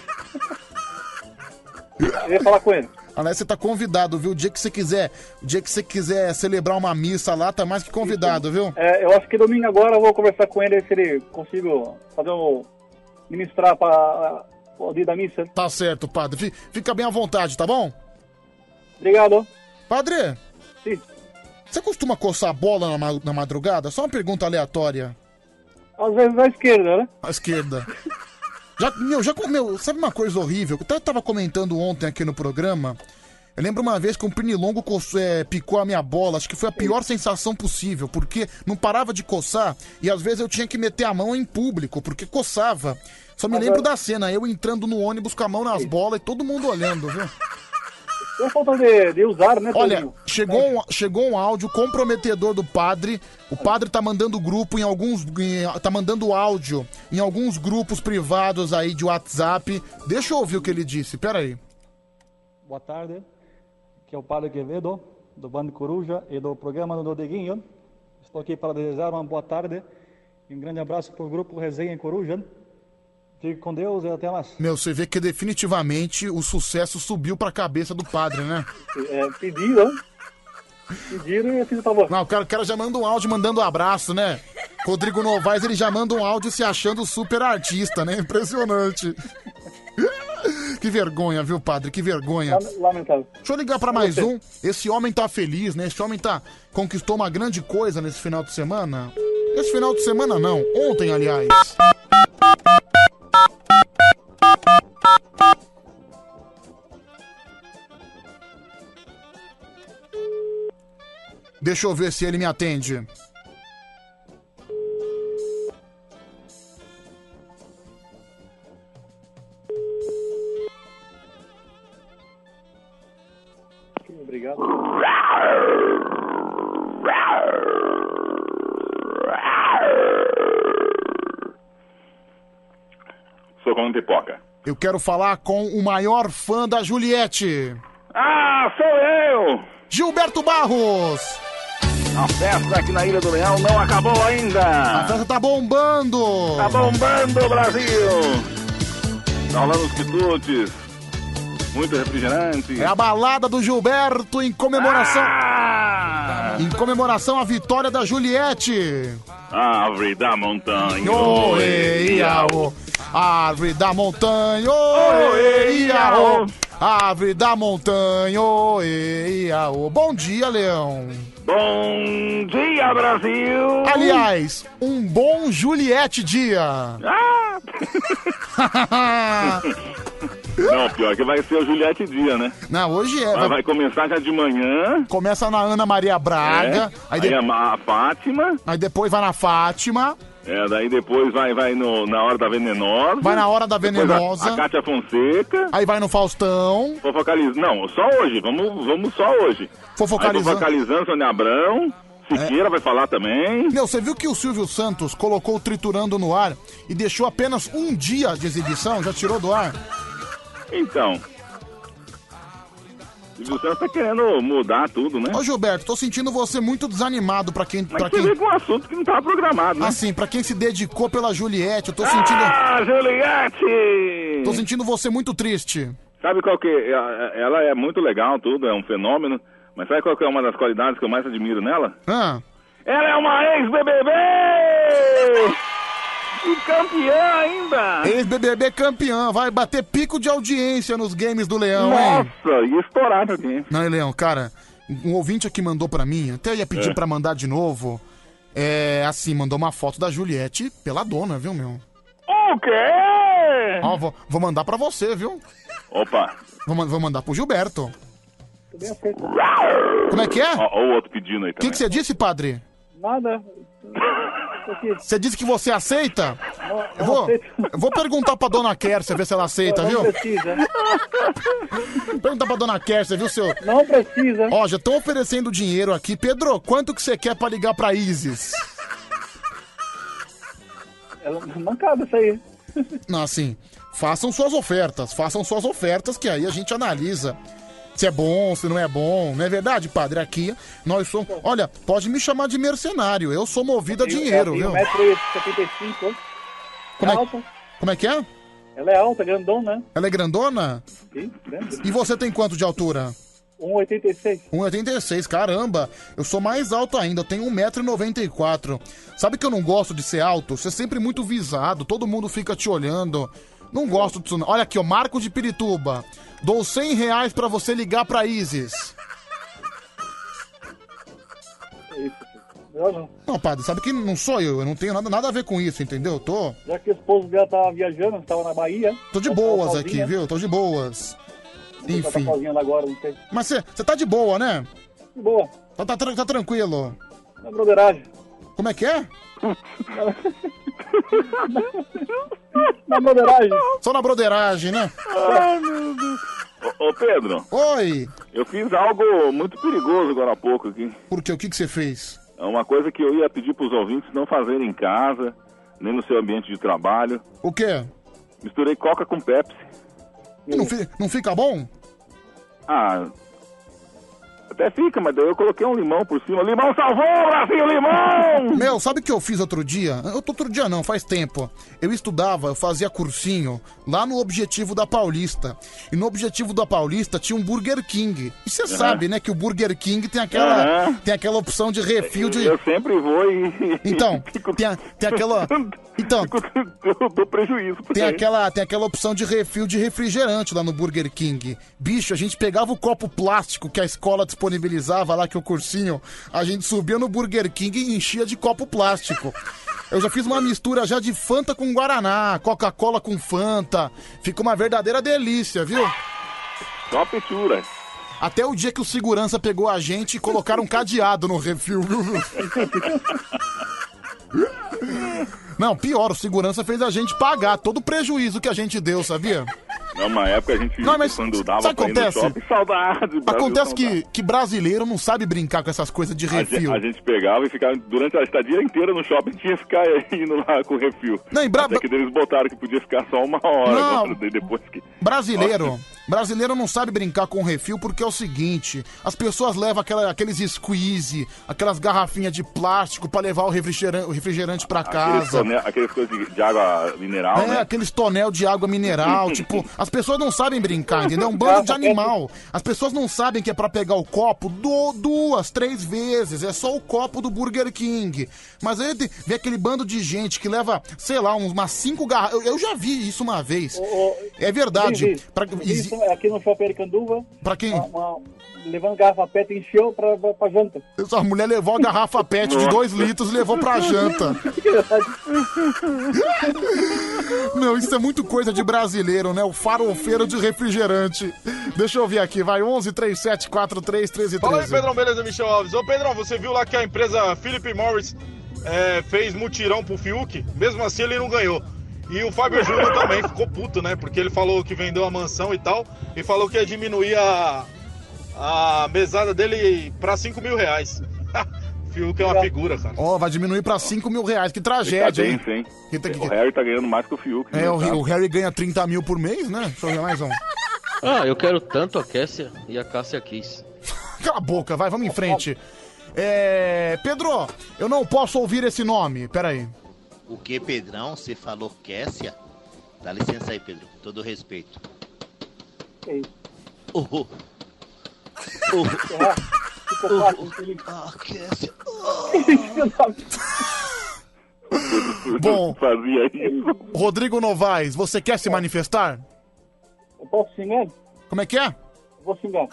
Speaker 13: Eu ia falar com ele.
Speaker 1: Aliás, você tá convidado, viu? O dia que você quiser, o dia que você quiser celebrar uma missa lá, tá mais que convidado, viu?
Speaker 13: É, eu acho que domingo agora eu vou conversar com ele se ele consigo fazer um... ministrar para o dia da missa.
Speaker 1: Tá certo, padre. Fi- Fica bem à vontade, tá bom?
Speaker 13: Obrigado.
Speaker 1: Padre.
Speaker 13: Sim.
Speaker 1: Você costuma coçar a bola na, ma- na madrugada? Só uma pergunta aleatória.
Speaker 13: Às vezes à esquerda, né?
Speaker 1: À esquerda. Já, meu, já comeu. Sabe uma coisa horrível? Que eu até tava comentando ontem aqui no programa. Eu lembro uma vez que um pernilongo coçou, é, picou a minha bola. Acho que foi a pior sensação possível. Porque não parava de coçar. E às vezes eu tinha que meter a mão em público. Porque coçava. Só me
Speaker 13: Agora-
Speaker 1: lembro da cena. Eu entrando no ônibus com a mão nas bolas e todo mundo olhando, viu?
Speaker 13: É falta de, de usar, né,
Speaker 1: Olha,
Speaker 13: Toninho?
Speaker 1: chegou um, chegou um áudio comprometedor do padre. O padre tá mandando grupo em alguns. em- tá mandando áudio em alguns grupos privados aí de WhatsApp. Deixa eu ouvir o que ele disse, peraí.
Speaker 15: Boa tarde, aqui é o Padre Quevedo, do Bando Coruja e do programa do Dodeguinho. Estou aqui para desejar uma boa tarde e um grande abraço para o grupo Resenha em Coruja. Fique com Deus e até mais.
Speaker 1: Meu, você vê que definitivamente o sucesso subiu pra cabeça do padre, né?
Speaker 13: É, pediram, pediram e eu fiz o favor.
Speaker 1: Não, o cara, o cara já manda um áudio mandando um abraço, né? Rodrigo Novaes, ele já manda um áudio se achando super artista, né? Impressionante. Que vergonha, viu, padre? Que vergonha.
Speaker 13: Lamentável.
Speaker 1: Deixa eu ligar pra mais um. Esse homem tá feliz, né? Esse homem tá conquistou uma grande coisa nesse final de semana. Esse final de semana não. Ontem, aliás. Deixa eu ver se ele me atende.
Speaker 13: Obrigado.
Speaker 18: Sou com pipoca.
Speaker 1: Eu quero falar com o maior fã da Juliette.
Speaker 18: Ah, sou eu!
Speaker 1: Gilberto Barros!
Speaker 18: A festa aqui na Ilha do Leão não acabou ainda!
Speaker 1: A festa tá bombando!
Speaker 18: Tá bombando, Brasil! Tá rolando os quitutes, muito refrigerante.
Speaker 1: É a balada do Gilberto em comemoração...
Speaker 18: Ah!
Speaker 1: Em comemoração à vitória da Juliette.
Speaker 18: Árvore da montanha.
Speaker 1: Oh, ei, ia, oh. Árvore da montanha. Oh, ei, ia, oh. Árvore da montanha. Oh, ei, ia, oh. Bom dia, Leão.
Speaker 18: Bom dia, Brasil.
Speaker 1: Aliás, um bom Juliette dia.
Speaker 18: Ah! Não, pior que vai ser o Juliette dia, né?
Speaker 1: Não, hoje é.
Speaker 18: Vai,
Speaker 1: Vai,
Speaker 18: vai começar já de manhã.
Speaker 1: Começa na Ana Maria Braga.
Speaker 18: É,
Speaker 1: Aí,
Speaker 18: aí
Speaker 1: de-
Speaker 18: a Fátima.
Speaker 1: aí depois vai na Fátima.
Speaker 18: É, daí depois vai, vai no, na Hora da Venenosa.
Speaker 1: Vai na Hora da
Speaker 18: Depois
Speaker 1: Venenosa.
Speaker 18: A, a Cátia Fonseca.
Speaker 1: Aí vai no Faustão.
Speaker 18: Fofocalizando. Não, só hoje. Vamos, vamos só hoje.
Speaker 1: Fofocalizando.
Speaker 18: Aí Fofocalizando, Sônia Abrão. Siqueira vai falar também.
Speaker 1: Meu, você viu que o Silvio Santos colocou o Triturando no ar e deixou apenas um dia de exibição? Já tirou do ar?
Speaker 18: Então. O Silvio Santos tá querendo mudar tudo, né?
Speaker 1: Ô Gilberto, tô sentindo você muito desanimado pra quem...
Speaker 18: Mas
Speaker 1: pra
Speaker 18: você
Speaker 1: quem...
Speaker 18: veio com um assunto que não tava programado, né?
Speaker 1: Assim, pra quem se dedicou pela Juliette, eu tô sentindo...
Speaker 18: Ah, Juliette!
Speaker 1: Tô sentindo você muito triste.
Speaker 18: Sabe qual que é? Ela é muito legal, tudo, é um fenômeno. Mas sabe qual que é uma das qualidades que eu mais admiro nela?
Speaker 1: Ah.
Speaker 18: Ela é uma ex-B B B! E campeã ainda!
Speaker 1: Ex-B B B campeã, vai bater pico de audiência nos games do Leão, hein?
Speaker 18: Nossa, ia estourar pra mim.
Speaker 1: Não, Leão, cara, um ouvinte aqui mandou pra mim, até ia pedir
Speaker 18: É.
Speaker 1: pra mandar de novo. É, assim, mandou uma foto da Juliette peladona, viu, meu?
Speaker 18: O quê?
Speaker 1: Ó, vou, vou mandar pra você, viu?
Speaker 18: Opa.
Speaker 1: Vou, ma- vou mandar pro Gilberto.
Speaker 13: Tô bem aceito.
Speaker 1: Como é que é?
Speaker 18: Ó, ó o outro pedindo aí
Speaker 1: O que
Speaker 18: também.
Speaker 1: que você disse, padre?
Speaker 13: Nada.
Speaker 1: Você disse que você aceita?
Speaker 13: Não,
Speaker 1: Eu
Speaker 13: não
Speaker 1: vou,
Speaker 13: aceito.
Speaker 1: eu vou perguntar pra dona Kércia, ver se ela aceita,
Speaker 13: Não,
Speaker 1: viu?
Speaker 13: não precisa.
Speaker 1: Perguntar pra dona Kércia, viu, seu?
Speaker 13: Não precisa.
Speaker 1: Ó, já estão oferecendo dinheiro aqui. Pedro, quanto que você quer pra ligar pra Isis?
Speaker 13: Ela não cabe isso aí.
Speaker 1: Não, assim, façam suas ofertas, façam suas ofertas, que aí a gente analisa se é bom, se não é bom. Não é verdade, padre? Aqui nós somos... Olha, pode me chamar de mercenário, eu sou movido a dinheiro,
Speaker 13: Ela tem
Speaker 1: viu?
Speaker 13: um metro e setenta e cinco.
Speaker 1: Como é-
Speaker 13: alta.
Speaker 1: Como é que é?
Speaker 13: Ela é alta, grandona, né?
Speaker 1: Ela é grandona?
Speaker 13: Sim, grande.
Speaker 1: E você tem quanto de altura?
Speaker 13: um e oitenta e seis.
Speaker 1: um e oitenta e seis, caramba. Eu sou mais alto ainda, eu tenho um metro e noventa e quatro. Sabe que eu não gosto de ser alto? Você é sempre muito visado, todo mundo fica te olhando. Não gosto disso não. Olha aqui, ó, Marco de Pirituba. Dou cem reais pra você ligar pra Isis.
Speaker 13: É isso. Eu não.
Speaker 1: Não, padre, sabe que não sou eu, eu não tenho nada, nada a ver com isso, entendeu? Eu tô,
Speaker 13: Já que o esposo dela tava viajando, estava na Bahia.
Speaker 1: tô de
Speaker 13: ela tava
Speaker 1: boas
Speaker 13: sozinha.
Speaker 1: aqui, viu? Tô de boas.
Speaker 13: Ela tá
Speaker 1: Enfim.
Speaker 13: sozinha lá agora, não sei.
Speaker 1: Mas você tá de boa, né?
Speaker 13: De boa.
Speaker 1: Tá, tá, tra- tá tranquilo.
Speaker 13: Na broderagem.
Speaker 1: Como é que é?
Speaker 13: Na broderagem.
Speaker 1: Só na broderagem, né?
Speaker 18: Ai, meu Deus. Ô, ô, Pedro.
Speaker 1: Oi.
Speaker 18: Eu fiz algo muito perigoso agora há pouco aqui.
Speaker 1: Por quê? O que que você fez?
Speaker 18: É uma coisa que eu ia pedir pros ouvintes não fazerem em casa, nem no seu ambiente de trabalho.
Speaker 1: O quê?
Speaker 18: Misturei Coca com Pepsi.
Speaker 1: E não, fi- não fica bom?
Speaker 18: Ah, até fica, mas daí eu coloquei um limão por cima. Limão salvou, Brasil, limão!
Speaker 1: Meu, sabe o que eu fiz outro dia? Eu- Outro dia não, faz tempo. Eu estudava, eu fazia cursinho lá no Objetivo da Paulista. E no Objetivo da Paulista tinha um Burger King. E você sabe, né, que o Burger King tem aquela,
Speaker 18: Aham.
Speaker 1: tem aquela opção de refil de...
Speaker 18: Eu sempre vou e...
Speaker 1: Então, tem, a- tem aquela... Então,
Speaker 18: eu dou prejuízo. por
Speaker 1: tem
Speaker 18: aí.
Speaker 1: aquela, tem aquela opção de refil de refrigerante lá no Burger King. Bicho, a gente pegava o copo plástico que a escola disponibilizava lá, que o cursinho, a gente subia no Burger King e enchia de copo plástico. Eu já fiz uma mistura já de Fanta com Guaraná, Coca-Cola com Fanta. Fica uma verdadeira delícia, viu?
Speaker 18: Só pintura.
Speaker 1: Até o dia que o segurança pegou a gente e colocaram um cadeado no refil, viu? Não, pior, o segurança fez a gente pagar todo o prejuízo que a gente deu, sabia?
Speaker 18: Numa época a gente,
Speaker 1: Não, mas
Speaker 18: quando dava
Speaker 1: sabe
Speaker 18: pra ir no
Speaker 1: acontece?
Speaker 18: shopping, saudade. Brasil,
Speaker 1: Acontece
Speaker 18: saudade.
Speaker 1: que, que brasileiro não sabe brincar com essas coisas de
Speaker 18: A gente,
Speaker 1: refil.
Speaker 18: a gente pegava e ficava, durante a estadia inteira no shopping, tinha que ficar indo lá com o refil.
Speaker 1: Não, em Bra-
Speaker 18: Até que eles botaram que podia ficar só uma hora.
Speaker 1: Não.
Speaker 18: Agora, depois que...
Speaker 1: Brasileiro, brasileiro não sabe brincar com refil porque é o seguinte, as pessoas levam aquela, aqueles squeeze, aquelas garrafinhas de plástico pra levar o refrigerante, o refrigerante pra
Speaker 18: Aqueles,
Speaker 1: casa.
Speaker 18: tonel, aqueles coisas de, de água mineral,
Speaker 1: É,
Speaker 18: né?
Speaker 1: aqueles tonel de água mineral, tipo, as pessoas não sabem brincar, entendeu? É um bando de animal. As pessoas não sabem que é pra pegar o copo do, duas, três vezes, é só o copo do Burger King. Mas aí tem- vem aquele bando de gente que leva, sei lá, uns- umas cinco garrafas. Eu, eu já vi isso uma vez. É verdade. Pra,
Speaker 13: Isso aqui no shopping Aricanduva.
Speaker 1: Pra quem?
Speaker 13: Uma, uma, levando garrafa pet e encheu pra, pra, pra janta.
Speaker 1: a mulher levou a garrafa pet de dois litros e levou pra janta. Não, isso é muito coisa de brasileiro, né? O farofeiro de refrigerante. Deixa eu ver aqui, vai onze, trinta e sete, quarenta e três, treze,
Speaker 19: Fala aí,
Speaker 1: treze.
Speaker 19: Pedrão, beleza, Michel Alves. Ô, Pedrão, você viu lá que a empresa Philip Morris é, fez mutirão pro Fiuk? Mesmo assim, ele não ganhou. E o Fábio Júnior também ficou puto, né? Porque ele falou que vendeu a mansão e tal, e falou que ia diminuir a, a mesada dele pra cinco mil reais. Fiuk é uma figura, cara.
Speaker 1: Ó, vai diminuir pra cinco mil reais, que tragédia, hein?
Speaker 18: Decadência, hein?
Speaker 1: Que tá- que-
Speaker 18: O Harry tá ganhando mais que o Fiuk.
Speaker 1: É,
Speaker 18: né,
Speaker 1: o,
Speaker 18: tá?
Speaker 1: o Harry ganha trinta mil por mês, né? Deixa eu ver mais um.
Speaker 20: Ah, eu quero tanto a Cássia e a Cássia quis.
Speaker 1: Cala a boca, vai, vamos em frente. É... Pedro, eu não posso ouvir esse nome, peraí.
Speaker 17: O que, Pedrão? Você falou Cássia? Dá licença aí, Pedro. Com todo respeito.
Speaker 13: Que isso?
Speaker 17: Oh, oh.
Speaker 13: Oh. Ficou fácil.
Speaker 17: Ah, Cássia.
Speaker 1: Bom,
Speaker 18: fazia isso.
Speaker 1: Rodrigo Novaes, você quer se manifestar?
Speaker 13: Eu posso xingar?
Speaker 1: Como é que é?
Speaker 13: Vou xingar.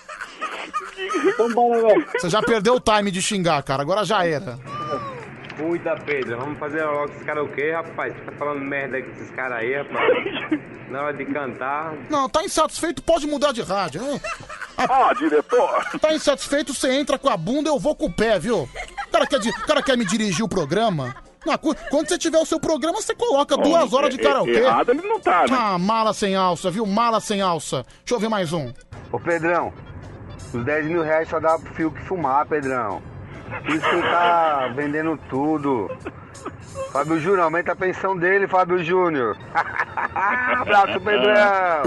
Speaker 13: Então bora, velho.
Speaker 1: Você já perdeu o time de xingar, cara, agora já era.
Speaker 22: Cuida, Pedro. Vamos fazer logo esse karaokê, rapaz. Fica falando merda aí com esses caras aí, rapaz. Na hora de cantar.
Speaker 1: Não, tá insatisfeito, pode mudar de rádio. né?
Speaker 18: Ah, diretor!
Speaker 1: Tá insatisfeito, você entra com a bunda, eu vou com o pé, viu? O cara quer, di- o cara quer me dirigir o programa? Não, cu- quando você tiver o seu programa, você coloca
Speaker 18: Bom,
Speaker 1: duas horas de
Speaker 18: é- é-
Speaker 1: karaokê.
Speaker 18: errado ele não tá, né?
Speaker 1: Ah, mala sem alça, viu? Mala sem alça. Deixa eu ver mais um.
Speaker 23: Ô Pedrão, os dez mil reais só dá pro Fiuk fumar, Pedrão. Por isso que ele tá vendendo tudo. Fábio Júnior, aumenta a pensão dele, Fábio Júnior. Abraço, Pedrão.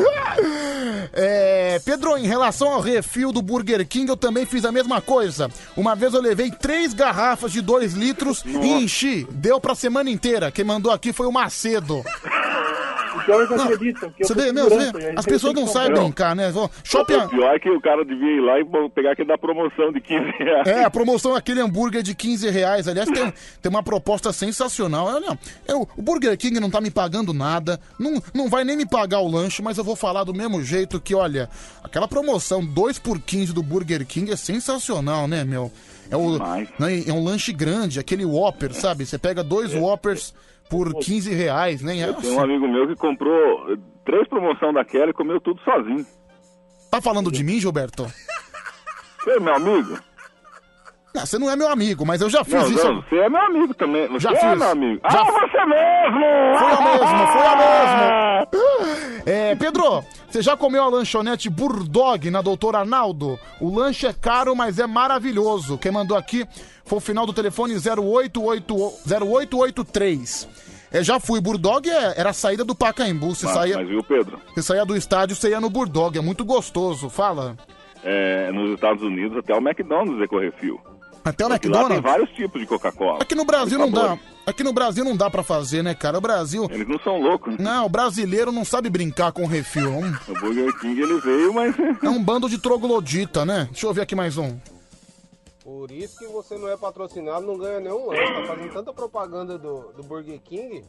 Speaker 1: É, Pedro, em relação ao refil do Burger King, eu também fiz a mesma coisa. Uma vez eu levei três garrafas de dois litros e enchi. Deu pra semana inteira. Quem mandou aqui foi o Macedo.
Speaker 13: O pior é que eu acredito. Que eu
Speaker 1: Você
Speaker 13: sou
Speaker 1: vê, meu, você
Speaker 13: segurança,
Speaker 1: vê,
Speaker 13: e a
Speaker 1: as
Speaker 13: gente
Speaker 1: pessoas
Speaker 13: tem
Speaker 1: não
Speaker 13: que
Speaker 1: sabem
Speaker 13: comprar.
Speaker 1: brincar, né? Vão- Shopping...
Speaker 18: O pior é que o cara devia ir lá e pegar aquele da promoção de quinze reais.
Speaker 1: É, a promoção é aquele hambúrguer de quinze reais. Aliás, tem, tem uma proposta sensacional. Olha, eu, o Burger King não tá me pagando nada, não, não vai nem me pagar o lanche, mas eu vou falar do mesmo jeito que, olha, aquela promoção dois por quinze do Burger King é sensacional, né, meu? É, o, né, é um lanche grande, aquele Whopper, sabe? Você pega dois Whoppers por quinze reais, né?
Speaker 18: Eu tenho um amigo meu que comprou eh, três promoções daquela e comeu tudo sozinho.
Speaker 1: Tá falando de mim, Gilberto?
Speaker 18: Você é meu amigo?
Speaker 1: Não, você não é meu amigo, mas eu já fiz
Speaker 18: Não,
Speaker 1: isso.
Speaker 18: não, você é meu amigo também. Você
Speaker 1: Já
Speaker 18: é
Speaker 1: fiz.
Speaker 18: meu amigo.
Speaker 1: Já
Speaker 18: Ah,
Speaker 1: fi-
Speaker 18: você mesmo!
Speaker 1: Foi eu mesmo, foi eu mesmo. É, Pedro, você já comeu a lanchonete Burdog na Doutor Arnaldo? O lanche é caro, mas é maravilhoso. Quem mandou aqui foi o final do telefone zero oito oito zero oito oito três. É, já fui. Burdog é, era a saída do Pacaembu. Você
Speaker 18: Mas,
Speaker 1: saía,
Speaker 18: mas viu, Pedro?
Speaker 1: você saía do estádio, você ia no Burdog. É muito gostoso. Fala.
Speaker 18: É, nos Estados Unidos até o McDonald's é com refil.
Speaker 1: Até o
Speaker 18: Porque Lá
Speaker 1: McDonald's?
Speaker 18: tem vários tipos de Coca-Cola.
Speaker 1: Aqui no Brasil não dá.
Speaker 18: Sabores.
Speaker 1: Aqui no Brasil não dá pra fazer, né, cara? O Brasil.
Speaker 18: Eles não são loucos.
Speaker 1: Não, o brasileiro não sabe brincar com refil. É um,
Speaker 18: O Burger King ele veio, mas...
Speaker 1: é um bando de troglodita, né? Deixa eu ver aqui mais um.
Speaker 24: Por isso que você não é patrocinado, não ganha nenhum lanche. Tá fazendo tanta propaganda do, do Burger King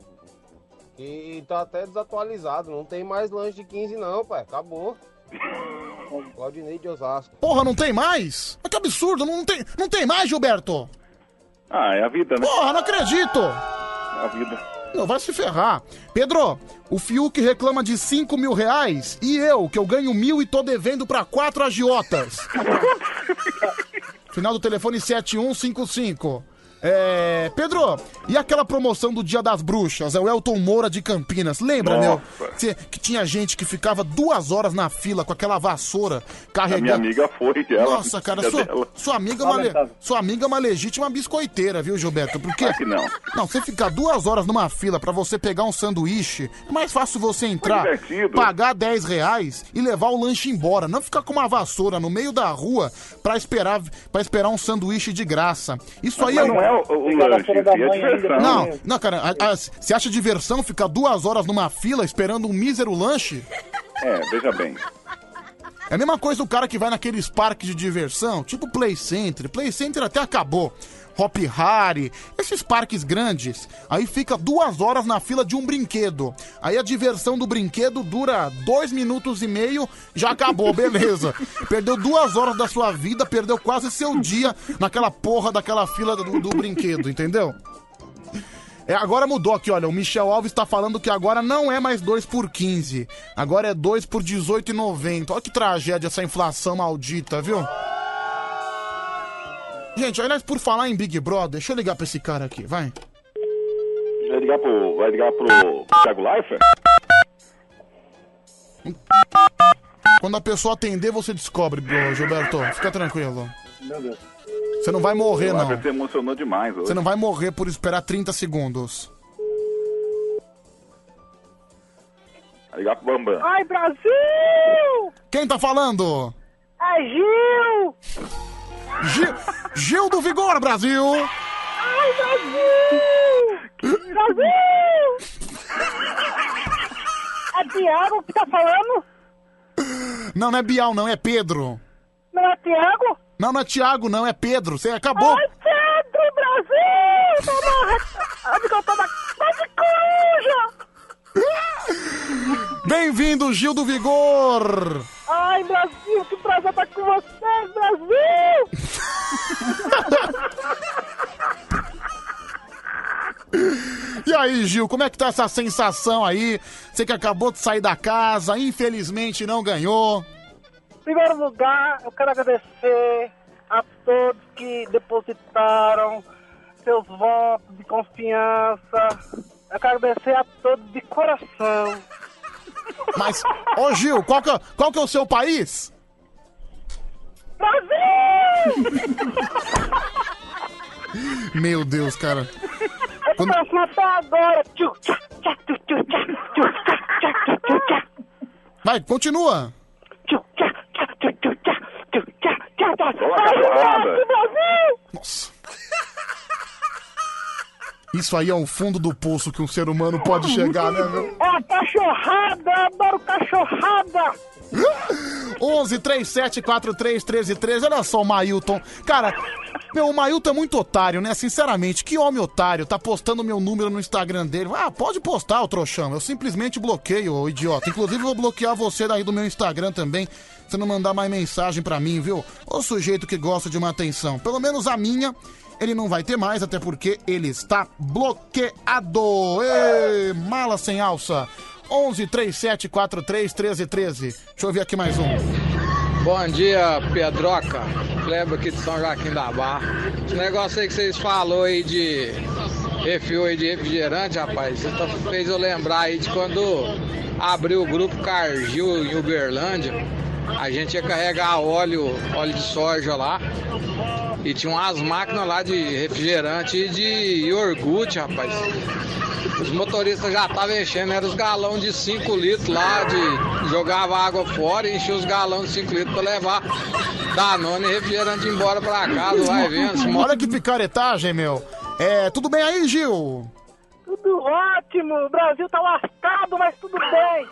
Speaker 24: que tá até desatualizado. Não tem mais lanche de quinze não, pai. Acabou. Claudinei de Osasco.
Speaker 1: Porra, não tem mais? Mas que absurdo, não tem, não tem mais, Gilberto.
Speaker 18: Ah, é a vida, né?
Speaker 1: Porra, não acredito!
Speaker 18: É a vida.
Speaker 1: Não, vai se ferrar. Pedro, o Fiuk reclama de cinco mil reais e eu, que eu ganho mil e tô devendo pra quatro agiotas. Final do telefone sete um cinco cinco. É... Pedro, e aquela promoção do Dia das Bruxas? É o Elton Moura de Campinas. Lembra,
Speaker 18: Nossa.
Speaker 1: meu? Cê- que tinha gente que ficava duas horas na fila com aquela vassoura
Speaker 18: A
Speaker 1: carregando.
Speaker 18: minha amiga foi, ela.
Speaker 1: Nossa, cara,
Speaker 18: filha
Speaker 1: sua,
Speaker 18: dela.
Speaker 1: sua amiga é uma le- sua amiga é uma legítima biscoiteira, viu, Gilberto? Porque
Speaker 18: Claro que não.
Speaker 1: não, você ficar duas horas numa fila pra você pegar um sanduíche, é mais fácil você entrar,
Speaker 18: divertido.
Speaker 1: pagar dez reais e levar o lanche embora. Não ficar com uma vassoura no meio da rua pra esperar, pra esperar um sanduíche de graça. Isso
Speaker 18: Mas
Speaker 1: aí é
Speaker 18: não é o, o lanche, é diversão.
Speaker 1: Não, não, cara, a- a- você acha diversão ficar duas horas numa fila esperando um mísero lanche?
Speaker 18: É, veja bem.
Speaker 1: É a mesma coisa do cara que vai naqueles parques de diversão, tipo Play Center. Play Center até acabou. Hop Harry, esses parques grandes. Aí fica duas horas na fila de um brinquedo. Aí a diversão do brinquedo dura dois minutos e meio, já acabou, beleza. Perdeu duas horas da sua vida, perdeu quase seu dia naquela porra daquela fila do, do brinquedo, entendeu? É, agora mudou aqui, olha, o Michel Alves tá falando que agora não é mais dois por quinze, agora é dois por dezoito e noventa. Olha que tragédia essa inflação maldita, viu? Gente, aliás, por falar em Big Brother, deixa eu ligar pra esse cara aqui, vai.
Speaker 18: Vai ligar pro, vai ligar pro Thiago Leifert?
Speaker 1: Quando a pessoa atender, você descobre, ô, Gilberto. Fica tranquilo.
Speaker 13: Meu Deus.
Speaker 1: Você não vai morrer,
Speaker 18: O
Speaker 1: não.
Speaker 18: Leifert se emocionou demais hoje.
Speaker 1: Você não vai morrer por esperar trinta segundos.
Speaker 18: Vai ligar pro Bambam.
Speaker 7: Ai, Brasil!
Speaker 1: Quem tá falando?
Speaker 7: É Gil!
Speaker 1: Gil, Gil do Vigor, Brasil!
Speaker 7: Ai, Brasil! Brasil! É Tiago que tá falando?
Speaker 1: Não, não é Bial, não, é Pedro.
Speaker 7: Não é Tiago?
Speaker 1: Não, não é Thiago, não, é Pedro. Você acabou.
Speaker 7: Ai, Pedro, Brasil! Toma! Onde que eu tô na... Tá de coruja!
Speaker 1: Bem-vindo, Gil do Vigor!
Speaker 7: Ai, Brasil, que prazer estar com vocês, Brasil!
Speaker 1: E aí, Gil, como é que tá essa sensação aí? Você que acabou de sair da casa, infelizmente não ganhou.
Speaker 7: Em primeiro lugar, eu quero agradecer a todos que depositaram seus votos de confiança. Eu quero agradecer a todos de coração.
Speaker 1: Mas, ô Gil, qual que, é, qual que é o seu país?
Speaker 7: Brasil!
Speaker 1: Meu Deus, cara.
Speaker 7: Eu tô passando até agora. Tchu, tchá, tchá, tchu, tchu, tchá, tchu, tchá, tchá, tchu, tchu, tchá.
Speaker 1: Vai, continua.
Speaker 7: Tchu, tchá, tchá, tchu, tchu, tchá, tchu, tchá, tchá, tchá.
Speaker 18: Olha a
Speaker 7: Ai,
Speaker 18: cachorrada.
Speaker 7: Brasil!
Speaker 1: Nossa. Isso aí é o fundo do poço que um ser humano pode chegar, né, meu?
Speaker 7: É a cachorrada, adoro cachorrada!
Speaker 1: onze, trinta e sete, quarenta e três, treze, treze. Olha só o Mailton. Cara, meu, o Mailton é muito otário, né? Sinceramente, que homem otário. Tá postando meu número no Instagram dele. Ah, pode postar, ô trouxão. Eu simplesmente bloqueio, ô idiota. Inclusive, eu vou bloquear você daí do meu Instagram também. Se não mandar mais mensagem pra mim, viu? Ô sujeito que gosta de uma atenção. Pelo menos a minha, ele não vai ter mais, até porque ele está bloqueado. Ê, mala sem alça. onze, trinta e sete, quarenta e três, treze, treze. Deixa eu ver aqui mais um.
Speaker 4: Bom dia, Pedroca. Kleber aqui de São Joaquim da Barra. Esse negócio aí que vocês falaram aí de refil e de refrigerante, rapaz, você tá- fez eu lembrar aí de quando abriu o grupo Cargill em Uberlândia. A gente ia carregar óleo, óleo de soja lá. E tinha umas máquinas lá de refrigerante e de iogurte, rapaz. Os motoristas já estavam enchendo, eram os galões de cinco litros lá, de jogava água fora e enchia os galões de cinco litros pra levar Danone e refrigerante embora pra casa, vai vendo. se mo-
Speaker 1: Olha que picaretagem, meu. É, tudo bem aí, Gil?
Speaker 7: Tudo ótimo, o Brasil tá lascado, mas tudo bem.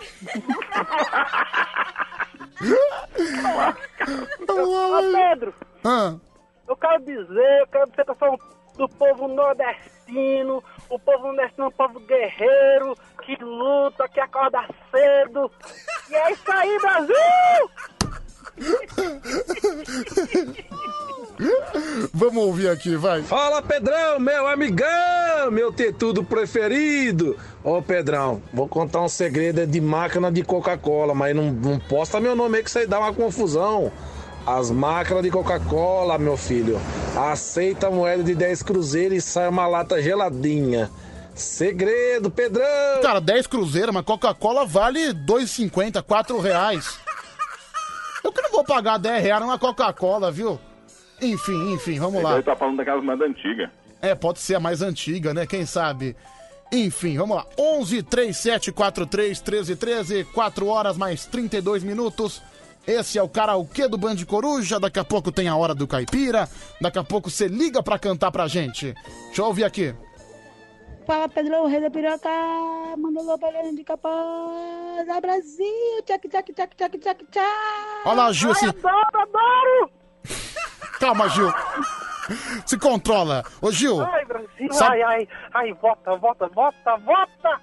Speaker 7: Ô Pedro,
Speaker 1: Ah,
Speaker 7: eu quero dizer, eu quero dizer que eu sou um- do povo nordestino, o povo nordestino é um povo guerreiro, que luta, que acorda cedo. E é isso aí, Brasil!
Speaker 1: Vamos ouvir aqui, vai.
Speaker 5: Fala, Pedrão, meu amigão, meu tetudo preferido. Ô, Pedrão, vou contar um segredo é de máquina de Coca-Cola, mas não, não posta meu nome aí que isso aí dá uma confusão. As máquinas de Coca-Cola, meu filho, aceita a moeda de dez cruzeiros e sai uma lata geladinha. Segredo, Pedrão.
Speaker 1: Cara, dez cruzeiros, mas Coca-Cola vale dois e cinquenta, quatro reais. Eu que não vou pagar dez reais numa Coca-Cola, viu? Enfim, enfim, vamos lá.
Speaker 18: Ele tá falando daquelas mais antigas.
Speaker 1: É, pode ser a mais antiga, né? Quem sabe? Enfim, vamos lá. onze, trinta e sete, quarenta e três, treze, treze, quatro horas mais trinta e dois minutos. Esse é o karaokê do Band Coruja. Daqui a pouco tem a hora do caipira. Daqui a pouco você liga pra cantar pra gente. Deixa eu ouvir aqui.
Speaker 6: Fala, Pedrão, Rei da Piroca, manda alô pra galera de Capaz, a Brasil, tchac, tchac, tchac, tchac, tchac, tchac.
Speaker 1: Olha lá, Gil,
Speaker 6: Ai,
Speaker 1: se...
Speaker 6: adoro, adoro.
Speaker 1: Calma, Gil. Se controla. Ô, Gil.
Speaker 6: Ai, Brasil,
Speaker 1: sabe...
Speaker 6: ai, ai, ai, vota, vota, vota, vota.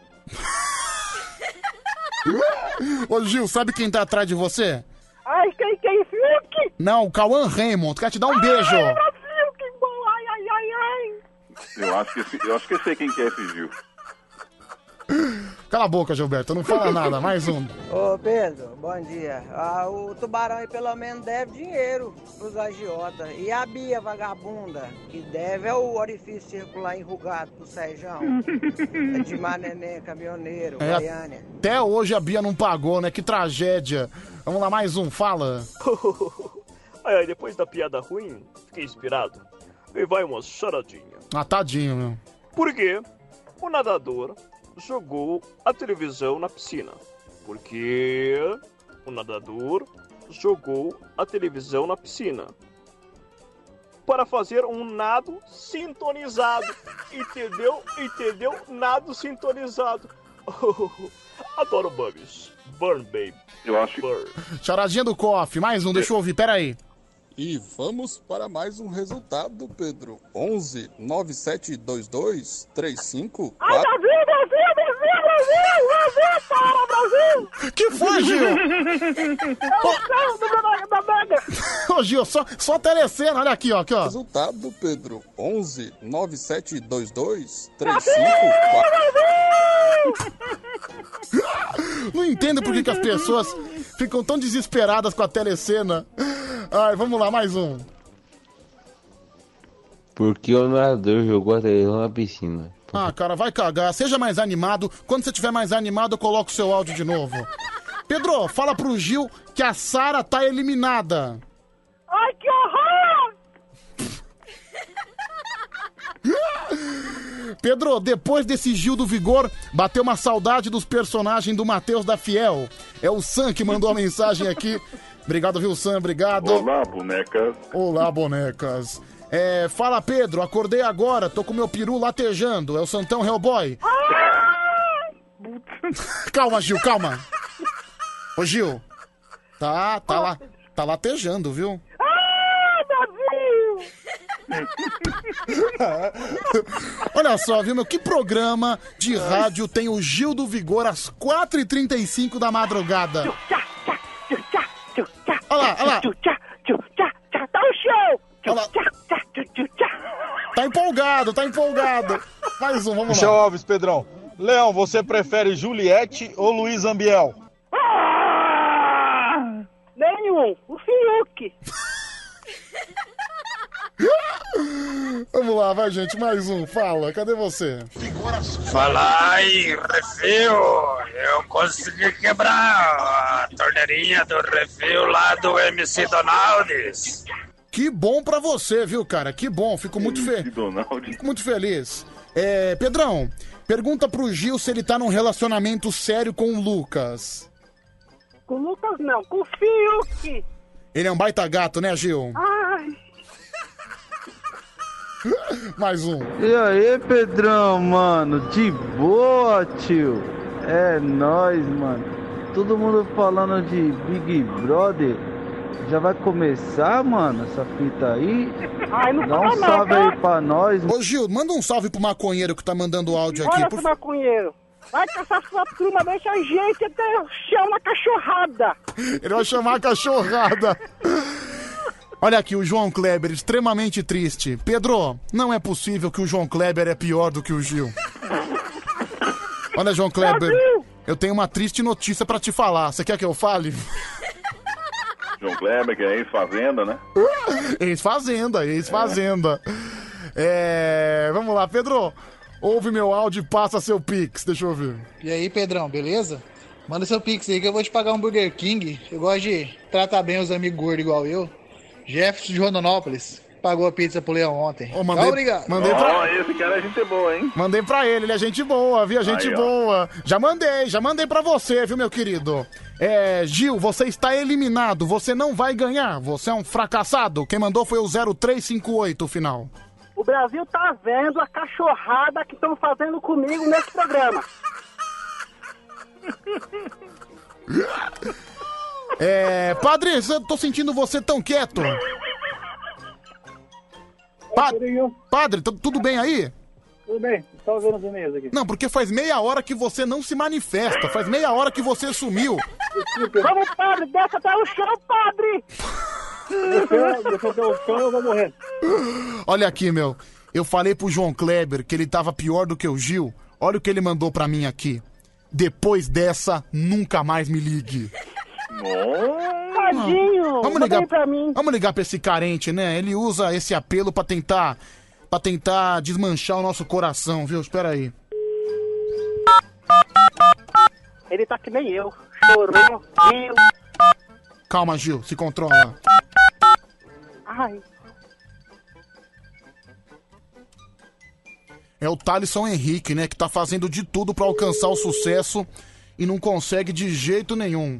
Speaker 1: Ô, Gil, sabe quem tá atrás de você?
Speaker 6: Ai, quem, quem, Fiuk?
Speaker 1: Não, o Cauã Raymond, quer te dar um beijo.
Speaker 6: Ai, Brasil, que bom, ai, ai, ai, ai.
Speaker 18: Eu acho que, esse- eu acho que eu sei quem que é esse Gil.
Speaker 1: Cala a boca, Gilberto, não fala nada, mais um.
Speaker 10: Ô Pedro, bom dia. Ah, o Tubarão aí pelo menos deve dinheiro pros agiotas. E a Bia vagabunda, que deve é o orifício circular enrugado pro Serjão. É de Manenê, caminhoneiro,
Speaker 1: É,
Speaker 10: Goiânia.
Speaker 1: até hoje a Bia não pagou, né? Que tragédia. Vamos lá, mais um, fala.
Speaker 11: Ai, ai, depois da piada ruim, fiquei inspirado. E vai uma choradinha.
Speaker 1: Ah, tadinho, meu.
Speaker 11: Por quê? O nadador jogou a televisão na piscina. Porque o nadador jogou a televisão na piscina. Para fazer um nado sintonizado. Entendeu? Entendeu? Nado sintonizado. Adoro Bubbies. Burn, baby.
Speaker 18: Eu acho
Speaker 11: Burn.
Speaker 1: Charadinha do Coff, mais um, deixa eu ouvir, peraí.
Speaker 21: E vamos para mais um resultado, Pedro. onze, nove sete dois dois, três cinco
Speaker 6: Ai,
Speaker 21: quatro...
Speaker 6: Brasil, Brasil, Brasil, Brasil, para, Brasil.
Speaker 1: Que foi, Gil?
Speaker 6: É o carro do Mega da Mega.
Speaker 1: Ô, Gil, só, só telecena, olha aqui, ó, aqui, ó.
Speaker 21: Resultado, Pedro. onze, nove sete dois dois, três cinco quatro...
Speaker 1: Não entendo por que, que as pessoas ficam tão desesperadas com a telecena. Ai, vamos lá, mais um.
Speaker 26: Porque o nadador jogou a televisão na piscina.
Speaker 1: Ah, cara, vai cagar. Seja mais animado. Quando você estiver mais animado, eu coloco o seu áudio de novo. Pedro, fala pro Gil que a Sara tá eliminada.
Speaker 6: Ai, que horror.
Speaker 1: Pedro, depois desse Gil do Vigor, bateu uma saudade dos personagens do Matheus da Fiel. É o Sam que mandou a mensagem aqui. Obrigado, viu, Sam? Obrigado.
Speaker 18: Olá, bonecas.
Speaker 1: Olá, bonecas. É, fala, Pedro, acordei agora, tô com meu peru latejando. É o Santão Hellboy. Calma, Gil, calma. Ô, Gil, tá, tá lá, tá latejando, viu? Olha só, viu, meu? Que programa de rádio tem o Gil do Vigor às quatro e trinta e cinco da madrugada? Olha lá, olha lá.
Speaker 6: Tá o show.
Speaker 1: Olha lá. Tá empolgado, tá empolgado. Mais um, vamos
Speaker 19: Michel
Speaker 1: lá.
Speaker 19: Alves, Pedrão. Leão, você prefere Juliette ou Luiz Ambiel?
Speaker 6: Ah, nenhum. O Fiuk.
Speaker 1: Vamos lá, vai, gente, mais um. Fala, cadê você?
Speaker 27: Fala aí, refil! Eu consegui quebrar a torneirinha do refil lá do M C Donaldes.
Speaker 1: Que bom pra você, viu, cara? Que bom, fico muito feliz. Fico muito feliz. É, Pedrão, pergunta pro Gil se ele tá num relacionamento sério com o Lucas.
Speaker 6: Com o Lucas não, com o Fiuk.
Speaker 1: Ele é um baita gato, né, Gil?
Speaker 6: Ai.
Speaker 1: Mais um.
Speaker 28: E aí, Pedrão, mano? De boa, tio? É nóis, mano. Todo mundo falando de Big Brother. Já vai começar, mano, essa fita aí?
Speaker 6: Ai, não
Speaker 28: Dá um
Speaker 6: fala
Speaker 28: salve
Speaker 6: não,
Speaker 28: aí pra nós.
Speaker 1: Ô, Gil, manda um salve pro maconheiro que tá mandando áudio aqui.
Speaker 6: Olha
Speaker 1: por
Speaker 6: esse maconheiro. Vai caçar sua turma, deixa a gente até chama na cachorrada.
Speaker 1: Ele vai chamar a cachorrada. Olha aqui, o João Kleber, extremamente triste. Pedro, não é possível que o João Kleber é pior do que o Gil. Olha, João Kleber, eu tenho uma triste notícia pra te falar. Você quer que eu fale?
Speaker 18: João Kleber, que é ex-fazenda, né?
Speaker 1: Ex-fazenda, ex-fazenda. É... Vamos lá, Pedro. Ouve meu áudio e passa seu Pix. Deixa eu ver.
Speaker 2: E aí, Pedrão, beleza? Manda seu Pix aí que eu vou te pagar um Burger King. Eu gosto de tratar bem os amigos gordos igual eu. Jefferson de Rondonópolis pagou a pizza pro Leão ontem.
Speaker 1: Oh, mandei,
Speaker 2: Tá, obrigado.
Speaker 1: Mandei pra...
Speaker 18: Ó, esse cara é gente boa, hein?
Speaker 1: Mandei pra ele, ele é gente boa, viu? Gente
Speaker 18: Aí, ó.
Speaker 1: boa. Já mandei, já mandei pra você, viu, meu querido? É, Gil, você está eliminado, você não vai ganhar, você é um fracassado. Quem mandou foi o zero três cinco oito, o final.
Speaker 3: O Brasil tá vendo a cachorrada que estão fazendo comigo nesse programa.
Speaker 1: É, padre, eu tô sentindo você tão quieto. Pa- Padre, t- tudo bem aí?
Speaker 13: Tudo bem, só vendo os e-mails aqui.
Speaker 1: Não, porque faz meia hora que você não se manifesta, faz meia hora que você sumiu.
Speaker 3: Vamos, padre, desce até o chão, padre!
Speaker 13: Desce até o chão, eu vou morrer.
Speaker 1: Olha aqui, meu, eu falei pro João Kleber que ele tava pior do que o Gil. Olha o que ele mandou pra mim aqui. Depois dessa, nunca mais me ligue.
Speaker 3: Tadinho,
Speaker 1: Vamos
Speaker 3: manda
Speaker 1: ligar
Speaker 3: aí pra mim.
Speaker 1: Vamos ligar pra esse carente, né? Ele usa esse apelo pra tentar para tentar desmanchar o nosso coração, viu? Espera aí.
Speaker 3: Ele tá que nem eu, chorou, riu.
Speaker 1: Calma, Gil, se controla.
Speaker 3: Ai,
Speaker 1: É o Thalisson Henrique, né? Que tá fazendo de tudo pra alcançar o sucesso e não consegue de jeito nenhum.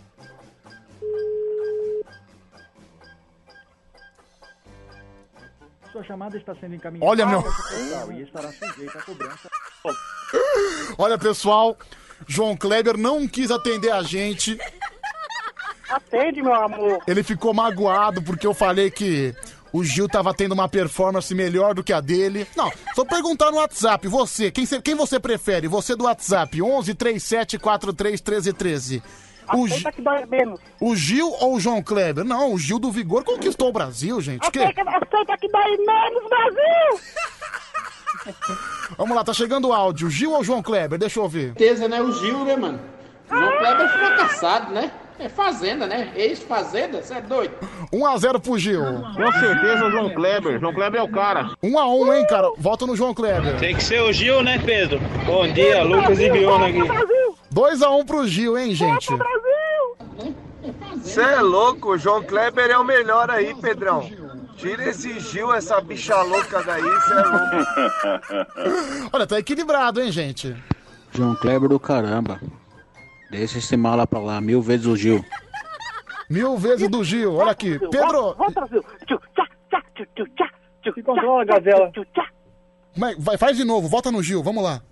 Speaker 8: Sua chamada está sendo encaminhada.
Speaker 1: Olha, meu-
Speaker 8: E estará sujeita a cobrança.
Speaker 1: Olha, pessoal, João Kleber não quis atender a gente.
Speaker 3: atende, meu amor.
Speaker 1: Ele ficou magoado porque eu falei que o Gil tava tendo uma performance melhor do que a dele. Não, só perguntar no WhatsApp, você, quem, cê- quem você prefere? Você do WhatsApp, onze, trinta e sete, quarenta e três, treze, treze. O, Gi-
Speaker 3: Aceita que dói menos.
Speaker 1: o Gil ou o João Kleber? Não, o Gil do Vigor conquistou o Brasil, gente. Que?
Speaker 3: Aceita, aceita que dói menos, Brasil!
Speaker 1: Vamos lá, tá chegando o áudio. Gil ou João Kleber? Deixa eu ouvir.
Speaker 9: certeza, né? O Gil, né, mano? O João Kleber é fracassado, né? É fazenda, né? Ex-fazenda, você é doido.
Speaker 1: um a zero pro Gil.
Speaker 9: Com certeza o João Kleber.
Speaker 1: João Kleber é o cara. um a um, hein, cara? Volta no João Kleber.
Speaker 12: Tem que ser o Gil, né, Pedro? Bom dia, Lucas e Biona aqui.
Speaker 1: dois a um pro Gil, hein, gente?
Speaker 14: Você é louco, o João Kleber é o melhor aí, Pedrão. Tira esse Gil, essa bicha louca daí, você é louco.
Speaker 1: Olha, tá equilibrado, hein, gente?
Speaker 16: João Kleber do caramba. Deixa esse mala pra lá, mil vezes o Gil.
Speaker 1: Mil vezes do Gil, olha aqui. Pedro!
Speaker 13: Se controla, Gazela.
Speaker 1: Vai, vai, faz de novo, volta no Gil, vamos lá.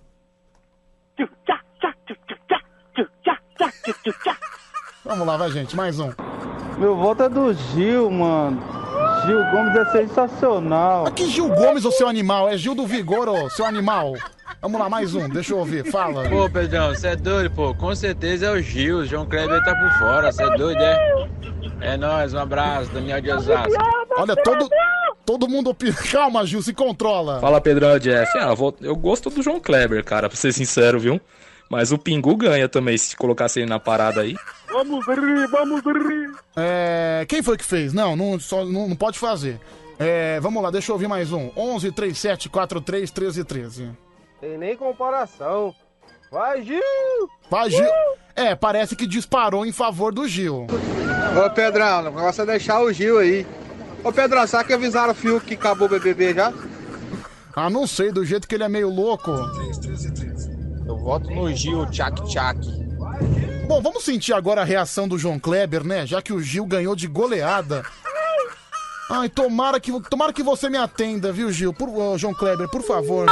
Speaker 1: Vamos lá, vai, gente, mais um.
Speaker 28: Meu voto é do Gil, mano. Gil Gomes é sensacional.
Speaker 1: Que Gil Gomes, ô seu animal? É Gil do Vigor, ô seu animal. Vamos lá, mais um, deixa eu ouvir, fala.
Speaker 25: Pô, Pedrão, você é doido, pô. Com certeza é o Gil. O João Kleber tá por fora, você é doido, é? É nóis, um abraço, Daniel de Osasco.
Speaker 1: Olha, todo, todo mundo opina. Calma, Gil, se controla.
Speaker 29: Fala, Pedrão, é o Jeff. Ah, eu, vou- eu gosto do João Kleber, cara, pra ser sincero, viu? Mas o Pingu ganha também, se colocasse ele na parada aí.
Speaker 3: Vamos rir, vamos rir.
Speaker 1: É, quem foi que fez? Não, não, só, não, não pode fazer. É, vamos lá, deixa eu ouvir mais um. onze, trinta e sete, quarenta e três, treze, treze.
Speaker 24: Tem nem comparação. Vai, Gil!
Speaker 1: Vai, Gil. É, parece que disparou em favor do Gil.
Speaker 24: Ô, Pedrão, o negócio é deixar o Gil aí. Ô, Pedrão, será que avisaram o Fiuk que acabou o B B B já?
Speaker 1: Ah, não sei, do jeito que ele é meio louco.
Speaker 24: Eu voto no Gil, tchac tchac.
Speaker 1: Bom, vamos sentir agora a reação do João Kleber, né? Já que o Gil ganhou de goleada. Ai, tomara que, tomara que você me atenda, viu, Gil? Por, ô, João Kleber, por favor.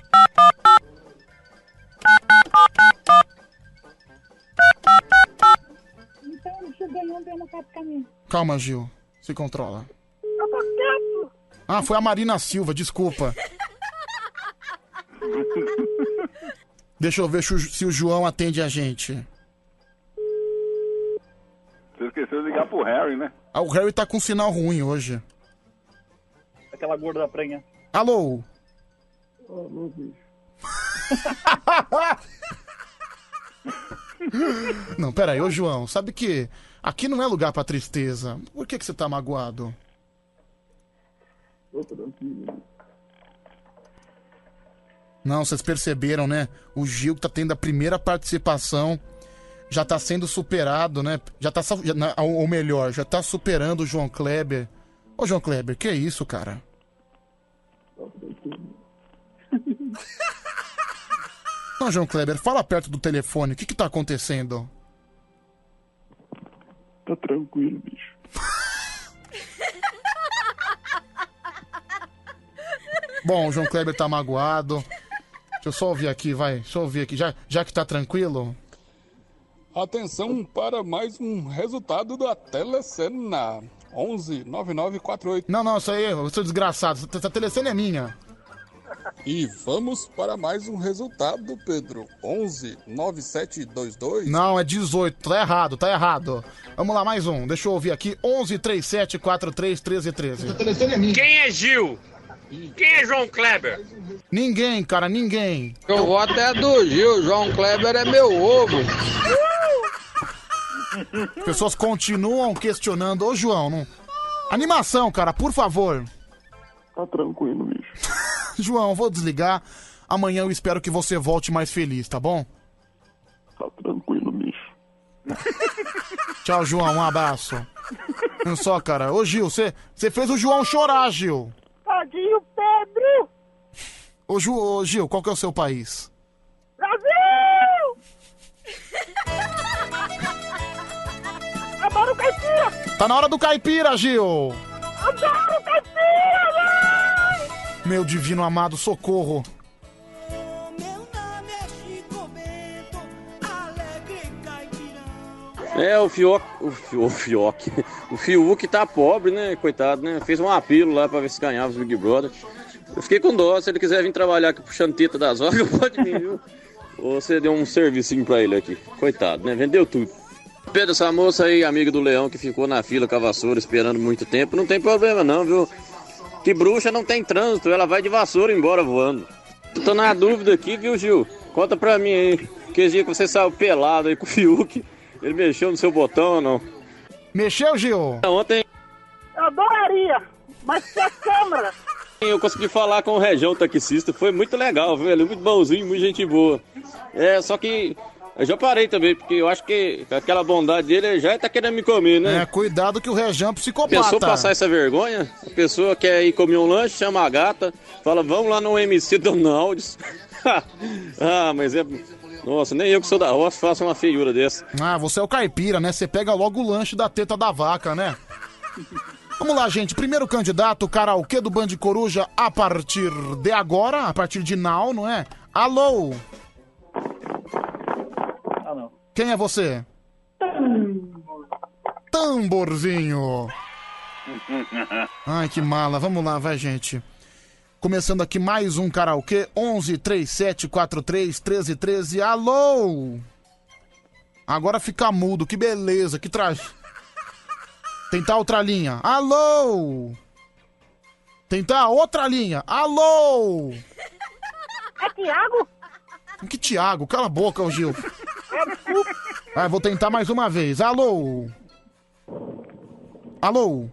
Speaker 6: Então o Gil ganhou pelo caminho.
Speaker 1: Calma, Gil. Se controla.
Speaker 3: Eu tô quieto.
Speaker 1: Ah, foi a Marina Silva, desculpa. Deixa eu ver se o- se o João atende a gente.
Speaker 18: Vocês esqueceu de ligar pro Harry, né?
Speaker 1: Ah, o Harry tá com sinal ruim hoje.
Speaker 13: Aquela gorda da prenha.
Speaker 1: Alô?
Speaker 13: Alô, bicho.
Speaker 1: Não, pera aí, ô João, sabe que aqui não é lugar pra tristeza. Por que que você tá magoado? Não, vocês perceberam, né? O Gil que tá tendo a primeira participação já tá sendo superado, né? Já tá, já, ou melhor, já tá superando o João Kleber. Ô, João Kleber, que é isso, cara? Não, João Kleber, fala perto do telefone. O que que tá acontecendo?
Speaker 13: Tá tranquilo, bicho.
Speaker 1: Bom, o João Kleber tá magoado. Deixa eu só ouvir aqui, vai. Deixa eu ouvir aqui. Já, já que tá tranquilo...
Speaker 21: Atenção para mais um resultado da Telecena. onze nove nove quatro oito.
Speaker 1: Não, não, isso aí, eu sou desgraçado. Essa telecena é minha.
Speaker 21: E vamos para mais um resultado, Pedro. onze nove sete dois dois.
Speaker 1: Não, é dezoito. Tá errado, tá errado. Vamos lá, mais um. Deixa eu ouvir aqui. onze trinta e sete quarenta e três treze treze.
Speaker 4: Essa telecena é minha. Quem é Gil? Quem é João Kleber?
Speaker 1: Ninguém, cara, ninguém.
Speaker 5: Eu voto é do Gil. João Kleber é meu ovo.
Speaker 1: As pessoas continuam questionando. Ô, João, não... Animação, cara, por favor.
Speaker 13: Tá tranquilo, bicho.
Speaker 1: João, vou desligar. Amanhã eu espero que você volte mais feliz, tá bom?
Speaker 13: Tá tranquilo, bicho.
Speaker 1: Tchau, João, um abraço. Não só, cara. Ô, Gil, você fez o João chorar, Gil.
Speaker 3: Tadinho, Pedro!
Speaker 1: Ô, Ju, ô, Gil, qual que é o seu país?
Speaker 3: Brasil! Adoro caipira!
Speaker 1: Tá na hora do caipira, Gil!
Speaker 3: Adoro caipira, mãe!
Speaker 1: Meu divino amado, socorro!
Speaker 7: É, o Fioc, o, Fio, o Fioc, o Fiuk tá pobre, né, coitado, né, fez um apelo lá pra ver se ganhava os Big Brother. Eu fiquei com dó, se ele quiser vir trabalhar aqui puxando teta das vagas, pode vir, viu? Ou você deu um servicinho pra ele aqui, coitado, né, vendeu tudo. Pedro, essa moça aí, amiga do Leão, que ficou na fila com a vassoura esperando muito tempo, não tem problema não, viu? Que bruxa não tem trânsito, ela vai de vassoura embora voando. Eu tô na dúvida aqui, viu, Gil? Conta pra mim aí, que dia que você saiu pelado aí com o Fiuk. Ele mexeu no seu botão ou não?
Speaker 1: Mexeu, Gil?
Speaker 7: Ontem...
Speaker 3: Eu adoraria, mas se a câmera...
Speaker 7: Eu consegui falar com o Região taxista, foi muito legal, viu? Ele é muito bonzinho, muito gente boa. É, só que eu já parei também, porque eu acho que aquela bondade dele já tá querendo me comer, né?
Speaker 1: É, cuidado que o Região é psicopata.
Speaker 7: Pensou passar essa vergonha? A pessoa quer ir comer um lanche, chama a gata, fala, vamos lá no M C Donalds. Ah, mas é... Nossa, nem eu que sou da roça faço uma feiura dessa.
Speaker 1: Ah, você é o caipira, né? Você pega logo o lanche da teta da vaca, né? Vamos lá, gente. Primeiro candidato, karaokê do Band Coruja a partir de agora, a partir de now, não é? Alô?
Speaker 13: Ah, não.
Speaker 1: Quem é você? Tamborzinho. Ai, que mala. Vamos lá, vai, gente. Começando aqui mais um karaokê, onze trinta e sete quarenta e três treze treze. Alô? Agora fica mudo, que beleza, que tra... Tentar outra linha. Alô? Tentar outra linha. Alô?
Speaker 3: É Thiago?
Speaker 1: Que Thiago? Cala a boca, ô Gil.
Speaker 3: É, desculpa.
Speaker 1: Ah, vou tentar mais uma vez. Alô? Alô?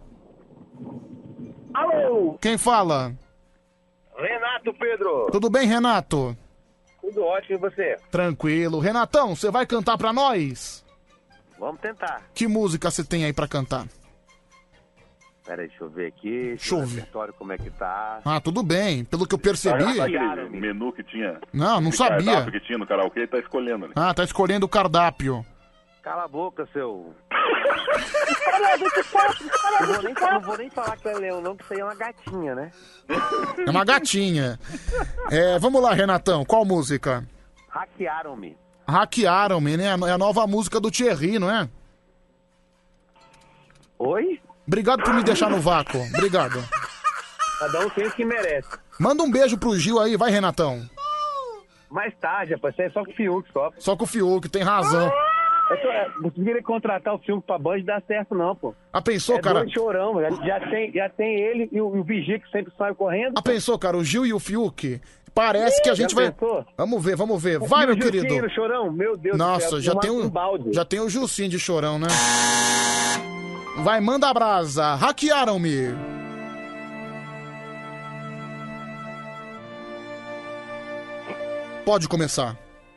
Speaker 3: Alô?
Speaker 1: Quem fala?
Speaker 10: Renato, Pedro.
Speaker 1: Tudo bem, Renato?
Speaker 10: Tudo ótimo, e você?
Speaker 1: Tranquilo. Renatão, você vai cantar pra nós?
Speaker 10: Vamos tentar.
Speaker 1: Que música você tem aí pra cantar?
Speaker 10: Pera aí, deixa eu ver aqui.
Speaker 1: Deixa eu ver.
Speaker 10: O repertório, como é que tá.
Speaker 1: Ah, tudo bem. Pelo que eu percebi...
Speaker 18: Aquele menu que tinha...
Speaker 1: Não, não
Speaker 18: esse
Speaker 1: sabia.
Speaker 18: cardápio que tinha no karaokê, ele tá escolhendo ali.
Speaker 1: Ah, tá escolhendo o cardápio.
Speaker 10: Cala a boca, seu...
Speaker 3: Escolha vinte e quatro, escolha
Speaker 10: Não vou,
Speaker 3: vinte
Speaker 10: nem,
Speaker 3: e quatro.
Speaker 10: não vou nem falar que é leão, não, que isso aí é uma gatinha, né?
Speaker 1: É uma gatinha. É, vamos lá, Renatão. Qual música?
Speaker 10: Hackearam-me.
Speaker 1: Hackearam-me, né? É a nova música do Thierry, não é?
Speaker 10: Oi?
Speaker 1: Obrigado por me deixar no vácuo. Obrigado.
Speaker 10: Cada um tem o que merece.
Speaker 1: Manda um beijo pro Gil aí, vai, Renatão.
Speaker 10: Mais tarde, rapaz, isso aí é só com o Fiuk, só.
Speaker 1: Só com o Fiuk, tem razão.
Speaker 10: Eu tô, é, você queria contratar o filme pra Band, não dá certo não, pô.
Speaker 1: Ah, pensou,
Speaker 10: é
Speaker 1: cara?
Speaker 10: dois chorão, já, já, tem, já tem ele e o, e o Vigia que sempre sai correndo.
Speaker 1: Ah, pensou, cara? O Gil e o Fiuk? Parece
Speaker 10: Ih,
Speaker 1: que a gente
Speaker 10: já
Speaker 1: vai...
Speaker 10: pensou?
Speaker 1: Vamos ver, vamos ver. Vai, meu
Speaker 10: E o Gilcinho
Speaker 1: querido.
Speaker 10: no Chorão? Meu Deus do
Speaker 1: Nossa,
Speaker 10: céu,
Speaker 1: já
Speaker 10: tomar
Speaker 1: tem,
Speaker 10: um
Speaker 1: um,
Speaker 10: balde.
Speaker 1: já tem o Gilcinho de chorão, né? Vai, manda a brasa. Hackearam-me. Pode começar.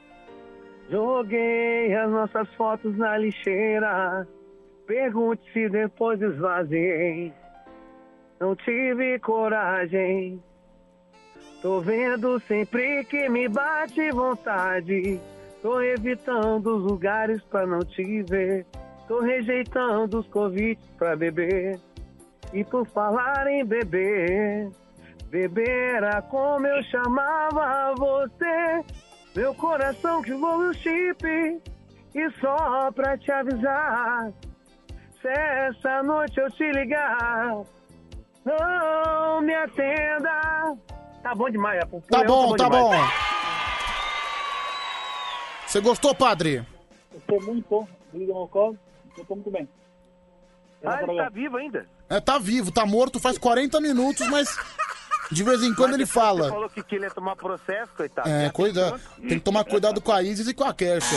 Speaker 10: Joguei as nossas fotos na lixeira. Pergunte se depois esvaziei. Não tive coragem. Tô vendo sempre que me bate vontade. Tô evitando os lugares pra não te ver. Tô rejeitando os convites pra beber. E por falar em beber, beber era como eu chamava você. Meu coração que voa o chip. E só pra te avisar, se essa noite eu te ligar, não me atenda. Tá bom demais, é.
Speaker 1: Tá bom, tá bom.
Speaker 10: demais.
Speaker 1: Você gostou, padre?
Speaker 13: Gostei muito, liga no colo, eu tô muito bem.
Speaker 10: Ah, ele tá vivo ainda?
Speaker 1: É, tá vivo, tá morto faz quarenta minutos, mas de vez em quando ele fala.
Speaker 10: Você falou que, que ele ia tomar processo, coitado.
Speaker 1: É, cuida, tem que tomar cuidado com a Isis e com a Kércia.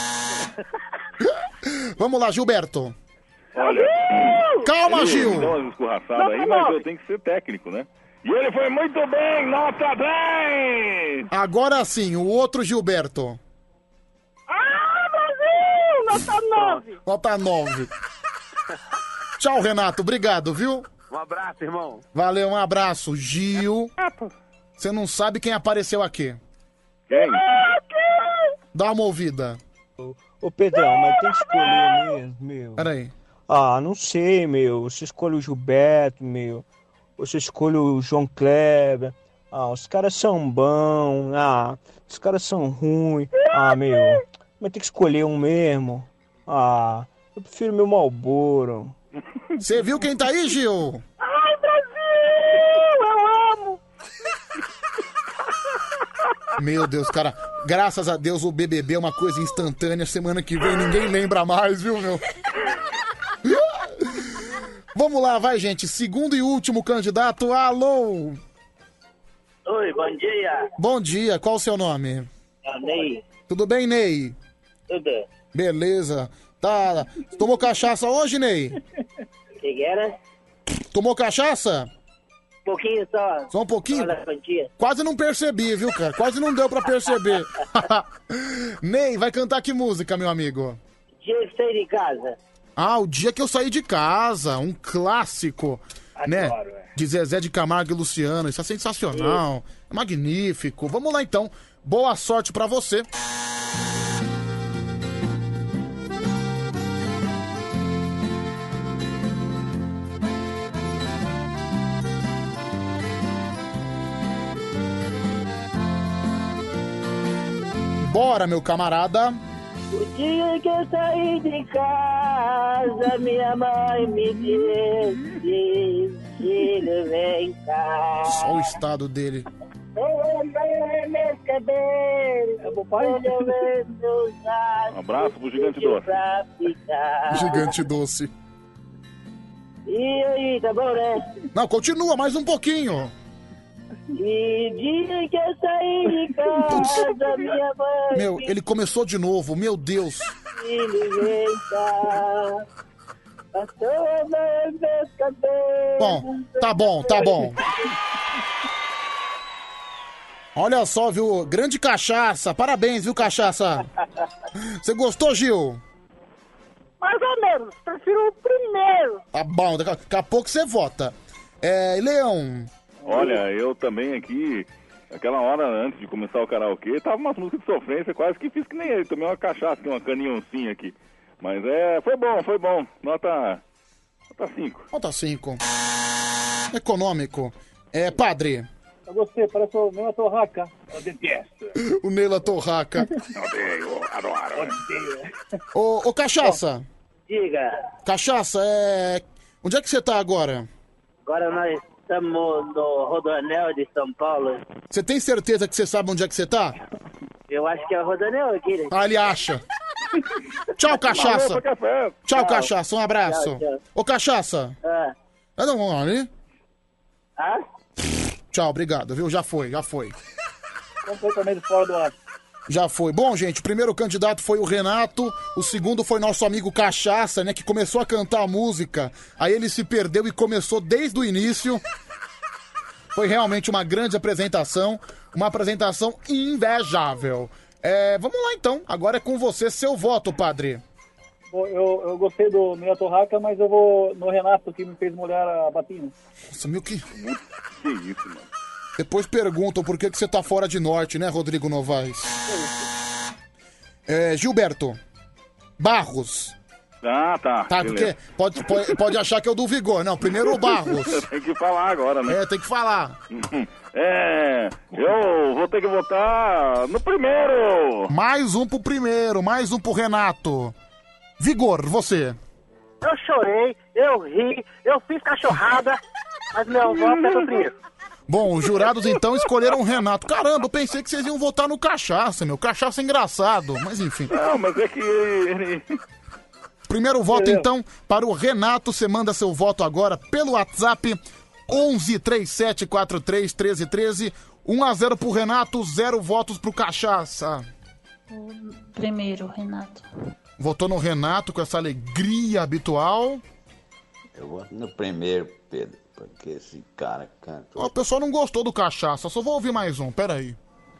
Speaker 1: Vamos lá, Gilberto.
Speaker 18: Olha,
Speaker 1: Calma,
Speaker 18: ele
Speaker 1: Gil.
Speaker 18: deu umas escorraçadas aí, mas eu tenho que ser técnico, né? E ele foi muito bem, nota dez!
Speaker 1: Agora sim, o outro Gilberto.
Speaker 3: Ah, Brasil! Nota nove!
Speaker 1: Nota nove. Tchau, Renato. Obrigado, viu?
Speaker 10: Um abraço, irmão.
Speaker 1: Valeu, um abraço. Gil. Você não sabe quem apareceu aqui.
Speaker 18: Quem?
Speaker 1: Dá uma ouvida.
Speaker 11: Ô, Pedrão, mas tem que escolher mesmo, meu.
Speaker 1: Peraí.
Speaker 11: Ah, não sei, meu. Você escolhe o Gilberto, meu. Você escolhe o João Kleber. Ah, os caras são bons. Ah, os caras são ruins. Ah, meu. Mas tem que escolher um mesmo. Ah, eu prefiro meu Marlboro.
Speaker 1: Você viu quem tá aí, Gil?
Speaker 3: Ai, Brasil! Eu amo!
Speaker 1: Meu Deus, cara. Graças a Deus o B B B é uma coisa instantânea. Semana que vem ninguém lembra mais, viu, meu? Vamos lá, vai, gente. Segundo e último candidato. Alô?
Speaker 15: Oi, bom dia.
Speaker 1: Bom dia. Qual o seu nome?
Speaker 15: É o Ney.
Speaker 1: Tudo bem, Ney?
Speaker 15: Tudo.
Speaker 1: Beleza. Tá. Tomou cachaça hoje, Ney?
Speaker 15: Que que era?
Speaker 1: Tomou cachaça?
Speaker 15: Um pouquinho só.
Speaker 1: Só um pouquinho?
Speaker 15: Só na quantia.
Speaker 1: Quase não percebi, viu, cara? Quase não deu pra perceber. Ney, vai cantar que música, meu amigo?
Speaker 15: Dia que saí de casa.
Speaker 1: Ah, O Dia que Eu Saí de Casa, um clássico,
Speaker 15: Adoro,
Speaker 1: né?
Speaker 15: é.
Speaker 1: De Zezé de Camargo e Luciano, isso é sensacional, é magnífico. Vamos lá então, boa sorte pra você. Bora, meu camarada.
Speaker 15: O dia que eu saí de casa, minha mãe me disse, filho, vem cá.
Speaker 1: Só o estado dele.
Speaker 15: Meus cabelos, é bom pai?
Speaker 18: Um abraço pro Gigante Doce.
Speaker 1: Gigante Doce.
Speaker 15: E aí, tá bom, né?
Speaker 1: Não, continua mais um pouquinho.
Speaker 15: E dia que eu saí de casa, minha mãe...
Speaker 1: Meu, ele começou de novo, meu Deus.
Speaker 15: Filho, vem cá. Passou meus cabelos...
Speaker 1: Bom, tá bom, tá bom. Olha só, viu? Grande cachaça. Parabéns, viu, cachaça? Você gostou, Gil?
Speaker 3: Mais ou menos. Prefiro o primeiro.
Speaker 1: Tá bom, daqui a, daqui a pouco você vota. É, Leão...
Speaker 18: Olha, eu também aqui, aquela hora antes de começar o karaokê, tava umas músicas de sofrência, quase que fiz que nem ele, tomei uma cachaça, uma caninhoncinha aqui. Mas é, foi bom, foi bom, nota nota cinco.
Speaker 1: Nota cinco. Econômico. É, padre.
Speaker 13: Eu gostei, parece o Neila Torraca. Eu detesto.
Speaker 1: O Neila Torraca.
Speaker 18: Odeio, adoro.
Speaker 1: Ô, ô, cachaça.
Speaker 15: Diga.
Speaker 1: Cachaça, é... Onde é que você tá agora?
Speaker 15: Agora nós estamos no Rodoanel de São Paulo.
Speaker 1: Você tem certeza que você sabe onde é que você tá?
Speaker 15: Eu acho que é o Rodoanel aqui, né?
Speaker 1: Ah, ele acha. Tchau, cachaça.
Speaker 18: Falou, café.
Speaker 1: Tchau,
Speaker 18: Tchau.
Speaker 1: cachaça. Um abraço.
Speaker 18: Tchau, tchau.
Speaker 1: Ô, cachaça.
Speaker 3: É.
Speaker 1: É não, olha.
Speaker 3: Ah?
Speaker 1: Tchau, obrigado, viu? Já foi, já foi.
Speaker 13: Completamente fora do ar.
Speaker 1: Já foi. Bom, gente, o primeiro candidato foi o Renato, o segundo foi nosso amigo Cachaça, né, que começou a cantar a música, aí ele se perdeu e começou desde o início. Foi realmente uma grande apresentação, uma apresentação invejável. É, vamos lá então, agora é com você, seu voto, padre.
Speaker 13: Bom, eu, eu gostei do Meia Torraca, mas eu vou no Renato, que me fez molhar a batina.
Speaker 1: Nossa, meu que...
Speaker 18: Que isso, mano.
Speaker 1: Depois perguntam por que, que você tá fora de norte, né, Rodrigo Novaes? É, Gilberto Barros.
Speaker 18: Ah, tá.
Speaker 1: Tá,
Speaker 18: beleza.
Speaker 1: porque pode, pode, pode achar que é o do Vigor. Não, primeiro o Barros.
Speaker 18: Tem que falar agora, né?
Speaker 1: É, tem que falar.
Speaker 18: É, eu vou ter que votar no primeiro.
Speaker 1: Mais um pro primeiro, mais um pro Renato. Vigor, você.
Speaker 3: Eu chorei, eu ri, eu fiz cachorrada, mas meu voto é pro primeiro.
Speaker 1: Bom, os jurados então escolheram o Renato. Caramba, eu pensei que vocês iam votar no Cachaça, meu. Cachaça é engraçado, mas enfim.
Speaker 18: Não, mas é que ele...
Speaker 1: Primeiro voto então para o Renato. Você manda seu voto agora pelo WhatsApp onze, três sete quatro três, um três um três. um a zero pro Renato, zero votos pro Cachaça.
Speaker 2: Primeiro, Renato.
Speaker 1: Votou no Renato com essa alegria habitual.
Speaker 8: Eu voto no primeiro, Pedro, porque esse cara canta.
Speaker 1: Ó, o pessoal não gostou do Cachaça, só vou ouvir mais um, peraí.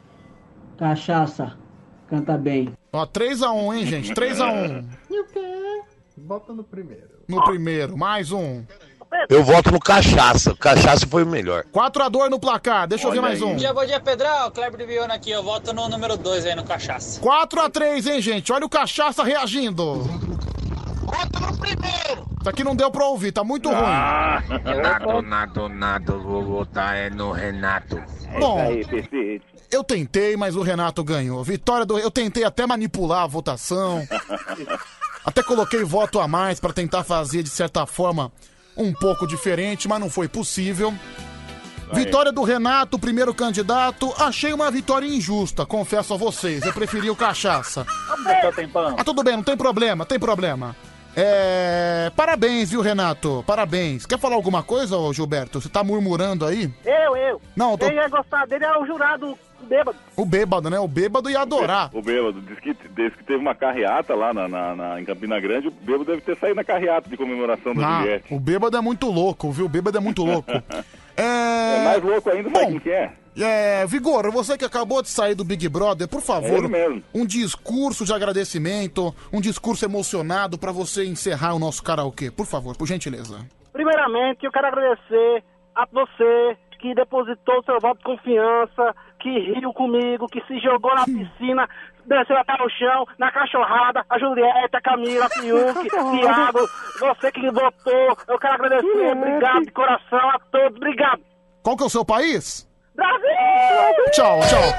Speaker 17: Cachaça, canta bem.
Speaker 1: Ó, três a um, hein, gente? três a um.
Speaker 17: E o quê?
Speaker 19: Bota no primeiro.
Speaker 1: No primeiro, mais um.
Speaker 20: Eu voto no Cachaça. O Cachaça foi o melhor.
Speaker 1: quatro a dois no placar, deixa eu ver mais um.
Speaker 22: Bom dia, bom dia, Pedrão. Kleber de Viona aqui. Eu voto no número dois aí, no Cachaça.
Speaker 1: quatro a três, hein, gente? Olha o Cachaça reagindo.
Speaker 22: Voto no primeiro.
Speaker 1: Isso aqui não deu pra ouvir, tá muito
Speaker 20: Ah,
Speaker 1: ruim.
Speaker 20: nada, nada, nada. Vou votar é no Renato.
Speaker 1: Bom, eu tentei, mas o Renato ganhou. Vitória do... Eu tentei até manipular a votação. Até coloquei voto a mais pra tentar fazer, de certa forma, um pouco diferente, mas não foi possível. Vitória do Renato, primeiro candidato. Achei uma vitória injusta, confesso a vocês. Eu preferi o Cachaça. Ah, tudo bem, não tem problema, tem problema. É... Parabéns, viu, Renato? Parabéns. Quer falar alguma coisa, ô Gilberto? Você tá murmurando aí?
Speaker 3: Eu, eu.
Speaker 1: Não, eu tô...
Speaker 3: Quem ia gostar dele é o jurado bêbado.
Speaker 1: O bêbado, né? O bêbado ia adorar.
Speaker 18: O bêbado, diz que, diz que teve uma carreata lá na, na, na- em Campina Grande, o bêbado deve ter saído na carreata de comemoração da
Speaker 1: Ah,
Speaker 18: Juliette.
Speaker 1: o bêbado é muito louco, viu? O bêbado é muito louco. É...
Speaker 18: É mais louco ainda, sabe quem que é?
Speaker 1: É, Vigor, você que acabou de sair do Big Brother, por favor,
Speaker 18: É ele mesmo.
Speaker 1: um discurso de agradecimento, um discurso emocionado pra você encerrar o nosso karaokê, por favor, por gentileza.
Speaker 3: Primeiramente, eu quero agradecer a você que depositou seu voto de confiança, que riu comigo, que se jogou na piscina, desceu até o chão, na cachorrada, a Juliette, a Camila, a Fiuk, Thiago, você que votou, eu quero agradecer, obrigado de coração a todos, obrigado.
Speaker 1: Qual que é o seu país?
Speaker 3: Brasil!
Speaker 1: Tchau, tchau.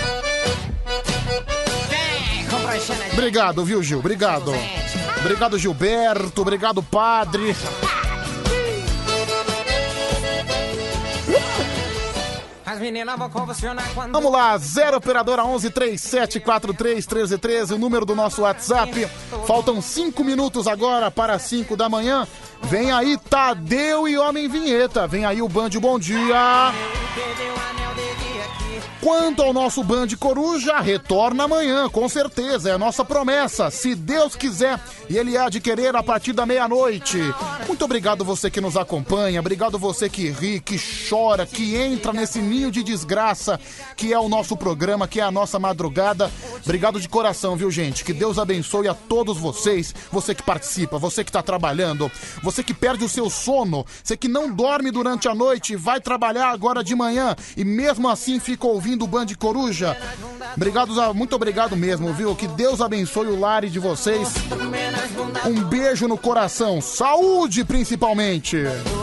Speaker 1: Obrigado, viu, Gil? Obrigado. Obrigado, Gilberto. Obrigado, padre. Vamos lá, zero operadora onze, três sete quatro três, um três um três, o número do nosso WhatsApp. Faltam cinco minutos agora para cinco da manhã. Vem aí Tadeu e Homem Vinheta. Vem aí o Band Bom Dia. Quanto ao nosso Band Coruja, retorna amanhã, com certeza, é a nossa promessa, se Deus quiser, e Ele há de querer a partir da meia-noite. Muito obrigado você que nos acompanha, obrigado você que ri, que chora, que entra nesse ninho de desgraça, que é o nosso programa, que é a nossa madrugada. Obrigado de coração, viu, gente? Que Deus abençoe a todos vocês, você que participa, você que tá trabalhando, você que perde o seu sono, você que não dorme durante a noite, vai trabalhar agora de manhã, e mesmo assim fica ouvindo do Band Coruja. Obrigado, muito obrigado mesmo, viu? Que Deus abençoe o lar de vocês. Um beijo no coração. Saúde, principalmente.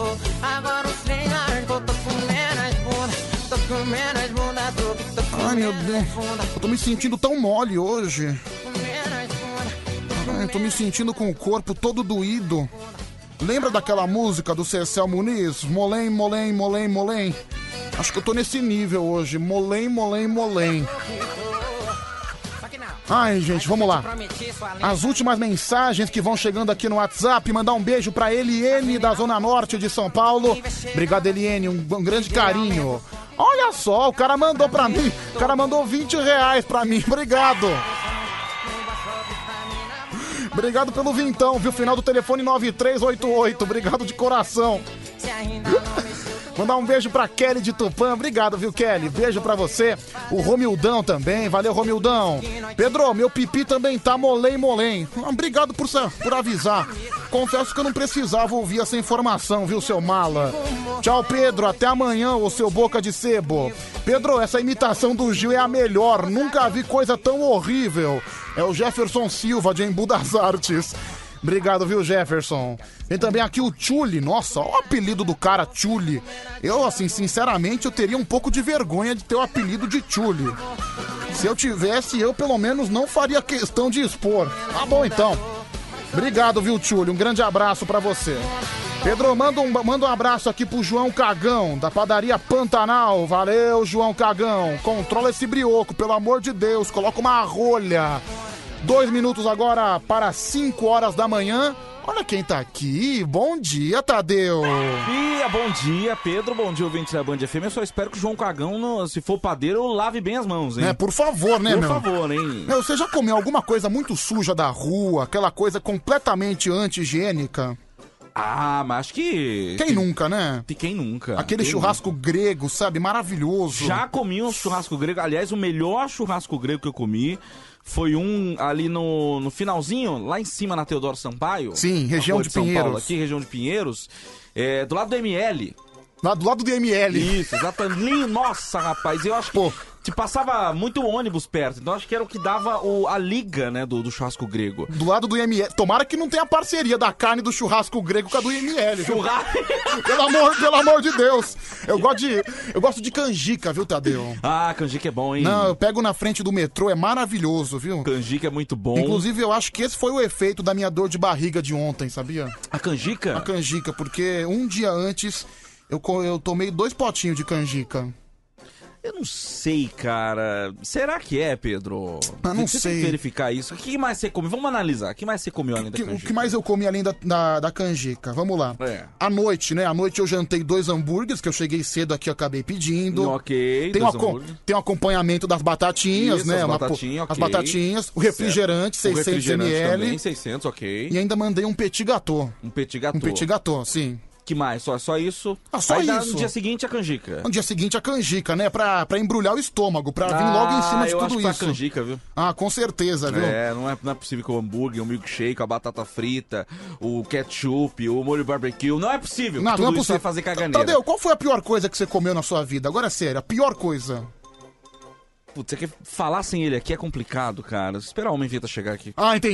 Speaker 1: Ai, meu Deus. Eu tô me sentindo tão mole hoje. Ai, eu tô me sentindo com o corpo todo doído. Lembra daquela música do Cecel Muniz? Molém, molém, molém, molém. Acho que eu tô nesse nível hoje. Molém, molém, molém. Ai, gente, vamos lá. As últimas mensagens que vão chegando aqui no WhatsApp. Mandar um beijo pra Eliene, da Zona Norte de São Paulo. Obrigado, Eliene, um, um grande carinho. Olha só, o cara mandou pra mim. O cara mandou vinte reais pra mim. Obrigado. Obrigado pelo vintão, viu? Final do telefone nove três oito oito. Obrigado de coração. Mandar um beijo pra Kelly de Tupã. Obrigado, viu, Kelly? Beijo pra você. O Romildão também. Valeu, Romildão. Pedro, meu pipi também tá molém, molém. Obrigado por, por avisar. Confesso que eu não precisava ouvir essa informação, viu, seu mala? Tchau, Pedro. Até amanhã, ô seu boca de sebo. Pedro, essa imitação do Gil é a melhor. Nunca vi coisa tão horrível. É o Jefferson Silva, de Embu das Artes. Obrigado, viu, Jefferson? Tem também aqui o Tchuli. Nossa, olha o apelido do cara, Tchuli. Eu, assim, sinceramente, eu teria um pouco de vergonha de ter o apelido de Tchuli. Se eu tivesse, eu pelo menos não faria questão de expor. Tá bom, então. Obrigado, viu, Tchuli? Um grande abraço pra você. Pedro, manda um, manda um abraço aqui pro João Cagão, da padaria Pantanal. Valeu, João Cagão. Controla esse brioco, pelo amor de Deus. Coloca uma rolha. Dois minutos agora para cinco horas da manhã. Olha quem tá aqui. Bom dia, Tadeu.
Speaker 9: Dia, bom dia, Pedro. Bom dia, ouvinte da Band F M. Eu só espero que o João Cagão, no, se for padeiro, lave bem as mãos, hein?
Speaker 1: É, por favor, né,
Speaker 9: por
Speaker 1: meu?
Speaker 9: Por favor, hein?
Speaker 1: Meu, você já comeu alguma coisa muito suja da rua? Aquela coisa completamente anti-higiênica?
Speaker 9: Ah, mas acho que...
Speaker 1: Quem nunca, né?
Speaker 9: Quem nunca?
Speaker 1: Aquele
Speaker 9: Quem
Speaker 1: churrasco
Speaker 9: nunca?
Speaker 1: grego, sabe? Maravilhoso.
Speaker 9: Já comi um churrasco grego. Aliás, o melhor churrasco grego que eu comi foi um ali no, no finalzinho, lá em cima na Teodoro Sampaio.
Speaker 1: Sim, região de, de Pinheiros. Paulo,
Speaker 9: aqui, região de Pinheiros. É, do lado do M L.
Speaker 1: Lá do lado do M L.
Speaker 9: Isso, exatamente. Nossa, rapaz, eu acho que... Pô. Te passava muito ônibus perto, então acho que era o que dava o, a liga, né, do, do churrasco grego.
Speaker 1: Do lado do I M L. Tomara que não tenha parceria da carne do churrasco grego com a do I M L.
Speaker 9: Churrasco?
Speaker 1: Pelo amor, pelo amor de Deus. Eu gosto de, eu gosto de canjica, viu, Tadeu?
Speaker 9: Ah, canjica é bom, hein?
Speaker 1: Não, eu pego na frente do metrô, é maravilhoso, viu?
Speaker 9: Canjica é muito bom.
Speaker 1: Inclusive, eu acho que esse foi o efeito da minha dor de barriga de ontem, sabia?
Speaker 9: A canjica?
Speaker 1: A canjica, porque um dia antes eu, eu tomei dois potinhos de canjica.
Speaker 9: Eu não sei, cara. Será que é, Pedro?
Speaker 1: Ah, não
Speaker 9: você
Speaker 1: sei.
Speaker 9: Tem que verificar isso. O que mais você come? Vamos analisar. O que mais você comeu além da
Speaker 1: que,
Speaker 9: canjica?
Speaker 1: O que mais eu comi além da, da, da canjica? Vamos lá.
Speaker 9: É.
Speaker 1: À noite, né? À noite eu jantei dois hambúrgueres, que eu cheguei cedo aqui e acabei pedindo.
Speaker 9: Ok,
Speaker 1: tem, um, tem um acompanhamento das batatinhas,
Speaker 9: isso,
Speaker 1: né?
Speaker 9: As,
Speaker 1: Uma,
Speaker 9: batatinha, okay.
Speaker 1: as batatinhas, o refrigerante,
Speaker 9: certo.
Speaker 1: seiscentos
Speaker 9: o refrigerante
Speaker 1: mililitros.
Speaker 9: Também, seiscentos, ok.
Speaker 1: E ainda mandei um petit gâteau.
Speaker 9: Um petit gâteau.
Speaker 1: Um petit gâteau, sim.
Speaker 9: Que mais? Só, só isso?
Speaker 1: Ah, só
Speaker 9: Aí
Speaker 1: isso.
Speaker 9: Dá, no dia seguinte a canjica.
Speaker 1: No dia seguinte a canjica, né? Pra, pra embrulhar o estômago, pra vir
Speaker 9: ah,
Speaker 1: logo em cima de
Speaker 9: eu
Speaker 1: tudo
Speaker 9: acho que
Speaker 1: isso.
Speaker 9: a canjica, viu?
Speaker 1: Ah, com certeza, viu?
Speaker 9: É, não é, não é possível que o hambúrguer, o milkshake, a batata frita, o ketchup, o molho barbecue, não é possível.
Speaker 1: Não,
Speaker 9: tudo
Speaker 1: não é
Speaker 9: isso
Speaker 1: possível.
Speaker 9: vai fazer caganeira.
Speaker 1: Tadeu, qual foi a pior coisa que você comeu na sua vida? Agora é sério, a pior coisa.
Speaker 9: Putz, você quer falar sem ele aqui é complicado, cara. Espera o Homem Vinheta chegar aqui.
Speaker 1: Ah, entendi.